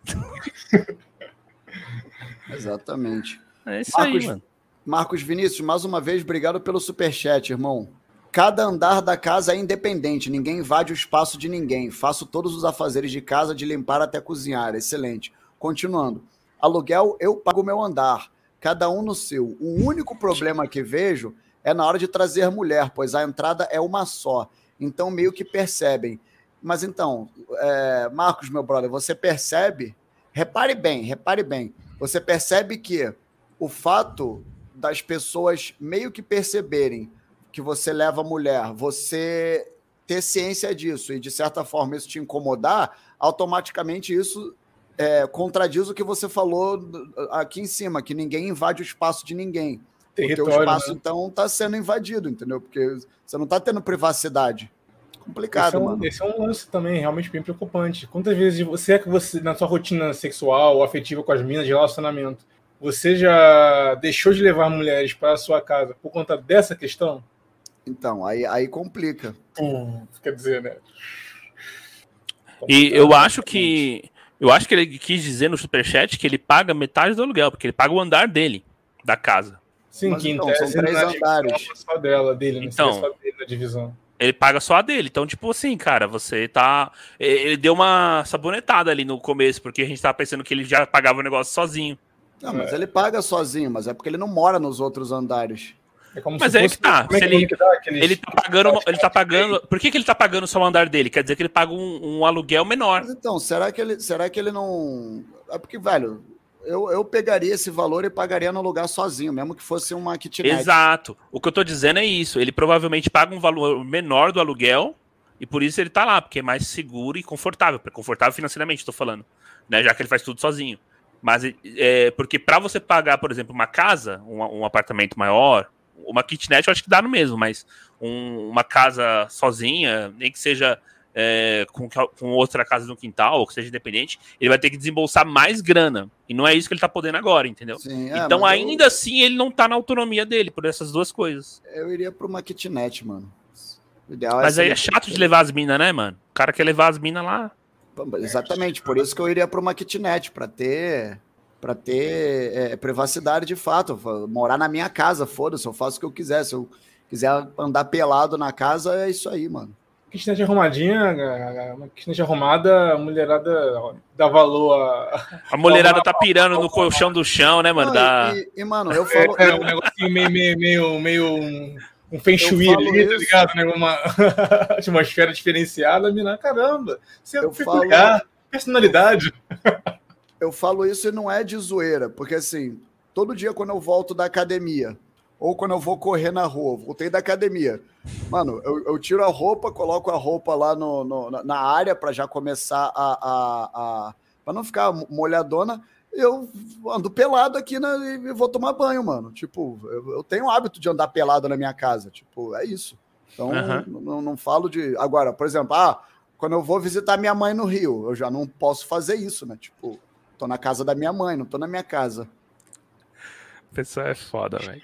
Exatamente. É isso aí, mano. Marcos Vinícius, mais uma vez, obrigado pelo superchat, irmão. Cada andar da casa é independente, ninguém invade o espaço de ninguém. Faço todos os afazeres de casa, de limpar até cozinhar. Excelente. Continuando. Aluguel, eu pago o meu andar. Cada um no seu. O único problema que vejo é na hora de trazer mulher, pois a entrada é uma só. Então, meio que percebem. Mas então, Marcos, meu brother, você percebe... Repare bem. Você percebe que o fato das pessoas meio que perceberem que você leva mulher, você ter ciência disso e, de certa forma, isso te incomodar, automaticamente isso contradiz o que você falou aqui em cima, que ninguém invade o espaço de ninguém. O teu espaço, né? Então, está sendo invadido, entendeu? Porque você não está tendo privacidade. Complicado, mano. Esse é um lance também realmente bem preocupante. Quantas vezes você, na sua rotina sexual ou afetiva com as minas de relacionamento, você já deixou de levar mulheres para a sua casa por conta dessa questão? Então, aí complica. Quer dizer, né? E eu acho que ele quis dizer no superchat que ele paga metade do aluguel, porque ele paga o andar dele, da casa. Sim, mas, que então, são 3 andares. Só dele, então, só dele na divisão. Ele paga só a dele. Então, tipo assim, cara, você tá... Ele deu uma sabonetada ali no começo, porque a gente tava pensando que ele já pagava o negócio sozinho. Não, mas ele paga sozinho, mas é porque ele não mora nos outros andares. Mas é que tá. Se ele tá pagando. Por que ele tá pagando só o andar dele? Quer dizer que ele paga um aluguel menor. Mas então, será que ele não... É porque, velho, eu pegaria esse valor e pagaria no lugar sozinho, mesmo que fosse uma kitnet. Exato. O que eu tô dizendo é isso. Ele provavelmente paga um valor menor do aluguel e por isso ele tá lá, porque é mais seguro e confortável. Confortável financeiramente, tô falando. Né? Já que ele faz tudo sozinho. Mas porque para você pagar, por exemplo, uma casa, um apartamento maior, uma kitnet eu acho que dá no mesmo, mas uma casa sozinha, nem que seja com outra casa no quintal, ou que seja independente, ele vai ter que desembolsar mais grana. E não é isso que ele tá podendo agora, entendeu? Sim, então ainda assim ele não tá na autonomia dele, por essas duas coisas. Eu iria pra uma kitnet, mano. Mas aí é chato de levar as minas, né, mano? O cara quer levar as minas lá. Exatamente, por isso que eu iria para uma kitnet, para ter privacidade de fato, morar na minha casa, foda-se, eu faço o que eu quiser, se eu quiser andar pelado na casa, é isso aí, mano. Kitnet arrumadinha, uma kitnet arrumada, a mulherada dá valor a mulherada tá pirando no colchão do chão, né, mano? Não, mano, eu falo... um negocinho meio um feng shui ali, tá ligado? Né? Uma atmosfera diferenciada, mina, caramba. Você personalidade. Eu falo isso e não é de zoeira, porque assim, todo dia quando eu volto da academia, ou quando eu vou correr na rua, voltei da academia, mano, eu tiro a roupa, coloco a roupa lá na área pra já começar pra não ficar molhadona, eu ando pelado aqui e vou tomar banho, mano. Tipo, eu tenho o hábito de andar pelado na minha casa. Tipo, é isso. Então, não falo de... Agora, por exemplo, quando eu vou visitar minha mãe no Rio, eu já não posso fazer isso, né? Tipo, tô na casa da minha mãe, não tô na minha casa. O pessoal é foda, velho.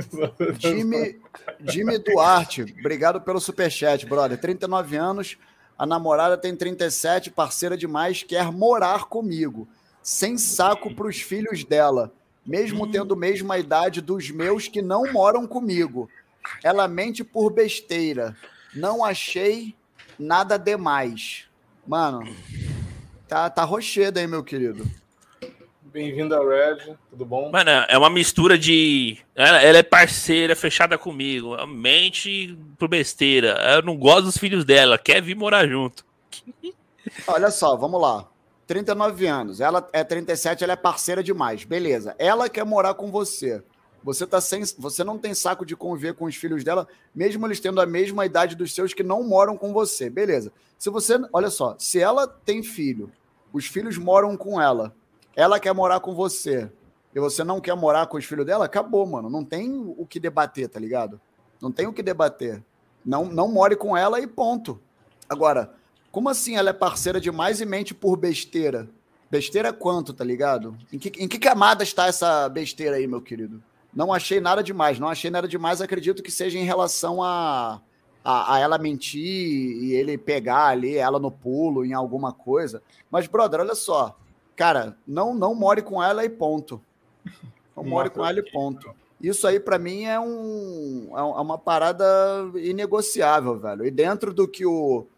Jimmy Duarte, obrigado pelo superchat, brother. 39 anos, a namorada tem 37, parceira demais, quer morar comigo. Sem saco pros filhos dela, mesmo tendo a mesma idade dos meus que não moram comigo. Ela mente por besteira. Não achei nada demais. Mano, tá rochedo aí, meu querido. Bem-vindo a Red, tudo bom? Mano, é uma mistura de... Ela é parceira, fechada comigo. Mente por besteira. Eu não gosto dos filhos dela, quer vir morar junto. Olha só, vamos lá. 39 anos, ela é 37, ela é parceira demais. Beleza. Ela quer morar com você. Você não tem saco de conviver com os filhos dela, mesmo eles tendo a mesma idade dos seus que não moram com você. Beleza. Olha só, se ela tem filho, os filhos moram com ela quer morar com você, e você não quer morar com os filhos dela, acabou, mano. Não tem o que debater, tá ligado? Não tem o que debater. Não more com ela e ponto. Agora, como assim ela é parceira demais e mente por besteira? Besteira quanto, tá ligado? Em que camada está essa besteira aí, meu querido? Não achei nada demais. Não achei nada demais, acredito que seja em relação a ela mentir e ele pegar ali ela no pulo, em alguma coisa. Mas, brother, olha só. Cara, não more com ela e ponto. Não more com ela e ponto. Isso aí, pra mim, é uma parada inegociável, velho. E dentro do que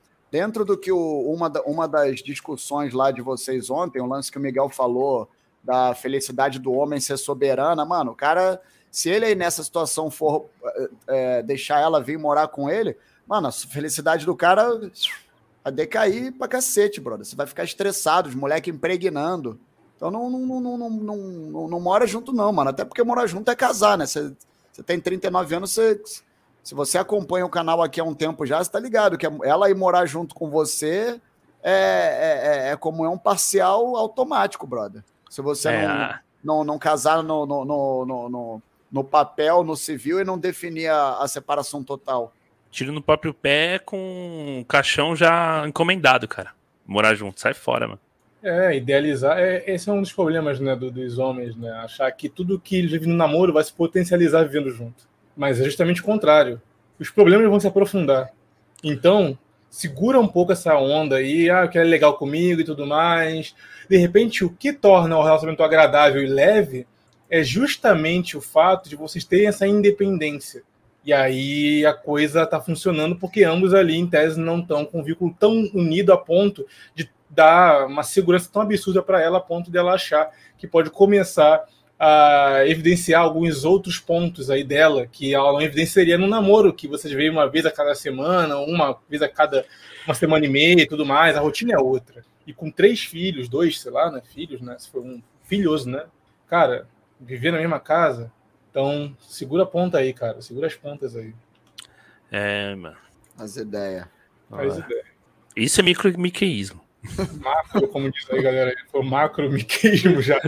uma das discussões lá de vocês ontem, o lance que o Miguel falou da felicidade do homem ser soberana, mano, o cara, se ele aí nessa situação for deixar ela vir morar com ele, mano, a felicidade do cara vai decair pra cacete, brother. Você vai ficar estressado, os moleques impregnando. Então não mora junto não, mano. Até porque morar junto é casar, né? Você tem 39 anos, se você acompanha o canal aqui há um tempo já, você tá ligado que ela ir morar junto com você é comunhão parcial automático, brother. Se você não casar no papel, no civil e não definir a separação total. Tiro no próprio pé com o caixão já encomendado, cara. Morar junto, sai fora, mano. Idealizar. Esse é um dos problemas, né, dos homens, né? Achar que tudo que eles vivem no namoro vai se potencializar vivendo junto. Mas é justamente o contrário. Os problemas vão se aprofundar. Então, segura um pouco essa onda aí, que é legal comigo e tudo mais. De repente, o que torna o relacionamento agradável e leve é justamente o fato de vocês terem essa independência. E aí a coisa está funcionando porque ambos ali, em tese, não estão com um vínculo tão unido a ponto de dar uma segurança tão absurda para ela, a ponto de ela achar que pode começar a evidenciar alguns outros pontos aí dela, que ela não evidenciaria no namoro, que vocês veem uma vez a cada semana, uma vez a cada uma semana e meia e tudo mais, a rotina é outra. E com 3 filhos, 2, sei lá, né, filhos, né, se for um filhoso, né, cara, viver na mesma casa. Então, segura a ponta aí, cara. Segura as pontas aí. Mano. As ideias. Isso é micro-miqueísmo. Macro, como diz aí, galera. Foi macro-miqueísmo já.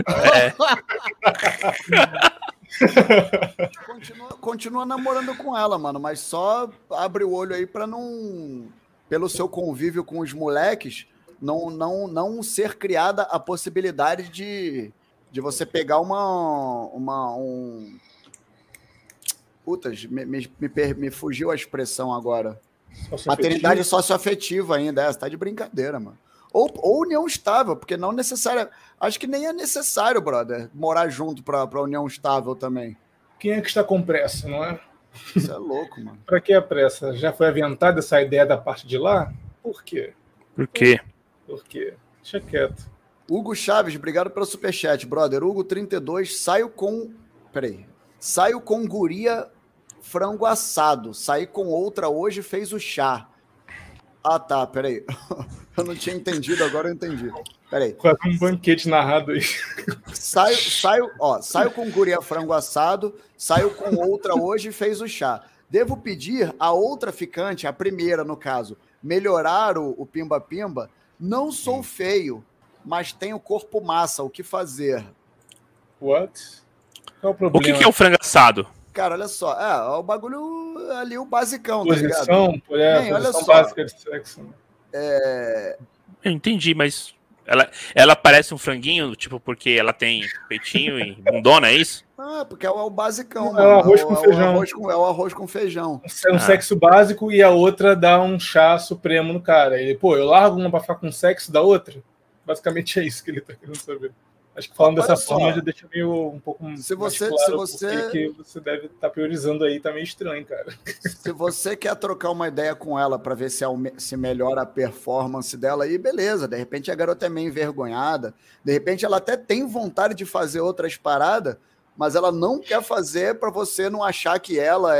Continua namorando com ela, mano. Mas só abre o olho aí pra não... Pelo seu convívio com os moleques, não ser criada a possibilidade de você pegar Putas, me fugiu a expressão agora. Maternidade socioafetiva ainda, você tá de brincadeira, mano. Ou união estável, porque não necessário. Acho que nem é necessário, brother, morar junto pra união estável também. Quem é que está com pressa, não é? Isso é louco, mano. Pra que a pressa? Já foi aventada essa ideia da parte de lá? Por quê? Por quê? Por quê? Deixa quieto. Hugo Chaves, obrigado pelo superchat, brother. Hugo 32, saio com guria frango assado. Saí com outra hoje, fez o chá. Ah, tá, peraí. Eu não tinha entendido, agora eu entendi. Peraí. Quase um banquete narrado aí. Saio com guria frango assado, saio com outra hoje, fez o chá. Devo pedir a outra ficante, a primeira no caso, melhorar o pimba-pimba? Não sou feio. mas tem o corpo massa. O que fazer? What? Qual é o O problema? que é o frango assado? Cara, olha só. O bagulho ali, o basicão, tá ligado? Posição, Bem, olha posição só. básica de sexo. Eu entendi, mas ela parece um franguinho, tipo, porque ela tem peitinho e bundona, é isso? Porque é o basicão, É mano. o arroz com feijão. É o arroz com feijão. Um sexo básico e a outra dá um chá supremo no cara. Ele, eu largo uma pra ficar com sexo da outra? Basicamente é isso que ele tá querendo saber. Acho que falando dessa forma já deixa meio um pouco mais claro que você deve estar priorizando aí, tá meio estranho, cara. Se você quer trocar uma ideia com ela para ver se melhora a performance dela aí, beleza. De repente a garota é meio envergonhada. De repente ela até tem vontade de fazer outras paradas, mas ela não quer fazer para você não achar que ela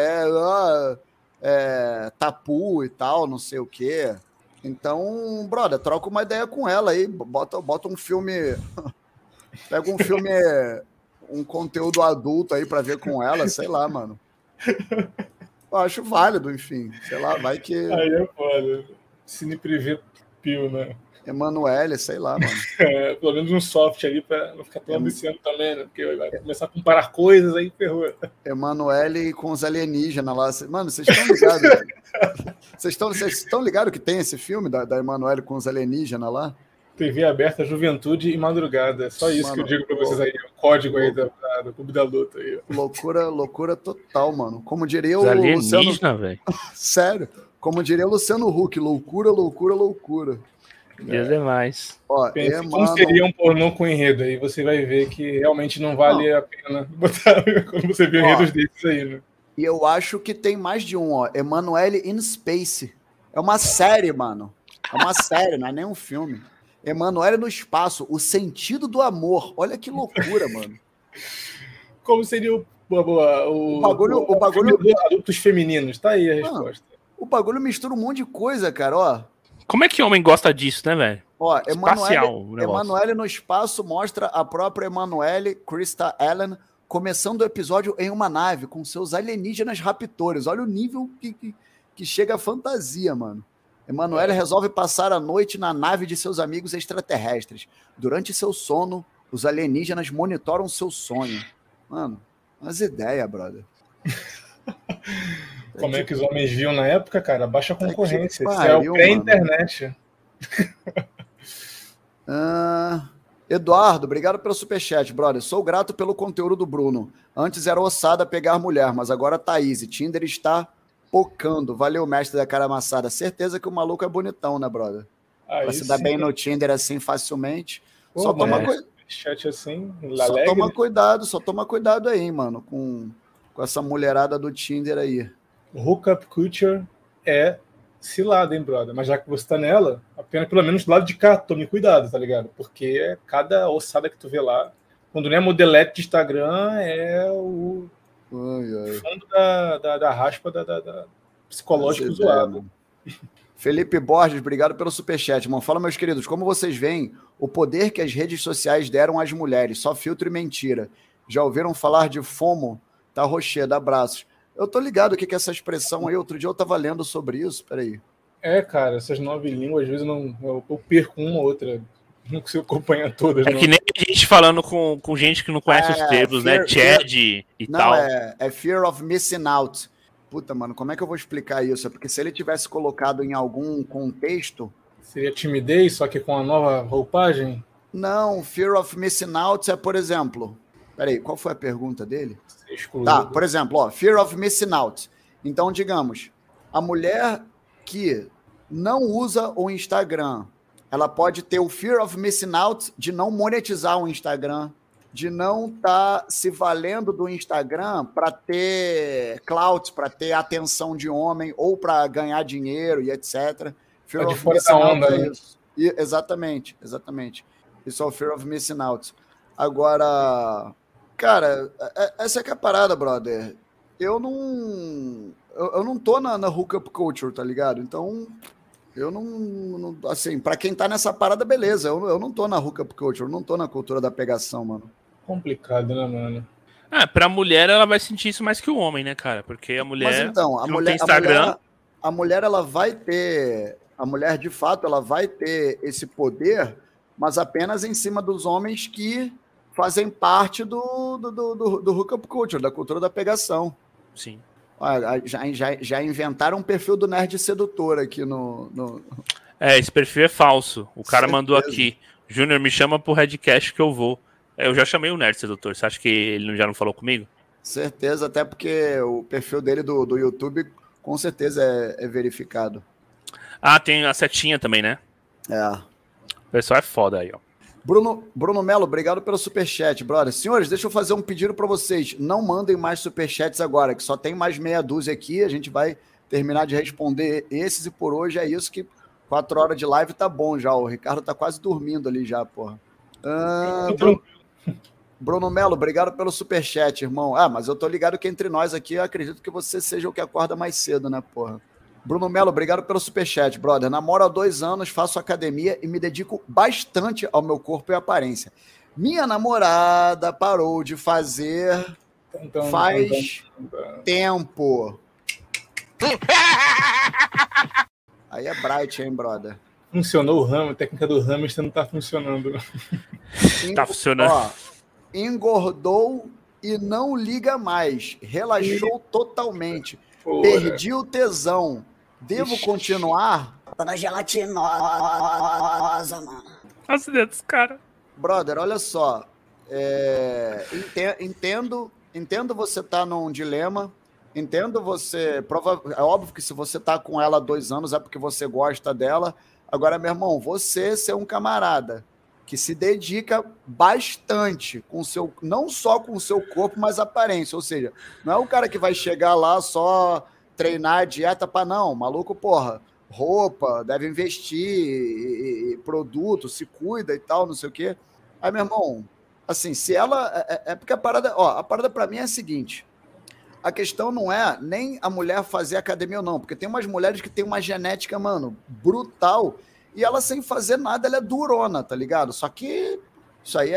é tapu e tal, não sei o quê. Então, brother, troca uma ideia com ela aí, bota um filme... Pega um filme, um conteúdo adulto aí pra ver com ela, sei lá, mano. Eu acho válido, enfim. Sei lá, vai que... Aí é foda. Cine privê pio, né? Emanuele, sei lá, mano. Pelo menos um soft ali pra não ficar tão ambiciando também, né? Porque vai começar a comparar coisas aí, ferrou. Emanuele com os alienígenas lá. Mano, vocês estão ligados? Vocês estão ligados que tem esse filme da Emanuele com os alienígenas lá? TV aberta, juventude e madrugada. É só isso, mano, que eu digo pra vocês aí. O código aí do Clube da Luta. Aí. Loucura total, mano. Como diria os o alienígena, velho. Sério. Como diria o Luciano Huck. Loucura. Deus é mais. Como seria um pornô com enredo? Aí você vai ver que realmente não vale a pena botar quando você vê enredos desses aí, né? E eu acho que tem mais de um, Emanuele in Space. É uma série, mano. É uma série, não é nem um filme. Emanuele no espaço, o sentido do amor. Olha que loucura, mano. Como seria o bagulho adultos femininos? Tá aí a resposta. O bagulho mistura um monte de coisa, cara, ó. Como é que homem gosta disso, né, velho? Ó, Emanuele no espaço mostra a própria Emanuele, Krista Allen, começando o episódio em uma nave com seus alienígenas raptores. Olha o nível que chega a fantasia, mano. Emanuele resolve passar a noite na nave de seus amigos extraterrestres. Durante seu sono, os alienígenas monitoram seu sonho. Mano, umas ideias, brother. Como é que os homens viam na época, cara? Baixa concorrência. Isso é o pré-internet. Eduardo, obrigado pelo superchat, brother. Sou grato pelo conteúdo do Bruno. Antes era ossada pegar mulher, mas agora tá easy. Tinder está... pocando. Valeu, mestre da cara amassada. Certeza que o maluco é bonitão, né, brother? Pra se dar bem no Tinder assim facilmente. Só toma chat assim, só toma cuidado aí, mano, com essa mulherada do Tinder aí. Hookup culture é cilada, hein, brother? Mas já que você tá nela, apenas pelo menos do lado de cá, tome cuidado, tá ligado? Porque cada ossada que tu vê lá, quando não é modelete de Instagram, é o fundo da raspa da psicológico zoado. Felipe Borges, obrigado pelo superchat, mano. Fala, meus queridos, como vocês veem o poder que as redes sociais deram às mulheres? Só filtro e mentira. Já ouviram falar de FOMO? Tá, Rocheda, abraços. Eu tô ligado o que é essa expressão aí. Outro dia eu tava lendo sobre isso, peraí. Cara, essas 9 línguas, às vezes eu perco uma ou outra. Não consigo acompanhar todas. Que nem a gente falando com gente que não conhece os termos, né? Chad e tal. Não, é fear of missing out. Puta, mano, como é que eu vou explicar isso? É porque se ele tivesse colocado em algum contexto... Seria timidez, só que com a nova roupagem? Não, fear of missing out é, por exemplo... Peraí, qual foi a pergunta dele? Tá, por exemplo, fear of missing out. Então, digamos, a mulher que não usa o Instagram, ela pode ter o fear of missing out de não monetizar o Instagram, de não estar se valendo do Instagram para ter clout, para ter atenção de homem ou para ganhar dinheiro e etc. Fear of missing out é isso. Exatamente. Isso é o fear of missing out. Agora, cara, essa é que é a parada, brother. Eu não tô na hookup culture, tá ligado? Então, eu não assim, pra quem tá nessa parada, beleza. Eu não tô na hookup culture, eu não tô na cultura da pegação, mano. Complicado, né, mano? Pra mulher, ela vai sentir isso mais que o homem, né, cara? Porque a mulher. Mas então, não tem Instagram. A mulher, ela vai ter. A mulher, de fato, ela vai ter esse poder mas apenas em cima dos homens que fazem parte do hookup culture, da cultura da pegação. Sim. Já inventaram um perfil do nerd sedutor aqui no... Esse perfil é falso. O cara mandou aqui. Júnior, me chama pro Redcast que eu vou. Eu já chamei o nerd sedutor. Você acha que ele já não falou comigo? Certeza, até porque o perfil dele do YouTube com certeza é verificado. Tem a setinha também, né? O pessoal é foda aí, ó. Bruno Melo, obrigado pelo superchat, brother. Senhores, deixa eu fazer um pedido para vocês. Não mandem mais superchats agora, que só tem mais meia dúzia aqui. A gente vai terminar de responder esses e por hoje é isso, que 4 horas de live tá bom já. O Ricardo tá quase dormindo ali já, porra. Bruno Melo, obrigado pelo superchat, irmão. Mas eu tô ligado que entre nós aqui eu acredito que você seja o que acorda mais cedo, né, porra? Bruno Melo, obrigado pelo superchat, brother. Namoro há 2 anos, faço academia e me dedico bastante ao meu corpo e aparência. Minha namorada parou de fazer faz tempo. Aí é bright, hein, brother? Funcionou o ramo, a técnica do hamster não tá funcionando. Tá funcionando. Engordou e não liga mais. Relaxou totalmente. Perdi o tesão. Devo continuar? Toda gelatinosa, mano. Os dedos, cara. Brother, olha só. Entendo você tá num dilema. Entendo você... É óbvio que se você tá com ela há 2 anos é porque você gosta dela. Agora, meu irmão, você ser um camarada que se dedica bastante com seu, não só com o seu corpo, mas aparência. Ou seja, não é o cara que vai chegar lá só treinar dieta para não. Maluco, porra, roupa, deve investir, produto, se cuida e tal, não sei o quê. Aí, meu irmão, assim, se ela... É porque a parada para mim é a seguinte. A questão não é nem a mulher fazer academia ou não, porque tem umas mulheres que têm uma genética, mano, brutal, e ela sem fazer nada, ela é durona, tá ligado? Só que isso aí é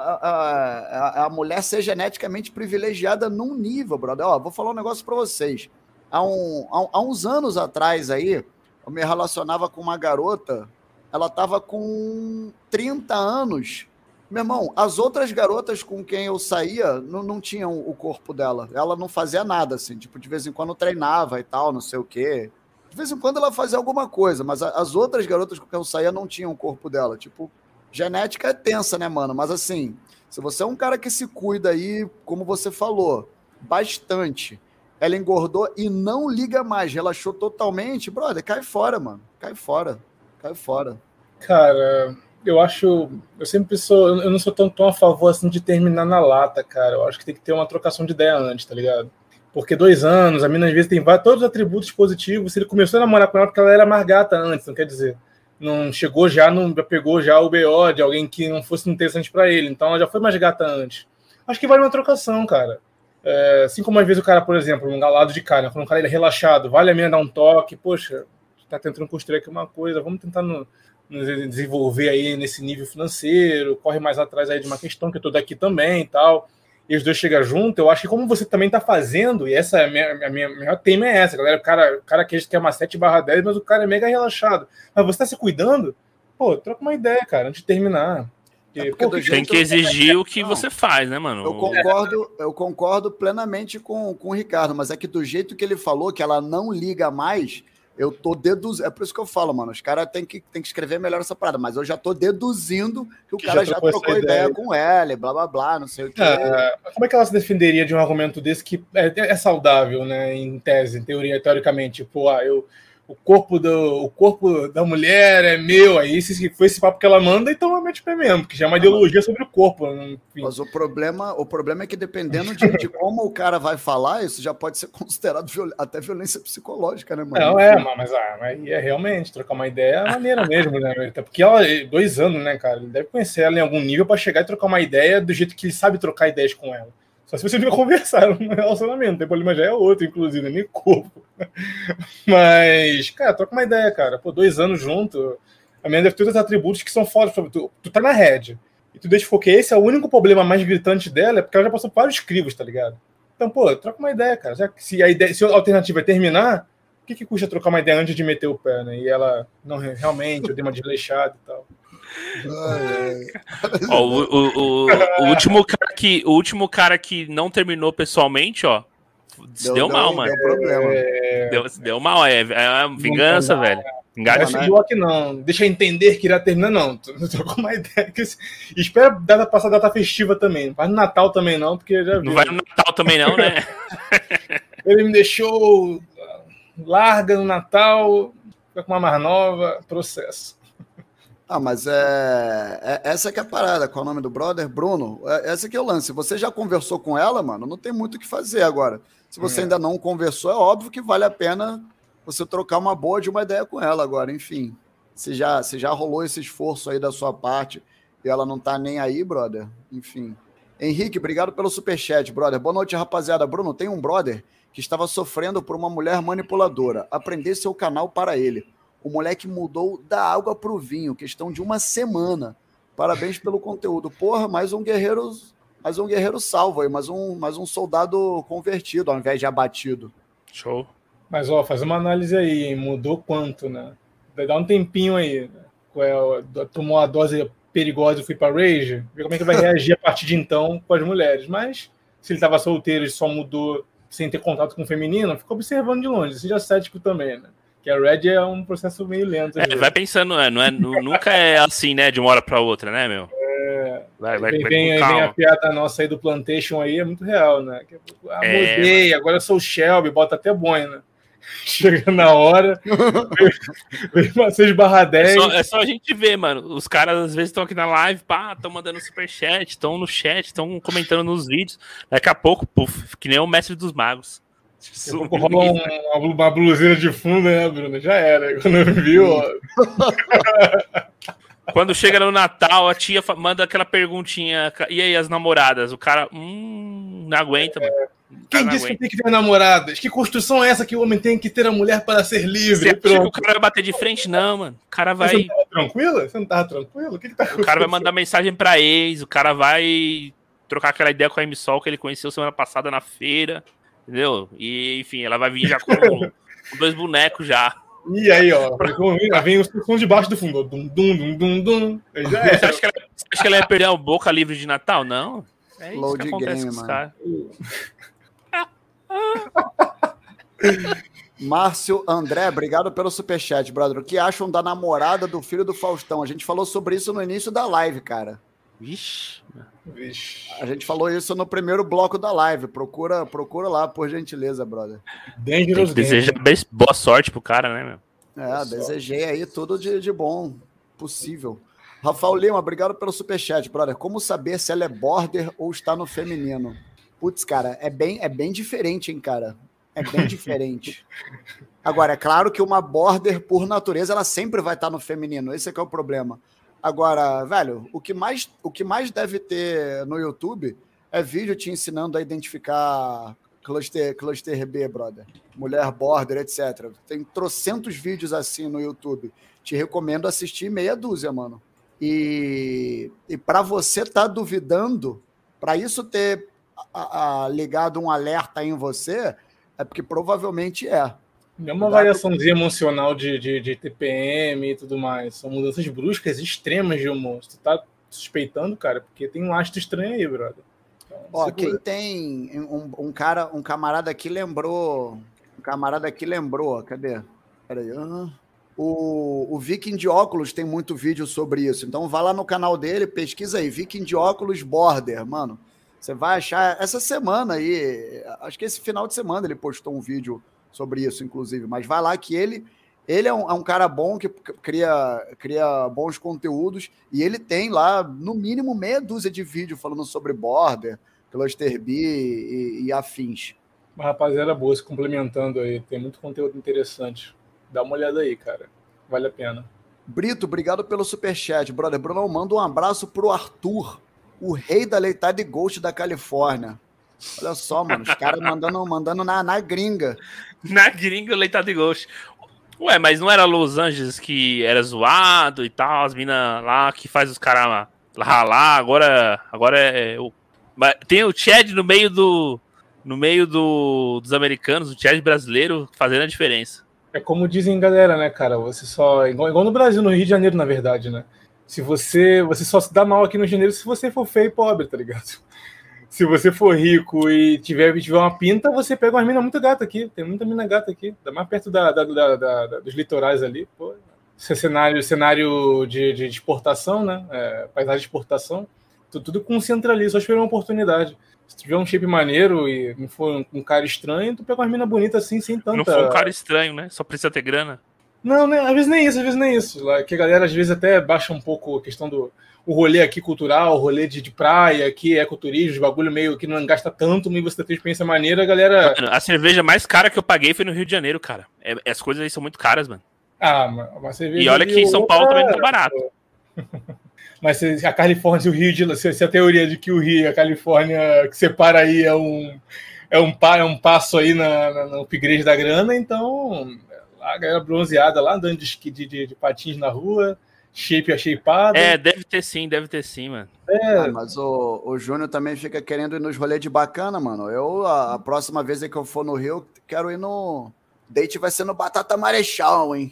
a mulher ser geneticamente privilegiada num nível, brother. Vou falar um negócio pra vocês. Há uns anos atrás aí, eu me relacionava com uma garota, ela tava com 30 anos. Meu irmão, as outras garotas com quem eu saía não tinham o corpo dela. Ela não fazia nada, assim. Tipo, de vez em quando treinava e tal, não sei o quê. De vez em quando ela fazia alguma coisa, mas as outras garotas com quem eu saía não tinham o corpo dela. Tipo, genética é tensa, né, mano? Mas assim, se você é um cara que se cuida aí, como você falou, bastante, ela engordou e não liga mais, relaxou totalmente, brother, cai fora, mano. Cai fora. Cara... eu não sou tão a favor assim de terminar na lata, cara. Eu acho que tem que ter uma trocação de ideia antes, tá ligado? Porque 2 anos, a mina às vezes tem todos os atributos positivos. Se ele começou a namorar com ela porque ela era mais gata antes, não quer dizer, não chegou já, não pegou já o BO de alguém que não fosse interessante pra ele. Então ela já foi mais gata antes. Acho que vale uma trocação, cara. Assim como às vezes o cara, por exemplo, um galado de cara, quando o cara ele é relaxado, vale a mina dar um toque, poxa, tá tentando construir aqui uma coisa, vamos tentar nos desenvolver aí nesse nível financeiro, corre mais atrás aí de uma questão que eu tô daqui também e tal, e os dois chegam junto. Eu acho que como você também tá fazendo, e essa é a minha tema é essa, galera, o cara que quer uma 7/10, mas o cara é mega relaxado, mas você tá se cuidando, pô, troca uma ideia, cara, antes de terminar. Tem que exigir o que você faz, né, mano? Eu concordo plenamente com o Ricardo, mas é que do jeito que ele falou, que ela não liga mais, eu tô deduzindo. É por isso que eu falo, mano. Os caras têm que escrever melhor essa parada, mas eu já tô deduzindo que o cara já trocou ideia com ela, blá blá blá, não sei o quê. Como é que ela se defenderia de um argumento desse que é saudável, né? Em tese, em teoria, teoricamente? Tipo, o corpo da mulher é meu. Aí se foi esse papo que ela manda, então é tipo mesmo, porque já é uma ideologia sobre o corpo. Enfim. Mas o problema é que dependendo de como o cara vai falar, isso já pode ser considerado até violência psicológica, né, mano? Não, mas é realmente, trocar uma ideia é maneira mesmo, né? Até porque ela, 2 anos, né, cara? Ele deve conhecer ela em algum nível para chegar e trocar uma ideia do jeito que ele sabe trocar ideias com ela. Só se você não conversar no relacionamento, o problema já é outro, inclusive, nem corpo. Mas, cara, troca uma ideia, cara. Pô, 2 anos junto, a menina deve ter todos os atributos que são fodas. Tu tá na rede. E tu deixa porque esse é o único problema mais gritante dela, é porque ela já passou por vários crivos, tá ligado? Então, pô, troca uma ideia, cara. Já que se a alternativa é terminar, o que custa trocar uma ideia antes de meter o pé, né? E ela, não, realmente, eu dei uma desleixada e tal. Ó, o último cara que não terminou pessoalmente, ó, se deu mal, mano. Deu problema. Deu mal, é vingança, velho. Não se bloque, não. Deixa eu entender que irá terminar, não. Não tô com uma ideia. Espera passar data festiva também. Não vai no Natal também, não, porque já viu. Não vai no Natal também, não, né? Ele me deixou larga no Natal, fica com uma mais nova, processo. Ah, mas essa que é a parada. Qual é o nome do brother? Bruno. Essa que é o lance. Você já conversou com ela, mano? Não tem muito o que fazer agora. Se você ainda não conversou, é óbvio que vale a pena você trocar uma boa de uma ideia com ela agora. Enfim, se já rolou esse esforço aí da sua parte e ela não tá nem aí, brother, enfim. Henrique, obrigado pelo superchat, brother. Boa noite, rapaziada. Bruno, tem um brother que estava sofrendo por uma mulher manipuladora. Aprender seu canal para ele. O moleque mudou da água pro vinho, questão de uma semana. Parabéns pelo conteúdo. Porra, mais um guerreiro salvo aí, mais um soldado convertido ao invés de abatido. Show. Mas, ó, faz uma análise aí, hein? Mudou quanto, né? Dá um tempinho aí. Tomou a dose perigosa e fui pra Rage, ver como é que vai reagir a partir de então com as mulheres. Mas, se ele tava solteiro e só mudou sem ter contato com o feminino, ficou observando de longe. Seja cético também, né? Que a Red é um processo meio lento. Vai pensando, nunca é assim, né? De uma hora pra outra, né, meu? Vem a piada nossa aí do Plantation aí, é muito real, né? Mudei, agora eu sou o Shelby, bota até boina. Chega na hora, vem uma 6/10. É só a gente ver, mano. Os caras às vezes estão aqui na live, pá, estão mandando superchat, estão no chat, estão comentando nos vídeos. Daqui a pouco, puf, que nem o mestre dos magos. Rola uma bluseira de fundo, né, Bruno? Já era. Quando eu vi, ó. Quando chega no Natal, a tia manda aquela perguntinha. E aí, as namoradas? O cara, não aguenta, mano. Quem disse que tem que ter namoradas? Que construção é essa que o homem tem que ter a mulher para ser livre? Você acha que o cara vai bater de frente? Não, mano. O cara vai... Você não tava tranquilo? Você não tava tranquilo? O que tá acontecendo? O cara vai mandar mensagem pra ex, o cara vai trocar aquela ideia com a M-Sol que ele conheceu semana passada na feira, entendeu? E, enfim, ela vai vir já com 2 bonecos já. E aí, ó, vem os som de baixo do fundo. Dum, dum, dum, dum, dum. Você acha que ela ia perder a boca livre de Natal? Não. É isso Load que acontece game, com os mano. caras. Márcio André, obrigado pelo superchat, brother. O que acham da namorada do filho do Faustão? A gente falou sobre isso no início da live, cara. Vixe. A gente falou isso no primeiro bloco da live. Procura lá, por gentileza, brother. Dangerous Deseja boa sorte pro cara, né, meu? Desejei aí tudo de bom possível. Rafael Lima, obrigado pelo superchat, brother. Como saber se ela é border ou está no feminino? Putz, cara, é bem diferente, hein, cara? É bem diferente. Agora, é claro que uma border, por natureza, ela sempre vai estar no feminino. Esse é que é o problema. Agora, velho, o que mais deve ter no YouTube é vídeo te ensinando a identificar cluster B, brother. Mulher border, etc. Tem trocentos vídeos assim no YouTube. Te recomendo assistir meia dúzia, mano. E para você tá duvidando, para isso ter ligado um alerta em você, é porque provavelmente é. É uma variaçãozinha emocional de TPM e tudo mais. São mudanças bruscas extremas de humor. Tu tá suspeitando, cara, porque tem um astro estranho aí, brother. Então, ó, quem tem um camarada aqui lembrou. Cadê? Peraí. O Viking de óculos tem muito vídeo sobre isso. Então vá lá no canal dele, pesquisa aí, Viking de óculos border, mano. Você vai achar essa semana aí, acho que esse final de semana ele postou um vídeo sobre isso, inclusive. Mas vai lá que ele é um cara bom que cria bons conteúdos e ele tem lá, no mínimo, meia dúzia de vídeos falando sobre border, cluster B e afins. Uma rapaziada boa se complementando aí. Tem muito conteúdo interessante. Dá uma olhada aí, cara. Vale a pena. Brito, obrigado pelo superchat, brother. Bruno, manda um abraço pro Arthur, o rei da leitada e ghost da Califórnia. Olha só, mano, os caras mandando na gringa. Na gringa, leitada e ghost. Ué, mas não era Los Angeles que era zoado e tal, as minas lá que faz os caras ralar, agora é... Tem o Chad no meio dos americanos, o Chad brasileiro fazendo a diferença. É como dizem galera, né, cara? Você só... Igual no Brasil, no Rio de Janeiro, na verdade, né? Se você só se dá mal aqui no Rio de Janeiro se você for feio e pobre, tá ligado? Se você for rico e tiver uma pinta, você pega umas minas muito gata aqui. Tem muita mina gata aqui. Ainda mais perto dos litorais ali. Pô, cenário de exportação, né? Paisagem de exportação. Tudo concentraliza. Só espera uma oportunidade. Se tiver um shape maneiro e não for um cara estranho, tu pega umas minas bonitas assim, sem tanta... Não for um cara estranho, né? Só precisa ter grana. Não, né? Às vezes nem isso. Que a galera às vezes até baixa um pouco a questão do rolê aqui cultural, o rolê de praia, aqui ecoturismo, bagulho meio que não gasta tanto, mas você tem experiência maneira, a galera... Mano, a cerveja mais cara que eu paguei foi no Rio de Janeiro, cara. As coisas aí são muito caras, mano. Ah, uma cerveja... E olha que em São Paulo também não tá barato. Mas se a Califórnia, se o Rio se a teoria de que o Rio e a Califórnia que separa aí é um passo aí no upgrade da grana, então a galera bronzeada lá, andando de patins na rua, shapeada. Deve ter sim, mano. Mas o Júnior também fica querendo ir nos rolês de bacana, mano. A próxima vez que eu for no Rio, quero ir no... Date vai ser no Batata Marechal, hein?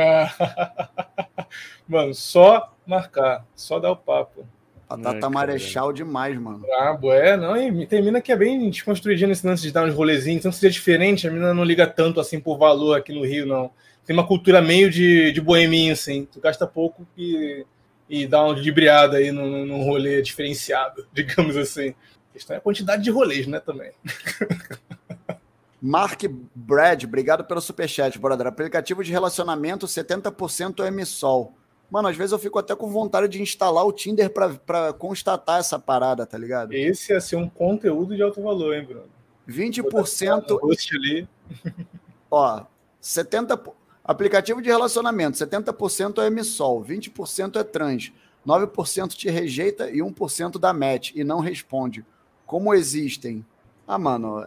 Mano, só marcar, só dar o papo. Batata Marechal demais, mano. Brabo, não, e tem mina que é bem desconstruidinha nesse lance de dar uns rolezinhos, então se é diferente, a mina não liga tanto assim por valor aqui no Rio, não. Tem uma cultura meio de boeminho, assim, tu gasta pouco e dá uma ludibriada aí num rolê diferenciado, digamos assim. A questão é a quantidade de rolês, né, também. Mark Brad, obrigado pelo superchat, brother. Aplicativo de relacionamento, 70% é MSOL. Mano, às vezes eu fico até com vontade de instalar o Tinder pra constatar essa parada, tá ligado? Esse ia ser um conteúdo de alto valor, hein, Bruno? 20%... Ali. Ó, 70%... Aplicativo de relacionamento, 70% é MSOL, 20% é trans, 9% te rejeita e 1% dá match e não responde. Como existem? Ah, mano,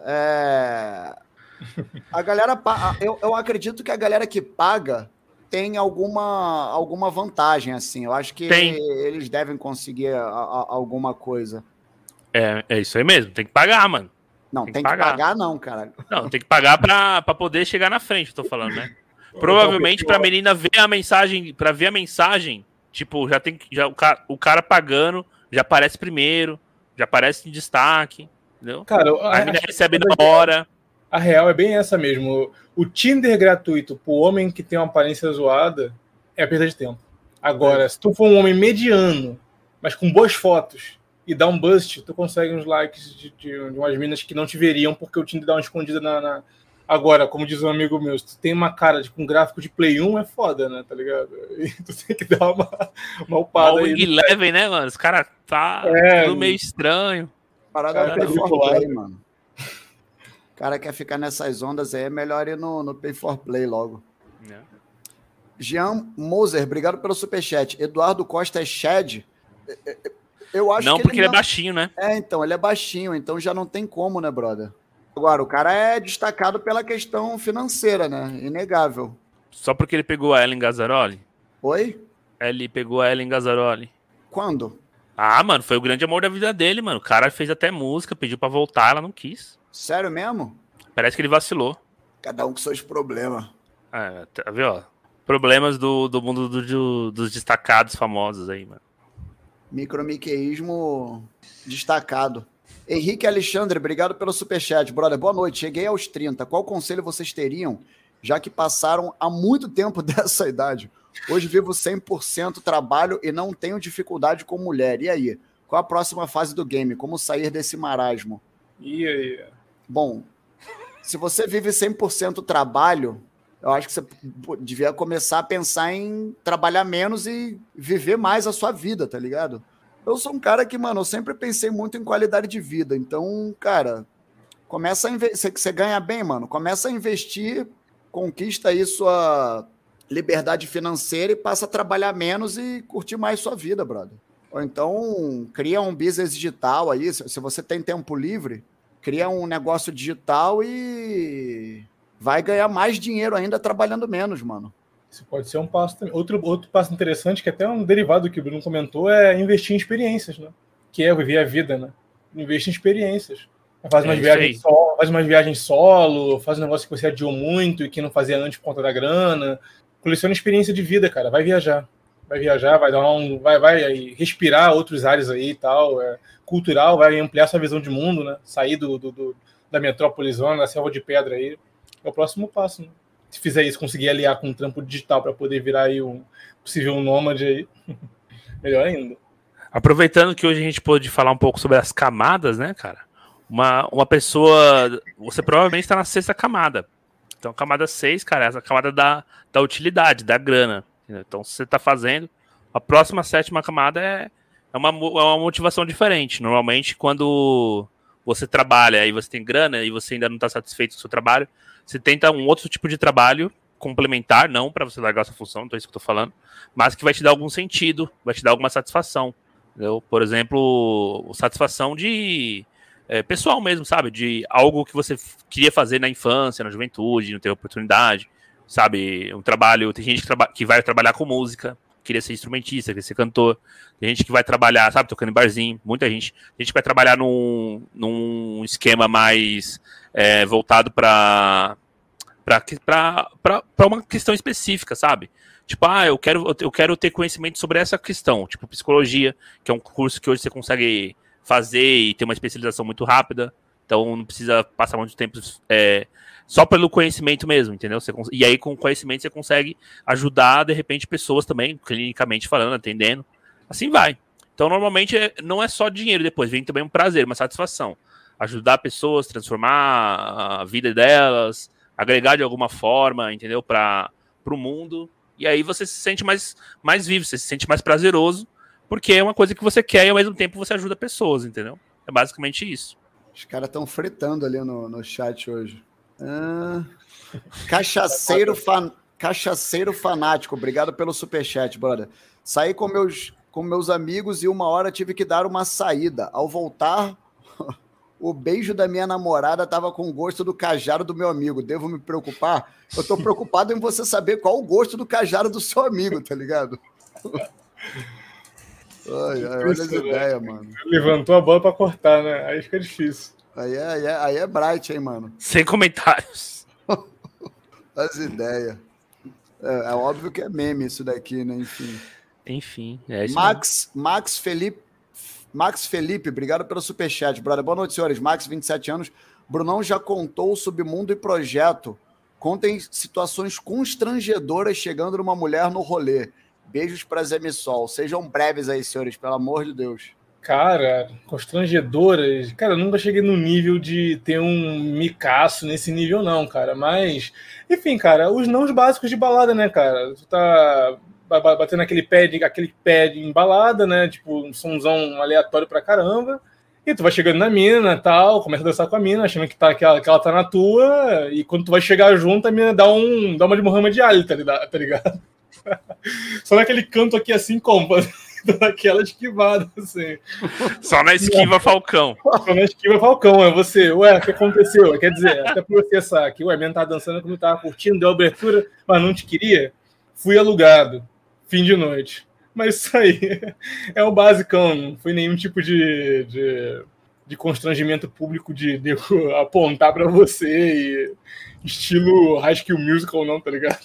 a galera... Eu acredito que a galera que paga tem alguma vantagem, assim. Eu acho que eles devem conseguir alguma coisa. É isso aí mesmo, tem que pagar, mano. Não, tem que pagar não, cara. Não, tem que pagar pra poder chegar na frente, tô falando, né? Provavelmente pra menina ver a mensagem, tipo, o cara pagando, já aparece primeiro, já aparece em destaque, entendeu? Cara, a menina recebe na hora. A real é bem essa mesmo. O Tinder gratuito pro homem que tem uma aparência zoada é a perda de tempo. Agora, se tu for um homem mediano, mas com boas fotos, e dá um bust, tu consegue uns likes de umas minas que não te veriam, porque o Tinder dá uma escondida na... Agora, como diz um amigo meu, se tu tem uma cara com gráfico de Play 1, é foda, né, tá ligado? E tu tem que dar uma upada aí. O Eleven, né, mano? Os caras tudo meio estranho. Parada é Pay for Play, mano. O cara quer ficar nessas ondas aí, é melhor ir no Pay for Play logo. Jean Moser, obrigado pelo superchat. Eduardo Costa é Shed? Eu acho não, que porque ele é baixinho, né? Então, ele é baixinho, então já não tem como, né, brother? Agora, o cara é destacado pela questão financeira, né? Inegável. Só porque ele pegou a Ellen Gazzaroli? Oi? Ele pegou a Ellen Gazzaroli. Quando? Ah, mano, foi o grande amor da vida dele, mano. O cara fez até música, pediu pra voltar, ela não quis. Sério mesmo? Parece que ele vacilou. Cada um com seus problemas. Tá vendo, ó? Problemas do mundo dos destacados famosos aí, mano. Micromiqueísmo destacado. Henrique Alexandre, obrigado pelo superchat, brother. Boa noite, cheguei aos 30. Qual conselho vocês teriam, já que passaram há muito tempo dessa idade? Hoje vivo 100% trabalho e não tenho dificuldade com mulher. E aí? Qual a próxima fase do game? Como sair desse marasmo? E aí? Bom, se você vive 100% trabalho, eu acho que você devia começar a pensar em trabalhar menos e viver mais a sua vida, tá ligado? Eu sou um cara que, mano, eu sempre pensei muito em qualidade de vida. Então, cara, começa a investir. Você ganha bem, mano. Começa a investir, conquista aí sua liberdade financeira e passa a trabalhar menos e curtir mais sua vida, brother. Ou então, cria um business digital aí. Se você tem tempo livre, cria um negócio digital e vai ganhar mais dinheiro ainda trabalhando menos, mano. Isso pode ser um passo também. Outro passo interessante, que até é um derivado do que o Bruno comentou, é investir em experiências, né? Que é viver a vida, né? Investir em experiências. Faz umas viagens solo, faz um negócio que você adiou muito e que não fazia antes por conta da grana. Coleciona experiência de vida, cara. Vai viajar. vai viajar, vai dar vai respirar outros áreas aí e tal, cultural, vai ampliar sua visão de mundo, né? Sair da metrópole zona, da selva de pedra aí. É o próximo passo, né? Se fizer isso, conseguir aliar com um trampo digital para poder virar aí um possível nômade aí, melhor ainda. Aproveitando que hoje a gente pôde falar um pouco sobre as camadas, né, cara? Uma pessoa... Você provavelmente está na 6ª camada. Então, camada 6, cara, é essa camada da utilidade, da grana. Entendeu? Então, se você está fazendo... A próxima 7ª camada é uma motivação diferente. Normalmente, quando você trabalha e você tem grana e você ainda não está satisfeito com o seu trabalho, você tenta um outro tipo de trabalho complementar, não para você largar sua função, não é isso que eu estou falando, mas que vai te dar algum sentido, vai te dar alguma satisfação. Entendeu? Por exemplo, satisfação de pessoal mesmo, sabe? De algo que você queria fazer na infância, na juventude, não teve oportunidade, sabe? Um trabalho, tem gente que vai trabalhar com música, queria ser instrumentista, queria ser cantor, tem gente que vai trabalhar, sabe, tocando em barzinho, muita gente. Tem gente que vai trabalhar num esquema mais voltado para uma questão específica, sabe? Tipo, eu quero ter conhecimento sobre essa questão, tipo psicologia, que é um curso que hoje você consegue fazer e ter uma especialização muito rápida, então não precisa passar muito tempo só pelo conhecimento mesmo, entendeu? E aí com o conhecimento você consegue ajudar, de repente, pessoas também, clinicamente falando, atendendo, assim vai. Então normalmente não é só dinheiro depois, vem também um prazer, uma satisfação. Ajudar pessoas, transformar a vida delas, agregar de alguma forma, entendeu? Para o mundo. E aí você se sente mais vivo, você se sente mais prazeroso, porque é uma coisa que você quer e ao mesmo tempo você ajuda pessoas, entendeu? É basicamente isso. Os caras estão fritando ali no chat hoje. Cachaceiro fanático, obrigado pelo superchat, brother. Saí com meus amigos e uma hora tive que dar uma saída. Ao voltar, o beijo da minha namorada estava com o gosto do cajado do meu amigo. Devo me preocupar? Eu tô preocupado em você saber qual o gosto do cajado do seu amigo, tá ligado? Olha as ideias, mano. Levantou a bola pra cortar, né? Aí fica difícil. Aí é bright, hein, mano? Sem comentários. As ideias. É óbvio que é meme isso daqui, né? Enfim, é isso. Max Felipe, obrigado pelo superchat, brother. Boa noite, senhores. Max, 27 anos. Brunão já contou o Submundo e Projeto. Contem situações constrangedoras chegando numa mulher no rolê. Beijos pra Zé Missol. Sejam breves aí, senhores, pelo amor de Deus. Cara, constrangedoras. Cara, eu nunca cheguei no nível de ter um micaço nesse nível, não, cara. Mas, enfim, cara, os nãos básicos de balada, né, cara? Tu tá batendo aquele pé em balada, né? Tipo, um sonzão aleatório pra caramba. E tu vai chegando na mina e tal, começa a dançar com a mina, achando que ela tá na tua. E quando tu vai chegar junto, a mina dá uma de Muhammad Ali, tá ligado? Só naquele canto aqui assim, como daquela esquivada, assim. Só na esquiva Falcão. Só na esquiva Falcão, é você. Ué, o que aconteceu? Quer dizer, até processar aqui, a mina tava dançando como tava curtindo, deu abertura, mas não te queria. Fui alugado. Fim de noite. Mas isso aí é o basicão, não foi nenhum tipo de constrangimento público de apontar pra você e estilo High School Musical, não, tá ligado?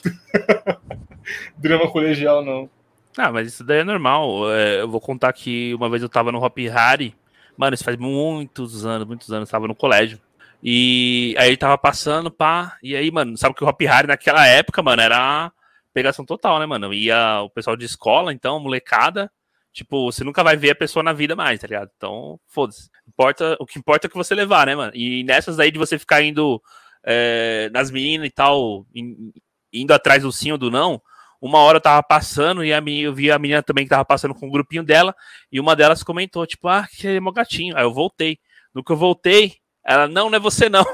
Drama colegial, não. Ah, mas isso daí é normal. Eu vou contar que uma vez eu tava no Hop Hari. Mano, isso faz muitos anos, tava no colégio. E aí ele tava passando, pá. E aí, mano, sabe que o Hop Hari naquela época, mano, era pegação total, né, mano? Ia o pessoal de escola, então, molecada. Tipo, você nunca vai ver a pessoa na vida mais, tá ligado? Então, foda-se. O que importa é que você levar, né, mano? E nessas aí de você ficar indo nas meninas e tal, indo atrás do sim ou do não. Uma hora eu tava passando e eu vi a menina também que tava passando com o grupinho dela, e uma delas comentou, tipo, que é meu gatinho. Aí eu voltei. No que eu voltei, ela, não é você não.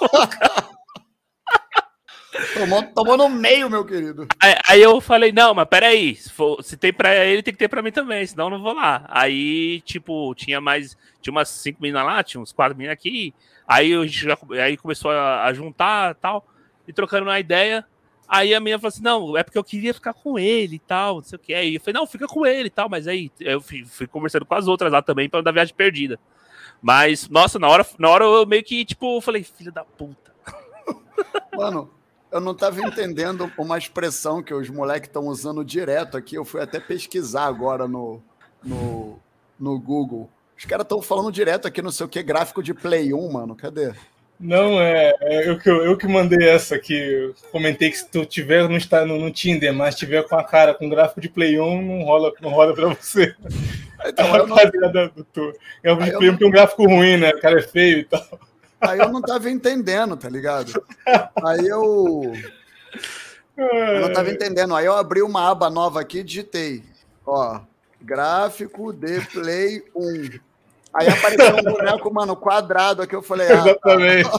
Tomou no meio, meu querido. Aí eu falei, não, mas peraí, se tem pra ele, tem que ter pra mim também, senão eu não vou lá. Aí, tipo, tinha umas 5 meninas lá, tinha uns 4 meninas aqui, aí começou a juntar e tal, e trocando uma ideia. Aí a menina falou assim, não, é porque eu queria ficar com ele e tal, não sei o que. Aí eu falei, não, fica com ele e tal, mas aí eu fui conversando com as outras lá também pra não dar viagem perdida. Mas, nossa, na hora eu meio que, tipo, falei, filha da puta. Mano, Eu não estava entendendo uma expressão que os moleques estão usando direto aqui. Eu fui até pesquisar agora no Google. Os caras estão falando direto aqui, não sei o que, gráfico de Play 1, mano. Cadê? Não, eu que mandei essa aqui. Eu comentei que se tu tiver no Tinder, mas tiver com a cara com gráfico de Play 1, não rola pra você. Então, É um de Play 1 tem um gráfico ruim, né? O cara é feio e tal. Aí eu não tava entendendo, tá ligado? Aí eu não tava entendendo. Aí eu abri uma aba nova aqui e digitei. Ó, gráfico de Play 1. Aí apareceu um boneco, mano, quadrado aqui. Eu falei, exatamente.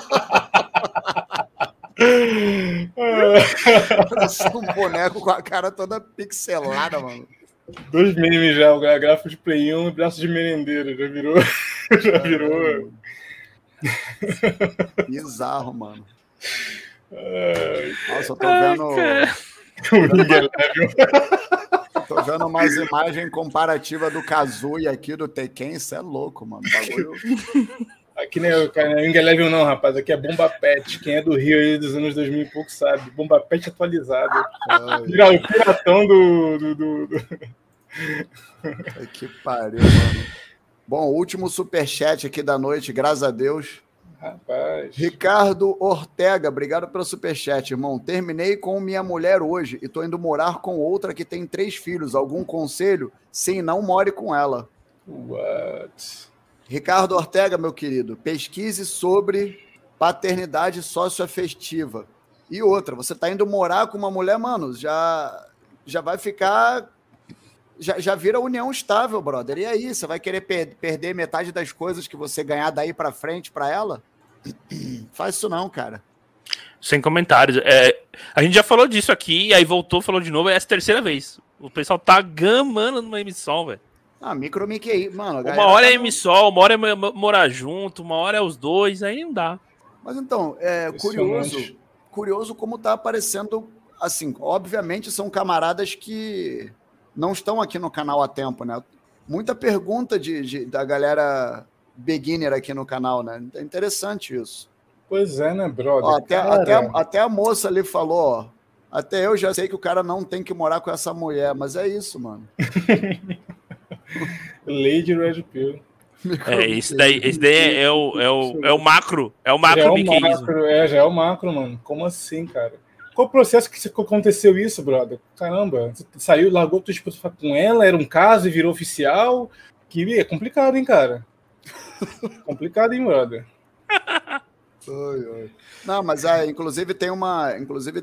Parecia um boneco com a cara toda pixelada, mano. 2 memes já, o gráfico de Play 1 e braço de merendeiro. Já virou. Bizarro, mano. Nossa, eu tô vendo umas imagens comparativas do Kazuya aqui, do Tekken. Isso é louco, mano. Bagulho. Aqui não é Wing Eleven não, rapaz. Aqui é Bomba Pet. Quem é do Rio aí dos anos 2000 e pouco sabe. Bomba Pet atualizado. O piratão do... Que pariu, mano. Bom, último superchat aqui da noite, graças a Deus. Rapaz. Ricardo Ortega, obrigado pelo superchat, irmão. Terminei com minha mulher hoje e tô indo morar com outra que tem 3 filhos. Algum conselho? Sim, não more com ela. What? Ricardo Ortega, meu querido, pesquise sobre paternidade socioafetiva. E outra, você tá indo morar com uma mulher, mano, já vai ficar... Já vira união estável, brother. E aí, você vai querer perder metade das coisas que você ganhar daí pra frente pra ela? Faz isso não, cara. Sem comentários. A gente já falou disso aqui, e aí voltou, falou de novo, é essa terceira vez. O pessoal tá gamando numa emissão, velho. Micro Mickey aí, mano. Uma hora é emissão, uma hora é morar junto, uma hora é os dois, aí não dá. Mas então, curioso como tá aparecendo, assim, obviamente são camaradas que não estão aqui no canal há tempo, né? Muita pergunta da galera beginner aqui no canal, né? É interessante isso. Pois é, né, brother? Ó, até a moça ali falou, ó, até eu já sei que o cara não tem que morar com essa mulher, mas é isso, mano. Lady Red Pill. Esse daí é o macro. É o macro, já é o macro, mano. Como assim, cara? Qual o processo que aconteceu isso, brother? Caramba, você saiu, largou tua esposa com ela, era um caso e virou oficial? Que é complicado, hein, cara? Complicado, hein, brother? Não, mas inclusive tem uma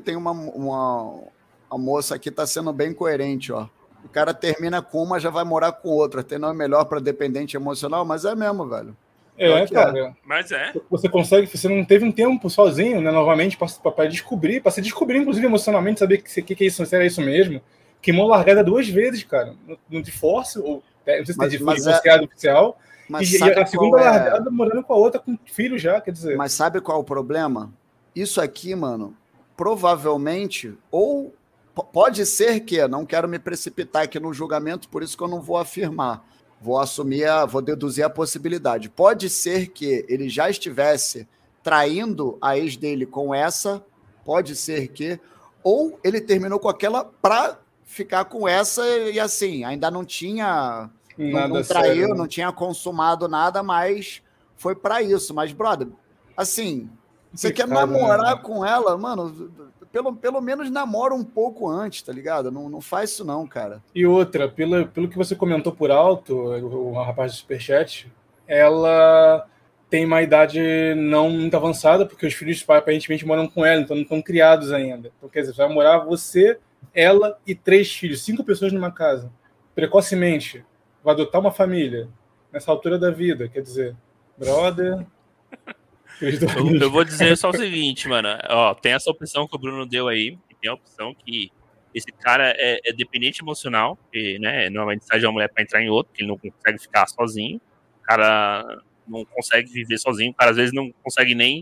moça aqui tá sendo bem coerente, ó. O cara termina com uma, já vai morar com outra. Tem nome melhor para dependente emocional, mas é mesmo, velho. Cara. Mas Você não teve um tempo sozinho, né, novamente, para se descobrir, inclusive, emocionalmente, saber que é isso, se era isso mesmo. Queimou largada 2 vezes, cara, no divórcio, ou não sei se tem divorciado oficial, e a segunda largada morando com a outra, com filho já, quer dizer. Mas sabe qual é o problema? Isso aqui, mano, provavelmente, ou pode ser que, não quero me precipitar aqui no julgamento, por isso que eu não vou afirmar. Vou deduzir a possibilidade. Pode ser que ele já estivesse traindo a ex dele com essa, pode ser que, ou ele terminou com aquela pra ficar com essa e assim, ainda não tinha, não traiu, sério, não tinha consumado nada, mas foi pra isso. Mas, brother, assim, você quer namorar com ela, mano, pelo menos namora um pouco antes, tá ligado? Não faz isso não, cara. E outra, pelo que você comentou por alto, o rapaz do Superchat, ela tem uma idade não muito avançada, porque os filhos aparentemente moram com ela, então não estão criados ainda. Então, quer dizer, vai morar você, ela e 3 filhos, 5 pessoas numa casa. Precocemente, vai adotar uma família, nessa altura da vida, quer dizer, brother... Eu vou dizer só o seguinte, mano. Ó, tem essa opção que o Bruno deu aí. E tem a opção que esse cara é dependente emocional. E, né, normalmente sai de uma mulher pra entrar em outro, porque ele não consegue ficar sozinho. O cara não consegue viver sozinho. O cara às vezes não consegue nem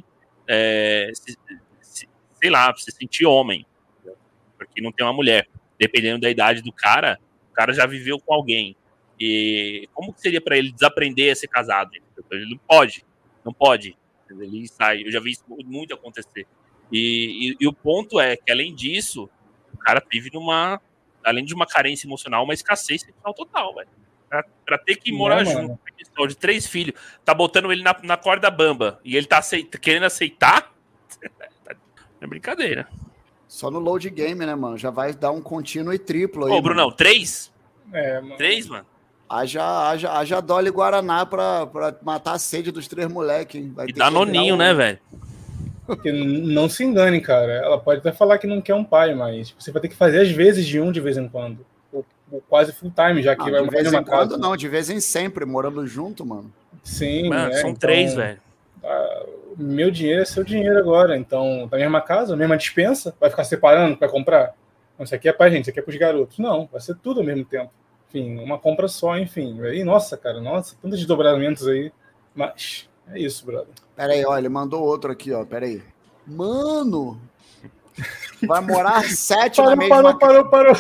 sei lá, se sentir homem. Porque não tem uma mulher. Dependendo da idade do cara, o cara já viveu com alguém. E como que seria pra ele desaprender a ser casado? Ele não pode. Ele sai. Eu já vi isso muito acontecer. E o ponto é que, além disso, o cara vive além de uma carência emocional, uma escassez sexual total, velho. Pra ter que morar junto, questão de 3 filhos, tá botando ele na corda bamba e ele tá querendo aceitar, é brincadeira. Só no load game, né, mano? Já vai dar um contínuo e triplo aí. Ô, Brunão, 3? Mano. 3, mano? Haja Dolly Guaraná pra matar a sede dos 3 moleques, hein? E dá noninho, né, velho? Porque não se engane, cara. Ela pode até falar que não quer um pai, mas você vai ter que fazer às vezes de vez em quando. Ou quase full time, já que vai de vez em uma em quando casa. não, de vez em sempre, morando junto, mano. Sim, mano, são então, 3, velho. Meu dinheiro é seu dinheiro agora. Então, da mesma casa, mesma dispensa, vai ficar separando pra comprar? Não, isso aqui é pra gente, isso aqui é pros garotos. Não, vai ser tudo ao mesmo tempo. Enfim, uma compra só, enfim. Aí, nossa, cara, tantos desdobramentos aí. Mas é isso, brother. Pera aí, ó, ele mandou outro aqui, ó, pera aí. Mano, vai morar 7 na mesma casa. Parou.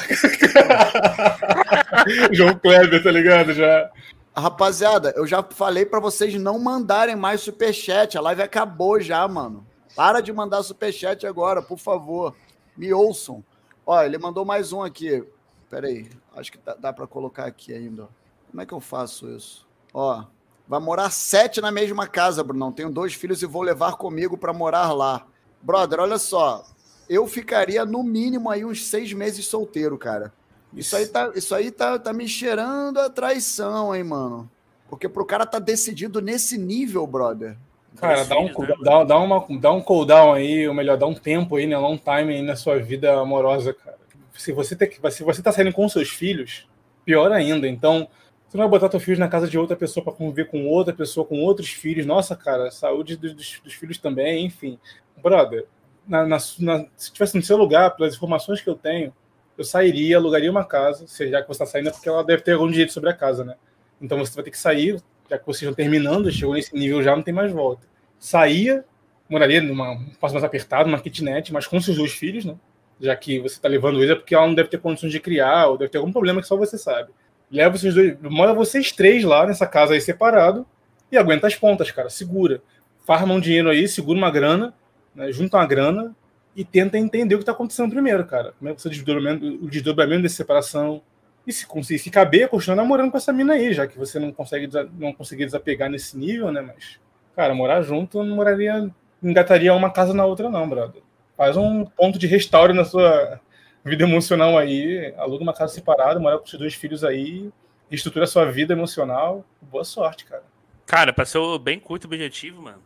João Kleber, tá ligado? Já. Rapaziada, eu já falei pra vocês não mandarem mais superchat. A live acabou já, mano. Para de mandar superchat agora, por favor. Me ouçam. Ó, ele mandou mais um aqui. Pera aí, acho que dá pra colocar aqui ainda. Como é que eu faço isso? Ó, vai morar 7 na mesma casa, Brunão. Tenho 2 filhos e vou levar comigo pra morar lá. Brother, olha só. Eu ficaria no mínimo aí uns 6 meses solteiro, cara. Isso aí tá me cheirando a traição, hein, mano? Porque pro cara tá decidido nesse nível, brother. Cara, dá um cooldown aí, ou melhor, dá um tempo aí, né? Long time aí na sua vida amorosa, cara. Se você tá saindo com seus filhos, pior ainda. Então, você não vai botar seus filhos na casa de outra pessoa pra conviver com outra pessoa, com outros filhos. Nossa, cara, saúde dos filhos também, enfim. Brother, se tivesse no seu lugar, pelas informações que eu tenho, eu sairia, alugaria uma casa, já que você está saindo, é porque ela deve ter algum direito sobre a casa, né? Então você vai ter que sair, já que vocês estão terminando, chegou nesse nível já, não tem mais volta. Saía, moraria numa espaço mais apertado, numa kitnet, mas com seus 2 filhos, né? Já que você está levando eles, é porque ela não deve ter condições de criar, ou deve ter algum problema que só você sabe. Leva vocês 2, mora vocês 3 lá nessa casa aí separado, e aguenta as pontas, cara, segura. Farma um dinheiro aí, segura uma grana, né? Junta uma grana, e tenta entender o que está acontecendo primeiro, cara. Como é que você o desdobramento dessa separação. E se caber, continuar namorando com essa mina aí, já que você não conseguir desapegar nesse nível, né? Mas, cara, morar junto não engataria uma casa na outra, não, brother. Faz um ponto de restauro na sua vida emocional aí, aluga uma casa separada, mora com seus 2 filhos aí, reestrutura a sua vida emocional. Boa sorte, cara. Cara, pra ser bem curto e objetivo, mano,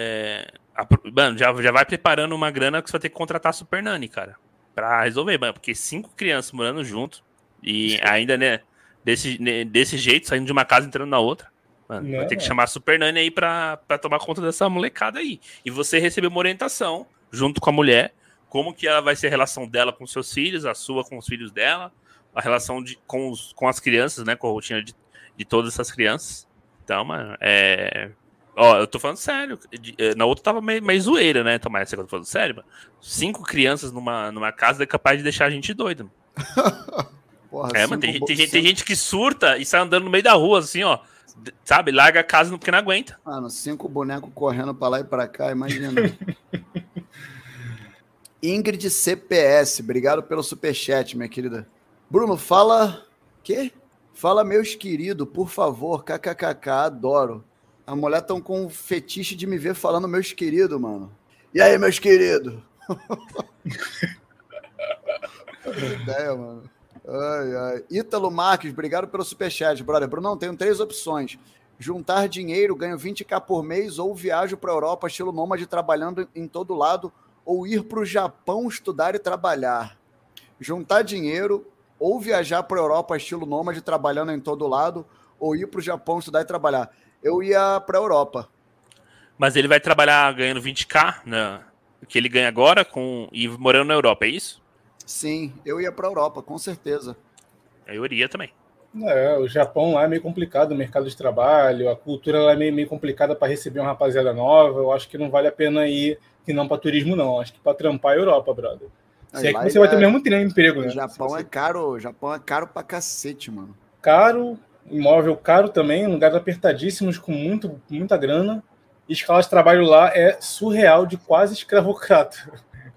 mano, já vai preparando uma grana que você vai ter que contratar a Super Nani, cara. Pra resolver, mano. Porque 5 crianças morando junto e ainda, né, desse jeito, saindo de uma casa e entrando na outra. Mano, vai ter que chamar a Super Nani aí pra tomar conta dessa molecada aí. E você receber uma orientação junto com a mulher, como que ela vai ser a relação dela com seus filhos, a sua com os filhos dela, a relação com as crianças, né, com a rotina de todas essas crianças. Então, mano, Ó, eu tô falando sério. Na outra tava meio zoeira, né, Tomás? Você tá falando sério, mano? 5 crianças numa casa é capaz de deixar a gente doido. Porra, mano, tem gente que surta e sai andando no meio da rua, assim, ó. Sabe? Larga a casa porque não aguenta. Mano, 5 bonecos correndo pra lá e pra cá, imagina. Ingrid CPS, obrigado pelo superchat, minha querida. Bruno, fala... Quê? Fala, meus queridos, por favor, kkkk, adoro. A mulher tão com um fetiche de me ver falando meus queridos, mano. E aí, meus queridos? Ideia, mano. Ai. Ítalo Marques, obrigado pelo superchat, brother. Brunão, tenho 3 opções. Juntar dinheiro, ganho 20k por mês, ou viajo pra Europa, estilo nômade, trabalhando em todo lado, ou ir pro Japão estudar e trabalhar. Juntar dinheiro, ou viajar pra Europa, estilo nômade, trabalhando em todo lado, ou ir pro Japão estudar e trabalhar. Eu ia pra Europa. Mas ele vai trabalhar ganhando 20k, né, que ele ganha agora, e morando na Europa, é isso? Sim, eu ia pra Europa, com certeza. Eu iria também. O Japão lá é meio complicado, o mercado de trabalho, a cultura lá é meio complicada para receber uma rapaziada nova. Eu acho que não vale a pena ir, que não para turismo, não. Acho que para trampar a Europa, brother. Se é que você vai ter o mesmo emprego, né? O Japão é caro pra cacete, mano. Caro, imóvel caro também, lugares apertadíssimos com muita grana. E escala de trabalho lá é surreal, de quase escravocrata.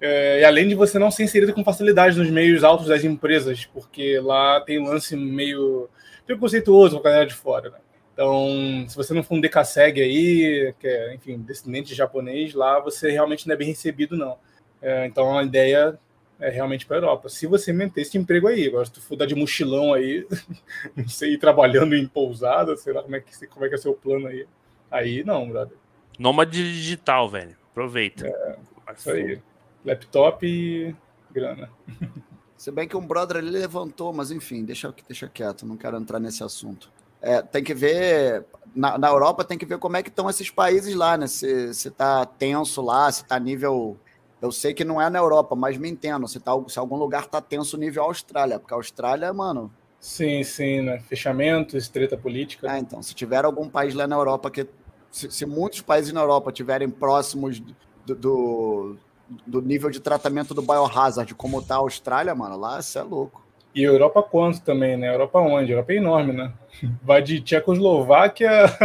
E além de você não ser inserido com facilidade nos meios altos das empresas, porque lá tem um lance meio preconceituoso com a galera de fora, né? Então, se você não for um decassegue aí, que é, enfim, descendente de japonês, lá você realmente não é bem recebido, não. Então, a ideia é realmente para a Europa. Se você manter esse emprego aí, agora se tu for dar de mochilão aí, não sei, trabalhando em pousada, sei lá como é que é o seu plano aí. Aí não, brother. Nômade digital, velho. Aproveita. Isso aí. Laptop e grana. Se bem que um brother ali levantou, mas enfim, deixa quieto, não quero entrar nesse assunto. Tem que ver, na Europa tem que ver como é que estão esses países lá, né? Se tá tenso lá, se tá nível... Eu sei que não é na Europa, mas me entendo, se algum lugar tá tenso nível Austrália, porque a Austrália, mano... Sim, né? Fechamentos, treta política. Então, se tiver algum país lá na Europa que... Se muitos países na Europa tiverem próximos do nível de tratamento do Biohazard, como tá a Austrália, mano, lá isso é louco. E Europa quanto também, né? Europa onde? Europa é enorme, né? Vai de Tchecoslováquia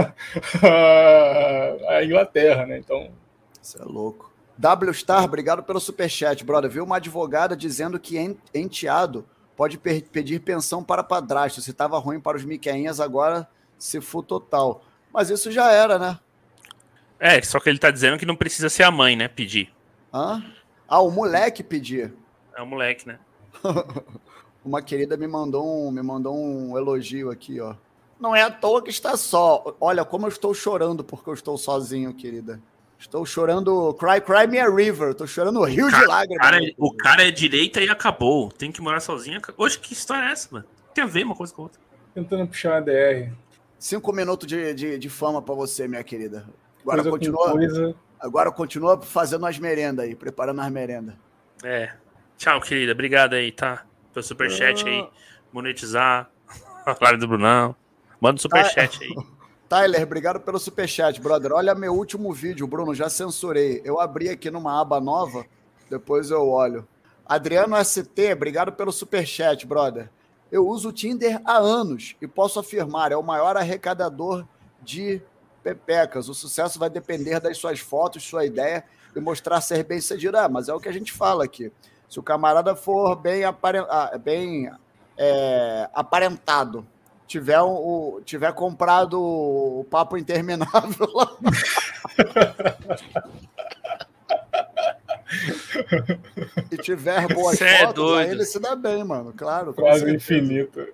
a Inglaterra, né? Então... Isso é louco. W-Star, obrigado pelo superchat, brother. Viu uma advogada dizendo que enteado pode pedir pensão para padrasto. Se estava ruim para os miqueinhas, agora se for total. Mas isso já era, né? Só que ele tá dizendo que não precisa ser a mãe, né? Pedir. Hã? O moleque pedir. É o moleque, né? Uma querida me mandou um elogio aqui, ó. Não é à toa que está só. Olha como eu estou chorando porque eu estou sozinho, querida. Estou chorando Cry Me a River. Estou chorando rio de lágrimas. O cara é direita e acabou. Tem que morar sozinho. Oxe, que história é essa, mano? Tem a ver uma coisa com a outra. Tentando puxar uma DR. 5 minutos de fama pra você, minha querida. Agora continua fazendo as merendas aí, preparando as merendas. Tchau, querida. Obrigado aí, tá? Pelo superchat aí. Monetizar. A live do Brunão. Manda um superchat aí. Tyler, obrigado pelo superchat, brother. Olha meu último vídeo, Bruno, já censurei. Eu abri aqui numa aba nova, depois eu olho. Adriano ST, obrigado pelo superchat, brother. Eu uso o Tinder há anos e posso afirmar, é o maior arrecadador de pepecas. O sucesso vai depender das suas fotos, sua ideia e mostrar ser bem cedido. Mas é o que a gente fala aqui. Se o camarada for bem aparentado, tiver comprado o papo interminável lá. E tiver boas fotos, aí ele se dá bem, mano. Claro. Quase infinito.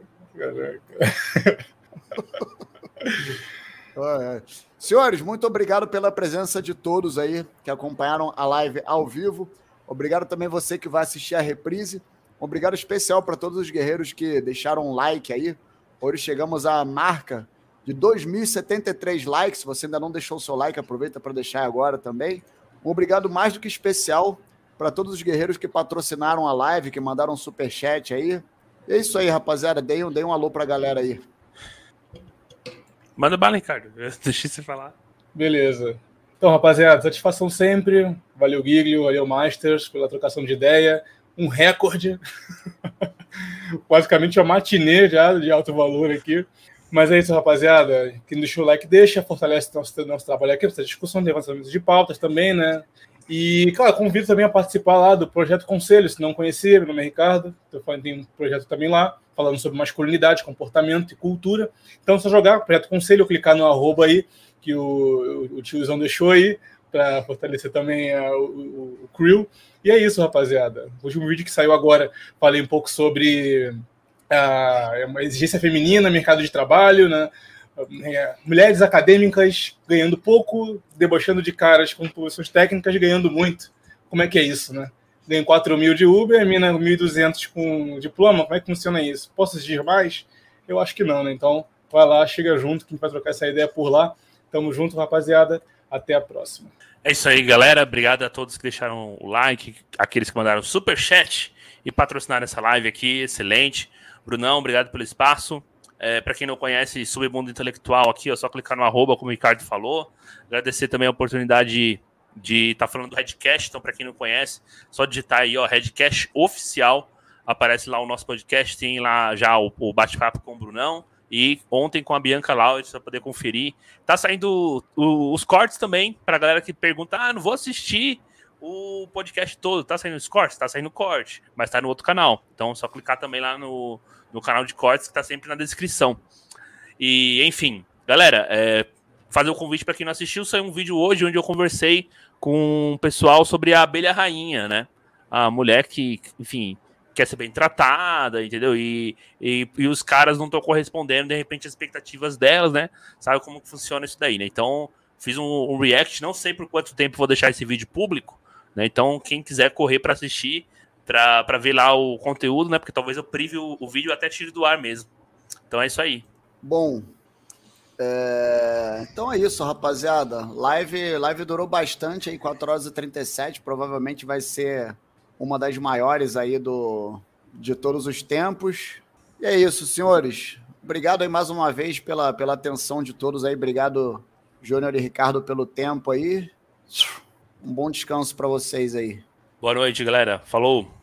Senhores, muito obrigado pela presença de todos aí que acompanharam a live ao vivo. Obrigado também você que vai assistir a reprise. Obrigado especial para todos os guerreiros que deixaram um like aí. Hoje chegamos à marca de 2.073 likes. Se você ainda não deixou o seu like, aproveita para deixar agora também. Um obrigado mais do que especial para todos os guerreiros que patrocinaram a live, que mandaram um superchat aí. E é isso aí, rapaziada. Dei um alô para a galera aí. Manda bala, Ricardo. Deixa você falar. Beleza. Então, rapaziada, satisfação sempre. Valeu, Giglio, valeu, Masters, pela trocação de ideia. Um recorde. Basicamente uma matinê já de alto valor aqui. Mas é isso, rapaziada. Quem deixou o like, deixa, fortalece nosso trabalho aqui, essa discussão de avançamentos de pautas também, né? E, claro, convido também a participar lá do Projeto Conselho, se não conhecer, meu nome é Ricardo, tem um projeto também lá, falando sobre masculinidade, comportamento e cultura. Então, é só jogar Projeto Conselho, clicar no @ aí, que o tiozão deixou aí, para fortalecer também o crew. E é isso, rapaziada. O último vídeo que saiu agora, falei um pouco sobre uma exigência feminina no mercado de trabalho, né? Mulheres acadêmicas ganhando pouco, debochando de caras com posições técnicas, ganhando muito. Como é que é isso, né? Ganho 4.000 de Uber, a mina 1.200 com diploma. Como é que funciona isso? Posso exigir mais? Eu acho que não, né? Então, vai lá, chega junto, que a gente vai trocar essa ideia por lá. Tamo junto, rapaziada. Até a próxima. É isso aí, galera. Obrigado a todos que deixaram o like, aqueles que mandaram superchat e patrocinaram essa live aqui. Excelente. Brunão, obrigado pelo espaço. Para quem não conhece, Submundo Intelectual aqui, é só clicar no @, como o Ricardo falou. Agradecer também a oportunidade de estar falando do Redcast. Então, para quem não conhece, só digitar aí, ó, Redcast Oficial. Aparece lá o nosso podcast, tem lá já o bate-papo com o Brunão. E ontem com a Bianca Laud, você vai poder conferir. Tá saindo os cortes também, pra galera que pergunta, não vou assistir o podcast todo. Tá saindo os cortes? Tá saindo corte, mas tá no outro canal. Então é só clicar também lá no canal de cortes, que tá sempre na descrição. E, enfim, galera, fazer o convite para quem não assistiu, saiu um vídeo hoje onde eu conversei com o pessoal sobre a abelha rainha, né? A mulher que, enfim, quer ser bem tratada, entendeu? E os caras não estão correspondendo, de repente, as expectativas delas, né? Sabe como que funciona isso daí, né? Então, fiz um react, não sei por quanto tempo vou deixar esse vídeo público, né? Então, quem quiser correr para assistir, para ver lá o conteúdo, né? Porque talvez eu prive o vídeo até tire do ar mesmo. Então é isso aí. Bom, então é isso, rapaziada. Live durou bastante aí, 4h37. Provavelmente vai ser uma das maiores aí de todos os tempos. E é isso, senhores. Obrigado aí mais uma vez pela atenção de todos aí. Obrigado, Júnior e Ricardo, pelo tempo aí. Um bom descanso para vocês aí. Boa noite, galera. Falou!